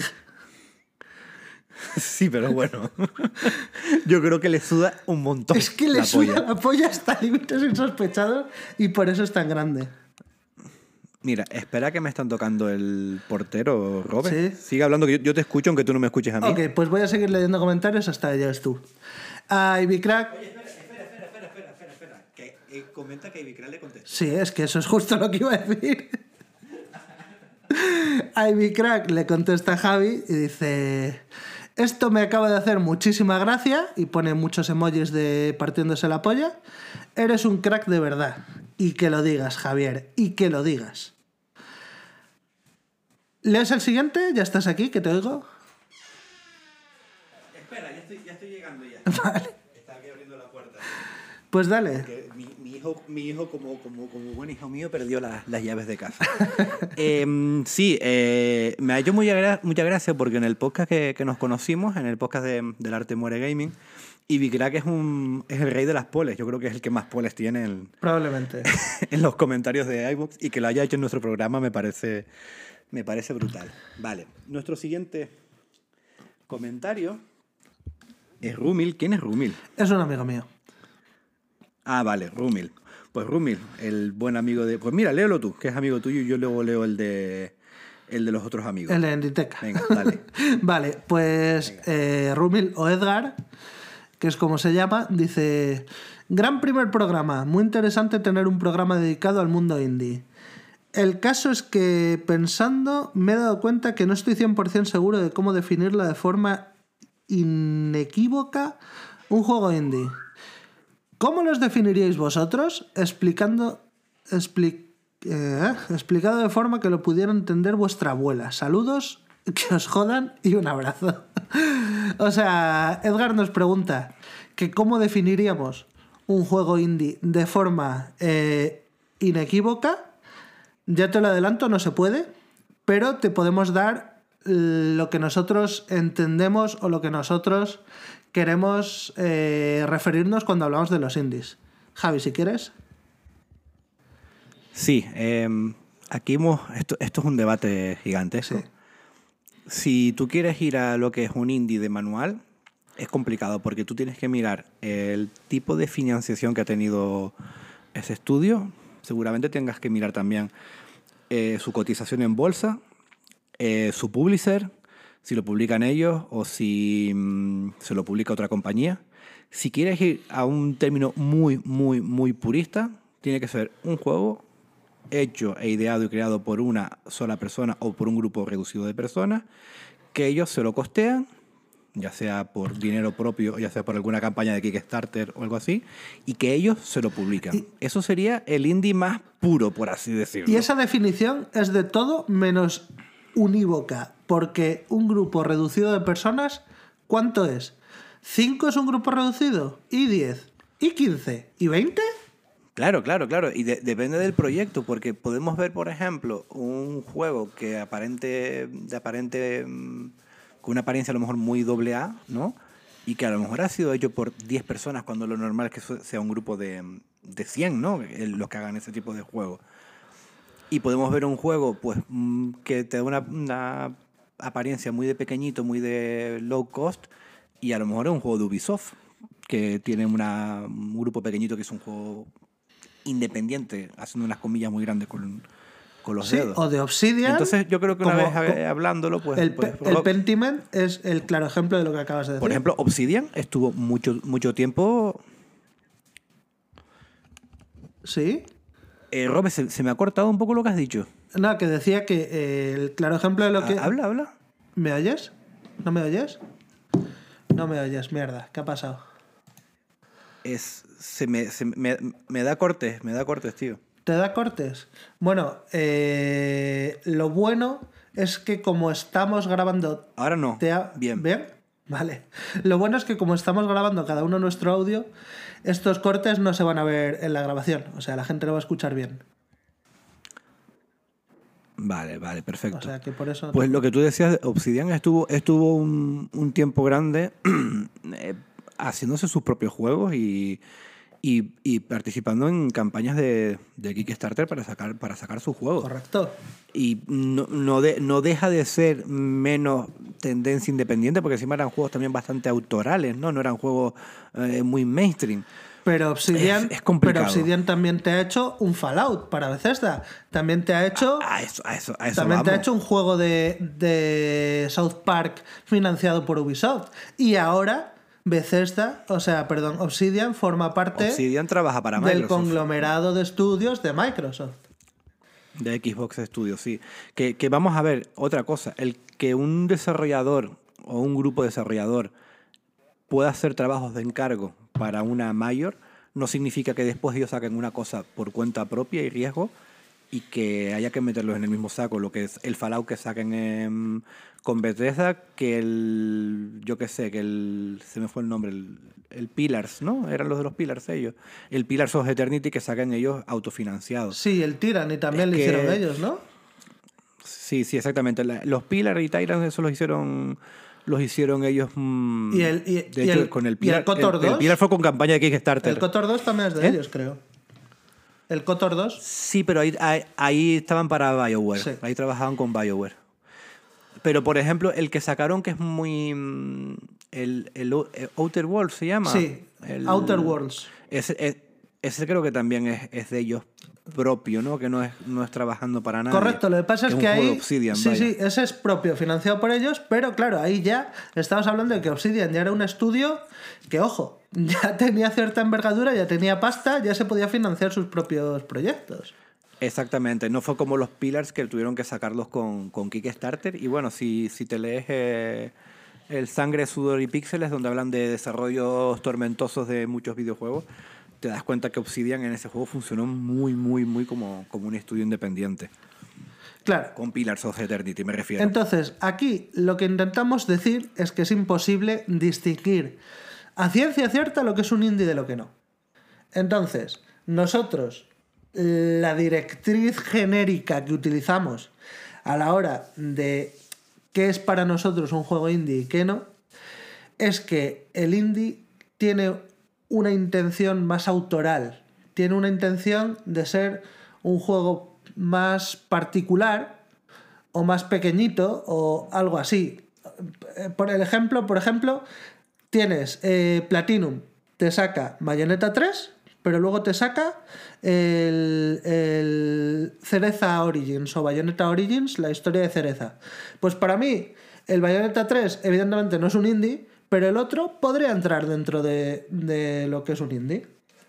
Sí, pero bueno. Yo creo que le suda un montón. Es que le suda la polla hasta límites insospechados y por eso es tan grande. Mira, espera que me están tocando el portero, Robert. Sí. Sigue hablando, que yo te escucho aunque tú no me escuches a mí. Ok, pues voy a seguir leyendo comentarios hasta que llegues tú. A Ibicrack... Espera. Que, comenta que Ibicrack le contesta. Sí, es que eso es justo lo que iba a decir. A Ibicrack le contesta Javi y dice... Esto me acaba de hacer muchísima gracia y pone muchos emojis de partiéndose la polla. Eres un crack de verdad. Y que lo digas, Javier, y que lo digas. ¿Lees el siguiente? ¿Ya estás aquí? ¿Que te oigo? Espera, ya estoy llegando ya. Vale. Está aquí abriendo la puerta. Pues dale. Que mi hijo como buen hijo mío, perdió las llaves de casa. Sí, me ha hecho mucha gracia porque en el podcast que nos conocimos, en el podcast del Arte Muere Gaming, Ibicrack es el rey de las poles. Yo creo que es el que más poles tiene Probablemente. en los comentarios de iVoox, y que lo haya hecho en nuestro programa me parece brutal. Vale, nuestro siguiente comentario es Rumil. ¿Quién es Rumil? Es un amigo mío. Ah, vale, Rumil. Pues Rumil, el buen amigo de... Pues mira, léelo tú, que es amigo tuyo, y yo luego leo el de los otros amigos. El de Enditeca. Venga, dale. Vale, pues Rumil o Edgar, que es como se llama, dice... Gran primer programa, muy interesante tener un programa dedicado al mundo indie. El caso es que pensando me he dado cuenta que no estoy 100% seguro de cómo definirla de forma inequívoca un juego indie. ¿Cómo los definiríais vosotros? Explicado de forma que lo pudiera entender vuestra abuela. Saludos, que os jodan y un abrazo. O sea, Edgar nos pregunta que cómo definiríamos un juego indie de forma inequívoca. Ya te lo adelanto, no se puede, pero te podemos dar lo que nosotros entendemos o lo que nosotros queremos referirnos cuando hablamos de los indies. Javi, si quieres. Sí, aquí esto es un debate gigantesco. Sí. Si tú quieres ir a lo que es un indie de manual, es complicado porque tú tienes que mirar el tipo de financiación que ha tenido ese estudio. Seguramente tengas que mirar también su cotización en bolsa, su publisher, si lo publican ellos o si se lo publica otra compañía. Si quieres ir a un término muy purista, tiene que ser un juego hecho e ideado y creado por una sola persona o por un grupo reducido de personas, que ellos se lo costean, ya sea por dinero propio, ya sea por alguna campaña de Kickstarter o algo así, y que ellos se lo publican. Eso sería el indie más puro, por así decirlo. Y esa definición es de todo menos unívoca, porque un grupo reducido de personas, ¿cuánto es? ¿5 es un grupo reducido? ¿Y 10? ¿Y 15? ¿Y 20? Claro. Y depende del proyecto, porque podemos ver, por ejemplo, un juego que con una apariencia a lo mejor muy AA, ¿no? Y que a lo mejor ha sido hecho por 10 personas, cuando lo normal es que sea un grupo de 100, ¿no? Los que hagan ese tipo de juego. Y podemos ver un juego pues que te da una apariencia muy de pequeñito, muy de low cost, y a lo mejor es un juego de Ubisoft, que tiene un grupo pequeñito que es un juego independiente, haciendo unas comillas muy grandes con los dedos. O de Obsidian. Entonces yo creo que una vez hablándolo, pues... El Pentiment es el claro ejemplo de lo que acabas de decir. Por ejemplo, Obsidian estuvo mucho tiempo... ¿Sí? Robert, se me ha cortado un poco lo que has dicho. No, que decía que el claro ejemplo de lo que... Habla. ¿Me oyes? ¿No me oyes? No me oyes, mierda. ¿Qué ha pasado? Me da cortes, tío. ¿Te da cortes? Bueno, lo bueno es que como estamos grabando... Ahora no. Bien. ¿Bien? Vale. Lo bueno es que como estamos grabando cada uno nuestro audio, estos cortes no se van a ver en la grabación. O sea, la gente lo va a escuchar bien. Vale, perfecto. O sea que por eso... Pues lo que tú decías, Obsidian estuvo un tiempo grande haciéndose sus propios juegos y participando en campañas de Kickstarter para sacar sus juegos. Correcto. Y no deja de ser menos tendencia independiente, porque encima eran juegos también bastante autorales, ¿no? No eran juegos muy mainstream. Pero Obsidian, Es complicado. pero Obsidian también te ha hecho un Fallout para Bethesda. También te ha hecho... A eso también te ha vamos. hecho un juego de South Park financiado por Ubisoft. Y ahora Obsidian forma parte Obsidian trabaja para del Microsoft. conglomerado de estudios de Microsoft. De Xbox Studios, sí. Que vamos a ver, otra cosa. El que un desarrollador o un grupo desarrollador pueda hacer trabajos de encargo para una mayor no significa que después ellos saquen una cosa por cuenta propia y riesgo y que haya que meterlos en el mismo saco. Lo que es el Fallout que saquen con Bethesda, que se me fue el nombre, el Pillars, ¿no? Eran los de los Pillars ellos. El Pillars of Eternity que saquen ellos autofinanciados. Sí, el Tyranny también lo hicieron ellos, ¿no? Sí, exactamente. Los Pillars y Tyrants, eso los hicieron ellos. Con el Pillar. ¿Y el KOTOR 2? El Pillar fue con campaña de Kickstarter. El KOTOR 2 también es de ellos, creo. El KOTOR 2. Sí, pero ahí estaban para BioWare. Sí. Ahí trabajaban con BioWare. Pero, por ejemplo, el que sacaron que es muy... el Outer Worlds se llama. Sí, Outer Worlds. Ese creo que también es de ellos propio, ¿no? Que no es trabajando para nadie. Correcto, lo que pasa es que un juego ahí... de Obsidian, sí, vaya. sí, ese es propio, financiado por ellos, pero claro, ahí ya estamos hablando de que Obsidian ya era un estudio que, ojo, ya tenía cierta envergadura, ya tenía pasta, ya se podía financiar sus propios proyectos. Exactamente, no fue como los Pillars que tuvieron que sacarlos con Kickstarter. Y bueno, si te lees el Sangre, Sudor y Píxeles, donde hablan de desarrollos tormentosos de muchos videojuegos, te das cuenta que Obsidian en ese juego funcionó muy, muy, muy como un estudio independiente. Claro. Con Pillars of Eternity, me refiero. Entonces, aquí lo que intentamos decir es que es imposible distinguir a ciencia cierta lo que es un indie de lo que no. Entonces, nosotros, la directriz genérica que utilizamos a la hora de qué es para nosotros un juego indie y qué no, es que el indie tiene una intención más autoral, tiene una intención de ser un juego más particular o más pequeñito o algo así. Por ejemplo, tienes Platinum, te saca Bayonetta 3, pero luego te saca el Cereza Origins o Bayonetta Origins, la historia de Cereza. Pues para mí, el Bayonetta 3 evidentemente no es un indie, pero el otro podría entrar dentro de lo que es un indie.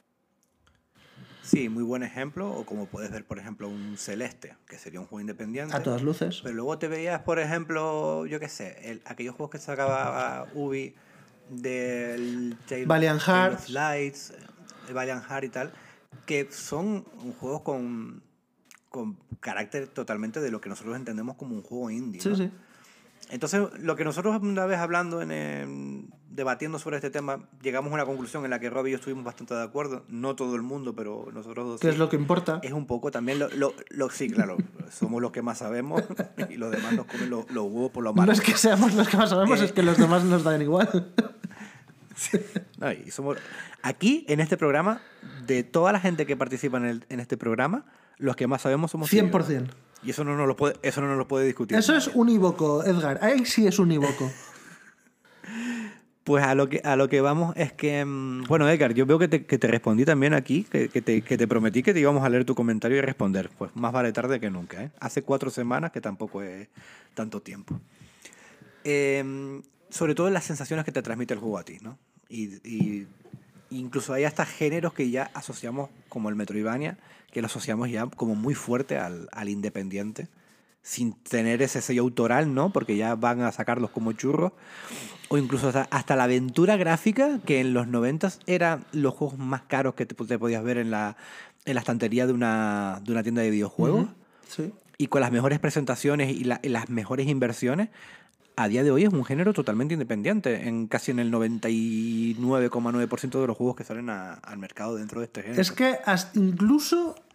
Sí, muy buen ejemplo. O como puedes ver, por ejemplo, un Celeste, que sería un juego independiente. A todas luces. Pero luego te veías, por ejemplo, yo qué sé, aquellos juegos que sacaba Ubi del Valiant Tale of Hearts. Lights, el Valiant Heart y tal, que son juegos con carácter totalmente de lo que nosotros entendemos como un juego indie, Sí, ¿no? sí. Entonces, lo que nosotros una vez hablando, debatiendo sobre este tema, llegamos a una conclusión en la que Rob y yo estuvimos bastante de acuerdo. No todo el mundo, pero nosotros dos ¿Qué sí. es lo que importa? Es un poco también sí, claro, somos los que más sabemos y los demás nos comen los huevos por lo malo. No es que seamos los que más sabemos, es que los demás nos dan igual. No, y somos, aquí, en este programa, de toda la gente que participa en este programa, los que más sabemos somos 100%. Y eso no nos lo puede discutir. Eso nadie. es unívoco, Edgar. Ahí sí es unívoco. Pues a lo que vamos es que... Bueno, Edgar, yo veo que te respondí también aquí, que te prometí que te íbamos a leer tu comentario y responder. Pues más vale tarde que nunca, ¿eh? Hace 4 semanas, que tampoco es tanto tiempo. Sobre todo las sensaciones que te transmite el juego a ti, ¿no? Y incluso hay hasta géneros que ya asociamos, como el Metroidvania, que lo asociamos ya como muy fuerte al independiente, sin tener ese sello autoral, ¿no? Porque ya van a sacarlos como churros. O incluso hasta la aventura gráfica, que en los 90 eran los juegos más caros que te podías ver en la estantería de una tienda de videojuegos. Sí. Y con las mejores presentaciones y las mejores inversiones, a día de hoy es un género totalmente independiente, casi en el 99,9% de los juegos que salen al mercado dentro de este género. Es que incluso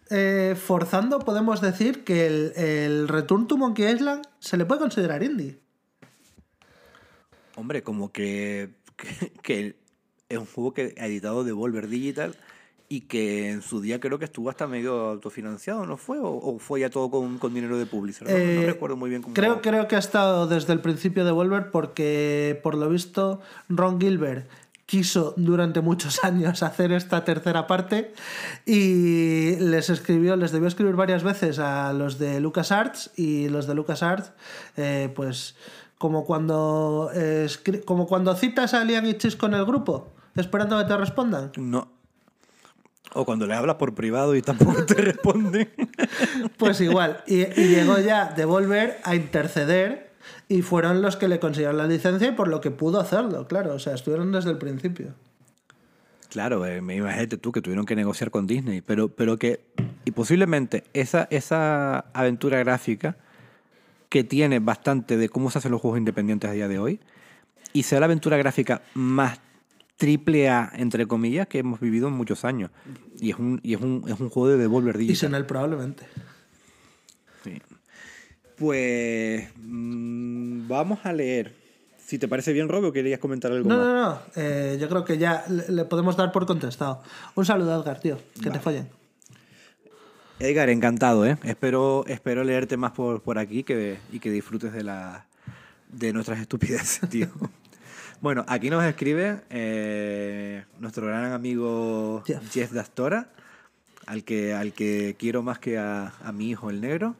forzando podemos decir que el Return to Monkey Island se le puede considerar indie. Hombre, como que es un juego que ha editado Devolver Digital y que en su día creo que estuvo hasta medio autofinanciado, ¿no fue? ¿O fue ya todo con dinero de publisher? No recuerdo muy bien cómo... Creo que ha estado desde el principio Devolver porque, por lo visto, Ron Gilbert quiso durante muchos años hacer esta tercera parte y les debió escribir varias veces a los de LucasArts, y los de LucasArts, pues como cuando citas a Liam y Chisco en el grupo esperando que te respondan. No. O cuando le hablas por privado y tampoco te responde. Pues igual. Y llegó ya Devolver a interceder y fueron los que le consiguieron la licencia y por lo que pudo hacerlo, claro. O sea, estuvieron desde el principio. Claro, me imagínate tú que tuvieron que negociar con Disney, pero que... Y posiblemente esa aventura gráfica que tiene bastante de cómo se hacen los juegos independientes a día de hoy y sea la aventura gráfica más triple A, entre comillas, que hemos vivido en muchos años. Y es un juego de Devolver Digital. Y sin él probablemente. Sí. Pues vamos a leer. Si te parece bien, Rob, ¿o querías comentar algo más? No. Yo creo que ya le podemos dar por contestado. Un saludo, Edgar, tío. Que te follen. Edgar, encantado, ¿eh? Espero leerte más por aquí y que disfrutes de nuestras estupideces, tío. Bueno, aquí nos escribe nuestro gran amigo Jeff Dastora, al que quiero más que a mi hijo, el negro.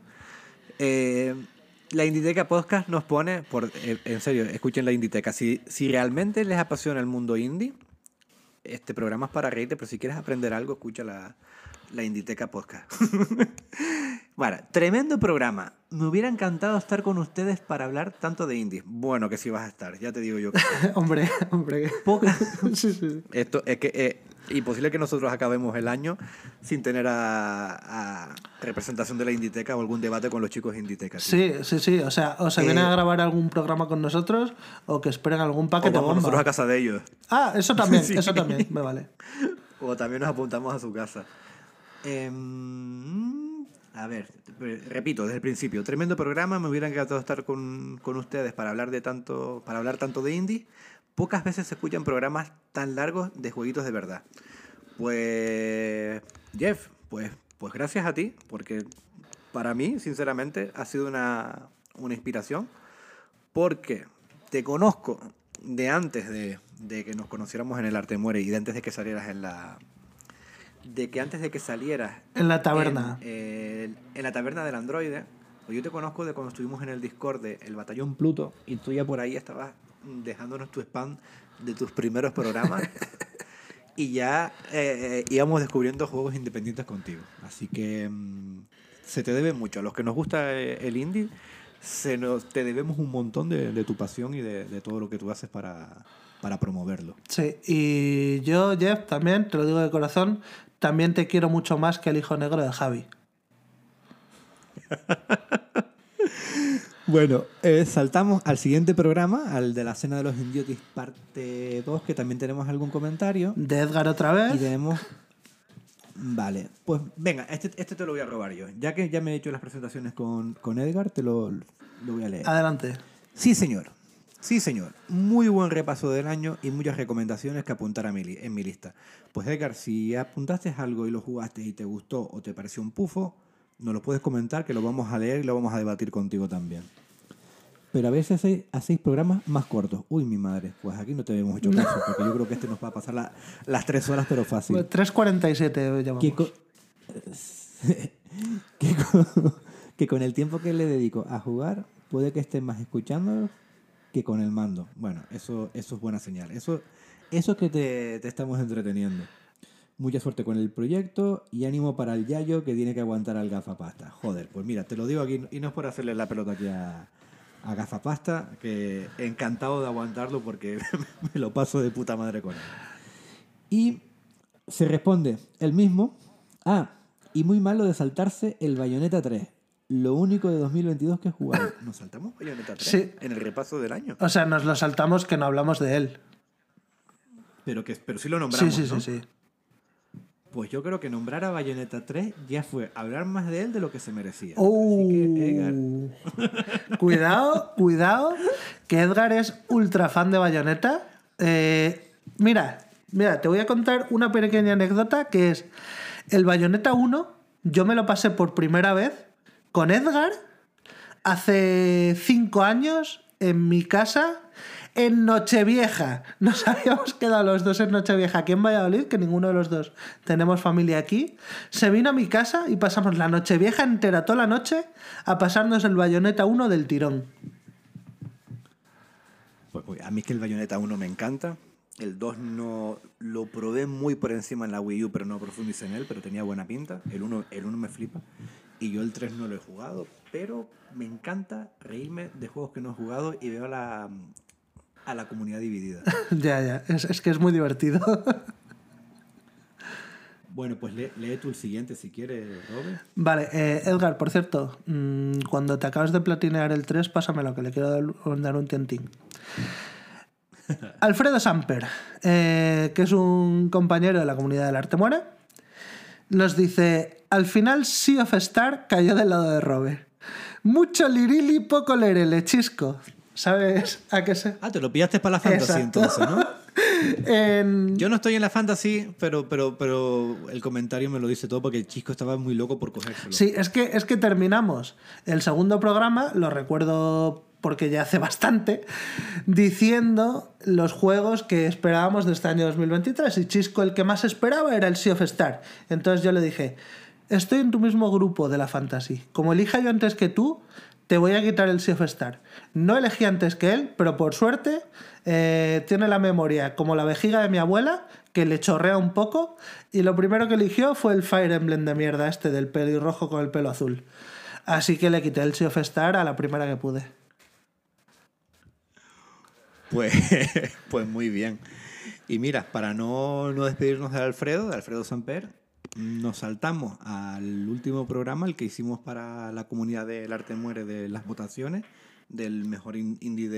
La Inditeca Podcast nos pone, en serio, escuchen la Inditeca, si realmente les apasiona el mundo indie, este programa es para reírte, pero si quieres aprender algo, escucha la Inditeca Podcast. Bueno, tremendo programa. Me hubiera encantado estar con ustedes para hablar tanto de indies. Bueno, que sí vas a estar, ya te digo yo. Que hombre. Sí. Esto es que imposible que nosotros acabemos el año sin tener a representación de la Inditeca o algún debate con los chicos de Inditeca. Sí. O sea, o se vienen a grabar algún programa con nosotros o que esperen algún paquete o vamos bomba. nosotros a casa de ellos. Ah, eso también, Sí. eso también, me vale. O también nos apuntamos a su casa. A ver, repito, desde el principio, tremendo programa, me hubiera encantado estar con ustedes para hablar tanto de indie. Pocas veces se escuchan programas tan largos de jueguitos de verdad. Pues, Jeff, pues gracias a ti, porque para mí, sinceramente, ha sido una inspiración, porque te conozco de antes de que nos conociéramos en el Arte Muere y de antes de que salieras en la taberna. En la taberna del androide. Pues yo te conozco de cuando estuvimos en el Discord del Batallón Pluto y tú ya por ahí estabas dejándonos tu spam de tus primeros programas y ya íbamos descubriendo juegos independientes contigo. Así que se te debe mucho. A los que nos gusta el indie, te debemos un montón de tu pasión y de todo lo que tú haces para promoverlo. Sí, y yo, Jeff, también, te lo digo de corazón, también te quiero mucho más que el hijo negro de Javi. Bueno, saltamos al siguiente programa, al de la Cena de los Indiotis parte 2, que también tenemos algún comentario. De Edgar otra vez. Y tenemos... Vale, pues venga, este te lo voy a robar yo. Ya que ya me he hecho las presentaciones con Edgar, te lo voy a leer. Adelante. Sí, señor. Muy buen repaso del año y muchas recomendaciones que apuntar en mi lista. Pues Edgar, si apuntaste algo y lo jugaste y te gustó o te pareció un pufo, nos lo puedes comentar, que lo vamos a leer y lo vamos a debatir contigo también. Pero a veces hacéis programas más cortos. Uy, mi madre, pues aquí no te habíamos hecho caso, porque yo creo que este nos va a pasar las 3 horas, pero fácil. 3:47 llamamos. Que con el tiempo que le dedico a jugar, puede que esté más escuchándolos que con el mando. Bueno, eso es buena señal. Eso que te estamos entreteniendo. Mucha suerte con el proyecto y ánimo para el Yayo que tiene que aguantar al Gafapasta. Joder, pues mira, te lo digo aquí y no es por hacerle la pelota aquí a Gafapasta, que encantado de aguantarlo porque me lo paso de puta madre con él. Y se responde el mismo. Y muy malo de saltarse el Bayonetta 3. Lo único de 2022 que he jugado. ¿Nos saltamos Bayonetta 3? Sí. En el repaso del año. O sea, nos lo saltamos que no hablamos de él. Pero sí lo nombramos, Sí. ¿no? Sí. Pues yo creo que nombrar a Bayonetta 3 ya fue hablar más de él de lo que se merecía. Oh. Así que, Edgar. Cuidado, que Edgar es ultra fan de Bayonetta. Mira, te voy a contar una pequeña anécdota que es el Bayonetta 1, yo me lo pasé por primera vez con Edgar hace 5 años en mi casa en Nochevieja. Nos habíamos quedado los dos en Nochevieja aquí en Valladolid, que ninguno de los dos tenemos familia aquí. Se vino a mi casa y pasamos la Nochevieja entera, toda la noche, a pasarnos el Bayonetta 1 del tirón. Pues a mí es que el Bayonetta 1 me encanta. El 2 no lo probé muy por encima en la Wii U, pero no profundicé en él, pero tenía buena pinta. El 1 me flipa. Y yo el 3 no lo he jugado, pero me encanta reírme de juegos que no he jugado y veo a la comunidad dividida. Ya, es que es muy divertido. Bueno, pues lee tú el siguiente si quieres, Robert. Vale, Edgar, por cierto, cuando te acabas de platinear el 3, pásamelo, que le quiero dar un tientín. Alfredo Samper, que es un compañero de la comunidad del Arte Muere, nos dice: al final Sea of Star cayó del lado de Robert. Mucho lirili, poco lerele, chisco. ¿Sabes a qué se...? Ah, te lo pillaste para la fantasy. Exacto. Entonces, ¿no? Yo no estoy en la fantasy, pero el comentario me lo dice todo porque el chico estaba muy loco por cogérselo. Sí, es que terminamos el segundo programa, lo recuerdo porque ya hace bastante, diciendo los juegos que esperábamos de este año 2023, y Chisco el que más esperaba era el Sea of Star. Entonces yo le dije: estoy en tu mismo grupo de la fantasy, como elija yo antes que tú, te voy a quitar el Sea of Star. No elegí antes que él, pero por suerte tiene la memoria como la vejiga de mi abuela, que le chorrea un poco, y lo primero que eligió fue el Fire Emblem de mierda este del pelirrojo con el pelo azul. Así que le quité el Sea of Star a la primera que pude. Pues muy bien. Y mira, para no despedirnos de Alfredo Samper, nos saltamos al último programa, el que hicimos para la comunidad del Arte Muere, de las votaciones del mejor indie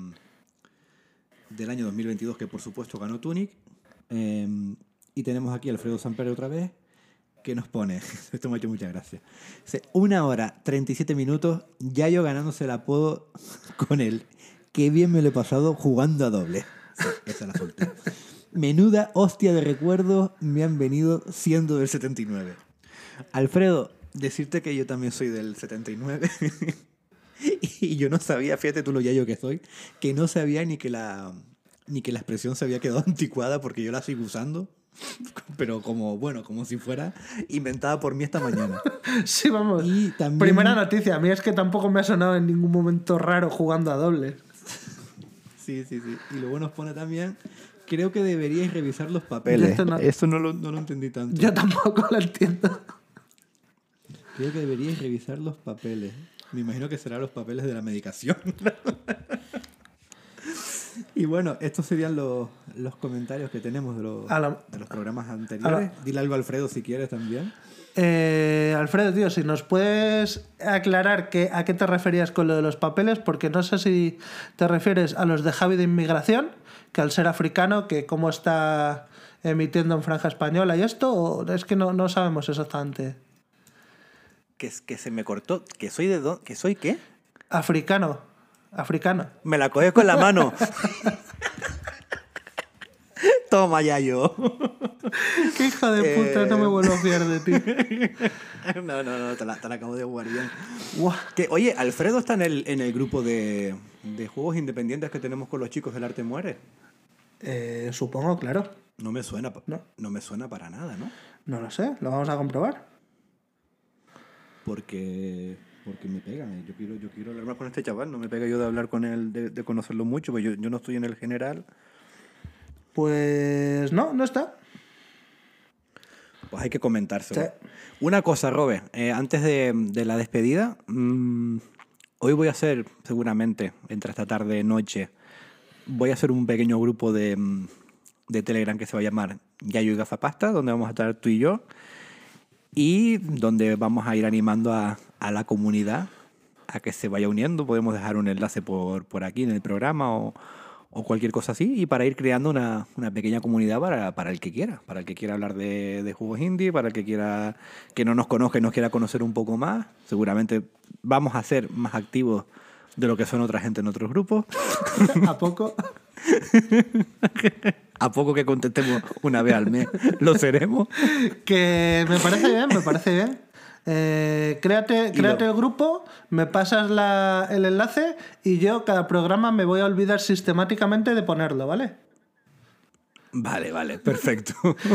del año 2022, que por supuesto ganó Tunic. Y tenemos aquí a Alfredo Samper otra vez, que nos pone, esto me ha hecho muchas gracias, 1 hora 37 minutos, Yayo ganándose el apodo con él. Qué bien me lo he pasado jugando a doble. Sí, esa la solté. Menuda hostia de recuerdos me han venido siendo del 79. Alfredo, decirte que yo también soy del 79. Y yo no sabía, fíjate tú lo yayo que soy, que no sabía ni que la expresión se había quedado anticuada porque yo la sigo usando. Pero como si fuera inventada por mí esta mañana. Sí, vamos. Y también... Primera noticia. A mí es que tampoco me ha sonado en ningún momento raro jugando a doble. Sí. Y luego nos pone también: creo que deberíais revisar los papeles. Esto no lo entendí tanto. Yo tampoco lo entiendo. Creo que deberíais revisar los papeles. Me imagino que serán los papeles de la medicación. Y bueno, estos serían los comentarios que tenemos de los programas anteriores. Dile algo a Alfredo si quieres también. Alfredo, tío, si nos puedes aclarar a qué te referías con lo de los papeles, porque no sé si te refieres a los de Javi de Inmigración, que al ser africano, que cómo está emitiendo en franja española y esto, o es que no sabemos exactamente. Que se me cortó. ¿Que soy de dónde? ¿Que soy qué? Africano. Me la coges con la mano. Toma, Yayo. Qué hijo de puta, no me vuelvo a fiar de ti. No, te la acabo de jugar bien. Que, oye, Alfredo está en el grupo de juegos independientes que tenemos con los chicos del Arte Muere. Supongo, claro. No me suena para nada, ¿no? No lo sé, lo vamos a comprobar. Porque me pega. Yo quiero hablar más con este chaval. No me pega yo de hablar con él, de conocerlo mucho, pues yo no estoy en el general. Pues no está. Pues hay que comentárselo. Sí. Una cosa, Robert, antes de la despedida, hoy voy a hacer, seguramente, entre esta tarde y noche, voy a hacer un pequeño grupo de Telegram que se va a llamar Yayo y Gafapasta, donde vamos a estar tú y yo, y donde vamos a ir animando a la comunidad a que se vaya uniendo. Podemos dejar un enlace por aquí en el programa o o cualquier cosa así, y para ir creando una pequeña comunidad para el que quiera hablar de juegos indie, para el que quiera que no nos conozca y nos quiera conocer un poco más. Seguramente vamos a ser más activos de lo que son otra gente en otros grupos. ¿A poco? A poco que contestemos una vez al mes, lo seremos. Que me parece bien, me parece bien. Créate el grupo, me pasas el enlace y yo cada programa me voy a olvidar sistemáticamente de ponerlo, ¿vale? Vale, perfecto.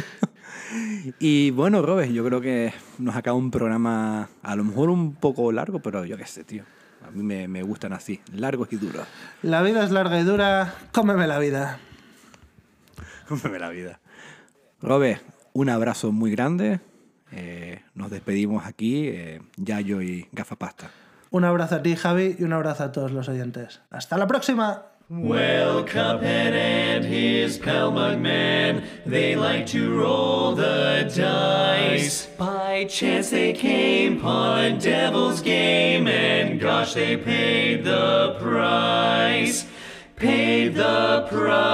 Y bueno, Robert, yo creo que nos acaba un programa a lo mejor un poco largo, pero yo qué sé, tío. A mí me gustan así, largos y duros. La vida es larga y dura, cómeme la vida. Cómeme la vida. Robert, un abrazo muy grande. Nos despedimos aquí, Yayo y Gafapasta. Un abrazo a ti, Javi, y un abrazo a todos los oyentes. ¡Hasta la próxima! Well, Cuphead and his pal Mugman, they like to roll the dice. By chance they came upon a devil's game, and gosh, they paid the price. Paid the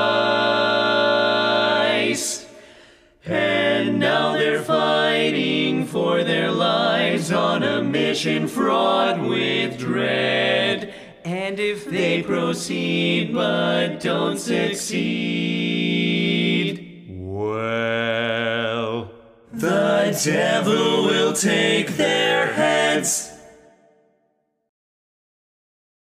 price. And now they're fighting for their lives on a mission fraught with dread. And if they proceed but don't succeed, well, the devil will take their heads.